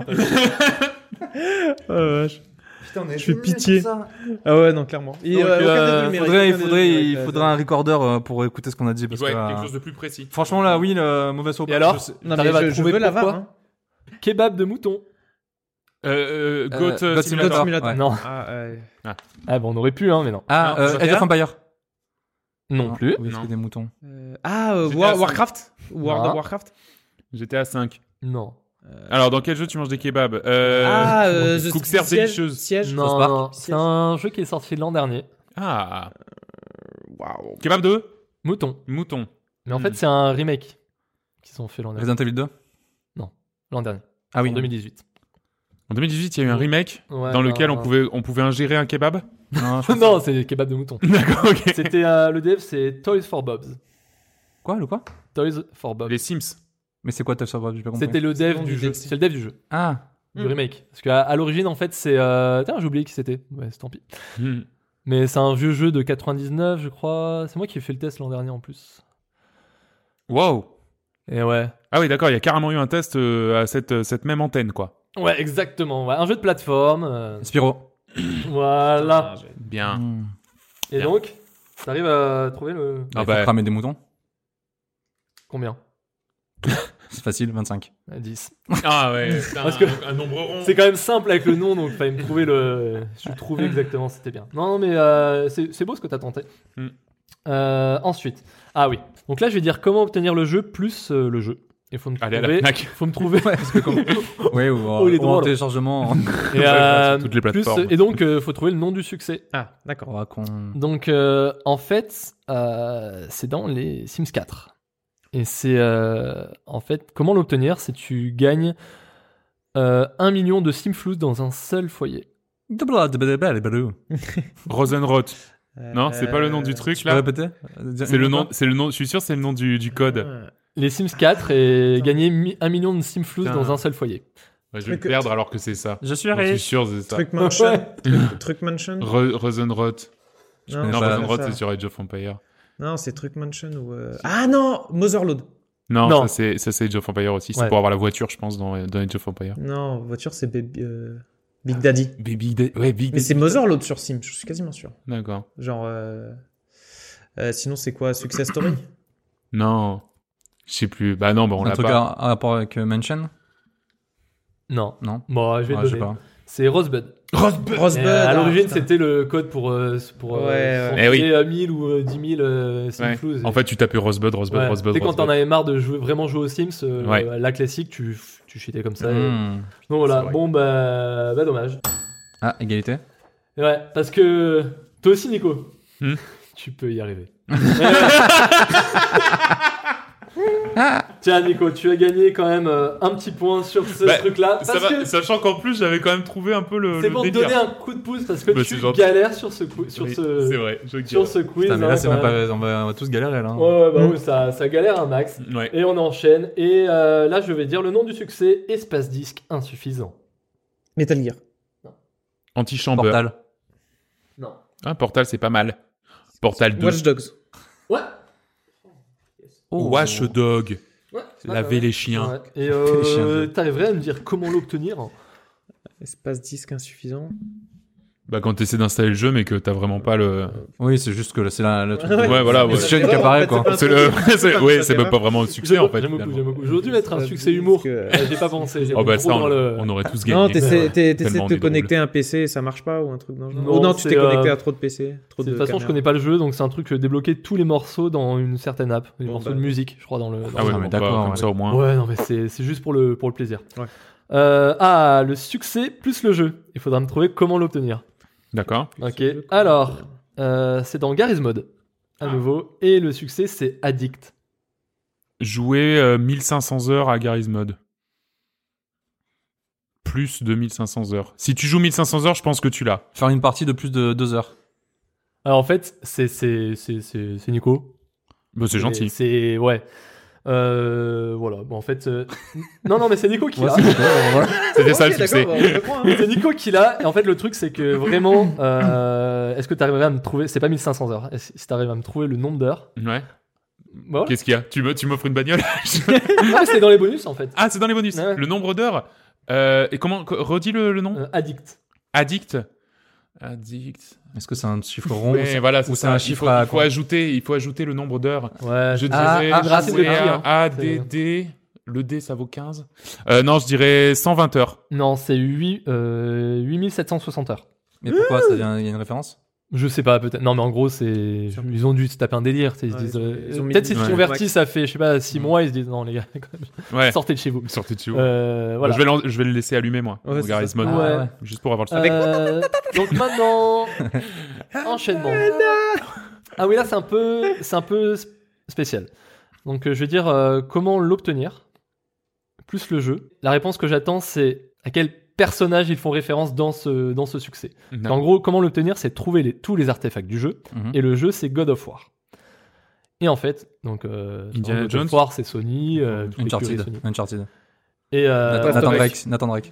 Oh la vache. Putain, Je fais pitié. Ah ouais, non, clairement. Et, Donc, euh, aucun euh, des deux le mérite, Faudrait, il aucun des faudrait, deux le il mérite, faudrait là, un recorder euh, pour écouter ce qu'on a dit parce Ouais, que quelque euh, chose de plus précis. franchement là, oui, le mauvais saut. Et alors? je sais- Non, T'arrives mais à je, je trouver veux la pourquoi V A R. Hein. Kebab de mouton. Euh, euh, Goat Euh, euh, Goat Simulator. Simulator. Simulator. Ouais. Non. Ah, ouais. Ah bon, on aurait pu, hein, mais non. Ah, Non, euh, G T A? Age of Empire. Non plus. Oui, Non. c'est des moutons. Euh, Ah, euh, J'étais War- à cinq. Warcraft World Non. of Warcraft J'étais à cinq. Non. Alors, dans quel jeu tu manges des kebabs euh... Ah, euh, The Cook Serve Siège. délicieuse. Siège. Non, South Park. non. C'est un jeu qui est sorti l'an dernier. Ah. Waouh. Kebab de Mouton. mouton. Mais en Hmm. fait, c'est un remake qu'ils ont fait l'an dernier. Resident Evil deux. L'an dernier. Ah oui. En deux mille dix-huit. En deux mille dix-huit, il y a eu un remake Ouais, dans non, lequel on non. pouvait, on pouvait ingérer un kebab. Non, je pense- Non, c'est kebab de mouton. D'accord, ok. C'était euh, le dev, c'est Toys for Bobs. Quoi, le quoi? Toys for Bobs. Les Sims. Mais c'est quoi Toys for Bob? J'ai pas compris. C'était le C'est le dev nom du du jeu. D L C. C'est le dev du jeu, Ah. du Hmm. remake. Parce qu'à à l'origine, en fait, c'est. Euh... Tiens, j'ai oublié qui c'était. Ouais, c'est tant pis. Hmm. Mais c'est un vieux jeu de quatre-vingt-dix-neuf, je crois. C'est moi qui ai fait le test l'an dernier en plus. Wow. Et ouais. Ah oui, d'accord, il y a carrément eu un test euh, à cette, cette même antenne, quoi. Ouais, exactement. Ouais. Un jeu de plateforme. euh, Spyro. Voilà. Bien. Hmm. Et Bien. donc, t'arrives à trouver le. Ah Il faut bah, cramer des moutons. Combien C'est facile, vingt-cinq. À dix. ah ouais, c'est Parce un, que- un nombre rond. C'est quand même simple avec le nom, donc fallait me trouver le. Je le trouvais exactement, c'était bien. Non, mais euh, c'est c'est beau ce que t'as tenté. Hmm. Euh, ensuite, ah oui. Donc là, je vais dire comment obtenir le jeu plus euh, le jeu. Il faut me Allez à la trouver. Fnac. Faut me trouver. Parce que comme... oui, ou, Oh, il est ou en drôle. téléchargement. Et, euh, sur toutes les plus- plateformes. et donc, euh, faut trouver le nom du succès. Ah, d'accord. Oh, con. Donc, euh, en fait, euh, c'est dans les Sims quatre. Et c'est euh, en fait comment l'obtenir, c'est tu gagnes euh, un million de Simflouz dans un seul foyer. Rosenroth. Non, c'est pas le nom du truc Tu peux là. répéter C'est le nom, c'est le nom. Je suis sûr, c'est le nom du, du code. Ah. Les Sims quatre et gagner mi- un million de Simflouz Putain. dans un seul foyer. Ouais, je vais le Truc- perdre alors que c'est ça. Je suis J'en suis riche. sûr, c'est ça. Truc Mansion. Truc- Truc Mansion. Re- Rosenroth. Je Non, connais Non, pas. Rosenroth, ça. c'est sur Age of Empire. Non, c'est Truc Mansion ou. euh, Ah non, Motherload. Non, Non. ça c'est ça c'est Age of Empire aussi. C'est Ouais. pour avoir la voiture, je pense, dans, dans Age of Empire. Non, voiture, c'est Baby- euh, Big Daddy. Baby, Da- ouais, Big. Mais c'est Motherload sur Sim, je suis quasiment sûr. D'accord. Genre. euh, euh, sinon, c'est quoi Success Story? Non, je sais plus. Bah non, bah on Un l'a truc pas. à, à rapport avec euh, Mansion Non. Non. Bon, je vais Ouais, te je sais donner. pas. C'est Rosebud. Rosebud. Rosebud. Et, euh, à ah, l'origine, putain. c'était le code pour, euh, pour euh, Ouais, ouais. s'en Eh oui. filer à mille ou euh, dix mille euh, Ouais. Simflouz. En fait, tu tapais Rosebud, Rosebud, Ouais. Rosebud, Tu sais, quand Rosebud. t'en avais marre de jouer, vraiment jouer aux Sims, euh, Ouais. la classique, tu, tu cheatais comme ça. et- Hmm. Donc voilà, C'est vrai. bon bah, bah dommage. Ah, égalité. Ouais, parce que toi aussi, Nico, Hmm. tu peux y arriver. Tiens, Nico, tu as gagné quand même euh, un petit point sur ce Bah, truc-là. Ça Parce va- que Sachant qu'en plus, j'avais quand même trouvé un peu le, c'est le pour te délire. donner un coup de pouce parce que Bah, tu c'est gentil. galères sur ce, cou- sur Oui, ce, C'est vrai, je sur galère. ce quiz. Putain, mais hein, là, c'est quand même même. pas. On va, on va tous galérer là. hein. Ouais, ouais, bah Mm. oui, ça, ça galère un max. Ouais. Et on enchaîne. Et euh, là, je vais dire le nom du succès espace disque insuffisant. Metal Gear. Antichamber. Portal. Non. Ah, Portal, c'est pas mal. Portal deux. Watch Dogs. Ouais. Oh. Watchdog. Ouais. Laver les chiens. Ouais. Et Les euh, chiens. t'arriverais à me dire comment l'obtenir? Espace disque insuffisant. Bah, quand t'essaies d'installer le jeu, mais que t'as vraiment pas le. Oui, c'est juste que là, c'est la, le truc. Ouais, Ouais, voilà, ouais. Le succès qui apparaît, quoi. C'est le. c'est- Ouais, c'est même pas vraiment le succès en fait. J'aime beaucoup, finalement. j'aime beaucoup. J'aurais dû mettre un Espace succès disque, humour. euh, Euh, J'ai pas pensé. J'ai Oh, bah, trop ça, on, dans le... on aurait tous Non, gagné. t'essaies t'es- t'essaies Tellement de te on est connecter à un P C et ça marche pas ou un truc dans le genre. Non, Ou non, tu c'est, t'es connecté euh, à trop de P C. Trop De de toute façon, je caméras. connais pas le jeu, donc c'est un truc, je débloquais tous les morceaux dans une certaine app, les Bon, morceaux bah. de musique, je crois, dans le. dans Ah le- ouais, Ah, bon, mais bah, d'accord, comme ouais. ça au moins. Ouais, non, mais c'est c'est juste pour le, pour le plaisir. Ouais. Euh, ah, le succès plus le jeu. Il faudra me trouver comment l'obtenir. D'accord. Ok. Alors, euh, c'est dans Garry's Mod, à nouveau, et le succès c'est Addict. Jouer euh, mille cinq cents heures à Garry's Mod. Plus de mille cinq cents heures. Si tu joues mille cinq cents heures, je pense que tu l'as. Faire une partie de plus de deux heures. Alors en fait, c'est c'est c'est c'est c'est Nico. Bah, c'est gentil. C'est ouais. Euh, voilà. Bon en fait, euh, non non mais c'est Nico qui Ouais, l'a. c'est d'accord, voilà. C'était ça le Ok, succès. d'accord, bah, on le prend, hein. C'est Nico qui l'a. Et en fait, le truc, c'est que vraiment, euh, est-ce que tu arriverais à me trouver. C'est pas mille cinq cents heures. Est-ce- Si tu arrives à me trouver le nombre d'heures. Ouais. Bah ouais. Qu'est-ce qu'il y a Tu me, tu m'offres une bagnole Ah, c'est dans les bonus en fait. Ah, c'est dans les bonus. Ouais. Le nombre d'heures. Euh, et comment co- redis le, le nom Euh, addict. Addict. Addict. Est-ce que c'est un chiffre rond Ouais, ou c'est- voilà, ou c'est c'est ça. un Il chiffre faut, à il faut ajouter, il faut ajouter le nombre d'heures. Ouais. Je Ah, dirais ah, je racine de dirais pi, hein. A, D, D. Le D, ça vaut quinze. Euh, non, je dirais cent vingt heures. Non, c'est huit, euh, huit mille sept cent soixante heures. Mais pourquoi ça vient- Il y a une référence Je sais pas, peut-être. Non, mais en gros, c'est. Ils ont dû se taper un délire. Ils se Ouais, disent. ils ont- euh, ils ont mis Peut-être du- si tu Ouais. convertis, ça fait, je sais pas, six Mm. mois. Ils se disent non, les gars, quand même, Ouais. sortez de chez vous. Sortez dessus. Euh, voilà. je, vais l'en- je vais le laisser allumer, moi. Ouais, au c'est Garry's ça. Mod. Ah ouais. ouais. Juste pour avoir le son. Euh, donc maintenant, enchaînement. Ah oui, là c'est un peu, c'est un peu s- spécial. Donc euh, je vais dire euh, comment l'obtenir, plus le jeu. La réponse que j'attends, c'est à quel personnage ils font référence dans ce dans ce succès. Non. En gros, comment l'obtenir, c'est trouver les- tous les artefacts du jeu. Mhm. Et le jeu, c'est God of War. Et en fait, donc euh, Indiana God Jones. of War, c'est Sony, euh, toutes les curies Uncharted. Sony. Uncharted. Et euh, Nathan, Nathan Nathan Drake. Drake. Nathan Drake.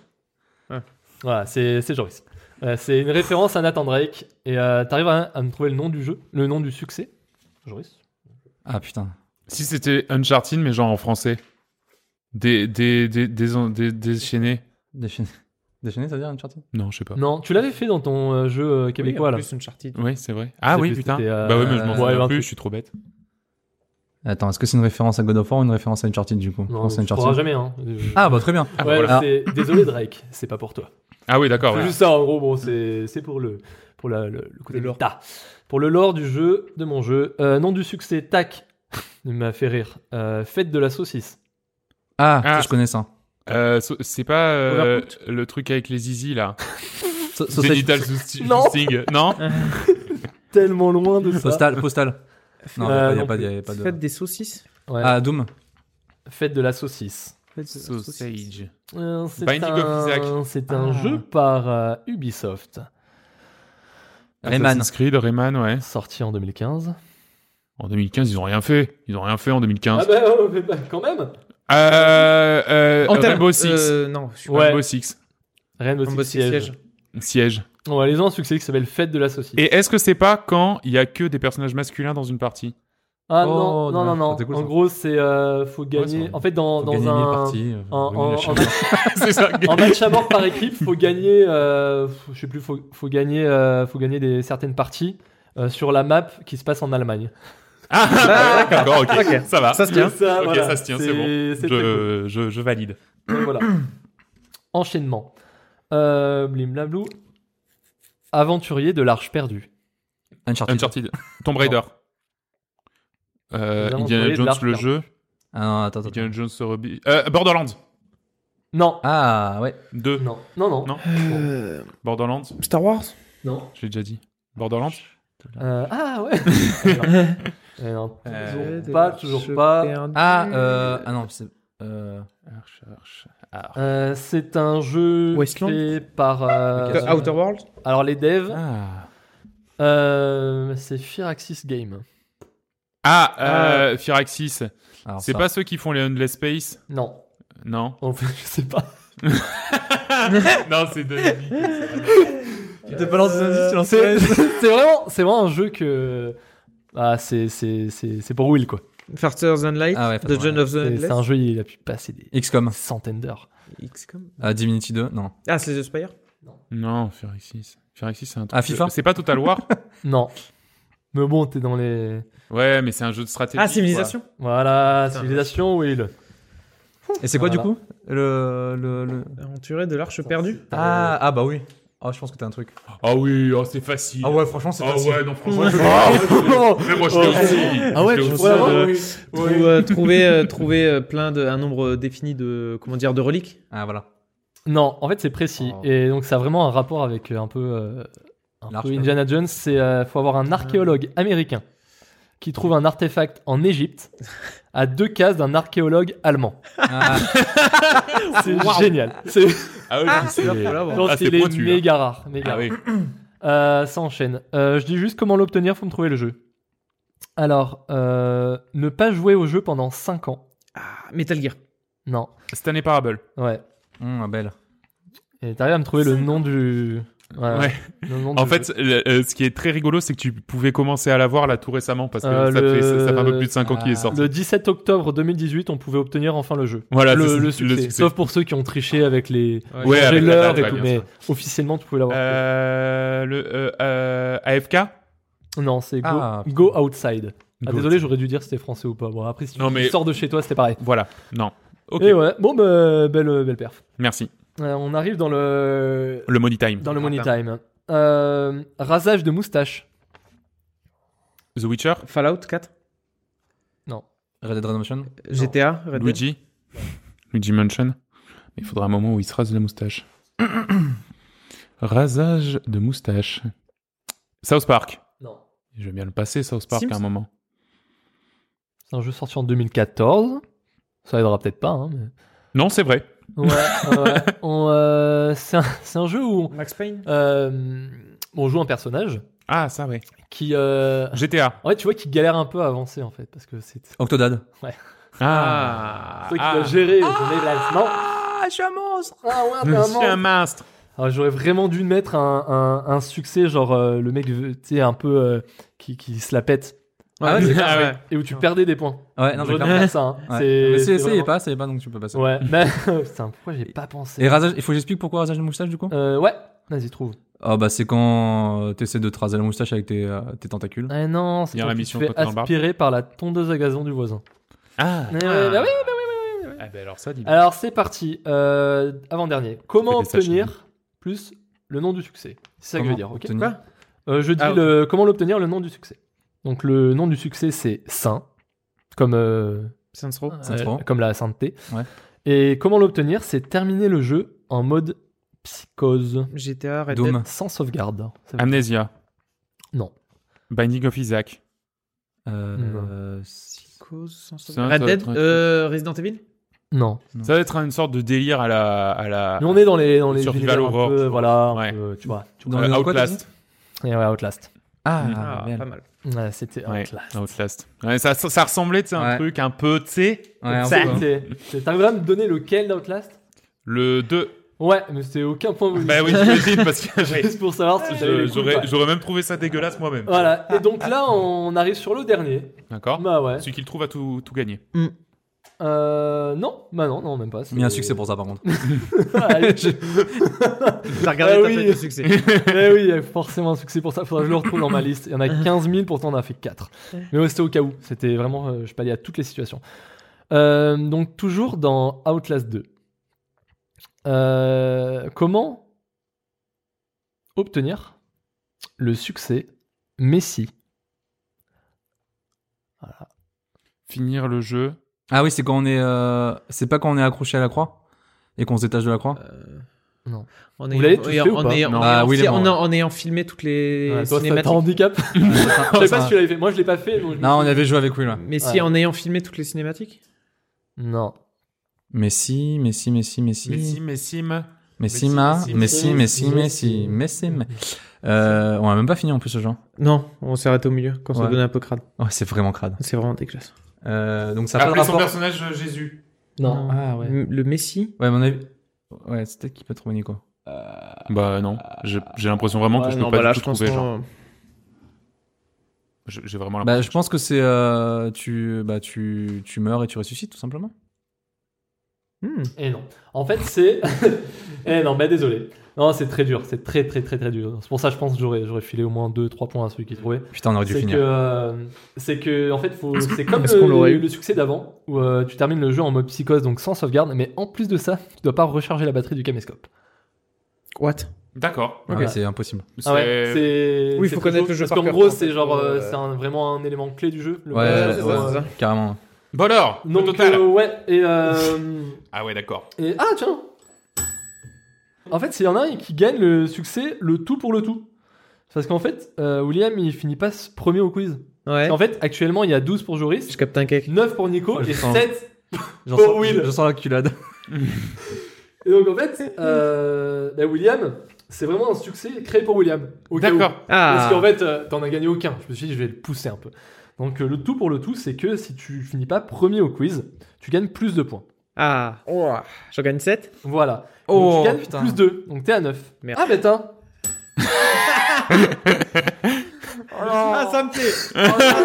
Voilà, c'est c'est Joris. Euh, c'est une référence à Nathan Drake. Et euh, t'arrives à, à me trouver le nom du jeu, le nom du succès, Joris. Ah putain. Si c'était Uncharted, mais genre en français. Des, des, des, des, des, déchaînés. Déchaîné, Déchaîné, ça veut dire Uncharted Non, je sais pas. Non, tu l'avais fait dans ton euh, jeu euh, québécois Oui, en là. plus, Uncharted. Oui, c'est vrai. Ah C'est oui, plus, putain. c'était, euh, Bah ouais, mais je m'en ouais, souviens un plus, truc. je suis trop bête. Attends, est-ce que c'est une référence à God of War ou une référence à Uncharted du coup Je Non, pense à tu pourras Uncharted. jamais. Hein. Euh, Ah bah très bien. Ah, bah ouais, voilà. c'est désolé Drake, c'est pas pour toi. Ah oui, d'accord. C'est ouais. juste ça en gros. Bon, c'est c'est pour le pour la, le, le côté Le lore. méta. Pour le lore du jeu, de mon jeu. Euh, nom du succès, tac. Il m'a fait rire. Euh, fête de la saucisse. Ah, Ah. ça, je connais ça. Euh, so- c'est pas euh, Overcooked. le truc avec les zizi là. So- sausage- Genital Zoosting. Non. Non. Tellement loin de ça. Postal, postal. Non, Euh, il n'y a non pas, plus. y a pas de. Faites des saucisses. Ouais. Ah, Doom. Fête de la saucisse. Sausage. Euh, c'est Binding un, of Isaac. C'est un Ah. jeu par euh, Ubisoft, Rayman. Assassin's Creed, Rayman, ouais. sorti en deux mille quinze. En deux mille quinze, ils ont rien fait. Ils ont rien fait en deux mille quinze. Ah bah, oh, mais bah, quand même. Euh, euh, En termes- Rainbow Six. euh, non, je suis Ouais. Rainbow Six. Rainbow Rainbow Six Six Siege. Siege. Siège. Ouais, ils ont un succès qui s'appelle Fête de la saucisse. Et est-ce que c'est pas quand il y a que des personnages masculins dans une partie? Ah Oh, non, non, non, dommage. non. C'était cool, en ça. gros, c'est euh, faut Ouais, gagner. ça- en fait, dans, Faut dans gagner un une partie. euh, en, en- ruiner la en- chaîne. C'est ça. en match à mort par équipe, faut gagner. Euh, faut- je sais plus, faut, faut gagner, euh, faut gagner des certaines parties euh, sur la map qui se passe en Allemagne. Ah, d'accord, ok. Ok. Ça va. Ça se tient. Ça, Ok, voilà, ça se tient, c'est c'est- bon. c'est très cool. Je, je, je valide. Donc, voilà. Enchaînement. Euh, blim blablou. Aventurier de l'Arche perdue. Uncharted. Uncharted. Tomb Raider. Euh, Les Indiana aventuriers de Jones, l'Arche le perdue. jeu. Ah non, attends, attends. Indiana Jones se rebi- Euh, Borderlands. Non. Ah ouais. deux. Non. Non, non. Non. Euh, Borderlands. Star Wars. Non. Je l'ai déjà dit. Borderlands. Euh, ah ouais. Non. Euh, non, Euh, toujours pas, toujours pas. Ah, euh, ah non, c'est. Euh... Arche, arche, arche. Euh, c'est un jeu Westland fait par. euh, The Outer World. alors les devs, Ah. euh, c'est Firaxis Game. Ah, euh, Firaxis. alors C'est ça. pas ceux qui font les Endless Space? Non. Non. En fait, je sais pas. Non, c'est de Tu te balances des indices, tu lances C'est c'est vraiment, c'est vraiment un jeu que. Ah, c'est c'est c'est c'est pour Will quoi. Faster Than Light. Ah ouais, The John of the C'est c'est un Endless. jeu, il a pu passer des X COM. centaines d'heures. X COM. Ah, Divinity deux, non. Ah, c'est The Spire. Non, Firaxis. Firaxis, c'est un truc. Ah, FIFA C'est pas Total War? Non. Mais bon, t'es dans les. Ouais, mais c'est un jeu de stratégie. Ah, Civilisation. Voilà, Putain. civilisation Will. Et c'est quoi Voilà. du coup le, le, le... Aventurier de l'Arche perdue. Ah, ah bah oui. Oh, je pense que t'as un truc. Ah oui, oh, c'est facile. Ah ouais, franchement, c'est Ah facile. ouais, non, franchement, je Mais moi, je l'ai aussi. Ah ouais, Je l'ai je aussi. vois, Voilà, euh, oui. Trou- euh, trouver euh, trouver euh, plein de un nombre défini de comment dire de reliques. Ah voilà. Non, en fait c'est précis Oh. et donc ça a vraiment un rapport avec euh, un peu, euh, un L'arche peu Indiana Jones. C'est euh, faut avoir un archéologue américain qui trouve un artefact en Égypte à deux cases d'un archéologue allemand. Ah, C'est génial. C'est Ah oui, c'est genre, Ah, c'est il est pointu, hein. méga rare. Méga Ah rare. oui. Euh, ça enchaîne. Euh, je dis juste comment l'obtenir, faut me trouver le jeu. Alors, euh, ne pas jouer au jeu pendant cinq ans. Ah, Metal Gear. Non. Stanley Parable. Ouais. hum, belle. Et t'arrives à me trouver le nom du. Ouais. Ouais. Le nom En du fait, jeu. le- euh, ce qui est très rigolo, c'est que tu pouvais commencer à l'avoir là tout récemment parce que Euh, ça, le- fait, ça, ça fait un peu plus de cinq ans qu'il est Ah. sorti. Le dix-sept octobre deux mille dix-huit, on pouvait obtenir enfin le jeu. Voilà, le, c'est- le le succès. succès. Sauf pour ceux qui ont triché avec les Ouais, changer avec la l'heure date, et ouais, tout, bien mais sûr. officiellement tu pouvais l'avoir. Euh, le euh, euh, A F K. Non, c'est Go, Ah, Go Outside. Ah, Go désolé, j'aurais dû dire si c'était français ou pas. Bon, après, si tu Non, mais- sors de chez toi, c'était pareil. Voilà. Non. Ok. Et ouais, bon, bah, belle, belle perf. Merci. Euh, on arrive dans le, Le Money Time. dans le Money Time. Euh, rasage de moustache. The Witcher. Fallout quatre. Red Dead Redemption. G T A. Red Dead. Luigi. Luigi Mansion. Il faudra un moment où il se rase la moustache. Rasage de moustache. South Park. Non. Je vais bien le passer, South Park, Sims. à un moment. C'est un jeu sorti en deux mille quatorze. Ça aidera peut-être pas. Hein, mais... Non, c'est vrai. Ouais, ouais. On, euh, c'est, un, c'est un jeu où Max Payne. euh, on joue un personnage Ah, ça, ouais. qui, euh, G T A. en fait, tu vois, qui galère un peu à avancer en fait, parce que c'est Octodad. Ah. toi qui dois gérer ton déplacement. Ah, je suis un monstre. Ah ouais, t'es un Je suis un monstre. monstre. Alors, j'aurais vraiment dû mettre un, un, un succès, genre euh, le mec, tu sais, un peu euh, qui, qui se la pète. Ah ouais, c'est Ah ouais. Et où tu perdais des points. Ouais, non, J'aurais mais dû faire ça. Hein. Ouais. C'est, Mais c'est c'est, essayez vraiment- pas, essayez pas, donc tu peux passer. Ouais, mais putain, pourquoi j'ai pas pensé Et rasage, il faut que j'explique pourquoi rasage de moustache du coup. euh, Ouais, vas-y, trouve. Ah bah c'est quand euh, t'essaies de te raser la moustache avec tes, euh, tes tentacules. Ah non, c'est Il y a quand la tu te mission fais Coton dans le barbe. aspirer par la tondeuse à gazon du voisin. Ah. Eh ouais, bah oui, bah oui, bah oui. Ah, ben alors ça, dis Alors c'est parti. Euh, avant-dernier. Comment Fais des sachets. obtenir plus le nom du succès? C'est ça que je veux dire, ok? Obtenir. Euh, Je dis Ah, ok. le, comment l'obtenir, le nom du succès. Donc le nom du succès c'est Saint, comme, euh, Saints Row. Saints euh, Row. comme la sainteté. Ouais. Et comment l'obtenir, c'est terminer le jeu en mode psychose, G T A. Red Doom. Dead. sans sauvegarde. Ça veut- Amnesia. Non. Binding of Isaac. Euh, Non. euh, Psychose. sans C'est sauvegarde. un- Red Dead. ça- Euh, Resident Evil. Non. Ça va être une sorte de délire à la à la Mais on est dans les dans les Survival univers un horror, peu, tu vois. voilà, un Ouais. peu, tu vois. Tu Dans vois. euh, les- dans quoi, t'as Outlast. Et ouais, Outlast. Ah, Ah, bien. pas mal. Ouais, c'était Ouais, Outlast. Outlast. Ouais, ça ça ça ressemblait, tu sais, un Ouais. truc un peu, tu sais, Ouais, un Ça, peu, hein. c'est- c'est- T'arrives à me donner lequel d'Outlast? le deux. Ouais, mais c'était aucun point bonus. Bah oui, j'imagine parce que Juste pour savoir si j'avais je- les coups ou j'aurais pas. j'aurais même trouvé ça dégueulasse moi-même. Voilà. Et donc là, on arrive sur le dernier. D'accord. Bah ouais. Celui qui le trouve a tout tout gagné. Euh, non, bah non, non, même pas. Il y a un succès pour ça, par contre. Allez, T'as regardé Ah ta oui. feuille de succès. Eh oui, il y a forcément un succès pour ça. Faudra que je le retrouve dans ma liste. Il y en a quinze mille, pourtant on en a fait quatre. Mais ouais, c'était au cas où. C'était vraiment, euh, je palliais à toutes les situations. Euh, donc, toujours dans Outlast deux. Euh, comment obtenir le succès Messi? Finir le jeu. Ah oui, c'est quand on est. euh, C'est pas quand on est accroché à la croix et qu'on se détache de la croix. En Vous l'avez tous ayant- fait ou en pas ayant- Non. en Ah ayant- oui, les en, morts. en ayant filmé toutes les Ouais, toi, t'as- t'as cinématiques. un handicap. Je sais pas si tu l'avais fait. Moi, je l'ai pas fait. donc je me Non, on suis- avait joué avec Will. Ouais. Mais si Ouais. en ayant filmé toutes les cinématiques. Non. Mais si, mais si, mais si, mais si. Messi, Messi, Mais si, ma. Mais si, mais si, mais si. Mais si, mais. Euh, on a même pas fini en plus ce jeu. Non, on s'est arrêté au milieu quand ça Ouais. donnait un peu crade. Ouais, c'est vraiment crade. C'est vraiment dégueulasse. Euh, donc ça a pas de Appelez son rapport. personnage euh, Jésus. Non. Ah ouais. M- Le Messi. Ouais, à mon avis. Ouais, c'est peut-être qu'il peut trouver Nico. Bah non, j'ai j'ai l'impression vraiment que Ouais, je non, peux pas bah là, du je tout pense trouver. Genre. qu'on- J'ai j'ai vraiment Bah, l'impression. je pense que c'est. Euh, tu, bah, tu, tu meurs et tu ressuscites, tout simplement. Hmm. Et non. En fait, c'est. Eh non, bah désolé. Non, c'est très dur. C'est très, très, très, très dur. C'est pour ça, je pense que j'aurais, j'aurais filé au moins deux trois points à celui qui trouvait. Putain, on aurait dû C'est que, finir. euh, c'est que, en fait, faut, c'est comme Est-ce qu'on le, l'aurait le, eu le succès d'avant, où euh, tu termines le jeu en mode psychose, donc sans sauvegarde, mais en plus de ça, tu dois pas recharger la batterie du caméscope. What? D'accord. Ok, voilà. c'est impossible. Ah ouais, c'est. Oui, c'est faut très connaître chaud, le jeu Parce par qu'en cœur, gros, en c'est fait, genre, pour, euh, euh, c'est un- vraiment un élément clé du jeu. le- Ouais, euh, c'est ça, ouais, c'est ça. carrément. Bon alors, le Donc, total. euh, ouais, et. Euh, Ah ouais, d'accord. Et ah tiens. En fait, s'il y en a un qui gagne le succès, le tout pour le tout. Parce qu'en fait, euh, William, il finit pas ce premier au quiz. Ouais. En fait, actuellement, il y a douze pour Joris, Je capte un cake. neuf pour Nico Oh, je et sens- sept. J'en Pour sens, Will. je sens la culade. Et donc en fait, euh, bah, William, c'est vraiment un succès créé pour William. Au cas où. D'accord. Ah. Parce qu'en fait, euh, t'en as gagné aucun. Je me suis dit, je vais le pousser un peu. Donc euh, le tout pour le tout, c'est que si tu finis pas premier au quiz, tu gagnes plus de points. Ah. Oh. J'en gagne sept. Voilà. Oh, donc tu gagnes putain. plus deux. Donc t'es à neuf. Merde. Ah, bête, hein. Ah, ça me plaît.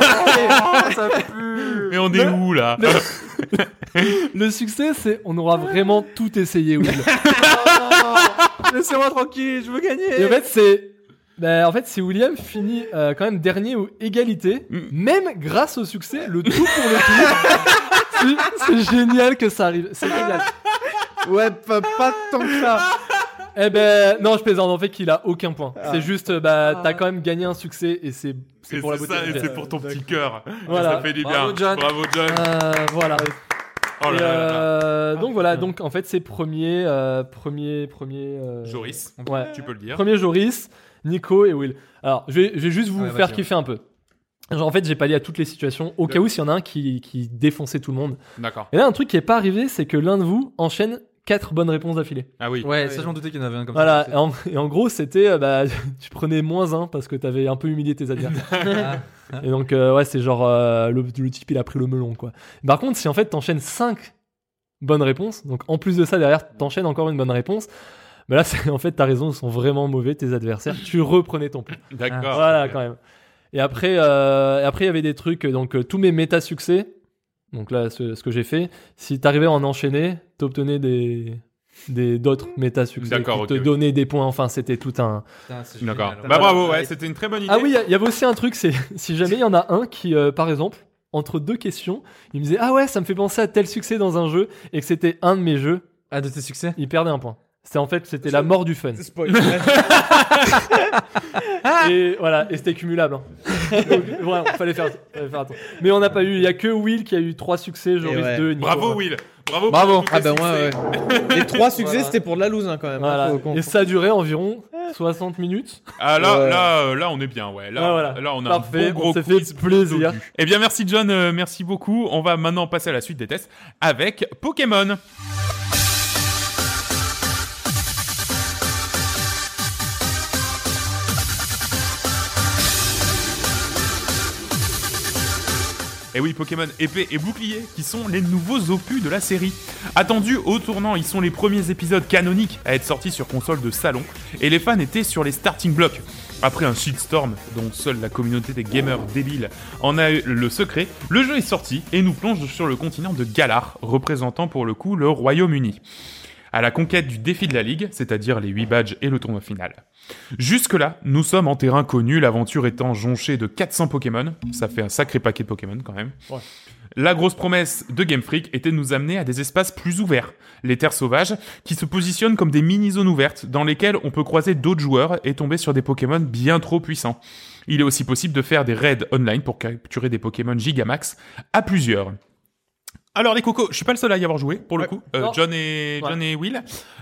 Mais on est où là? Le succès, c'est on aura vraiment tout essayé, Will. Laissez-moi tranquille, je veux gagner. Et en fait, c'est. Bah, en fait, si William finit euh, quand même dernier ou égalité, Mm. même grâce au succès, le tout pour le tout. c'est- C'est génial que ça arrive. C'est génial. Ouais, pas, pas tant que ça. Eh ben, non, je plaisante. En fait, qu'il a aucun point. Ah. C'est juste, bah, t'as quand même gagné un succès et c'est c'est Et pour la c'est beauté. ça, du et geste. c'est pour ton petit cœur. Voilà. Ça fait du bien. Bravo, John. Bravo John. Euh, voilà. Oh là Et, là là là. euh, donc voilà. Donc en fait, c'est premier, euh, premier, premier. euh, Joris, Ouais. tu peux le dire. Premier Joris, Nico et Will. Alors, je vais, je vais juste vous Ouais, faire vas-y, kiffer un peu. Genre, en fait, j'ai pallié à toutes les situations, au cas où s'il y en a un qui, qui défonçait tout le monde. D'accord. Et là, un truc qui est pas arrivé, c'est que l'un de vous enchaîne quatre bonnes réponses d'affilée. Ah oui. Ouais, ça, je m'en doutais qu'il y en avait un comme Voilà, ça. et en, et en gros, c'était, euh, bah, tu prenais moins un parce que t'avais un peu humilié tes adversaires. Ah. Et donc, euh, ouais, c'est genre, euh, le, le type, il a pris le melon, quoi. Par contre, si en fait, t'enchaînes cinq bonnes réponses, donc en plus de ça, derrière, t'enchaînes encore une bonne réponse, bah là, c'est, en fait, t'as raison, ils sont vraiment mauvais, tes adversaires. Tu reprenais ton point. D'accord. Voilà, quand même. Et après, euh, et après, il y avait des trucs, donc euh, tous mes méta-succès, donc là, ce, ce que j'ai fait, si t'arrivais à en enchaîner, t'obtenais des, des, d'autres méta-succès D'accord, qui ok, te oui. donner des points. Enfin, c'était tout un... Putain, c'est D'accord. génial. Bah bravo, Voilà. ouais, c'était une très bonne idée. Ah oui, il y a- il y, avait aussi un truc, c'est si jamais il y en a un qui, euh, par exemple, entre deux questions, il me disait « Ah ouais, ça me fait penser à tel succès dans un jeu » et que c'était un de mes jeux, Ah, de tes succès. il perdait un point. C'était en fait, c'était la mort du fun. Spoil. Et voilà, et c'était cumulable. Hein. Donc, vraiment, fallait faire, fallait faire attention. Mais on n'a pas eu, il y a que Will qui a eu trois succès, Joris ouais. deux, Nico. Bravo Will. Bravo. Bravo. pour tous Ah tes bah moi, succès. ouais. Les trois succès, Voilà. c'était pour de la loose hein, quand même. Voilà. Faut qu'on- Et ça a duré environ soixante minutes. Ah là, Ouais. là, euh, là, on est bien, ouais. Là, Ah, voilà. là on a Parfait, un beau gros on s'est quiz fait plaisir. plutôt du. Eh bien, merci John, euh, merci beaucoup. On va maintenant passer à la suite des tests avec Pokémon. Et oui, Pokémon épée et bouclier, qui sont les nouveaux opus de la série. Attendus au tournant, ils sont les premiers épisodes canoniques à être sortis sur console de salon, et les fans étaient sur les starting blocks. Après un shitstorm dont seule la communauté des gamers débiles en a eu le secret, le jeu est sorti et nous plonge sur le continent de Galar, représentant pour le coup le Royaume-Uni, à la conquête du défi de la Ligue, c'est-à-dire les huit badges et le tournoi final. Jusque-là, nous sommes en terrain connu, l'aventure étant jonchée de quatre cents Pokémon, ça fait un sacré paquet de Pokémon quand même. Ouais. La grosse promesse de Game Freak était de nous amener à des espaces plus ouverts, les terres sauvages, qui se positionnent comme des mini-zones ouvertes dans lesquelles on peut croiser d'autres joueurs et tomber sur des Pokémon bien trop puissants. Il est aussi possible de faire des raids online pour capturer des Pokémon Gigamax à plusieurs. Alors les cocos, je suis pas le seul à y avoir joué pour le Ouais. coup. Euh, Non. John et John Ouais. et Will.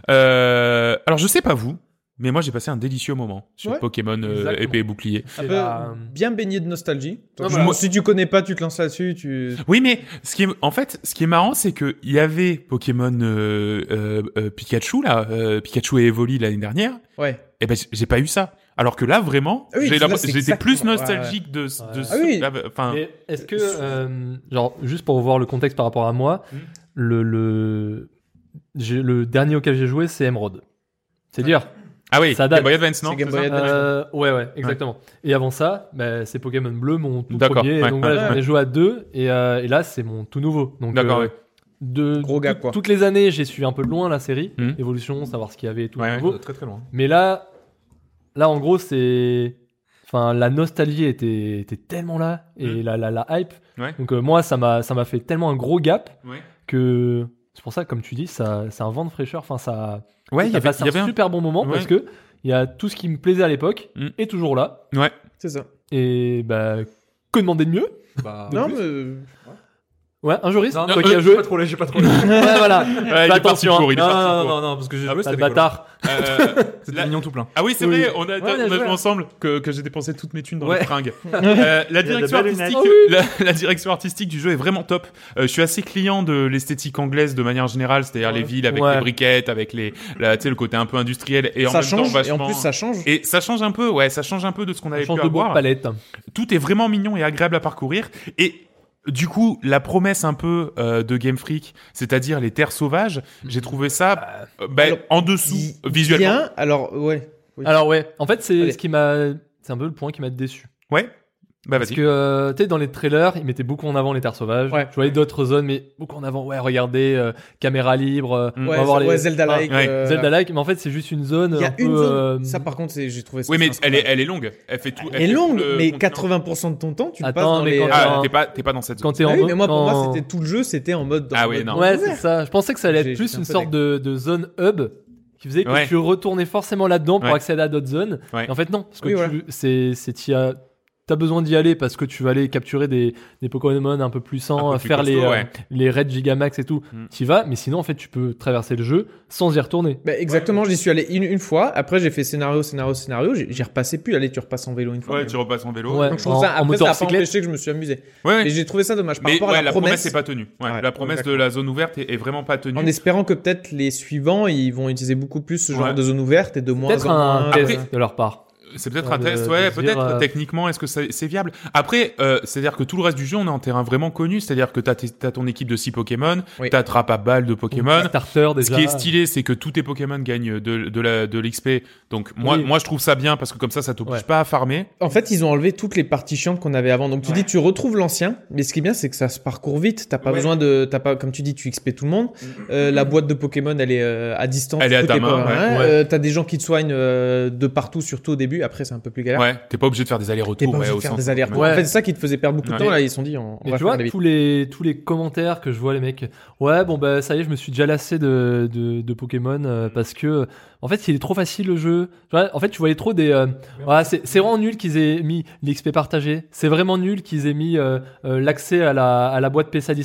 Euh, alors je sais pas vous, mais moi j'ai passé un délicieux moment sur Ouais. Pokémon euh, Exactement. épée et bouclier. Un C'est peu la- bien baigné de nostalgie. Donc, Ah, je- bah, si tu connais pas, tu te lances là-dessus. Tu... Oui, mais ce qui est, en fait, ce qui est marrant, c'est que il y avait Pokémon euh, euh, euh, Pikachu là, euh, Pikachu et Evoli l'année dernière. Ouais. Et ben j'ai pas eu ça. Alors que là vraiment, Ah oui, j'ai là, l'impression- c'est j'étais exactement- plus nostalgique de, de Ouais. ce- Ah oui. là, enfin. Mais est-ce que, euh, genre, juste pour voir le contexte par rapport à moi, Hmm. le, le, j'ai- le dernier auquel j'ai joué, c'est Emerald. C'est dire. Ah oui, ça date. Game Boy Advance, non C'est Game c'est Boy ça Advance. Euh, ouais, ouais, exactement. Et avant ça, bah, c'est Pokémon Bleu, mon tout D'accord, premier. ouais, donc ouais, voilà, j'en ouais. ai joué à deux, et, euh, et là, c'est mon tout nouveau. Donc, D'accord, euh, ouais. de, Gros gars, tout- quoi. Toutes les années, j'ai suivi un peu de loin la série, Hmm. Évolution, savoir ce qu'il y avait et tout. Ouais, de ouais. nouveau. Très très loin. Mais là, là, en gros, c'est. Enfin, la nostalgie était, était tellement là, et Mm. la, la, la hype. Ouais. Donc, euh, moi, ça m'a ça m'a fait tellement un gros gap Ouais. que. C'est pour ça, comme tu dis, ça, c'est un vent de fraîcheur. Enfin, ça. Ouais, il y ça avait, passe il y avait un un... super bon moment Ouais. parce que il y a tout ce qui me plaisait à l'époque Mm. est toujours là. Ouais. C'est ça. Et bah, que demander de mieux? Bah, Non, mais. Ouais, un juriste, non, toi non, qui euh, as j'ai joué. pas trop, j'ai pas trop. non, Ouais, voilà. Ouais, il Fais est parti attention. pour, il est non, parti non, pour. non, non, parce que j'ai Ah, joué, Sale c'était rigolo. bâtard. Euh, C'était la- mignon tout plein. Ah oui, c'est Oui. vrai, on a, Ouais, on on a a joué, joué hein. ensemble que, que j'ai dépensé toutes mes thunes dans Ouais. les fringues. Euh, la, direction belles artistique, lunettes. la, la direction artistique du jeu est vraiment top. Euh, je suis assez client de l'esthétique anglaise de manière générale, c'est-à-dire les villes avec Ouais. les briquettes, avec les, la, tu sais, le côté un peu industriel et en ça même change. temps vachement. Et en plus, ça change. Et ça change un peu, ouais, ça change un peu de ce qu'on avait Change pu de bout de avoir. palette. Tout est vraiment mignon et agréable à parcourir. Et du coup, la promesse un peu euh, de Game Freak, c'est-à-dire les terres sauvages, j'ai trouvé ça euh, bah, Alors, en dessous Di- visuellement. Bien, alors, ouais. Oui. Alors ouais, en fait, c'est Allez. ce qui m'a. C'est un peu le point qui m'a déçu. Ouais. Bah Parce vas-y. que, euh, tu sais, dans les trailers, ils mettaient beaucoup en avant les terres sauvages. Ouais. Je voyais d'autres zones, mais beaucoup en avant. Ouais, regardez, euh, caméra libre. euh, Mm. on Ouais, va voir ouais, les... Zelda-like. Ouais, euh, Zelda-like, mais en fait, c'est juste une zone. Il y a un une peu, zone. euh, Ça, par contre, c'est- j'ai trouvé ça. Oui, mais c'est elle est, incroyable. elle est longue. Elle fait tout. Elle est fait tout longue, le mais continent. quatre-vingts pour cent de ton temps, tu le Attends, passes dans mais les. quand- euh, Ah, Quand- t'es pas, t'es pas dans cette Quand zone. t'es en Ah oui, mode- mais moi, pour quand- moi, c'était tout le jeu, c'était en mode. Ah en oui, mode non. Ouais, ouvert. c'est ça. Je pensais que ça allait J'ai- être plus j'étais un une peu sorte de, de zone hub qui faisait que Ouais. tu retournais forcément là-dedans pour Ouais. accéder à d'autres zones. Ouais. Et en fait, non. Parce que Oui, tu, voilà. c'est, c'est, t'y as, t'as besoin d'y aller parce que tu vas aller capturer des, des Pokémon un peu puissants, Un peu plus faire les, costaud, euh, ouais. les raids Gigamax et tout. Mm. T'y vas, mais sinon, en fait, tu peux traverser le jeu sans y retourner. Bah, exactement, j'y suis allé une, une fois. Après, j'ai fait scénario, scénario, scénario. J'ai j'y repassé plus. Allez, tu repasses en vélo une fois. Ouais, mais- tu repasses en vélo. Ouais. Donc, je trouve en- ça, en après, ça n'a pas motocyclette. empêché que je me suis amusé. Ouais, ouais. Mais j'ai trouvé ça dommage. Par Mais rapport ouais, à la, la promesse promesse, n'est pas tenue. Ouais, Ouais, la promesse de exactement. la zone ouverte est, est vraiment pas tenue. en espérant que peut-être les suivants, ils vont utiliser beaucoup plus ce genre Ouais. de zone ouverte et de moins Peut-être en un moins. test Après- de leur part. C'est peut-être Ouais, un de- test, de ouais, dire, peut-être. euh, Techniquement, est-ce que ça- c'est viable? Après, euh, c'est-à-dire que tout le reste du jeu, on est en terrain vraiment connu. C'est-à-dire que t'as, tes- t'as ton équipe de six Pokémon, Oui. t'attrapes à balles de Pokémon. Starter Ce déjà. qui est stylé, c'est que tous tes Pokémon gagnent de, de la, de l'X P. Donc, moi, Oui. moi, je trouve ça bien parce que comme ça, ça t'oblige Ouais. pas à farmer. En fait, ils ont enlevé toutes les parties chiantes qu'on avait avant. Donc, tu Ouais. dis, tu retrouves l'ancien. Mais ce qui est bien, c'est que ça se parcourt vite. T'as pas Ouais. besoin de, t'as pas, comme tu dis, tu X P tout le monde. Euh, la boîte de Pokémon, elle est euh, à distance. Elle est à côté ta main, Power ouais. un. Ouais. Euh, t'as des gens qui te soignent euh, de partout, surtout au début. Après, c'est un peu plus galère. Ouais, t'es pas obligé de faire des T'es allers-retours. pas ouais, obligé au de faire centre des allers-retours. Ouais. En fait, c'est ça qui te faisait perdre beaucoup de Ouais. temps. Là, ils se sont dit, on, on Mais va tu faire vois, des vite. tous les, tous les commentaires que je vois, les mecs, ouais, bon, bah, ça y est, je me suis déjà lassé de, de, de Pokémon euh, parce que, en fait, il est trop facile le jeu. Tu vois, en fait, tu voyais trop des. euh, voilà, c'est, c'est vraiment nul qu'ils aient mis l'X P partagé. C'est vraiment nul qu'ils aient mis euh, euh, l'accès à la, à la boîte P C à distance.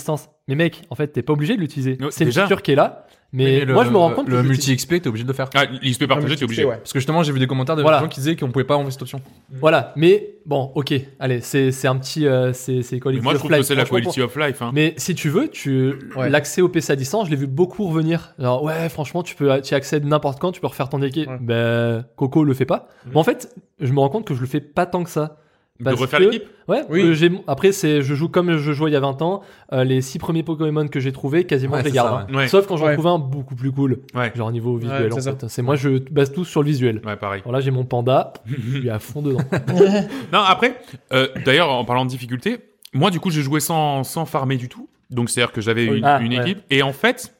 Mais mec, en fait, t'es pas obligé de l'utiliser. Ouais, C'est une déjà. feature qui est là. Mais, Mais le- moi, je me rends compte que le je multi l'utilise. X P, t'es obligé de le faire. Ah, l'X P partagé, t'es obligé. Ouais. Parce que justement, j'ai vu des commentaires de Voilà. gens qui disaient qu'on pouvait pas enlever cette option. Voilà. Mais bon, ok. Allez, c'est c'est un petit, euh, c'est c'est Mais quality moi, je of trouve que life. c'est la Franchement, quality of life. Hein. Mais si tu veux, tu Ouais. l'accès au P C à distance, je l'ai vu beaucoup revenir. Alors ouais, franchement, tu peux tu y accèdes n'importe quand, tu peux refaire ton équipe. Ouais. Ben Coco le fait pas. Mhm. Mais en fait, je me rends compte que je le fais pas tant que ça. De Parce refaire que- l'équipe. Ouais. Oui. euh, j'ai après c'est je joue comme je jouais il y a vingt ans. Euh, les six premiers Pokémon que j'ai trouvés, quasiment Ouais, je les c'est garde. ça, hein. ouais. Sauf quand j'en Ouais. trouve un beaucoup plus cool, Ouais. genre niveau visuel. Ouais, en c'est ça. fait. C'est moi je base tout sur le visuel. Ouais, pareil. Alors là j'ai mon panda, je suis à fond dedans. Non, après, euh, d'ailleurs, en parlant de difficulté, moi, du coup, j'ai joué sans, sans farmer du tout. Donc, c'est-à-dire que j'avais Oui. une, Ah, une ouais. équipe. Et en fait,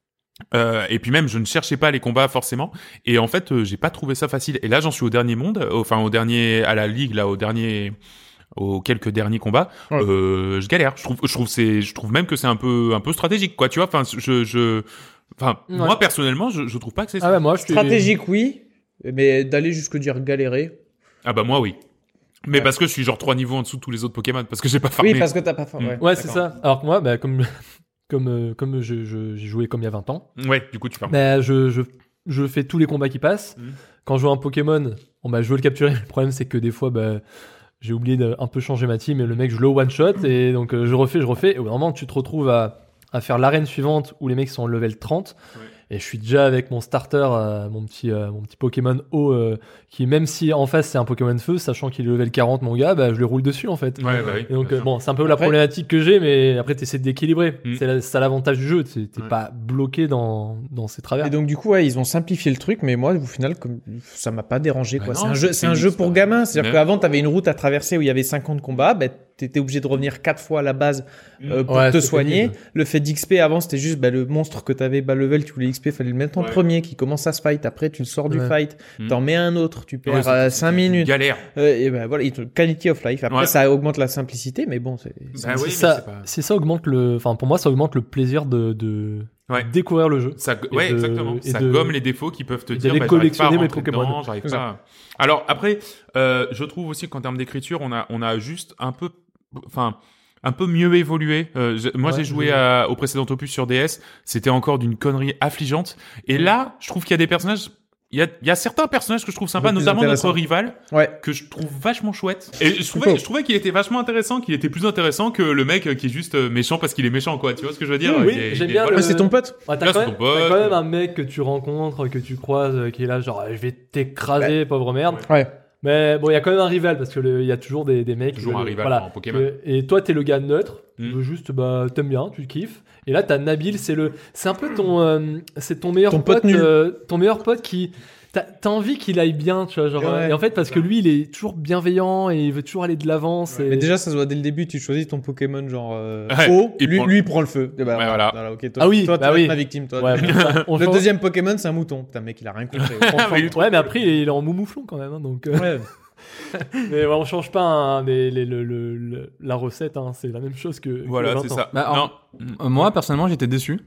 euh, et puis même, je ne cherchais pas les combats forcément. Et en fait, euh, j'ai pas trouvé ça facile. Et là, j'en suis au dernier monde, euh, enfin, au dernier, à la ligue, là, au dernier, aux quelques derniers combats. Ouais. Euh, je galère. Je trouve, je trouve c'est, je trouve même que c'est un peu, un peu stratégique, quoi. Tu vois, enfin, je, je, enfin, Ouais. moi, personnellement, je, je trouve pas que c'est Ah ouais, moi je suis Stratégique, oui. Mais d'aller jusque dire galérer. Ah bah, moi, oui. Mais Ouais. parce que je suis genre trois niveaux en dessous de tous les autres Pokémon, parce que j'ai pas farmé. Oui, parce que t'as pas fait. Mm. Ouais, Ouais, c'est d'accord. ça. Alors que moi, bah, comme comme euh, comme je je- j'ai joué comme il y a vingt ans. Ouais, du coup, tu farmes. Bah, je, je, je fais tous les combats qui passent. Mhm. Quand je joue un Pokémon, bon, bah, je veux le capturer. Le problème, c'est que des fois, bah, j'ai oublié d'un peu changer ma team et le mec, je le one-shot. Et donc, euh, je refais, je refais. Et au bout d'un moment, tu te retrouves à, à faire l'arène suivante où les mecs sont level trente. Ouais. Et je suis déjà avec mon starter, euh, mon, petit, euh, mon petit Pokémon haut, euh, qui, même si en face, c'est un Pokémon feu, sachant qu'il est level quarante, mon gars, bah, je le roule dessus, en fait. Ouais, bah oui. Et donc, bien euh, sûr. bon, c'est un peu la Après- problématique que j'ai, mais après, tu essaies d'équilibrer. Mm. C'est la- c'est ça l'avantage du jeu. T'es t'es Ouais. pas bloqué dans, dans ces travers. Et donc du coup, ouais, ils ont simplifié le truc, mais moi, au final, comme ça m'a pas dérangé. Bah Quoi. non, c'est un jeu, c'est c'est un une jeu pour expérience. gamins. C'est-à-dire Mais- qu'avant, t'avais une route à traverser où il y avait cinquante combats. Ben, t'étais obligé de revenir quatre fois à la base euh, pour Ouais, te c'est soigner. pénible. Le fait d'X P avant, c'était juste bah, le monstre que t'avais bas level, tu voulais X P, fallait le mettre en Ouais. premier, qui commence à se fight. Après, tu le sors du Ouais. fight, Mm. t'en mets un autre, tu Ouais, perds c'est- euh, c'est cinq une minutes. Galère. Euh, et ben voilà, il te- quality of life. Après, Ouais. ça augmente la simplicité, mais bon, c'est. Bah C'est oui, mais ça, c'est pas- c'est ça augmente le, enfin pour moi ça augmente le plaisir de, de Ouais. découvrir le jeu. Ça, Et ouais, de- exactement. et Ça de- gomme les défauts qui peuvent te et dire, d'aller bah, j'arrive pas à collectionner mes rentrer Pokémon. dedans, j'arrive C'est pas. à- Alors après, euh, je trouve aussi qu'en termes d'écriture, on a, on a juste un peu, enfin, un peu mieux évolué. Euh, je- moi, Ouais, j'ai joué je- à- au précédent opus sur D S. C'était encore d'une connerie affligeante. Et là, je trouve qu'il y a des personnages. Il y a, il y a certains personnages que je trouve sympas, Un peu plus notamment notre intéressants. rival, Ouais. que je trouve vachement chouette. Et je trouvais, faux. je trouvais qu'il était vachement intéressant, qu'il était plus intéressant que le mec qui est juste euh, méchant parce qu'il est méchant, quoi. Tu vois ce que je veux dire? Oui, Il est- j'aime il est- bien voilà. Ouais, c'est ton pote. Ouais, t'as Là, quand, c'est même, ton pote. t'as quand même un mec que tu rencontres, que tu croises, euh, qui est là genre je vais t'écraser, pauvre merde. Ouais. Mais bon, il y a quand même un rival parce que le- il y a toujours des, des mecs. Toujours qui un veulent- rival voilà, en Pokémon. que- et toi, t'es le gars neutre. Mm. Tu veux juste, bah, t'aimes bien, tu kiffes. Et là, t'as Nabil, c'est le, c'est un peu ton, euh, c'est ton meilleur Ton pote, pote nul. euh, ton meilleur pote qui, t'as, t'as envie qu'il aille bien, tu vois, genre. Ouais. euh, Et en fait, parce que lui, il est toujours bienveillant et il veut toujours aller de l'avant. C'est... Mais déjà, ça se voit dès le début, tu choisis ton Pokémon genre euh, Ouais, haut, il lui, prend- lui il prend le feu. Et bah, Ouais, voilà. ok, toi, Ah oui, toi, bah tu vas oui. être ma victime. Toi. Ouais, on le change- deuxième Pokémon, c'est un mouton. Putain, mec, il a rien compris. on- ouais, mais après, il est, il est en moumouflon quand même, hein, donc. euh, Ouais. Mais ouais, on change pas hein, les- les- le- le- le- la recette, hein, c'est la même chose que. que Voilà, vingt c'est ans. ça. Bah, non. Euh, Moi, personnellement, j'étais déçu.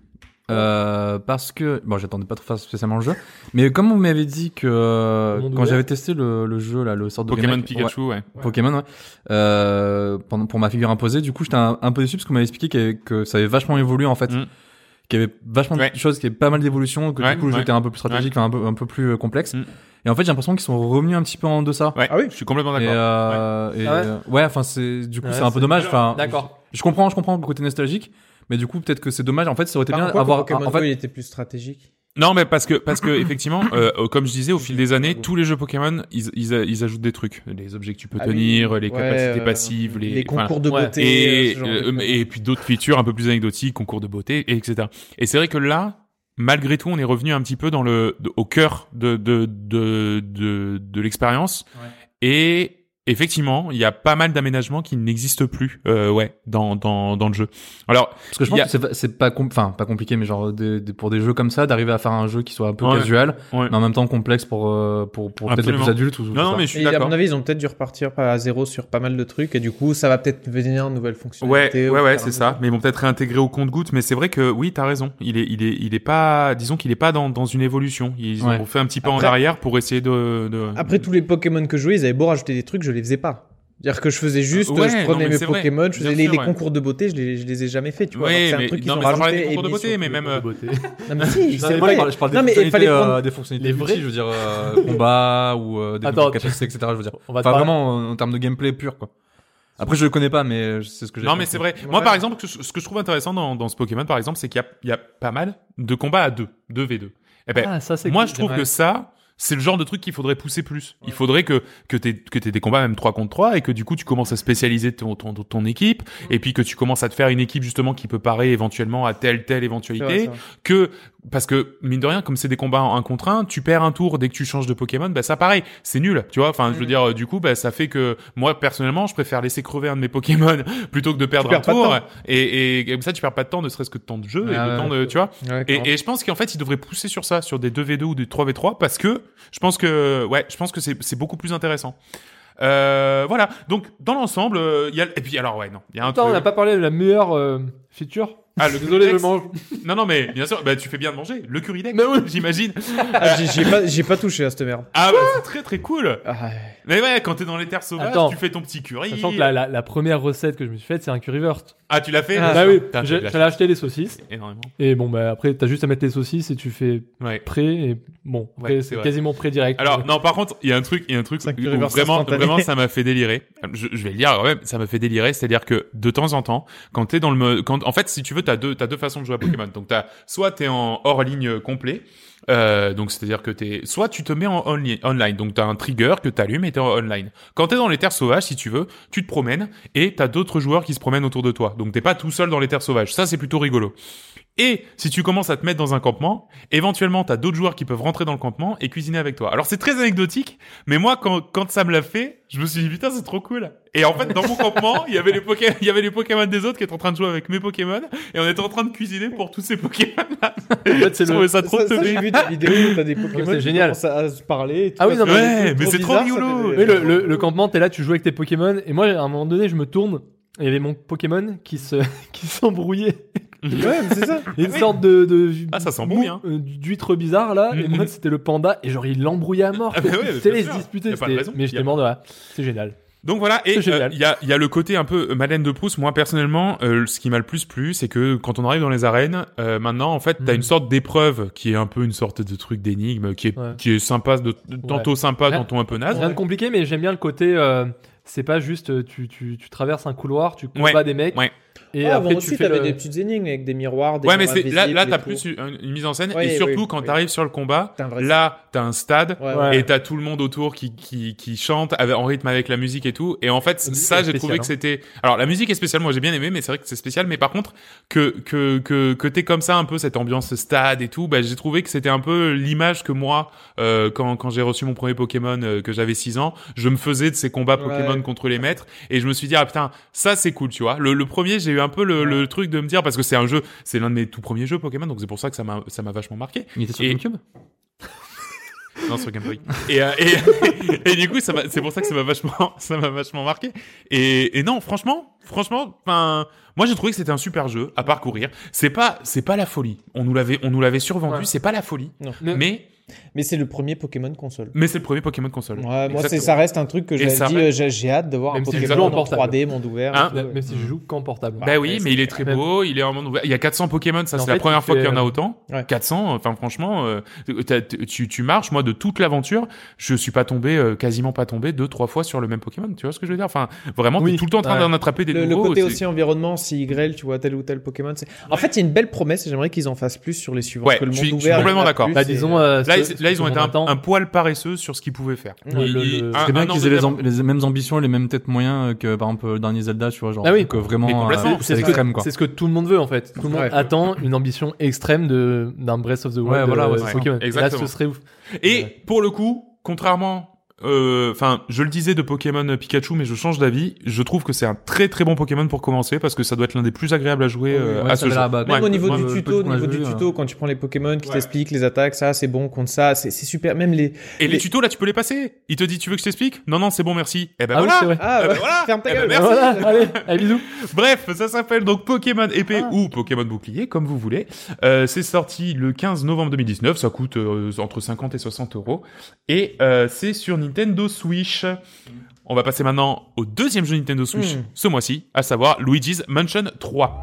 Euh, parce que bon, j'attendais pas trop spécialement le jeu, mais comme vous m'avez dit que euh, Le monde quand ouvert. j'avais testé le, le jeu là, le sort de Pokémon remake, Pikachu, ouais. ouais, Pokémon, ouais, euh, pendant pour ma figure imposée, du coup, j'étais un, un peu déçu parce qu'on m'avait expliqué qu'il y avait- que ça avait vachement évolué en fait, Mm. qu'il y avait vachement Ouais. de choses, qu'il y avait pas mal d'évolutions, que Ouais, du coup le jeu ouais. était un peu plus stratégique, enfin, un peu un peu plus euh, complexe. Mm. Et en fait, j'ai l'impression qu'ils sont revenus un petit peu en deçà. Ouais, Ah oui je suis complètement Et, d'accord. euh, et, Ah ouais euh, ouais, enfin c'est du coup Ouais, c'est un peu c'est- dommage. Enfin, D'accord. je comprends, je comprends le côté nostalgique, mais du coup peut-être que c'est dommage. En fait, ça aurait été bien Pourquoi avoir. Pokémon En fait, Go, il était plus stratégique. Non, mais parce que, parce que effectivement, euh, euh, comme je disais, au fil des années, tous les jeux Pokémon, ils, ils, ils ajoutent des trucs, les objets que tu peux Ah oui. tenir, les Ouais, capacités euh, passives, les, les enfin, concours de ouais. beauté. et, ce genre de euh, trucs. et puis d'autres features un peu plus anecdotiques, concours de beauté, et etc. Et c'est vrai que là, malgré tout, on est revenu un petit peu dans le, de- au cœur de, de, de, de, de l'expérience. Et effectivement, il y a pas mal d'aménagements qui n'existent plus, euh, ouais, dans, dans, dans le jeu. Alors, parce que je il y pense a- que c'est pas- c'est pas, com- enfin pas compliqué, mais genre des- des- pour des jeux comme ça, d'arriver à faire un jeu qui soit un peu Ouais. casual, Ouais. mais en même temps complexe pour euh, pour pour peut-être les Absolument. plus adultes ou. non, non, mais je suis Et à d'accord. mon avis, ils ont peut-être dû repartir à zéro sur pas mal de trucs, et du coup, ça va peut-être venir une nouvelle Ouais, fonctionnalité. ouais, au ouais, fur et c'est à ça. mesure. Mais ils vont peut-être réintégrer au compte-goutte. Mais c'est vrai que oui, t'as raison. Il est, il est, il est pas. Disons qu'il est pas dans, dans une évolution. Ils Ouais. ont fait un petit pas en Après- arrière pour essayer de. de... Après, tous les Pokémon que je jouais, ils avaient beau rajouter des trucs, je les faisais pas. C'est-à-dire que je faisais juste, Ouais, je non, prenais mais mes c'est vrai. Pokémon, je faisais Bien les, sûr, les ouais. concours de beauté, je les, je les ai jamais fait, tu vois. Ouais, Alors que c'est un mais- truc qu'ils non, ont mais sans parler rajouté des et concours de mis beauté, sur- mais même, euh, beauté. Non mais si, Non, c'est moi, vrai. je parle, je parle des Non mais il fonctionnalités, fallait euh, prendre. des fonctionnalités les multi, vrais- je veux dire euh, combat ou euh, des Attends, Attends, capacité, et cetera. Je veux dire. On va te Enfin, parler- vraiment euh, en termes de gameplay pur, quoi. Après, je le connais pas, mais c'est ce que j'ai. Non, mais c'est vrai. Moi, par exemple, que je- ce que je trouve intéressant dans, dans ce Pokémon, par exemple, c'est qu'il y a, il y a pas mal de combats à deux, deux v deux. Eh ben, Ah, ça, c'est moi, cool, je trouve c'est que vrai. ça, c'est le genre de truc qu'il faudrait pousser plus. Il faudrait que que t'aies que t'aies des combats même trois contre trois et que du coup tu commences à spécialiser ton ton ton équipe et puis que tu commences à te faire une équipe justement qui peut parer éventuellement à telle telle C'est vrai, éventualité. c'est vrai. Que parce que mine de rien, comme c'est des combats en un contre un, tu perds un tour dès que tu changes de Pokémon, bah ça pareil, c'est nul, tu vois. Enfin, je veux Mm. dire, du coup, bah ça fait que moi personnellement, je préfère laisser crever un de mes Pokémon plutôt que de perdre Tu un perds pas de tour. temps. Et, et, et comme ça, tu perds pas de temps, ne serait-ce que de temps de jeu et Ah de ouais. temps de, tu vois. Ouais, Et, clairement. et je pense qu'en fait, ils devraient pousser sur ça, sur des deux v deux ou des trois v trois, parce que je pense que, ouais, je pense que c'est c'est beaucoup plus intéressant. Euh, voilà. Donc, dans l'ensemble, euh, il y a et puis alors ouais, non, il y a un Attends, on truc. n'a pas parlé de la meilleure euh, feature. Ah, le Désolé, je Currydex. mange. Non, non, mais bien sûr, bah tu fais bien de manger le Currydex, Mais oui. j'imagine. Ah, j'ai- j'ai pas, j'ai pas touché à cette merde. Ah bah c'est très très cool. Ah, ouais. Mais ouais, quand t'es dans les terres sauvages, Attends. tu fais ton petit curry. Sachant que la, la, la première recette que je me suis faite, c'est un currywurst. Ah, tu l'as fait Ah, bah oui, Putain, j'ai- tu l'as j'allais acheter les saucisses. fait énormément. Et bon, bah après, t'as juste à mettre les saucisses et tu fais Ouais. prêt. Et bon, après, Ouais, c'est c'est vrai. quasiment prêt direct. Alors non, par contre, il y a un truc, il y a un truc C'est un où currywurst vraiment, instantané. vraiment, ça m'a fait délirer. Je, je vais le dire, ouais, ça m'a fait délirer. C'est-à-dire que de temps en temps, quand t'es dans le mode, quand, en fait, si tu veux, t'as deux, t'as deux façons de jouer à Pokémon. Donc t'as, soit t'es en hors ligne complet. Euh, donc c'est-à-dire que t'es, soit tu te mets en onli- online, donc t'as un trigger que t'allumes et t'es en online. Quand t'es dans les terres sauvages, si tu veux, tu te promènes et t'as d'autres joueurs qui se promènent autour de toi. Donc t'es pas tout seul dans les terres sauvages. Ça c'est plutôt rigolo. Et si tu commences à te mettre dans un campement, éventuellement t'as d'autres joueurs qui peuvent rentrer dans le campement et cuisiner avec toi. Alors c'est très anecdotique, mais moi quand quand ça me l'a fait, je me suis dit putain c'est trop cool. Et en fait dans mon campement, il y avait les Poké- il y avait les Pokémon des autres qui étaient en train de jouer avec mes Pokémon et on était en train de cuisiner pour tous ces Pokémon là. En fait, c'est Je le. trouvais ça trop Ça, ça, teubé. j'ai vu des vidéos où t'as des Pokémon c'est qui génial. commencent à se parler. et tout Ah oui, ça, non, ça mais- fait des Ouais, trucs mais c'est trop bizarres, rigolo. ça fait- Oui, le, le, le campement, t'es là, tu joues avec tes Pokémon. Et moi, à un moment donné, je me tourne. Et il y avait mon Pokémon qui se qui s'embrouillait. Ouais, mais c'est ça. Une sorte de, de Ah, ça sent bon, mou- bien. euh, d'huître bizarre là. Et Mhm. moi, c'était le panda. Et genre, il l'embrouillait à mort. Ah bah ouais, C'était bien les sûr. disputer. Y a pas de c'était- raison. Mais Y j'étais a- mort de là. C'est génial. Donc voilà, et C'est génial. il y a il y a le côté un peu euh, Madeleine de Proust. Moi personnellement, euh, ce qui m'a le plus plu, c'est que quand on arrive dans les arènes, euh, maintenant en fait, t'as Mhm. une sorte d'épreuve qui est un peu une sorte de truc d'énigme, qui est Ouais. qui est sympa, de, de- tantôt sympa, Rien- tantôt un peu naze. Rien de compliqué, mais j'aime bien le côté. euh, c'est pas juste euh, tu, tu, tu traverses un couloir, tu combats Ouais, des mecs. ouais. Et Ah, après, bon, tu aussi, fais. t'avais le- des petites énigmes avec des miroirs, des Ouais, mais murs c'est là, invisibles, là, des t'as tours. plus une, une mise en scène Oui, et surtout oui, quand oui. t'arrives sur le combat, T'as un vrai là, t'as un stade. Ouais, Ouais. Et t'as tout le monde autour qui qui qui chante avec, en rythme avec la musique et tout. Et en fait, musique ça, est j'ai trouvé spéciale, que c'était. Alors la musique est spéciale, moi j'ai bien aimé, mais c'est vrai que c'est spécial. Mais par contre, que que que que t'es comme ça un peu cette ambiance stade et tout, bah j'ai trouvé que c'était un peu l'image que moi, euh, quand quand j'ai reçu mon premier Pokémon, euh, que j'avais six ans, je me faisais de ces combats Pokémon Ouais. contre les maîtres. Et je me suis dit ah putain, ça c'est cool, tu vois. Le le premier, j'ai eu un peu le le truc de me dire parce que c'est un jeu, c'est l'un de mes tout premiers jeux Pokémon, donc c'est pour ça que ça m'a ça m'a vachement marqué. Il était sur Et- GameCube. Non, sur Game Boy. Et, euh, et, et du coup, ça m'a, c'est pour ça que ça m'a vachement, ça m'a vachement marqué. Et, et non, franchement, franchement, enfin, moi j'ai trouvé que c'était un super jeu à parcourir. C'est pas, c'est pas la folie. On nous l'avait, on nous l'avait survendu. Ouais. C'est pas la folie. Non. Mais, Mais c'est le premier Pokémon console. mais c'est le premier Pokémon console. Ouais, moi, c'est, Exactement. ça reste un truc que Et j'ai ça dit, reste- euh, j'ai, j'ai hâte de voir Même un si je Pokémon joue en en portable. trois D, monde ouvert. Hein et tout. Même si je joue qu'en portable. Bah oui, Ouais, mais c'est- il est très même- beau, il est en monde ouvert. Il y a quatre cents Pokémon, ça Mais en c'est la fait, première il fois fait, qu'il y en a euh, autant. Ouais. quatre cents, enfin franchement, euh, t'as- tu, tu marches, moi de toute l'aventure, je suis pas tombé, euh, quasiment pas tombé deux, trois fois sur le même Pokémon, tu vois ce que je veux dire? Enfin, vraiment, Oui. t'es tout le temps en train Ouais. d'en attraper des Le, le nouveaux. côté c'est- aussi environnement, si grêle, tu vois tel ou tel Pokémon. c'est- En fait, il y a une belle promesse et j'aimerais qu'ils en fassent plus sur les suivants. Ouais, que le je monde suis- je suis ouvert, complètement il y en a d'accord. plus, Bah, et- disons. euh, Là, ce- ils, là, ce ils ont que été l'on un, attend. un poil paresseux sur ce qu'ils pouvaient faire. Ouais, Ils- le- ils- le- un- C'est bien un an qu'ils de aient les, développement. amb- les mêmes ambitions et les mêmes peut-être moyens que par exemple le dernier Zelda, tu vois, genre Ah oui. un truc vraiment Mais complètement. euh, C'est ce, extrême que, quoi. c'est ce que tout le monde veut en fait. Tout le monde Ouais. attend une ambition extrême de d'un Breath of the Wild. Ouais, voilà, euh, ouais, c'est Pokémon. ça. Exactement. Là, ce serait ouf. Et Ouais. pour le coup, contrairement, enfin, je le disais de Pokémon Pikachu, mais je change d'avis. Je trouve que c'est un très très bon Pokémon pour commencer parce que ça doit être l'un des plus agréables à jouer euh, Ouais, à ça ce avait jeu. l'air bas. Même Ouais, au niveau moi, du le tuto, peu au qu'on a niveau du vu, tuto, quand tu prends les Pokémon qui Ouais. t'expliquent les attaques, ça c'est bon contre ça, c'est, c'est super. Même les. Et les les- tutos là, tu peux les passer. Il te dit, tu veux que je t'explique? Non non, c'est bon, merci. Eh ben Ah oui, voilà. c'est vrai. Ah, Eh ben ouais, voilà. ferme ta Eh ben gueule. merci. Voilà, allez, allez, bisous. Bref, ça s'appelle donc Pokémon épée Ah. ou Pokémon bouclier, comme vous voulez. Euh, c'est sorti le quinze novembre deux mille dix-neuf. Ça coûte euh, entre cinquante et soixante euros. Et euh, c'est sur Nintendo Switch. On va passer maintenant au deuxième jeu Nintendo Switch Mm. ce mois-ci, à savoir Luigi's Mansion trois.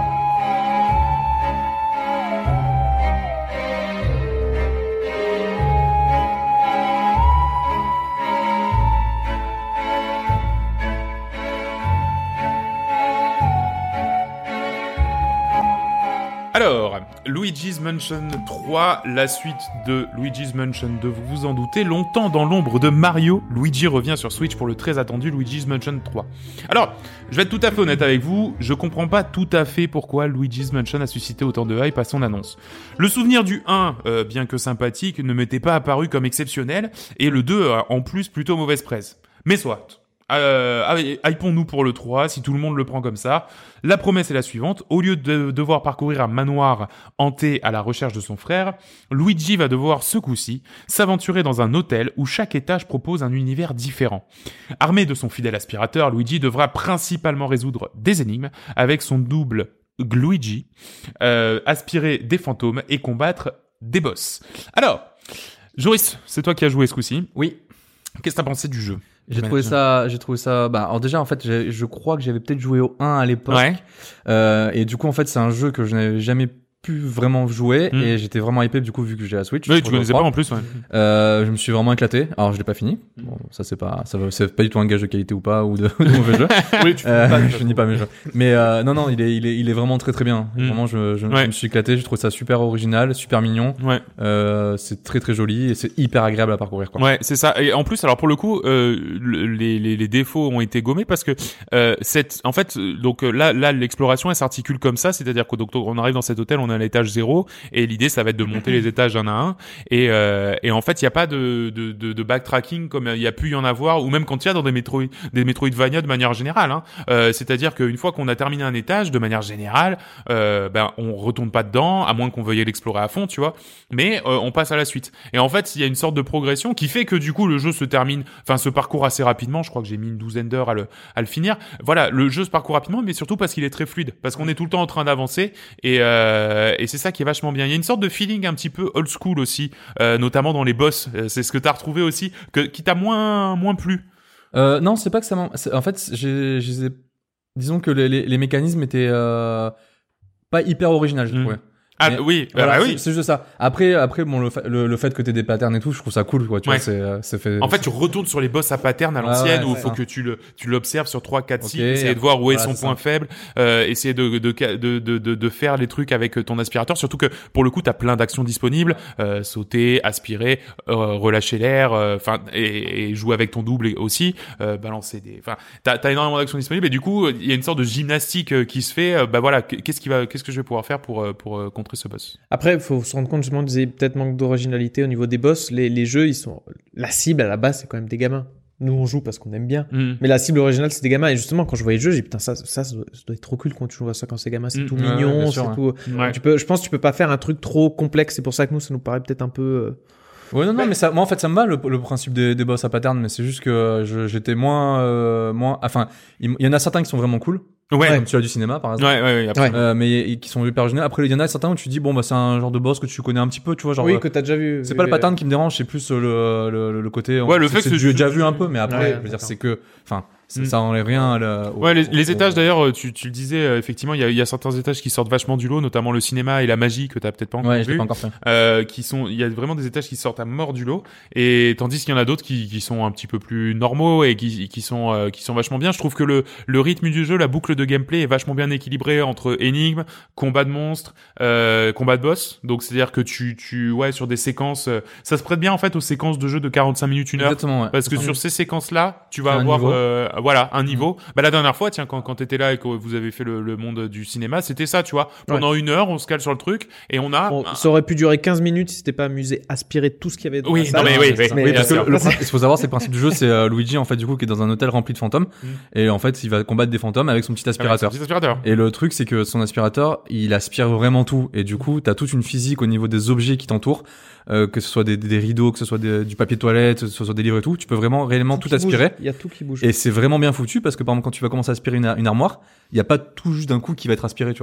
Alors, Luigi's Mansion trois, la suite de Luigi's Mansion deux, vous vous en doutez, longtemps dans l'ombre de Mario, Luigi revient sur Switch pour le très attendu Luigi's Mansion trois. Alors, je vais être tout à fait honnête avec vous, je comprends pas tout à fait pourquoi Luigi's Mansion a suscité autant de hype à son annonce. Le souvenir du un, euh, bien que sympathique, ne m'était pas apparu comme exceptionnel, et le deux a en plus plutôt mauvaise presse. Mais soit. Euh, allez, hypons-nous pour le trois, si tout le monde le prend comme ça. La promesse est la suivante. Au lieu de devoir parcourir un manoir hanté à la recherche de son frère, Luigi va devoir, ce coup-ci, s'aventurer dans un hôtel où chaque étage propose un univers différent. Armé de son fidèle aspirateur, Luigi devra principalement résoudre des énigmes avec son double Gluigi, euh, aspirer des fantômes et combattre des boss. Alors, Joris, c'est toi qui as joué ce coup-ci. Oui. Qu'est-ce que t'as pensé du jeu? J'ai trouvé ça, j'ai trouvé ça, bah, alors déjà, en fait, j'ai- je crois que j'avais peut-être joué au un à l'époque. Ouais. Euh, et du coup, en fait, c'est un jeu que je n'avais jamais pu vraiment jouer Mm. et j'étais vraiment hypé du coup vu que j'ai la Switch. Oui, je tu trouve connaissais ça pas fort. en plus, ouais. Euh, je me suis vraiment éclaté. Alors, je l'ai pas fini. Bon, ça c'est pas, ça va- c'est pas du tout un gage de qualité ou pas ou de, de mauvais jeu. Oui, tu Euh, pas, je finis pas mes jeux. Mais euh, non, non, il est, il est, il est vraiment très très bien. Mm. Vraiment, je, je, Ouais. je me suis éclaté. Je trouve ça super original, super mignon. Ouais. Euh, c'est très très joli et c'est hyper agréable à parcourir. Quoi. Ouais, c'est ça. Et en plus, alors pour le coup, euh, le- les, les, les défauts ont été gommés parce que euh, cette, en fait, euh, donc euh, là, là, l'exploration elle s'articule comme ça, c'est-à-dire que donc on arrive dans cet hôtel, on est à l'étage zéro, et l'idée ça va être de monter les étages un à un. Et, euh, et en fait, il y a pas de, de, de, de backtracking comme il y a pu y en avoir, ou même quand il y a dans des Metroid, des Metroidvania de manière générale. Hein. Euh, c'est-à-dire qu'une fois qu'on a terminé un étage, de manière générale, euh, ben on retourne pas dedans, à moins qu'on veuille l'explorer à fond, tu vois. Mais euh, on passe à la suite. Et en fait, il y a une sorte de progression qui fait que du coup le jeu se termine, enfin se parcourt assez rapidement. Je crois que j'ai mis une douzaine d'heures à le à le finir. Voilà, le jeu se parcourt rapidement, mais surtout parce qu'il est très fluide, parce qu'on est tout le temps en train d'avancer et euh, et c'est ça qui est vachement bien. Il y a une sorte de feeling un petit peu old school aussi, euh, notamment dans les boss. Euh, C'est ce que t'as retrouvé aussi, que qui t'a moins moins plu. Euh, non, c'est pas que ça m'en... c'est- En fait, j'ai, j'ai... disons que les, les, les mécanismes étaient euh, pas hyper originaux, je Mm. trouvais. Ah Mais oui, Voilà, bah c'est- oui. c'est juste ça. Après, après bon, le, fa- le, le fait que t'aies des patterns et tout, je trouve ça cool, quoi. Tu Ouais. vois, c'est, euh, c'est fait. En fait, tu retournes sur les boss à pattern à Ouais, l'ancienne, ouais, où il ouais. faut que tu le, tu l'observes sur trois, quatre Ok, cycles, essayer de voir où est voilà, son c'est point ça. faible, euh, essayer de, de, de, de, de, de faire les trucs avec ton aspirateur, surtout que, pour le coup, t'as plein d'actions disponibles, euh, sauter, aspirer, euh, relâcher l'air, enfin, et, et jouer avec ton double aussi, euh, balancer des, enfin, t'as, t'as énormément d'actions disponibles, et du coup, il y a une sorte de gymnastique euh, qui se fait, euh, bah voilà, qu'est-ce qui va, qu'est-ce que je vais pouvoir faire pour, euh, pour euh, contrer ce boss? Après, il faut se rendre compte, justement, disais peut-être manque d'originalité au niveau des boss. Les, les jeux, ils sont, la cible à la base, c'est quand même des gamins. Nous, on joue parce qu'on aime bien. Mm. Mais la cible originale, c'est des gamins. Et justement, quand je voyais le jeu, j'ai dit, putain, ça, ça, ça doit, ça doit être trop cool quand tu vois ça quand c'est gamin. C'est Mm. tout Ouais, ouais, mignon, bien sûr, c'est ouais. tout. Ouais. Tu peux, je pense que tu peux pas faire un truc trop complexe. C'est pour ça que nous, ça nous paraît peut-être un peu, euh, Ouais, non, non, mais ça, moi, en fait, ça me va, le, le principe des, des boss à pattern, mais c'est juste que euh, je, j'étais moins, euh, moins, enfin, il il y en a certains qui sont vraiment cool. Ouais. Comme celui du cinéma, par exemple. Ouais, ouais, ouais, absolument. Euh, mais qui sont hyper originaux. Après, il y en a certains où tu dis, bon, bah, c'est un genre de boss que tu connais un petit peu, tu vois, genre. oui, euh, que t'as déjà vu. c'est vu- pas le pattern qui me dérange, c'est plus euh, le, le, le côté. Ouais, le c'est- fait c'est que du- c'est- j'ai déjà vu un peu, mais après, Ouais, je veux dire, d'accord. c'est que, enfin, ça, Mm. ça enlève rien à la, au- Ouais, les, au- les au- étages d'ailleurs, tu, tu le disais, euh, effectivement, il y a, il y a certains étages qui sortent vachement du lot, notamment le cinéma et la magie que t'as peut-être pas encore Ouais, je l'ai vu, pas encore fait. euh, qui sont, il y a vraiment des étages qui sortent à mort du lot, et tandis qu'il y en a d'autres qui, qui sont un petit peu plus normaux et qui, qui sont, euh, qui sont vachement bien. Je trouve que le, le rythme du jeu, la boucle de gameplay est vachement bien équilibrée entre énigmes, combat de monstres, euh, combat de boss. Donc c'est à dire que tu, tu, ouais, sur des séquences, euh, ça se prête bien en fait aux séquences de jeu de quarante-cinq minutes, une heure. Exactement, ouais. Parce que sur ces séquences-là, tu vas Un avoir niveau. euh, voilà un niveau. Bah la dernière fois, tiens, quand quand t'étais là et que vous avez fait le, le monde du cinéma, c'était ça, tu vois. Pendant une heure, on se cale sur le truc et on a. Bon, ça aurait pu durer quinze minutes si c'était pas amusé, aspirer tout ce qu'il y avait dans Oui, la salle. non, mais oui, oui, Mais Oui, parce que bien sûr. le, principe- il faut savoir, c'est le principe du jeu, c'est euh, Luigi en fait du coup qui est dans un hôtel rempli de fantômes Mm. et en fait il va combattre des fantômes avec son petit aspirateur. Petit aspirateur. Et le truc c'est que son aspirateur, il aspire vraiment tout et du coup t'as toute une physique au niveau des objets qui t'entourent, euh, que ce soit des, des rideaux, que ce soit des- du papier toilette, que ce soit des livres et tout, tu peux vraiment réellement tout, qui bouge. aspirer. Il y a tout qui bouge. Et c'est vraiment bien foutu parce que par exemple quand tu vas commencer à aspirer une, une armoire, il y a pas tout juste d'un coup qui va être aspiré, tu vois.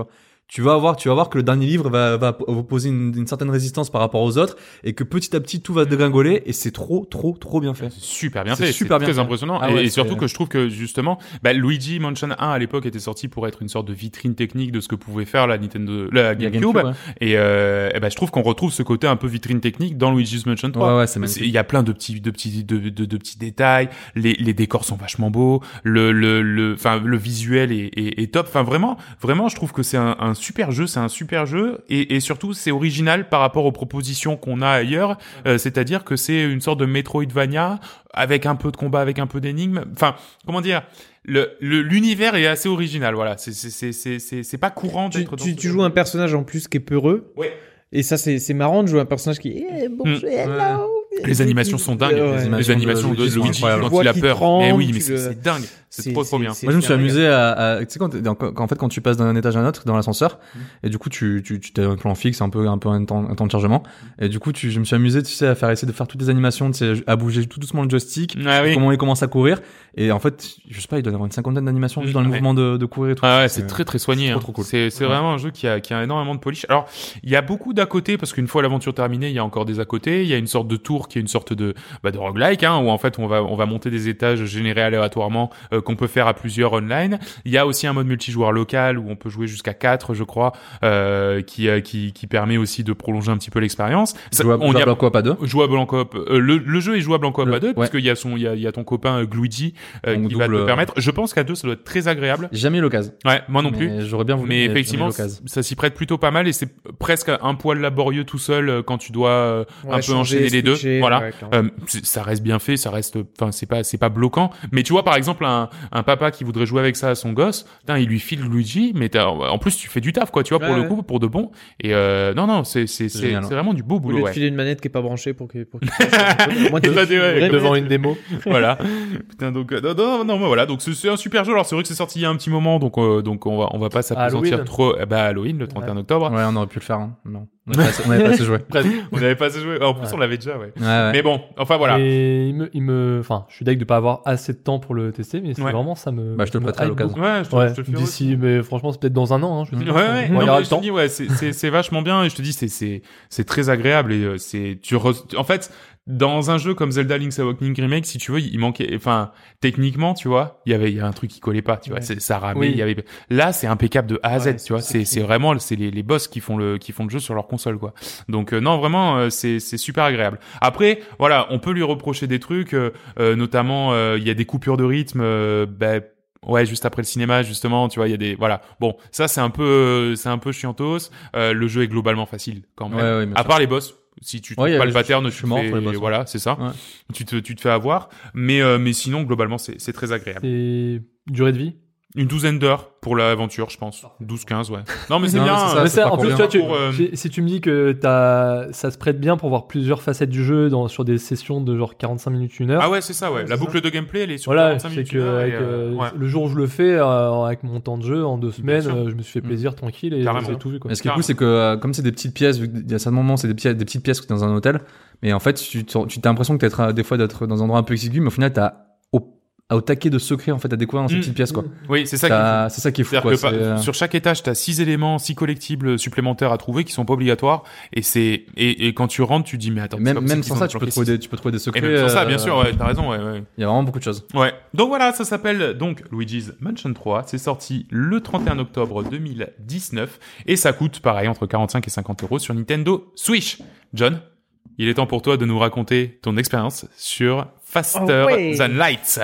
tu vas voir, tu vas voir que le dernier livre va, va vous poser une, une certaine résistance par rapport aux autres et que petit à petit tout va dégringoler et c'est trop, trop, trop bien fait. C'est super bien C'est fait, super c'est bien très fait. impressionnant. Ah et, ouais, et surtout c'est- que je trouve que justement, bah, Luigi Mansion un à l'époque était sorti pour être une sorte de vitrine technique de ce que pouvait faire la Nintendo, la Il y a GameCube. GameCube, ouais. Et, euh, et ben je trouve qu'on retrouve ce côté un peu vitrine technique dans Luigi's Mansion trois. Ouais, ouais, c'est C'est- magnifique. Il y a plein de petits, de petits, de, de, de petits détails. Les, les décors sont vachement beaux. Le, le, le, enfin, le visuel est, est, est top. Enfin, vraiment, vraiment, je trouve que c'est un, un super jeu. C'est un super jeu. Et, et surtout, c'est original par rapport aux propositions qu'on a ailleurs. Euh, c'est-à-dire que c'est une sorte de Metroidvania avec un peu de combat, avec un peu d'énigmes. Enfin, comment dire? Le, le, l'univers est assez original. Voilà. C'est, c'est, c'est, c'est, c'est, c'est pas courant Tu, d'être dans tu, ce tu genre joues de- un personnage en plus qui est peureux. Ouais. Et ça, c'est, c'est marrant de jouer un personnage qui est eh, bonjour, Mm. hello. Les animations sont dingues. Ouais, ouais. Les animations de Luigi sont Luigi incroyables. quand Tu vois il a qu'il peur. tremble, Mais oui, tu mais c'est, le- c'est dingue. C'est, C'est- trop trop c'est- bien. c'est- Moi, je me suis c'est un amusé à, à tu sais quand, t'es- dans- quand en fait quand tu passes d'un étage à un autre dans l'ascenseur et du coup tu tu tu t'as un plan fixe un peu un peu un temps, un temps de chargement et du coup tu je me suis amusé tu sais à faire essayer de faire toutes les animations tu sais à bouger tout doucement le joystick Ah oui. comment il commence à courir et en fait je sais pas il doit y avoir une cinquantaine d'animations juste dans le Ouais. mouvement de, de courir et tout. Ah ouais, c'est très très soigné. trop, hein. trop cool. C'est c'est Ouais. vraiment un jeu qui a qui a énormément de polish. Alors il y a beaucoup d'à côté parce qu'une fois l'aventure terminée, il y a encore des à côté. Il y a une sorte de tour qui est une sorte de bah, de roguelike hein, où en fait on va on va monter des étages générés aléatoirement euh, qu'on peut faire à plusieurs online. Il y a aussi un mode multijoueur local où on peut jouer jusqu'à quatre, je crois, euh, qui euh, qui qui permet aussi de prolonger un petit peu l'expérience. Ça- Jouable, on y a- jouable en coop à deux. Jouable en coop. Euh, le, le jeu est jouable en coop Le- à deux ouais. parce qu'il y a son il y a, il y a ton copain euh, Luigi euh, Donc qui va te double- permettre. Je pense qu'à deux ça doit être très agréable. J'ai jamais eu l'occasion. Ouais, moi non plus. Mais j'aurais bien voulu. Mais j'ai jamais eu effectivement, l'occasion. ça s'y prête plutôt pas mal et c'est presque un poil laborieux tout seul euh, quand tu dois euh, Ouais, un peu changer, enchaîner les deux. switcher, Voilà. ouais, clairement. Euh, c'est- ça reste bien fait, ça reste, enfin c'est pas c'est pas bloquant. Mais tu vois par exemple un, un papa qui voudrait jouer avec ça à son gosse, putain, il lui file Luigi, mais t'as- en plus tu fais du taf quoi, tu vois pour Ouais, le ouais. coup pour de bon. Et euh, non non c'est c'est c'est génial, c'est hein. vraiment du beau Au boulot. lieu de Ouais. filer une manette qui est pas branchée pour que. Pour qu'il fasse- Moi, tu Ouais, files ouais, une vraie devant manette. une démo. Voilà. Putain donc euh, non non non, non, voilà donc c'est c'est un super jeu. Alors c'est vrai que c'est sorti il y a un petit moment donc euh, donc on va on va pas s'appesantir Halloween. trop. Eh bah Halloween le trente et un octobre. Ouais, on aurait pu le faire. Hein. Non, on avait pas assez- on avait pas assez joué. On n'avait pas assez joué. En plus Ouais. on l'avait déjà ouais. Ouais, ouais. Mais bon enfin voilà. Et il me, il me, enfin, je suis deg de pas avoir assez de temps pour le tester, mais c'est Ouais. vraiment ça me. Bah, je te le me prêterai à hype l'occasion. Ouais, je te, beaucoup. Ouais, je te le ferai aussi. d'ici, mais franchement, c'est peut-être dans un an. Hein, je sais Ouais, pas. ouais, Bon, non, il y aura mais le je te temps. dis, ouais, c'est, c'est, c'est vachement bien et je te dis, c'est, c'est, c'est très agréable et euh, c'est, tu re- en fait, dans un jeu comme Zelda Link's Awakening Remake, si tu veux, il manquait, enfin, techniquement, tu vois, il y avait, il y a un truc qui collait pas, tu vois, Ouais. c'est, ça ramait, Oui. il y avait, là, c'est impeccable de A à Z, Ouais, tu vois, c'est- c'est, c'est vraiment, c'est les, les boss qui font le, qui font le jeu sur leur console, quoi. Donc, euh, non, vraiment, euh, c'est, c'est super agréable. Après, voilà, on peut lui reprocher des trucs, euh, euh, notamment, euh, il y a des coupures de rythme, euh, ben, ouais, juste après le cinéma, justement, tu vois, il y a des, voilà. Bon, ça, c'est un peu, euh, c'est un peu chiantos. Euh, le jeu est globalement facile, quand même. Ouais, ouais, bien à sûr. part les boss. Si tu trouves Ouais, y a- pas le je- pattern, je tu suis mort fais- pour les boss, ouais. voilà, c'est ça. Ouais. Tu te, tu te fais avoir. Mais, euh, mais sinon, globalement, c'est, c'est très agréable. C'est durée de vie. Une douzaine d'heures pour l'aventure, je pense. douze quinze, ouais. Non, mais c'est Non, bien. c'est ça, euh, Mais c'est c'est- pas en pour plus, rien. tu vois, tu- Pour, euh, si- si tu me dis que t'as, ça se prête bien pour voir plusieurs facettes du jeu dans, sur des sessions de genre quarante-cinq minutes, une heure. Ah ouais, c'est ça, ouais. Ouais, La c'est boucle de gameplay, elle est sur Voilà, quarante-cinq c'est minutes. que une heure, avec, et, euh, euh, ouais. le jour où je le fais, euh, avec mon temps de jeu, en deux semaines, sûr. euh, je me suis fait plaisir tranquille et Carrément. j'ai tout vu. Quoi. Mais ce qui est cool, c'est que euh, comme c'est des petites pièces, vu qu'il y a certains moments, c'est des, pièces, des petites pièces que t'es dans un hôtel, mais en fait, tu te- tu t'as l'impression que t'es des fois d'être dans un endroit un peu exigu, mais au final, t'as au, au taquet de secrets en fait à découvrir dans ces Mm. petites pièces, quoi. Oui, c'est ça qui est T'as- C'est ça qui est fou, C'est-à-dire quoi. que pas- c'est, euh, sur chaque étage, t'as six éléments, six collectibles supplémentaires à trouver qui sont pas obligatoires. Et c'est et, et quand tu rentres, tu dis mais attends. c'est Même, pas même possible sans qu'ils ça, ont tu peux, planqué trouver six. des, tu peux trouver des Et secrets. même sans ça, euh, bien sûr, ouais, t'as raison, ouais, ouais. Il y a vraiment beaucoup de choses. Ouais. Donc voilà, ça s'appelle donc Luigi's Mansion trois. C'est sorti le trente et un octobre deux mille dix-neuf et ça coûte pareil entre quarante-cinq et cinquante euros sur Nintendo Switch. John, il est temps pour toi de nous raconter ton expérience sur Faster Oh ouais. Than Lights.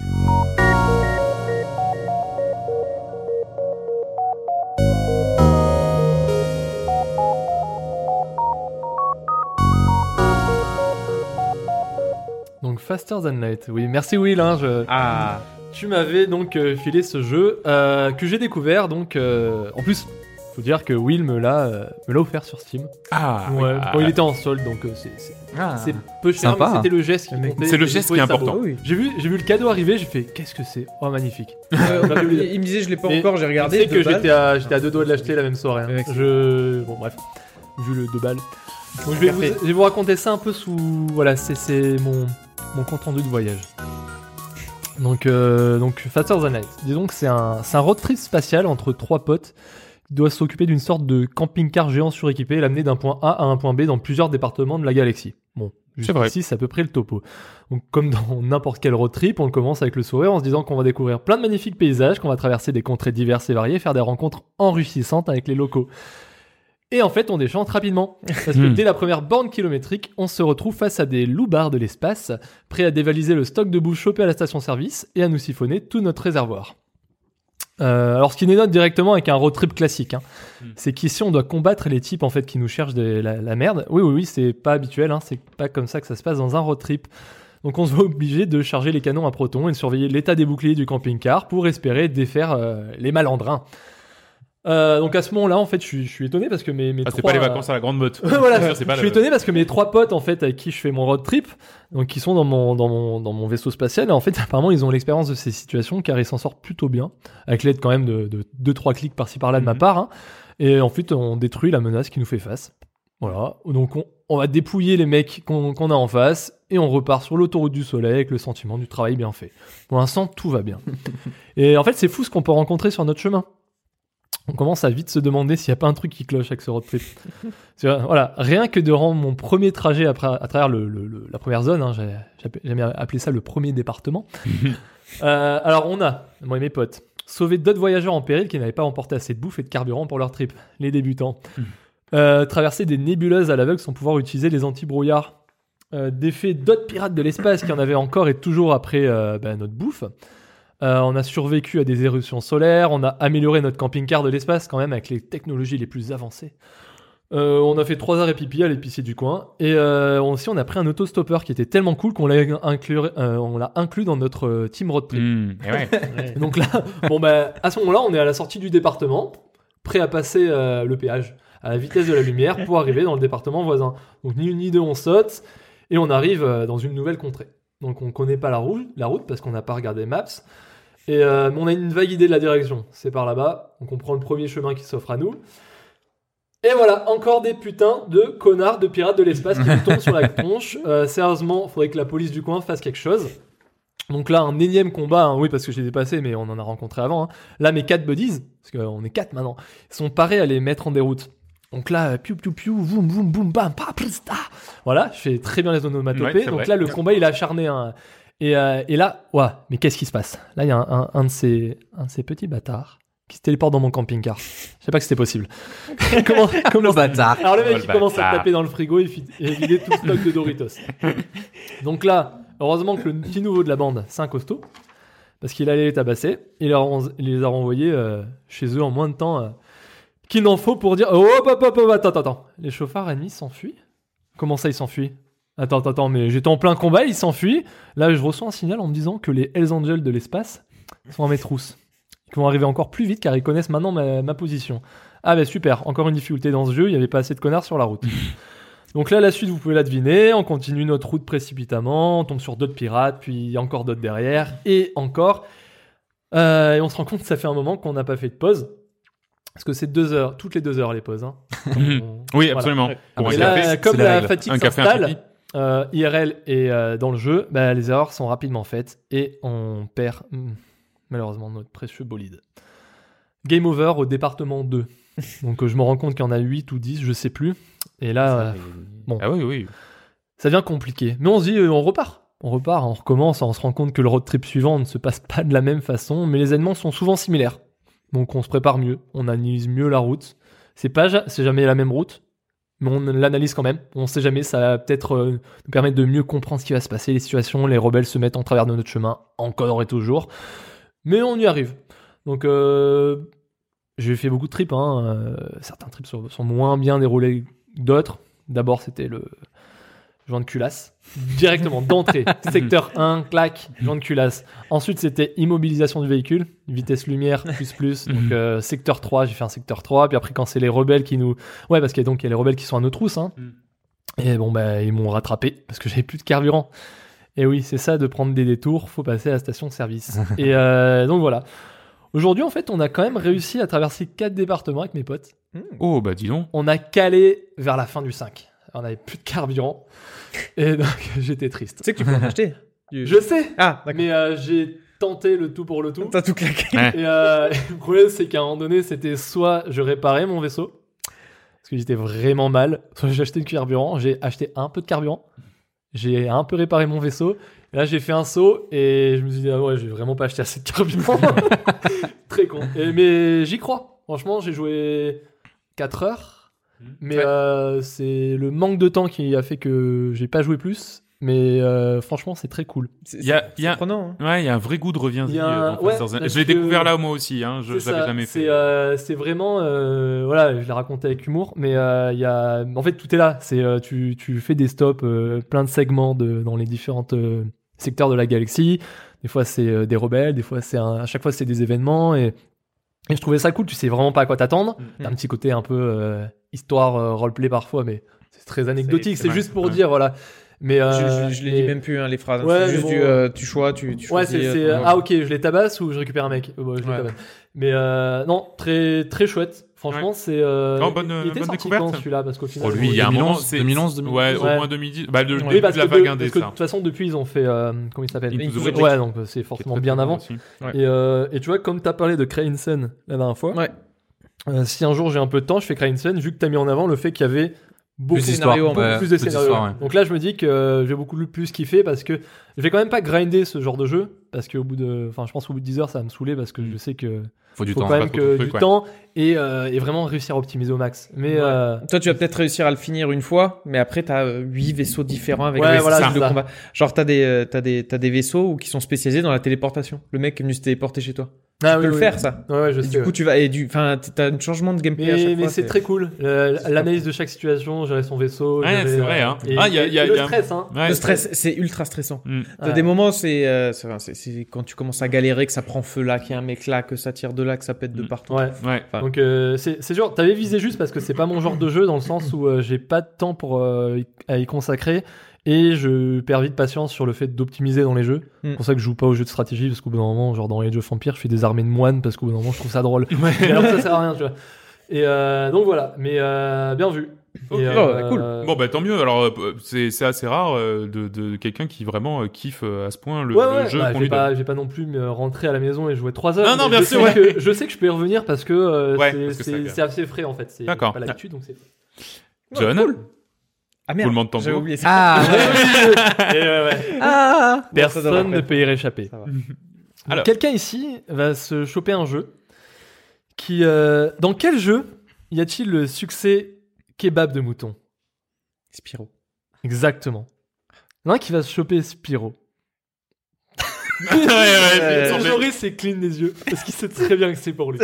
Donc Faster Than Light. Oui, merci Will. Hein, je... Ah. Tu m'avais donc euh, filé ce jeu euh, que j'ai découvert. Donc, euh, en plus, faut dire que Will me l'a, euh, me l'a offert sur Steam. Ah. Ouais, ah. quand il était en solde, donc euh, c'est, c'est, Ah. c'est peu cher, Sympa. mais c'était le geste qui Le mec- comptait. C'est le et j'ai geste trouvé qui est ça important. beau. Oui. J'ai vu, j'ai vu le cadeau arriver, j'ai fait qu'est-ce que c'est? Oh magnifique. Euh, il me disait je l'ai pas Et encore, j'ai Tu regardé. sais que deux balles. j'étais à, j'étais à deux doigts de l'acheter la même soirée. hein. Ouais, c'est- Je, bon bref, vu le deux balles. Donc, je vais vous, Parfait. je vais vous raconter ça un peu sous, voilà, c'est, c'est mon, mon compte rendu de voyage. Donc, euh, donc Faster Than Light. Disons que c'est un, c'est un road trip spatial entre trois potes doit s'occuper d'une sorte de camping-car géant suréquipé et l'amener d'un point A à un point B dans plusieurs départements de la galaxie. Bon, C'est vrai. jusqu'ici, c'est à peu près le topo. Donc, comme dans n'importe quel road trip, on le commence avec le sourire en se disant qu'on va découvrir plein de magnifiques paysages, qu'on va traverser des contrées diverses et variées, faire des rencontres enrichissantes avec les locaux. Et en fait, on déchante rapidement. Parce que Mm. dès la première borne kilométrique, on se retrouve face à des loupards de l'espace, prêts à dévaliser le stock de bouffe chopé à la station-service et à nous siphonner tout notre réservoir. Euh, alors, ce qui dénote directement avec un road trip classique, hein, Mm. c'est qu'ici, on doit combattre les types en fait qui nous cherchent de la, la merde. Oui, oui, oui, c'est pas habituel, hein, c'est pas comme ça que ça se passe dans un road trip. Donc, on se voit obligé de charger les canons à proton et de surveiller l'état des boucliers du camping-car pour espérer défaire euh, les malandrins. Euh, donc à ce moment-là, en fait, je suis, je suis étonné parce que mes, mes Ah, c'est trois... pas les vacances à la Grande Motte. voilà, Ça, je c'est pas suis le- étonné parce que mes trois potes, en fait, avec qui je fais mon road trip, donc qui sont dans mon, dans mon, dans mon vaisseau spatial, et en fait, apparemment, ils ont l'expérience de ces situations car ils s'en sortent plutôt bien, avec l'aide quand même de, de deux, trois clics par-ci par-là de ma Mhm. part, hein. Et ensuite, on détruit la menace qui nous fait face. Voilà. Donc, on, on va dépouiller les mecs qu'on, qu'on a en face et on repart sur l'autoroute du soleil avec le sentiment du travail bien fait. Pour l'instant, tout va bien. Et en fait, c'est fou ce qu'on peut rencontrer sur notre chemin. On commence à vite se demander s'il n'y a pas un truc qui cloche avec ce road trip. C'est vrai, voilà, rien que durant mon premier trajet après, à travers le, le- le- la première zone, hein, j'ai, j'ai jamais appelé ça le premier département. Euh, alors on a, moi et mes potes, sauvé d'autres voyageurs en péril qui n'avaient pas emporté assez de bouffe et de carburant pour leur trip, les débutants. Euh, traverser des nébuleuses à l'aveugle sans pouvoir utiliser les anti-brouillards. Euh, défait d'autres pirates de l'espace qui en avaient encore et toujours après euh, bah, notre bouffe. Euh, on a survécu à des éruptions solaires, on a amélioré notre camping-car de l'espace quand même avec les technologies les plus avancées. Euh, on a fait trois arrêts pipi à l'épicier du coin et euh, aussi on a pris un autostoppeur qui était tellement cool qu'on l'a inclus, euh, on l'a inclus dans notre euh, team road trip. Mm. Et ouais. Et donc là, bon bah, à ce moment-là, on est à la sortie du département, prêt à passer euh, le péage à la vitesse de la lumière pour arriver dans le département voisin. Donc ni une ni deux, on saute et on arrive euh, dans une nouvelle contrée. Donc on connaît pas la route, la route parce qu'on n'a pas regardé Maps. Et euh, mais on a une vague idée de la direction. C'est par là-bas. Donc on prend le premier chemin qui s'offre à nous. Et voilà, encore des putains de connards de pirates de l'espace qui nous tombent sur la tronche. Euh, sérieusement, faudrait que la police du coin fasse quelque chose. Donc là, un énième combat, hein, oui, parce que je les ai passés, mais on en a rencontré avant. Hein. Là, mes quatre buddies, parce qu'on est quatre maintenant, sont parés à les mettre en déroute. Donc là, piou piou piou, boum boum boum, bam, pa, plista. Voilà, je fais très bien les onomatopées. Ouais, c'est Donc vrai. là, le combat, il est acharné. Hein. Et, euh, et là, ouais, mais qu'est-ce qui se passe? Là, il y a un, un, un de ces, un de ces petits bâtards qui se téléporte dans mon camping-car. Je sais pas que c'était possible. comment, comment bâtard. Alors le mec, Oh, le il commence à bâtard. taper dans le frigo et, fi- et vider tout le stock de Doritos. Donc là, heureusement que le petit nouveau de la bande, c'est un costaud, parce qu'il allait les tabasser. Il, leur a- il les a renvoyés euh, chez eux en moins de temps euh, qu'il n'en faut pour dire oh, hop, hop, hop, hop, attends, attends, attends. Les chauffards ennemis s'enfuient? Comment ça, ils s'enfuient? Attends, attends, attends, mais j'étais en plein combat, ils s'enfuient. Là, je reçois un signal en me disant que les Hells Angels de l'espace sont à mes trousses. Ils vont arriver encore plus vite car ils connaissent maintenant ma, ma position. Ah bah super, encore une difficulté dans ce jeu, il n'y avait pas assez de connards sur la route. Donc là, la suite, vous pouvez la deviner. On continue notre route précipitamment, on tombe sur d'autres pirates, puis encore d'autres derrière, et encore. Euh, et on se rend compte que ça fait un moment qu'on n'a pas fait de pause. Parce que c'est deux heures, toutes les deux heures les pauses. Hein. On- Oui, voilà. absolument. Pour Et un là, café. comme c'est la la règle. fatigue Un café, un s'installe, pipi. euh, I R L et euh, dans le jeu, bah, les erreurs sont rapidement faites et on perd hmm, malheureusement notre précieux bolide. Game over au département deux. Donc euh, je me rends compte qu'il y en a huit ou dix, je sais plus. Et là, euh, bon, Ah oui, oui. ça devient compliqué. Mais on se dit, euh, on repart. On repart, on recommence, on se rend compte que le road trip suivant ne se passe pas de la même façon, mais les événements sont souvent similaires. Donc on se prépare mieux, on analyse mieux la route. C'est pas, ja- c'est jamais la même route, mais on l'analyse quand même. On sait jamais, ça va peut-être euh, nous permettre de mieux comprendre ce qui va se passer, les situations, les rebelles se mettent en travers de notre chemin, encore et toujours. Mais on y arrive. Donc euh, j'ai fait beaucoup de trips, hein. euh, certains trips sont, sont moins bien déroulés que d'autres. D'abord c'était le joint de culasse, directement d'entrée, secteur un, clac, joint de culasse. Ensuite c'était immobilisation du véhicule, vitesse lumière, plus plus, donc euh, secteur trois, j'ai fait un secteur trois, puis après quand c'est les rebelles qui nous... Ouais, parce qu'il y a donc il y a les rebelles qui sont à nos trousses, hein. Et bon bah ils m'ont rattrapé, parce que j'avais plus de carburant. Et oui, c'est ça de prendre des détours, faut passer à la station de service. Et euh, donc voilà. Aujourd'hui en fait on a quand même réussi à traverser quatre départements avec mes potes. Oh, bah dis donc. On a calé vers la fin du cinq. On avait plus de carburant. Et donc, j'étais triste. Tu sais que tu peux en acheter. du- Je sais, Ah, d'accord. mais euh, j'ai tenté le tout pour le tout. T'as tout claqué. Ouais. Et euh, le problème, c'est qu'à un moment donné, c'était soit je réparais mon vaisseau, parce que j'étais vraiment mal, soit j'ai acheté du carburant, j'ai acheté un peu de carburant, j'ai un peu réparé mon vaisseau, et là j'ai fait un saut, et je me suis dit, ah ouais, j'ai vraiment pas acheté assez de carburant. Très con. Et, mais j'y crois. Franchement, j'ai joué quatre heures, mais Ouais. euh, c'est le manque de temps qui a fait que j'ai pas joué plus. Mais euh, franchement, c'est très cool. C'est Il y a- il y a- prenant. Hein. Ouais, il y a un vrai goût de reviens-y. Il y a un- euh, dans ouais, Faster Zen. parce Je l'ai que- découvert là moi aussi, hein. Je C'est l'avais ça, jamais c'est, fait. euh, c'est vraiment, euh, voilà, je l'ai raconté avec humour, mais euh, il y a, en fait, tout est là. C'est, euh, tu, tu fais des stops, euh, plein de segments de, dans les différents euh, secteurs de la galaxie. Des fois, c'est euh, des rebelles, des fois, c'est un, à chaque fois, c'est des événements. Et, et je trouvais ça cool. Tu sais vraiment pas à quoi t'attendre. T'as un petit côté un peu euh, histoire euh, roleplay parfois, mais c'est très anecdotique. c'est C'est, vrai, juste pour ouais. dire, voilà. Mais euh, je, je, je les et- lis même plus, hein, les phrases. Ouais, c'est juste mais du bon, euh, tu choix, tu, tu Ouais, choisis. c'est, c'est euh, ton- ah ok, je les tabasse ou je récupère un mec. Euh, bon, je les Ouais. tabasse. Mais euh, non, très très chouette. Franchement, c'est. Euh, Non, bonne- il était bonne sorti découverte. quand, celui-là, parce qu'au final. Oh, lui, il y a un deux mille onze, moment, c'est deux mille onze, deux mille Ouais, douze. au Ouais. moins deux mille dix. Bah, le Oui, début parce de la que, de- vague indé, parce que de ça. toute façon, depuis, ils ont fait. Euh, comment il s'appelle Into the Ouais, Witch. donc euh, c'est Qui est forcément très, bien très bon avant. aussi. Ouais. Et, euh, et tu vois, comme tu as parlé de Crainsen la dernière fois, Ouais. euh, si un jour j'ai un peu de temps, je fais Crainsen, vu que tu as mis en avant le fait qu'il y avait beaucoup Plus de d'histoires, scénarios, ouais, beaucoup plus de plus scénarios. d'histoires, ouais. Donc là, je me dis que euh, je vais beaucoup plus kiffer parce que je vais quand même pas grinder ce genre de jeu parce qu'au bout de, enfin, je pense qu'au bout de dix heures, ça va me saouler parce que je sais que Faut du faut temps. quand même pas trop que de trucs, du ouais. temps et, euh, et vraiment réussir à optimiser au max. Mais euh, Toi, tu vas peut-être réussir à le finir une fois, mais après, t'as euh, huit vaisseaux différents avec Ouais, des voilà, styles c'est de ça. combat. Genre, t'as des, euh, t'as des, t'as des vaisseaux où- qui sont spécialisés dans la téléportation. Le mec est venu se téléporter chez toi. ah, tu oui, peux le oui. faire, ça. Ouais, ouais, je Et sais. du ouais. coup, tu vas, et du, enfin, t'as un changement de gameplay à chaque Mais, mais fois. c'est très cool. Euh, L'analyse de chaque situation, gérer son vaisseau. Ouais, gérer, c'est vrai, euh, hein. Et, Ah, il y a- et il y a- le il y a- stress, hein. Ouais. Le stress, c'est ultra stressant. Mm. T'as Ouais. des moments, c'est, euh, c'est, c'est, c'est quand tu commences à galérer, que ça prend feu là, qu'il y a un mec là, que ça tire de là, que ça pète de Mm. partout. Ouais. Ouais. Enfin, Donc euh, c'est c'est sûr, t'avais visé juste parce que c'est pas mon genre de jeu dans le sens où euh, j'ai pas de temps pour euh, y- à y consacrer et je perds vite patience sur le fait d'optimiser dans les jeux. Mm. C'est pour ça que je joue pas aux jeux de stratégie parce qu'au bout d'un moment, genre dans Age of Empires, je fais des armées de moines parce qu'au bout d'un moment, je trouve ça drôle. Et alors que ça sert à rien, tu vois. Et euh, donc voilà, mais euh, bien vu. Ok. Et, Oh, ouais, cool. Bon bah tant mieux. Alors euh, c'est c'est assez rare euh, de, de quelqu'un qui vraiment euh, kiffe euh, à ce point le, ouais, le ouais, jeu bah, qu'on je lui vais donne. pas, je vais pas non plus me rentrer à la maison et jouer trois heures. Non, non, mais bien je sûr, sais ouais. que- je sais que je peux y revenir parce que euh, Ouais, c'est- parce que c'est c'est agréable. c'est assez frais en fait. C'est D'accord. pas l'habitude donc c'est. John, Ah merde, roulement de tambour. j'avais oublié ça. Ah, Et ouais, ouais. ah. Bon, ça devrait Personne ne être- peut y réchapper. Ça va. Donc, Alors. quelqu'un ici va se choper un jeu qui. euh, Dans quel jeu y a-t-il le succès kebab de mouton? Spyro. Exactement. Il y en a un qui va se choper Spyro. ouais, ouais, Euh, il me semblait. Joris c'est clean des yeux parce qu'il sait très bien que c'est pour lui.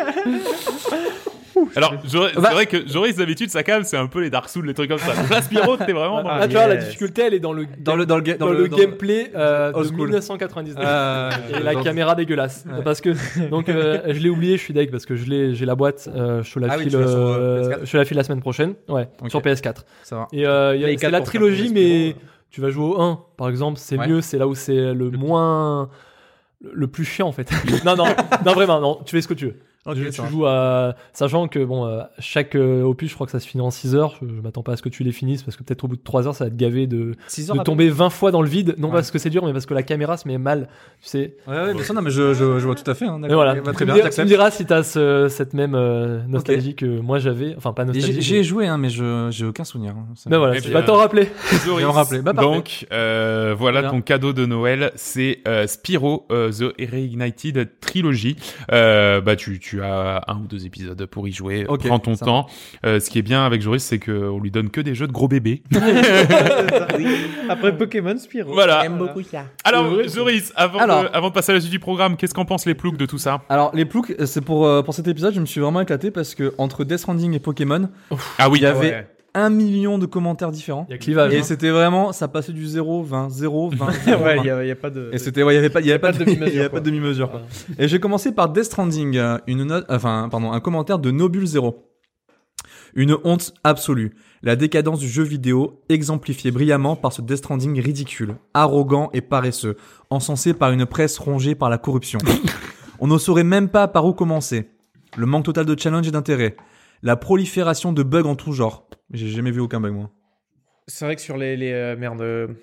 Alors, Joris- Bah- c'est vrai que Joris d'habitude sa cam c'est un peu les Dark Souls, les trucs comme ça. Donc là, Spyro, t'es vraiment dans Ah, Là, tu vois, la yes. difficulté, elle est dans le, Dans le dans le ga- dans le, dans gameplay euh, old de school. mille neuf cent quatre-vingt-dix-neuf. Ah, Et la dans- caméra dégueulasse. Ouais. Parce que, donc, euh, je l'ai oublié, je suis deg parce que je l'ai, j'ai la boîte, euh, je te la Ah oui, file, tu l'as sur, euh, euh, P S quatre. je te la file la semaine prochaine. Ouais, Ok. sur P S quatre. Ça va. Et euh, il y a- Play c'est quatre la pour faire trilogie, tourner mais Spyro. tu vas jouer au un, par exemple, c'est Ouais. mieux, c'est là où c'est le moins, le le plus chiant, en fait. non, non, non, vraiment, non, tu fais ce que tu veux. Ok, tu ça tu va. joues à, sachant que bon, euh, chaque euh, opus, je crois que ça se finit en six heures. Je, je m'attends pas à ce que tu les finisses parce que peut-être au bout de trois heures, ça va te gaver de, six de heures tomber vingt fois dans le vide. Non Ouais. parce que c'est dur, mais parce que la caméra se met mal. Tu sais. Ouais, ouais, bien sûr, non, mais je, je, je vois tout à fait. Hein, Et d'accord. voilà. Ok, bah, tu, très me bien, diras, tu me j'accepte. diras si t'as ce, cette même euh, nostalgie que moi j'avais. Enfin, pas Et nostalgie. J'ai mais- j'ai joué, hein, mais je j'ai aucun souvenir. hein. Ça- Ben voilà, Eh tu bien, vas t'en rappeler. Joris. Bien me rappeler. Bah, parfait. Donc, euh, voilà Bien. ton cadeau de Noël, c'est euh, Spyro euh, The Reignited Trilogy. Euh, bah, tu, tu as un ou deux épisodes pour y jouer. Ok, Prends ton ça temps. Euh, ce qui est bien avec Joris, c'est qu'on lui donne que des jeux de gros bébés. Après Pokémon, Spyro. Voilà. J'aime beaucoup ça. Alors, C'est vrai, Joris, avant, Alors. de, avant de passer à la suite du programme, qu'est-ce qu'en pensent les ploucs de tout ça? Alors les ploucs, c'est pour euh, pour cet épisode, je me suis vraiment éclaté parce que entre Death Stranding et Pokémon, Ah oui, il y avait Ouais. un million de commentaires différents. Il y a clivage. Et hein. c'était vraiment, ça passait du zéro, vingt, zéro, vingt, zéro, Ouais, vingt. il y a, il y a pas de. Et c'était, ouais, il y avait pas, il y avait pas pas de de demi-mesure, il y avait quoi. pas de demi-mesure. quoi. Et j'ai commencé par Death Stranding, euh, une note, enfin, pardon, un commentaire de Nobule Zero. Une honte absolue. La décadence du jeu vidéo, exemplifiée brillamment par ce Death Stranding ridicule, arrogant et paresseux, encensé par une presse rongée par la corruption. On ne saurait même pas par où commencer. Le manque total de challenge et d'intérêt. La prolifération de bugs en tout genre. J'ai jamais vu aucun bug, moi. C'est vrai que sur les, les euh, merde, euh,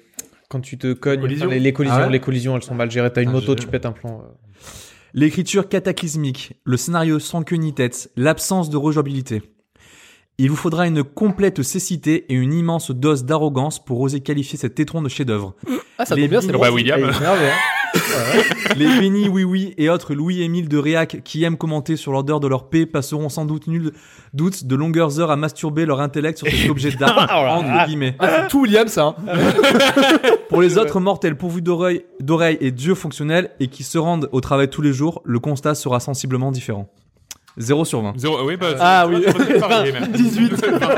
quand tu te cognes, Collision. enfin, les, les collisions, Ah ouais les collisions, elles sont mal gérées. T'as une Ah, moto, je- tu pètes un plomb. euh. L'écriture cataclysmique, le scénario sans queue ni tête, l'absence de rejouabilité. Il vous faudra une complète cécité et une immense dose d'arrogance pour oser qualifier cet étron de chef-d'œuvre. Ah, ça Les tombe bien, c'est billes- le Bah, roi. William. Ah, il est énervé, hein. Les Benny Oui Oui et autres Louis-Émile de Réac qui aiment commenter sur l'odeur de leur paix passeront sans doute nul doute de longueurs heures à masturber leur intellect sur cet objet d'art, entre guillemets. Ah, c'est tout William, ça. Hein. Pour les autres mortels pourvus d'oreilles, d'oreilles et d'yeux fonctionnels et qui se rendent au travail tous les jours, le constat sera sensiblement différent. zéro sur vingt. Zéro, oui, bah, Ah c'est- oui. c'est pas pareil, même. dix-huit.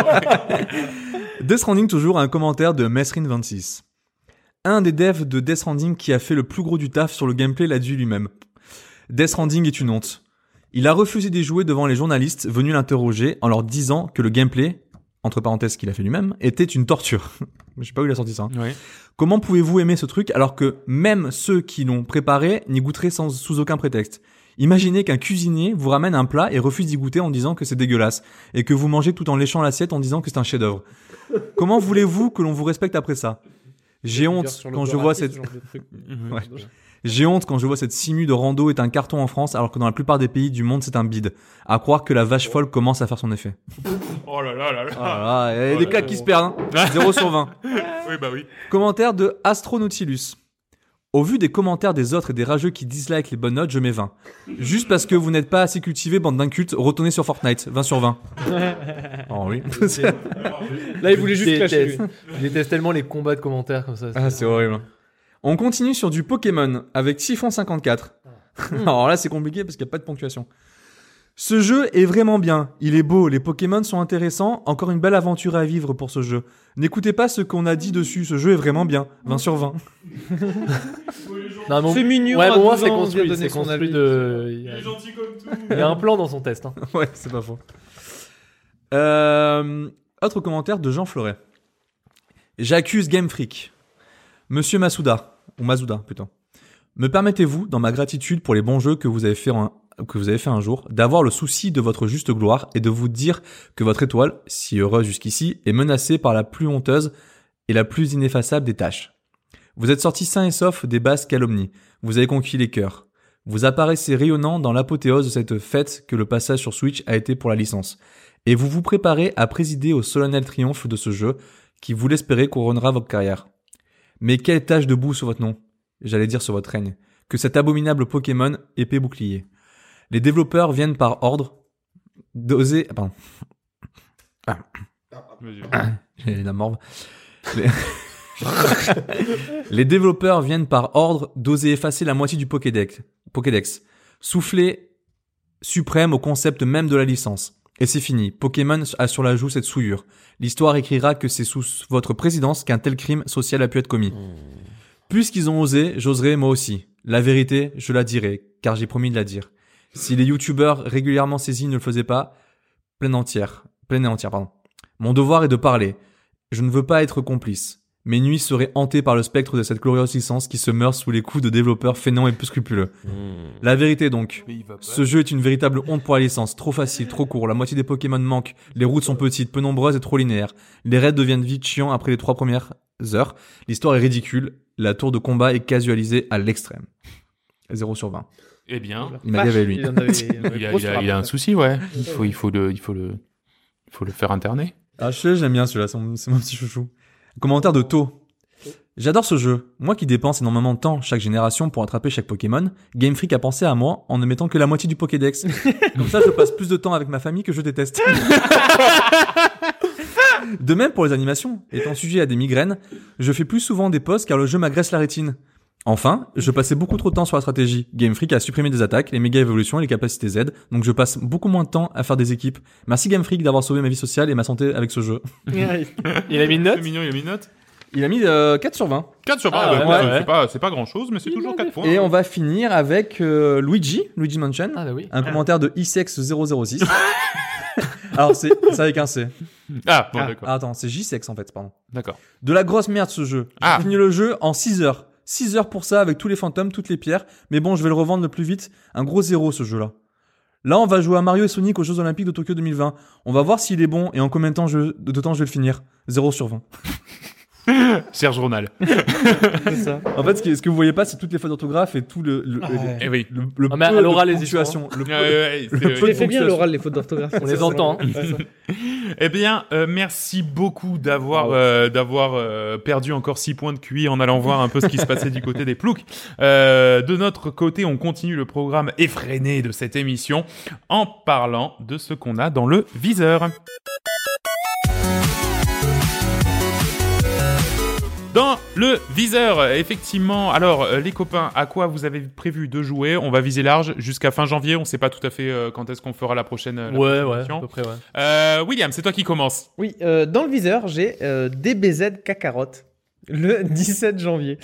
Death Stranding toujours un commentaire de Mesrin vingt-six. Un des devs de Death Stranding qui a fait le plus gros du taf sur le gameplay l'a dit lui-même. Death Stranding est une honte. Il a refusé d'y jouer devant les journalistes venus l'interroger en leur disant que le gameplay, entre parenthèses qu'il a fait lui-même, était une torture. Je sais pas où il a sorti ça. hein. Oui. Comment pouvez-vous aimer ce truc alors que même ceux qui l'ont préparé n'y goûteraient sans, sous aucun prétexte? Imaginez qu'un cuisinier vous ramène un plat et refuse d'y goûter en disant que c'est dégueulasse et que vous mangez tout en léchant l'assiette en disant que c'est un chef-d'œuvre. Comment voulez-vous que l'on vous respecte après ça? J'ai honte Sur le quand je beurre vois hachis, cette ce genre de truc. Mhm. Ouais. J'ai honte quand je vois cette simu de rando est un carton en France alors que dans la plupart des pays du monde c'est un bide. À croire que la vache folle commence à faire son effet. Oh là là là là. Ah là, il y a des claques qui se perdent. Hein. zéro sur vingt. Oui, bah oui. Commentaire de Astronautilus. Au vu des commentaires des autres et des rageux qui dislikent les bonnes notes, je mets vingt. Juste parce que vous n'êtes pas assez cultivé, bande d'incultes, retournez sur Fortnite. vingt sur vingt. Oh oui. Là, il voulait juste Je clasher, lui. déteste. Je déteste tellement les combats de commentaires comme ça. Ah, c'est horrible. On continue sur du Pokémon avec Siphon cinquante-quatre. Alors là, c'est compliqué parce qu'il n'y a pas de ponctuation. Ce jeu est vraiment bien. Il est beau, les Pokémon sont intéressants. Encore une belle aventure à vivre pour ce jeu. N'écoutez pas ce qu'on a dit dessus. Ce jeu est vraiment bien. vingt sur vingt. Non, mais C'est mignon. Ouais, à pour moi, douze c'est ans, on vient construit. donner C'est son construit avis. de. Il y a- gentil comme tout. il y a un plan dans son test. Hein. Ouais, c'est pas faux. Euh, autre commentaire de Jean Fleuret. J'accuse Game Freak. Monsieur Masuda, ou Masuda plutôt. Me permettez-vous, dans ma gratitude pour les bons jeux que vous avez fait un, que vous avez fait un jour, d'avoir le souci de votre juste gloire et de vous dire que votre étoile, si heureuse jusqu'ici, est menacée par la plus honteuse et la plus ineffaçable des tâches. Vous êtes sorti sain et sauf des basses calomnies. Vous avez conquis les cœurs. Vous apparaissez rayonnant dans l'apothéose de cette fête que le passage sur Switch a été pour la licence. Et vous vous préparez à présider au solennel triomphe de ce jeu qui, vous l'espérez, couronnera votre carrière. Mais quelle tache de boue sur votre nom, j'allais dire sur votre règne, que cet abominable Pokémon épée bouclier. Les développeurs viennent par ordre d'oser... ah, pardon. J'ai la morve. Les... Les développeurs viennent par ordre d'oser effacer la moitié du Pokédex. Pokédex. Souffler suprême au concept même de la licence. Et c'est fini. Pokémon a sur la joue cette souillure. L'histoire écrira que c'est sous votre présidence qu'un tel crime social a pu être commis. Puisqu'ils ont osé, j'oserai moi aussi. La vérité, je la dirai, car j'ai promis de la dire. Si les youtubeurs régulièrement saisis ne le faisaient pas, pleine entière, pleine et entière, pardon. Mon devoir est de parler. Je ne veux pas être complice. Mes nuits seraient hantées par le spectre de cette glorieuse licence qui se meurt sous les coups de développeurs fainéants et peu scrupuleux. La vérité donc. Ce jeu est une véritable honte pour la licence. Trop facile, trop court, la moitié des Pokémon manquent, les routes sont petites, peu nombreuses et trop linéaires. Les raids deviennent vite chiants après les trois premières heures. L'histoire est ridicule, la tour de combat est casualisée à l'extrême. zéro sur vingt. Eh bien, Il m'a gavé lui. Il en avait- il en avait il a, trop il a- sur il a un la- souci, ouais. Il faut, il faut le, il faut le, il faut le faire interner. Ah, je sais, j'aime bien celui-là, c'est mon, c'est mon petit chouchou. Commentaire de To. J'adore ce jeu. Moi qui dépense énormément de temps chaque génération pour attraper chaque Pokémon, Game Freak a pensé à moi en ne mettant que la moitié du Pokédex. Comme ça, je passe plus de temps avec ma famille que je déteste. De même pour les animations. Étant sujet à des migraines, je fais plus souvent des pauses car le jeu m'agresse la rétine. Enfin, je passais beaucoup trop de temps sur la stratégie. Game Freak a supprimé des attaques, les méga évolutions et les capacités Z, donc je passe beaucoup moins de temps à faire des équipes. Merci Game Freak d'avoir sauvé ma vie sociale et ma santé avec ce jeu. Il a mis une note. C'est mignon, il a mis une note. Il a mis euh, quatre sur vingt. quatre sur vingt, Ah, bah, ouais, c'est- ouais. c'est pas, c'est pas grand chose, mais c'est toujours quatre points. Et on va finir avec euh, Luigi, Luigi Mansion, Ah bah oui. un commentaire de Isex zéro zéro six. Alors c'est c'est avec un C. Ah, bon, Ah. d'accord. Ah, attends, c'est J-Sex en fait, pardon. D'accord. De la grosse merde ce jeu. Ah. J'ai fini le jeu en six heures. six heures pour ça avec tous les fantômes, toutes les pierres. Mais bon, je vais le revendre le plus vite. Un gros zéro ce jeu-là. Là, on va jouer à Mario et Sonic aux Jeux Olympiques de Tokyo deux mille vingt. On va voir s'il est bon et en combien de temps je, de temps je vais le finir. zéro sur vingt. Cher journal. C'est ça. En fait, ce que, ce que vous voyez pas, c'est toutes les fautes d'orthographe et tout le, le, Ah, le- ouais. Eh oui. le, le Ah, mais peu à l'oral, de les ponctuation. Le peu- Ouais, ouais, c'est- le Je peu les de fais bien ponctuation. l'oral, les fautes d'orthographe. On les entend. Ouais, ça. Eh bien, euh, merci beaucoup d'avoir Bravo. euh, d'avoir euh, perdu encore six points de Q I en allant voir un peu ce qui se passait du côté des ploucs. Euh, de notre côté, on continue le programme effréné de cette émission en parlant de ce qu'on a dans le viseur. Dans le viseur, effectivement. Alors, euh, les copains, à quoi vous avez prévu de jouer? On va viser large jusqu'à fin janvier. On sait pas tout à fait euh, quand est-ce qu'on fera la prochaine. La Ouais, prochaine ouais, émission. à peu près, ouais. Euh, William, c'est toi qui commence. Oui, euh, dans le viseur, j'ai euh, D B Z Kakarot le dix-sept janvier.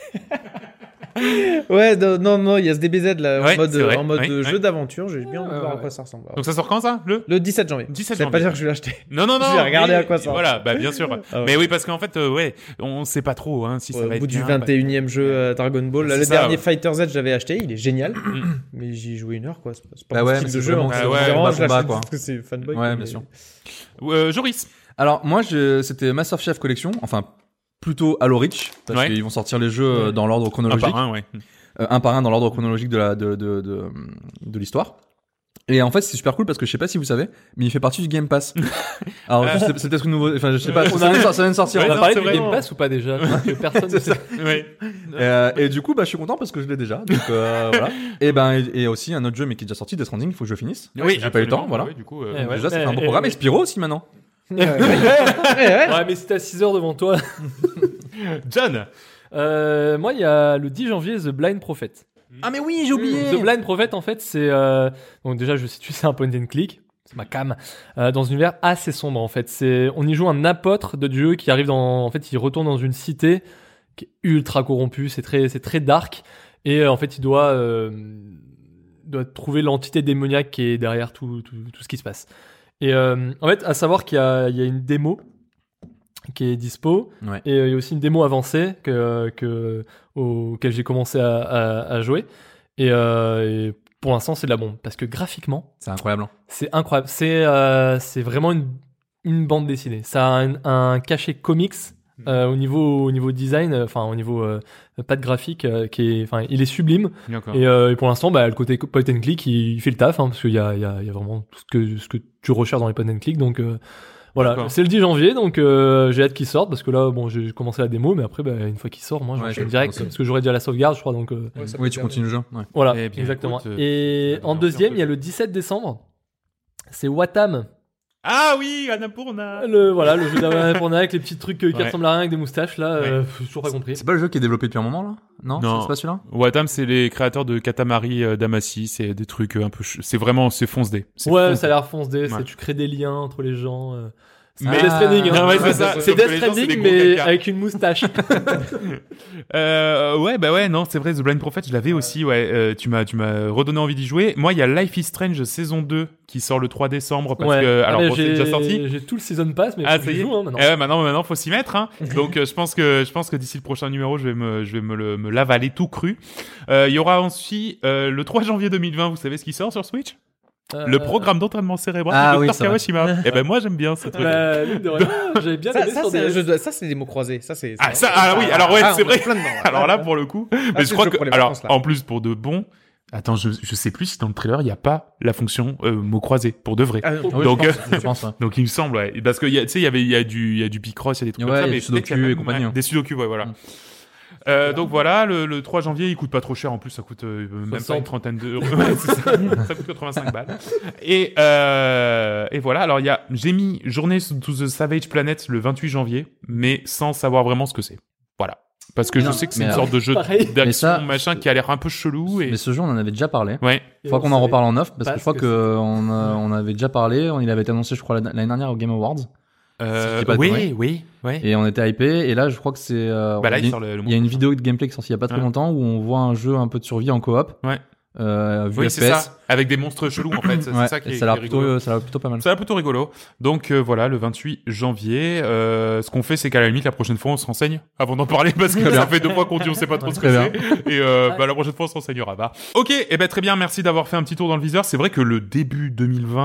Ouais, non, non, non, il y a ce D B Z là Ouais, en mode, c'est vrai. en mode Ouais, euh, ouais. jeu d'aventure. J'ai bien envie de Ouais, voir à ouais, quoi ça ressemble. Donc ça sort quand ça? Le Le dix-sept janvier. dix-sept Ça veut pas janvier. dire que je vais l'acheter. Non, non, non. Je vais regarder mais- à quoi ça Voilà, bah bien sûr. Ah ouais. Mais oui, parce qu'en fait, euh, ouais, on sait pas trop hein, si ça Au va être bout du bien, vingt et unième jeu euh, Dragon Ball, là, C'est le ça, dernier ouais. Fighter Z, j'avais acheté, il est génial, Mm. mais j'y ai joué une heure quoi. C'est pas, c'est pas Bah mon ouais, style mais de c'est jeu. vraiment- hein, Ah c'est ouais, vraiment, combat, je l'achète combat, quoi. parce que c'est fanboy. Ouais, quoi, bien mais- sûr. Euh, Joris. Alors, moi, je, c'était Master Chef Collection. Enfin, plutôt Halo Reach. Parce Ouais. qu'ils vont sortir les jeux euh, dans l'ordre Un chronologique. par un, ouais. Euh, un par un dans l'ordre chronologique de la de de de, de l'histoire. Et en fait, c'est super cool parce que je sais pas si vous savez, mais il fait partie du Game Pass. Alors, Ah. c'est c'est peut-être une nouveau, enfin, je sais pas, On ça a- vient de sor- ça vient de sortir. Ouais, On en a non, parlé c'est du vrai. Game Pass ou pas déjà? Parce que personne ne sait. Ouais. Et, euh, et du coup, bah, je suis content parce que je l'ai déjà. Donc, euh, voilà. Et ben, et, et aussi un autre jeu, mais qui est déjà sorti, Death Stranding, il faut que je le finisse. Oui, j'ai pas eu le temps, absolument, voilà. ouais, du coup, euh, Eh ouais. Déjà, ça fait un Eh, bon eh, programme. eh. Et Spyro aussi maintenant. Ouais, ouais. Ouais, Ouais, mais si t'as six heures devant toi. John. Euh, moi, il y a le dix janvier, The Blind Prophet. Ah, mais oui, j'ai The Blind Prophet, en fait, c'est. euh, Donc, déjà, je situe, c'est un point and click. C'est ma cam. Euh, dans un univers assez sombre, en fait. C'est... On y joue un apôtre de Dieu qui arrive dans. En fait, il retourne dans une cité qui est ultra corrompue. C'est très, c'est très dark. Et euh, en fait, il doit. Euh... doit trouver l'entité démoniaque qui est derrière tout, tout, tout ce qui se passe. Et euh, en fait, à savoir qu'il y a, il y a une démo qui est dispo. Ouais. Et euh, il y a aussi une démo avancée que, que, auquel j'ai commencé à, à, à jouer. Et, euh, et pour l'instant, c'est de la bombe. Parce que graphiquement, C'est incroyable. hein. c'est incroyable. C'est euh, c'est vraiment une, une bande dessinée. Ça a un, un cachet comics euh, au, niveau, au niveau design, enfin au niveau euh, pas de graphique, euh, qui est, enfin, il est sublime. D'accord. Et, euh, et pour l'instant, bah, le côté point and click, il, il fait le taf, hein, parce qu'il y a, il y, a, il y a vraiment tout ce que, ce que tu recherches dans les point and click. Donc euh, voilà, D'accord. c'est le dix janvier, donc euh, j'ai hâte qu'il sorte, parce que là, bon, j'ai commencé la démo, mais après, bah, une fois qu'il sort, moi, Ouais, j'enchaîne je- direct, aussi. parce que j'aurais déjà la sauvegarde, je crois. Donc euh, Ouais, ça Oui, peut tu faire continues le jeu. Ouais. voilà, Eh bien, exactement. écoute, euh, Et ça en va deuxième, faire il y a le dix-sept décembre. C'est Watam. Ah oui, Annapurna. Le, voilà, le jeu d'Annapurna avec les petits trucs euh, qui Ouais. ressemblent à rien avec des moustaches, là, euh, j'ai toujours pas compris. C'est pas le jeu qui est développé depuis un moment là? Non, Non. c'est c'est pas celui-là? Watam, c'est les créateurs de Katamari euh, Damacy. C'est des trucs euh, un peu. ch- C'est vraiment, c'est fonce dé. C'est Ouais, fonce ça a l'air foncé, Ouais. c'est tu crées des liens entre les gens. euh. C'est Mais- Death Stranding, hein. Ah ouais, c'est ça. C'est Sauf que Death les gens, c'est des Stranding, gros mais caca. avec une moustache. Euh, ouais, bah ouais, non, c'est vrai, The Blind Prophet, je l'avais aussi, ouais. Euh, tu m'as, tu m'as redonné envie d'y jouer. Moi, il y a Life is Strange saison deux qui sort le trois décembre parce Ouais. que, Ah, alors, mais bon, c'est j'ai déjà sorti. J'ai tout le season pass, mais Ah, faut que ça je y est. joue, hein, maintenant. Eh ouais, maintenant, maintenant, faut s'y mettre, hein. Donc, euh, je pense que, je pense que d'ici le prochain numéro, je vais me, je vais me le, me l'avaler tout cru. Euh, il y aura ensuite, euh, le trois janvier deux mille vingt, vous savez ce qui sort sur Switch? Euh, Le programme d'entraînement cérébral Ah de oui, docteur c'est vrai. Kawashima. Eh ben, moi, j'aime bien ce truc. Bah, mine de rien, j'avais bien Ça, aimé ça, sur c'est un D S. jeu de- ça, c'est des mots croisés. Ça, c'est. Ah, ça, ah oui, alors ouais, Ah, c'est on est vrai. plein dedans, ouais. Alors là, pour le coup, mais c'est je le crois jeu que, pour les alors, vacances, là. en plus, pour de bon, attends, je, je sais plus si dans le trailer, il n'y a pas la fonction, euh, mot croisé, pour de vrai. Ah, non. Oui, Donc, je pense, je pense, ouais. Donc, il me semble, ouais. Parce que, il y a- tu sais, il y avait, il y a du, il y a du Picross, il y a des trucs Ouais, comme ça, il y a mais du Sudoku peut-être qu'il y a et même, compagnie, ouais, hein. des Sudoku, ouais, voilà. Mm. Euh, donc voilà, le, le trois janvier, il coûte pas trop cher. En plus, ça coûte euh, même pas soixante. une trentaine d'euros. Ouais, c'est ça. Ça coûte quatre-vingt-cinq balles. Et, euh, et voilà. Alors, il y a, j'ai mis Journée to the Savage Planet le vingt-huit janvier, mais sans savoir vraiment ce que c'est. Voilà. Parce que Mais je non, sais que c'est mais une alors, sorte de jeu pareil. d'action, Mais ça- machin, qui a l'air un peu chelou et, Mais ce jeu, on en avait déjà parlé. ouais. Il faudra qu'on en reparle en off parce pas que je crois ce que que on, a- on avait déjà parlé. On, il avait été annoncé, je crois, l'année dernière au Game Awards. Euh, Si je dis pas de oui, conneries. oui, ouais. Et on était hypé. Et là, je crois que c'est. euh, Bah là, il y il a- sort le, le il y a une mois vidéo de gameplay qui est sortie il y a pas très Ouais. longtemps où on voit un jeu un peu de survie en coop. Ouais. Euh, vu Oui, F P c'est S. ça. Avec des monstres chelous, en fait. C'est Ouais, ça qui et est, ça a qui est l'air plutôt, rigolo. ça a l'air plutôt pas mal. Ça a l'air plutôt rigolo. Donc euh, voilà, le vingt-huit janvier. Euh, ce qu'on fait, c'est qu'à la limite, la prochaine fois, on se renseigne avant d'en parler parce que ça fait deux fois qu'on dit on sait pas trop ce que Très c'est. Et euh, bah, la prochaine fois, on se renseignera. Bah. Ok, et ben très bien. Merci d'avoir fait un petit tour dans le viseur. C'est vrai que le début deux mille vingt,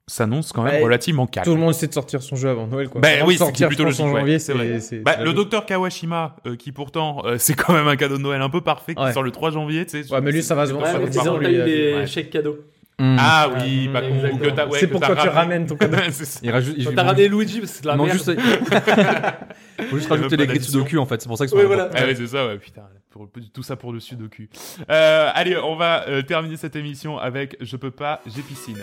s'annonce quand même Bah, relativement calme. Tout le monde essaie de sortir son jeu avant Noël, quoi. Ben Vraiment, oui, c'est sortir, plutôt je pense, logique. en ouais, janvier, c'est vrai. c'est. Bah, c'est le la docteur Kawashima, euh, qui pourtant, euh, c'est quand même un cadeau de Noël un peu parfait, qui Ouais. sort le trois janvier, tu sais. Ouais, mais lui, ça va se vendre Ouais, sur mais les c'est parents, ça, lui, t'as eu euh, les ouais. chèques cadeaux. Mm. Ah oui, Ouais, bah, exactement. que t'as- ouais, C'est que pourquoi t'as tu ramené. ramènes ton cadeau. C'est ça. Il rajoute, il, T'as ramené Luigi parce que c'est de la il manque merde. juste, faut juste Il y a rajouter même les pas grilles de Sudoku en fait. C'est pour ça que c'est Ouais, pas voilà. bon. Ah ouais, c'est ça, ouais, putain. Pour, tout ça pour le sudoku. Euh, allez, on va euh, terminer cette émission avec Je peux pas, j'ai piscine.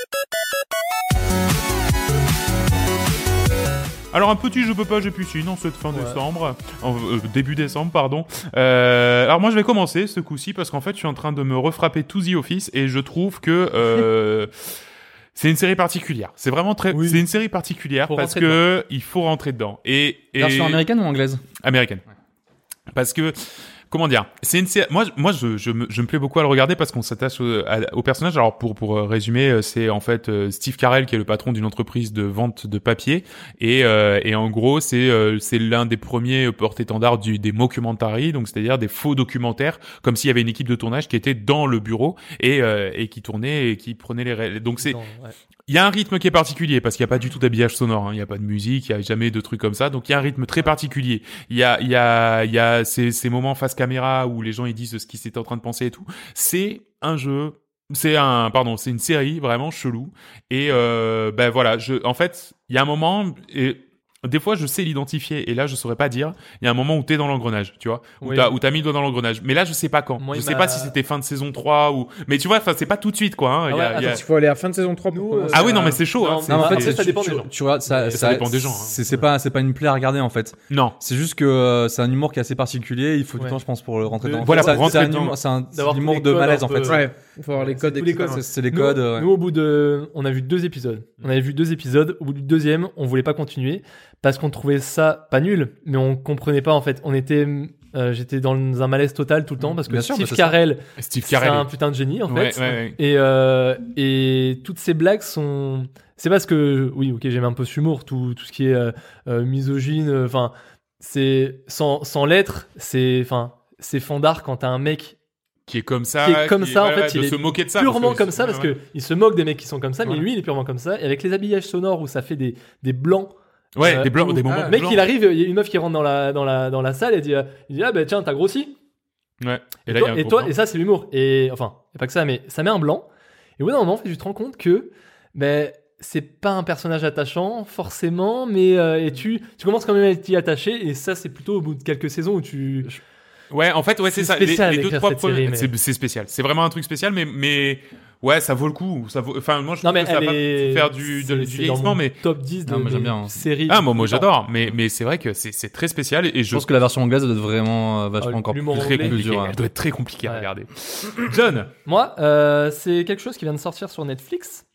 Alors un petit je peux pas j'ai piscine en cette fin Ouais. décembre, en, euh, début décembre pardon. Euh, alors moi je vais commencer ce coup-ci parce qu'en fait je suis en train de me refrapper To The Office et je trouve que euh, c'est une série particulière. C'est vraiment très, Oui. c'est une série particulière Faut parce rentrer que il faut rentrer dedans. Et, et... Version américaine ou anglaise? américaine. Parce que comment dire, c'est une série. Moi, moi, je, je, me, je me plais beaucoup à le regarder parce qu'on s'attache au, à- au personnage. Alors pour pour euh, résumer, euh, c'est en fait euh, Steve Carell qui est le patron d'une entreprise de vente de papier et euh, et en gros c'est euh, c'est l'un des premiers porte-étendards du des mockumentaries, donc c'est-à-dire des faux documentaires, comme s'il y avait une équipe de tournage qui était dans le bureau et euh, et qui tournait et qui prenait les ré- donc c'est Non, ouais. il y a un rythme qui est particulier parce qu'il n'y a pas du tout d'habillage sonore, hein. Il n'y a pas de musique, il n'y a jamais de trucs comme ça. Donc il y a un rythme très particulier. Il y a, il y a, il y a ces, ces moments face caméra où les gens ils disent ce qu'ils étaient en train de penser et tout. C'est un jeu, c'est un, pardon, c'est une série vraiment chelou. Et euh, ben voilà, je, en fait, il y a un moment et des fois je sais l'identifier et là je saurais pas dire. Il y a un moment où t'es dans l'engrenage, tu vois, où Oui. t'as où t'as mis le doigt dans l'engrenage. Mais là je sais pas quand. Moi, je il sais m'a- pas si c'était fin de saison trois ou. Mais tu vois, enfin c'est pas tout de suite quoi. Hein. Ah Il y a- ouais, il y a- attends, Il faut aller à la fin de saison trois pour Nous, commencer Ah à- oui non mais c'est chaud. Non, hein. C'est- non, Non, mais en Après, fait, ça tu- dépend tu, des gens. tu vois, ça, Ça dépend des gens, hein. C'est c'est pas, c'est pas une plaie à regarder en fait. Non. C'est juste que euh, c'est un humour qui est assez particulier. Il faut du Ouais. temps, je pense, pour le rentrer De- dedans. Voilà, C'est- pour rentrer c'est un dedans. humour- C'est un c'est D'avoir un tous humour les de codes malaise un en fait. peu. Ouais, il faut avoir les codes, tous les et cetera. codes, C'est c'est les Nous- codes. ouais. Nous, au bout de, on a vu deux épisodes. On avait vu deux épisodes. Au bout du deuxième, on voulait pas continuer parce qu'on trouvait ça pas nul, mais on comprenait pas en fait. On était, euh, j'étais dans un malaise total tout le temps parce que Bien sûr, Steve bah, c'est Carell, Steve c'est Carell. un putain de génie en Ouais, fait. ouais, ouais. Et euh, et toutes ces blagues sont, c'est parce que oui, ok, j'aime un peu ce humour, tout tout ce qui est euh, euh, misogyne. Enfin, c'est sans sans l'être, c'est enfin c'est fandard quand t'as un mec Qui est comme ça. qui est comme ça, en fait, de il est se moquer de ça. purement parce que- comme ça parce ouais, que il se moque des mecs qui sont comme ça, mais Voilà. lui il est purement comme ça. Et avec les habillages sonores où ça fait des des blancs. Ouais, euh, des blancs, où- des moments Le mec blancs. il arrive, il y a une meuf qui rentre dans la dans la dans la salle et dit euh, il dit ah bah tiens t'as grossi. Ouais. Et, Et là, il y toi, a un et, gros toi- blanc. et ça c'est l'humour. Et enfin y a pas que ça, mais ça met un blanc. Et au bout d'un moment en fait tu te rends compte que ben c'est pas un personnage attachant forcément, mais euh, et tu tu commences quand même à y attacher. Et ça c'est plutôt au bout de quelques saisons où tu Ouais, en fait, ouais, c'est C'est ça. Les, spécial les deux, d'écrire trois cette premiers, série, mais- c'est, c'est spécial. C'est vraiment un truc spécial, mais, mais, ouais, ça vaut le coup. Ça vaut, enfin, moi, je non trouve mais que ça elle va est pas faire du, de, c'est- du c'est vieillissement, dans mon mais, top dix de Non, mais j'aime mes bien, hein. séries. ah, moi, moi, tout le temps. j'adore. Mais, mais c'est vrai que c'est, c'est très spécial et je, Je pense que la version anglaise doit être vraiment euh, vachement Ah, encore l'humour plus, très anglais. plus compliqué. dur. ouais. Elle doit être très compliquée à Ouais. regarder. John. Moi, euh, c'est quelque chose qui vient de sortir sur Netflix.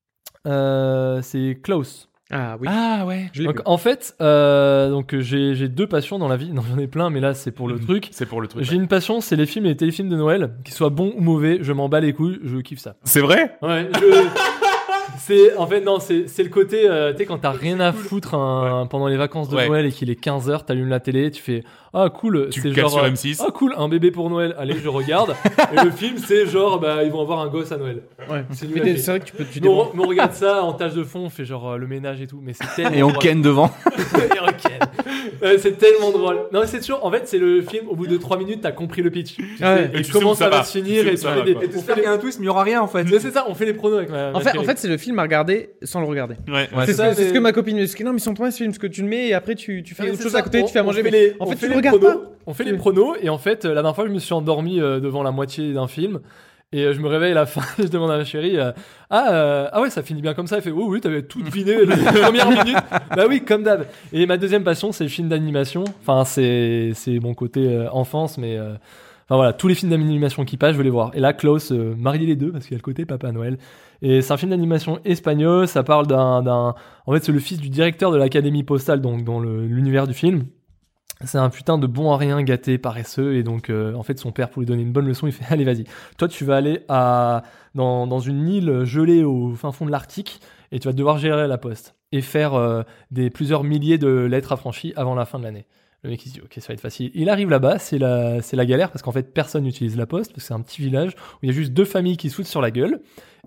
Euh, c'est Klaus. Ah oui. Ah, ouais. Je l'ai Donc vu. en fait, euh, donc j'ai j'ai deux passions dans la vie. Non, j'en ai plein, mais là c'est pour le truc. C'est pour le truc. J'ai une passion, c'est les films et les téléfilms de Noël, qu'ils soient bons ou mauvais. Je m'en bats les couilles, je kiffe ça. C'est vrai? Ouais, je... c'est en fait non, c'est c'est le côté, euh, tu sais quand t'as rien à foutre un- pendant les vacances de Ouais. Noël et qu'il est quinze heures, t'allumes la télé, tu fais ah cool, Tu c'est le cales genre sur euh, M six. ah cool, un bébé pour Noël. Allez, je regarde. Et le film c'est genre bah ils vont avoir un gosse à Noël. Ouais. C'est Mais nul à des- chier. c'est vrai que tu peux. Tu Mais on, débrouilles. mais on regarde ça en tâche de fond, on fait genre euh, le ménage et tout, mais c'est tellement Et on drôle. ken devant. Et on ken. Ouais, c'est tellement drôle. Non, mais c'est toujours. En fait, c'est le film. Au bout de trois minutes, t'as compris le pitch. Tu Ah ouais. sais, Et et tu sais comment où ça ça va va. se Tu finir sais où et tu ça fais va, des. quoi. et tu fais des- y a un twist, mais il y aura rien en fait. Mais c'est ça, on fait les pronos avec ma. En ma fait, chérie. en fait, c'est le film à regarder sans le regarder. Ouais. Ouais, c'est c'est ça, ce, c'est ce mais- que ma copine me dit. Non, mais ils sont trop bien ce film, ce que tu le mets et après tu, tu fais Ouais, autre c'est chose ça, à côté, on- tu fais à on manger. fait Mais les- en on fait, fait tu les le regardes pronos. pas. On fait les pronos et en fait, la dernière fois, je me suis endormi euh, devant la moitié d'un film. Et euh, je me réveille à la fin, je demande à ma chérie euh, ah, euh, ah ouais, ça finit bien comme ça. Elle fait oh oui, t'avais tout deviné les premières minutes. Bah oui, comme d'hab. Et ma deuxième passion, c'est le film d'animation. Enfin, c'est c'est mon côté euh, enfance, mais euh, enfin voilà, tous les films d'animation qui passent, je veux les voir. Et là, Klaus euh, marie les deux parce qu'il y a le côté Papa Noël. Et c'est un film d'animation espagnol. Ça parle d'un d'un en fait, c'est le fils du directeur de l'académie postale, donc dans le- l'univers du film. C'est un putain de bon à rien gâté, paresseux, et donc euh, en fait son père pour lui donner une bonne leçon, il fait allez vas-y, toi tu vas aller à dans, dans une île gelée au fin fond de l'Arctique et tu vas devoir gérer la poste et faire euh, des plusieurs milliers de lettres affranchies avant la fin de l'année. Le mec il se dit ok ça va être facile. Il arrive là-bas, c'est la c'est la galère parce qu'en fait personne n'utilise la poste parce que c'est un petit village où il y a juste deux familles qui se foutent sur la gueule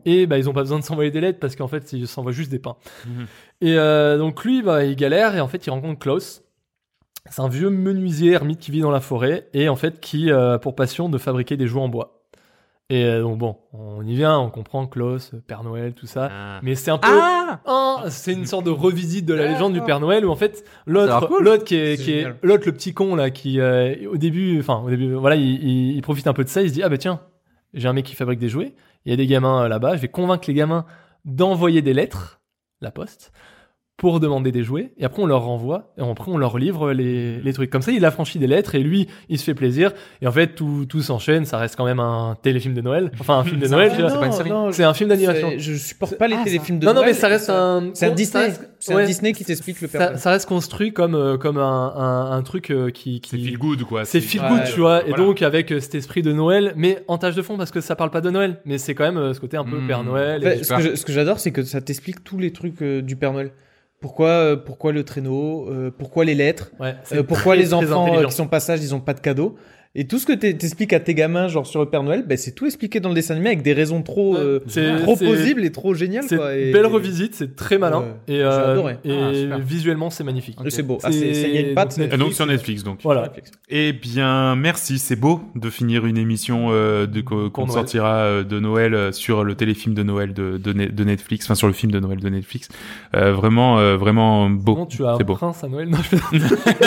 et bah ils ont pas besoin de s'envoyer des lettres parce qu'en fait ils s'envoient juste des pains. Mhm. Et euh, donc lui bah il galère et en fait il rencontre Klaus. C'est un vieux menuisier ermite qui vit dans la forêt et en fait qui a euh, pour passion de fabriquer des jouets en bois. Et euh, donc bon, on y vient, on comprend Klaus, Père Noël, tout ça. Ah. Mais c'est un peu, Ah oh, c'est une sorte de revisite de la légende du Père Noël où en fait l'autre, Ça a l'air cool. l'autre qui est, C'est qui est génial. l'autre le petit con là qui euh, au début, enfin au début, voilà, il, il, il profite un peu de ça, il se dit ah bah tiens, j'ai un mec qui fabrique des jouets, il y a des gamins euh, là-bas, je vais convaincre les gamins d'envoyer des lettres, la poste, pour demander des jouets, et après on leur renvoie, et après on leur livre les, les trucs. Comme ça, il affranchit des lettres, et lui, il se fait plaisir, et en fait, tout, tout s'enchaîne, ça reste quand même un téléfilm de Noël, enfin un film de Noël, je veux dire. c'est pas une série. Non, C'est un film d'animation. c'est- Je supporte pas les Ah, téléfilms de non, non, Noël. mais ça reste un... C'est un ça Disney. reste- C'est ouais. un Disney qui t'explique le Père Ça, Noël. ça reste construit comme, euh, comme un, un, un truc euh, qui... qui... C'est feel good, quoi. C'est feel Ouais, good, tu vois, et voilà. donc avec euh, cet esprit de Noël, mais en tâche de fond, parce que ça parle pas de Noël, mais c'est quand même euh, ce côté un peu Mmh. Père Noël. En et- fait, ce que je- ce que j'adore, c'est que ça t'explique tous les trucs euh, du Père Noël. Pourquoi, euh, pourquoi le traîneau, euh, pourquoi les lettres, Ouais, c'est euh, pourquoi très, les très enfants euh, intelligent. qui sont pas sages, ils ont pas de cadeaux. Et tout ce que t'es- t'expliques à tes gamins, genre sur le Père Noël, ben c'est tout expliqué dans le dessin animé avec des raisons trop, Ouais. euh, C'est- trop c'est- possibles et trop géniales. C'est quoi. Et- une belle revisite, c'est très malin, Ouais, et, j'ai euh, adoré. et Ah, super. visuellement c'est magnifique. Et c'est beau. Ah, C'est- c'est- c'est- il y a une patte. donc, Et donc sur Netflix, donc. Voilà. Netflix. Eh bien, merci. C'est beau de finir une émission euh, de qu'on qu'on Noël. sortira euh, de Noël euh, sur le téléfilm de Noël de, de, Ne- de Netflix, enfin sur le film de Noël de Netflix. Euh, vraiment, euh, vraiment beau. Bon, tu as un C'est beau. prince à Noël. Non, je fais-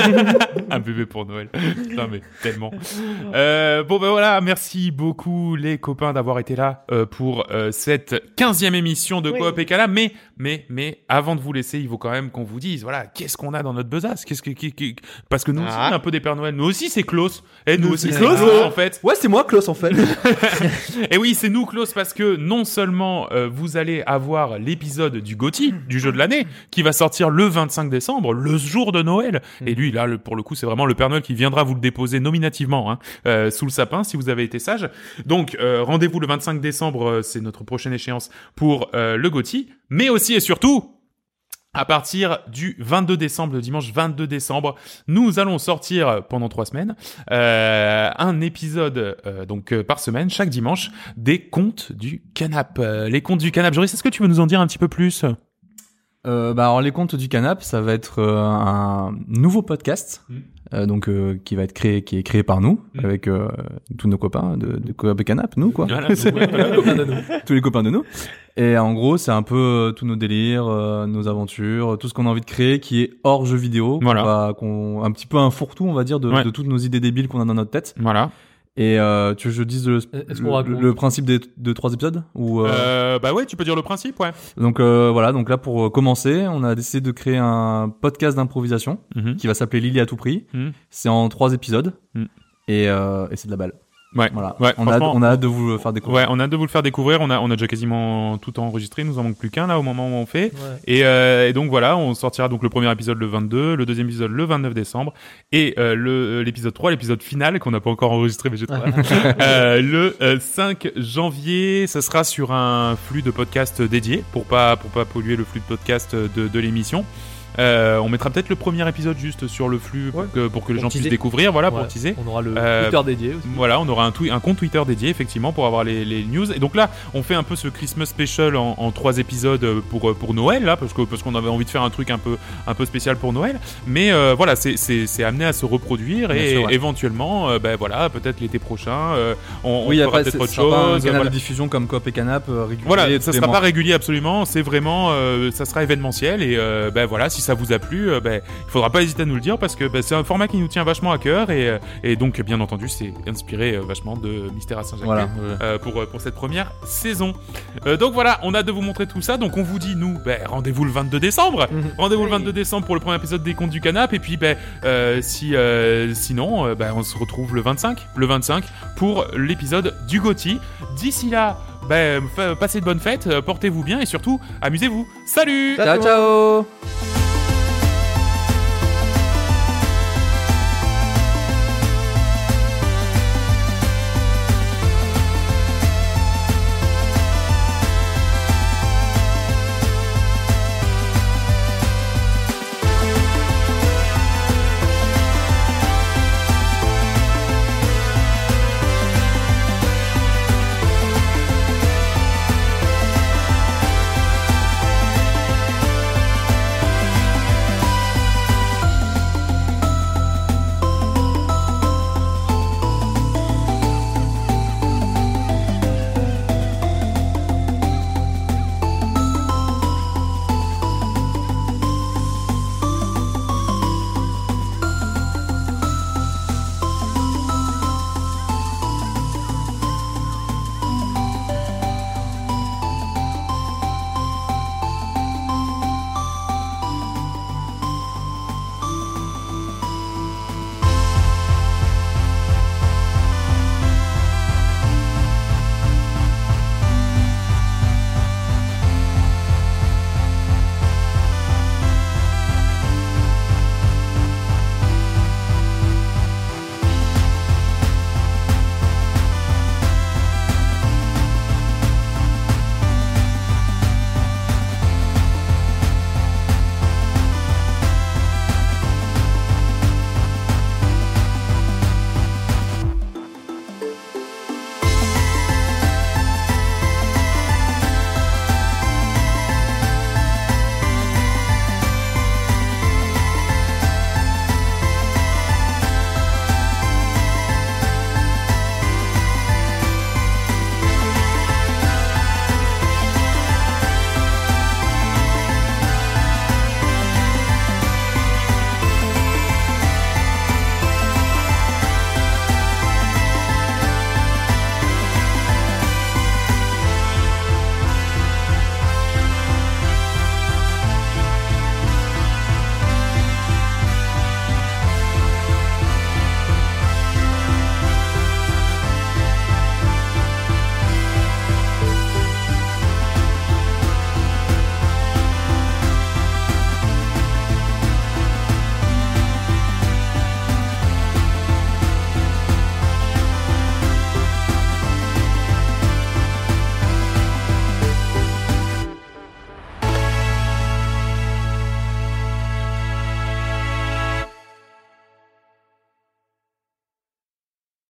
Un bébé pour Noël. Putain, mais tellement. Euh, bon, ben voilà, merci beaucoup les copains d'avoir été là euh, pour euh, cette quinzième émission de Oui. Coop et Cala. Mais, mais, mais, avant de vous laisser, il faut quand même qu'on vous dise, voilà, qu'est-ce qu'on a dans notre besace qu'est-ce que, qui- qui- Parce que nous aussi, Ah. on est un peu des Pères Noël. Nous aussi, c'est Klaus. Et nous, Nous, aussi, c'est c'est Klaus. Klaus, en fait. Ouais, c'est moi, Klaus, en fait. Et oui, c'est nous, Klaus, parce que non seulement euh, vous allez avoir l'épisode du GOTY, du jeu de l'année, qui va sortir le vingt-cinq décembre, le jour de Noël. Et lui, là, le- pour le coup, c'est vraiment le Père Noël qui viendra vous le déposer nominativement hein, euh, sous le sapin, si vous avez été sage. Donc, euh, rendez-vous le vingt-cinq décembre, euh, c'est notre prochaine échéance pour euh, le GOTY. Mais aussi et surtout... À partir du vingt-deux décembre, le dimanche vingt-deux décembre, nous allons sortir pendant trois semaines euh, un épisode euh, donc euh, par semaine, chaque dimanche, des contes du canap. Euh, les contes du canap. Joris, est-ce que tu veux nous en dire un petit peu plus ? Euh, bah alors les contes du canap, ça va être euh, un nouveau podcast, Mm. euh, donc euh, qui va être créé, qui est créé par nous, Mm. avec euh, tous nos copains de, de Coop et Canap, nous quoi, Voilà, donc, ouais, voilà. Copain de nous. tous les copains de nous. Et en gros, c'est un peu euh, tous nos délires, euh, nos aventures, tout ce qu'on a envie de créer, qui est hors jeu vidéo. Voilà. Qu'on va- qu'on- un petit peu un fourre-tout, on va dire, de, Ouais. de toutes nos idées débiles qu'on a dans notre tête. Voilà. Et euh, tu veux que je dise le, Est-ce qu'on le, raconte le principe des de trois épisodes ou euh, Euh, bah ouais, tu peux dire le principe, ouais. Donc euh, voilà, donc là pour euh, commencer, on a décidé de créer un podcast d'improvisation Mhm. qui va s'appeler Lily à tout prix. Mhm. C'est en trois épisodes Mhm. et, euh, et c'est de la balle. Ouais. Voilà. Ouais, on, a hâte, franchement- on a hâte de vous le faire découvrir. Ouais, on a hâte de vous le faire découvrir. On a, on a déjà quasiment tout enregistré. Il nous en manque plus qu'un là au moment où on fait. Ouais. Et, euh, et donc voilà, on sortira donc le premier épisode le vingt-deux, le deuxième épisode le vingt-neuf décembre et euh, le l'épisode trois, l'épisode final qu'on n'a pas encore enregistré mais j'ai trop hâte. euh, le euh, cinq janvier. Ça sera sur un flux de podcast dédié pour pas pour pas polluer le flux de podcast de, de l'émission. Euh, on mettra peut-être le premier épisode juste sur le flux pour Ouais. que, pour que les Pour gens teaser. puissent découvrir, voilà, pour Ouais. teaser. On aura le Euh, Twitter dédié aussi. Voilà, on aura un, twi- un compte Twitter dédié effectivement pour avoir les, les news. Et donc là, on fait un peu ce Christmas special en, en trois épisodes pour pour Noël là, parce que parce qu'on avait envie de faire un truc un peu un peu spécial pour Noël. Mais euh, voilà, c'est c'est c'est amené à se reproduire Bien et sûr, ouais. éventuellement, euh, ben voilà, peut-être l'été prochain, euh, on, Oui, on fera après, peut-être c'est- autre ce sera pas un chose. canal Voilà. de diffusion comme Coop et Canap euh, régulier. Voilà, tous ça les sera mois. pas régulier absolument, c'est vraiment, euh, ça sera événementiel et euh, ben voilà, si ça vous a plu, euh, ben il faudra pas hésiter à nous le dire parce que ben, c'est un format qui nous tient vachement à cœur et euh, et donc bien entendu c'est inspiré euh, vachement de Mystère à Saint-Jacques. Voilà. euh, pour euh, pour cette première saison. Euh, donc voilà, on a de vous montrer tout ça. Donc on vous dit nous, ben rendez-vous le vingt-deux décembre. Rendez-vous le vingt-deux décembre pour le premier épisode des Contes du Canap et puis ben euh, si euh, sinon euh, ben on se retrouve le vingt-cinq, le vingt-cinq pour l'épisode du GOTY. D'ici là, ben fa- passez de bonnes fêtes, euh, portez-vous bien et surtout amusez-vous. Salut. Ciao ciao.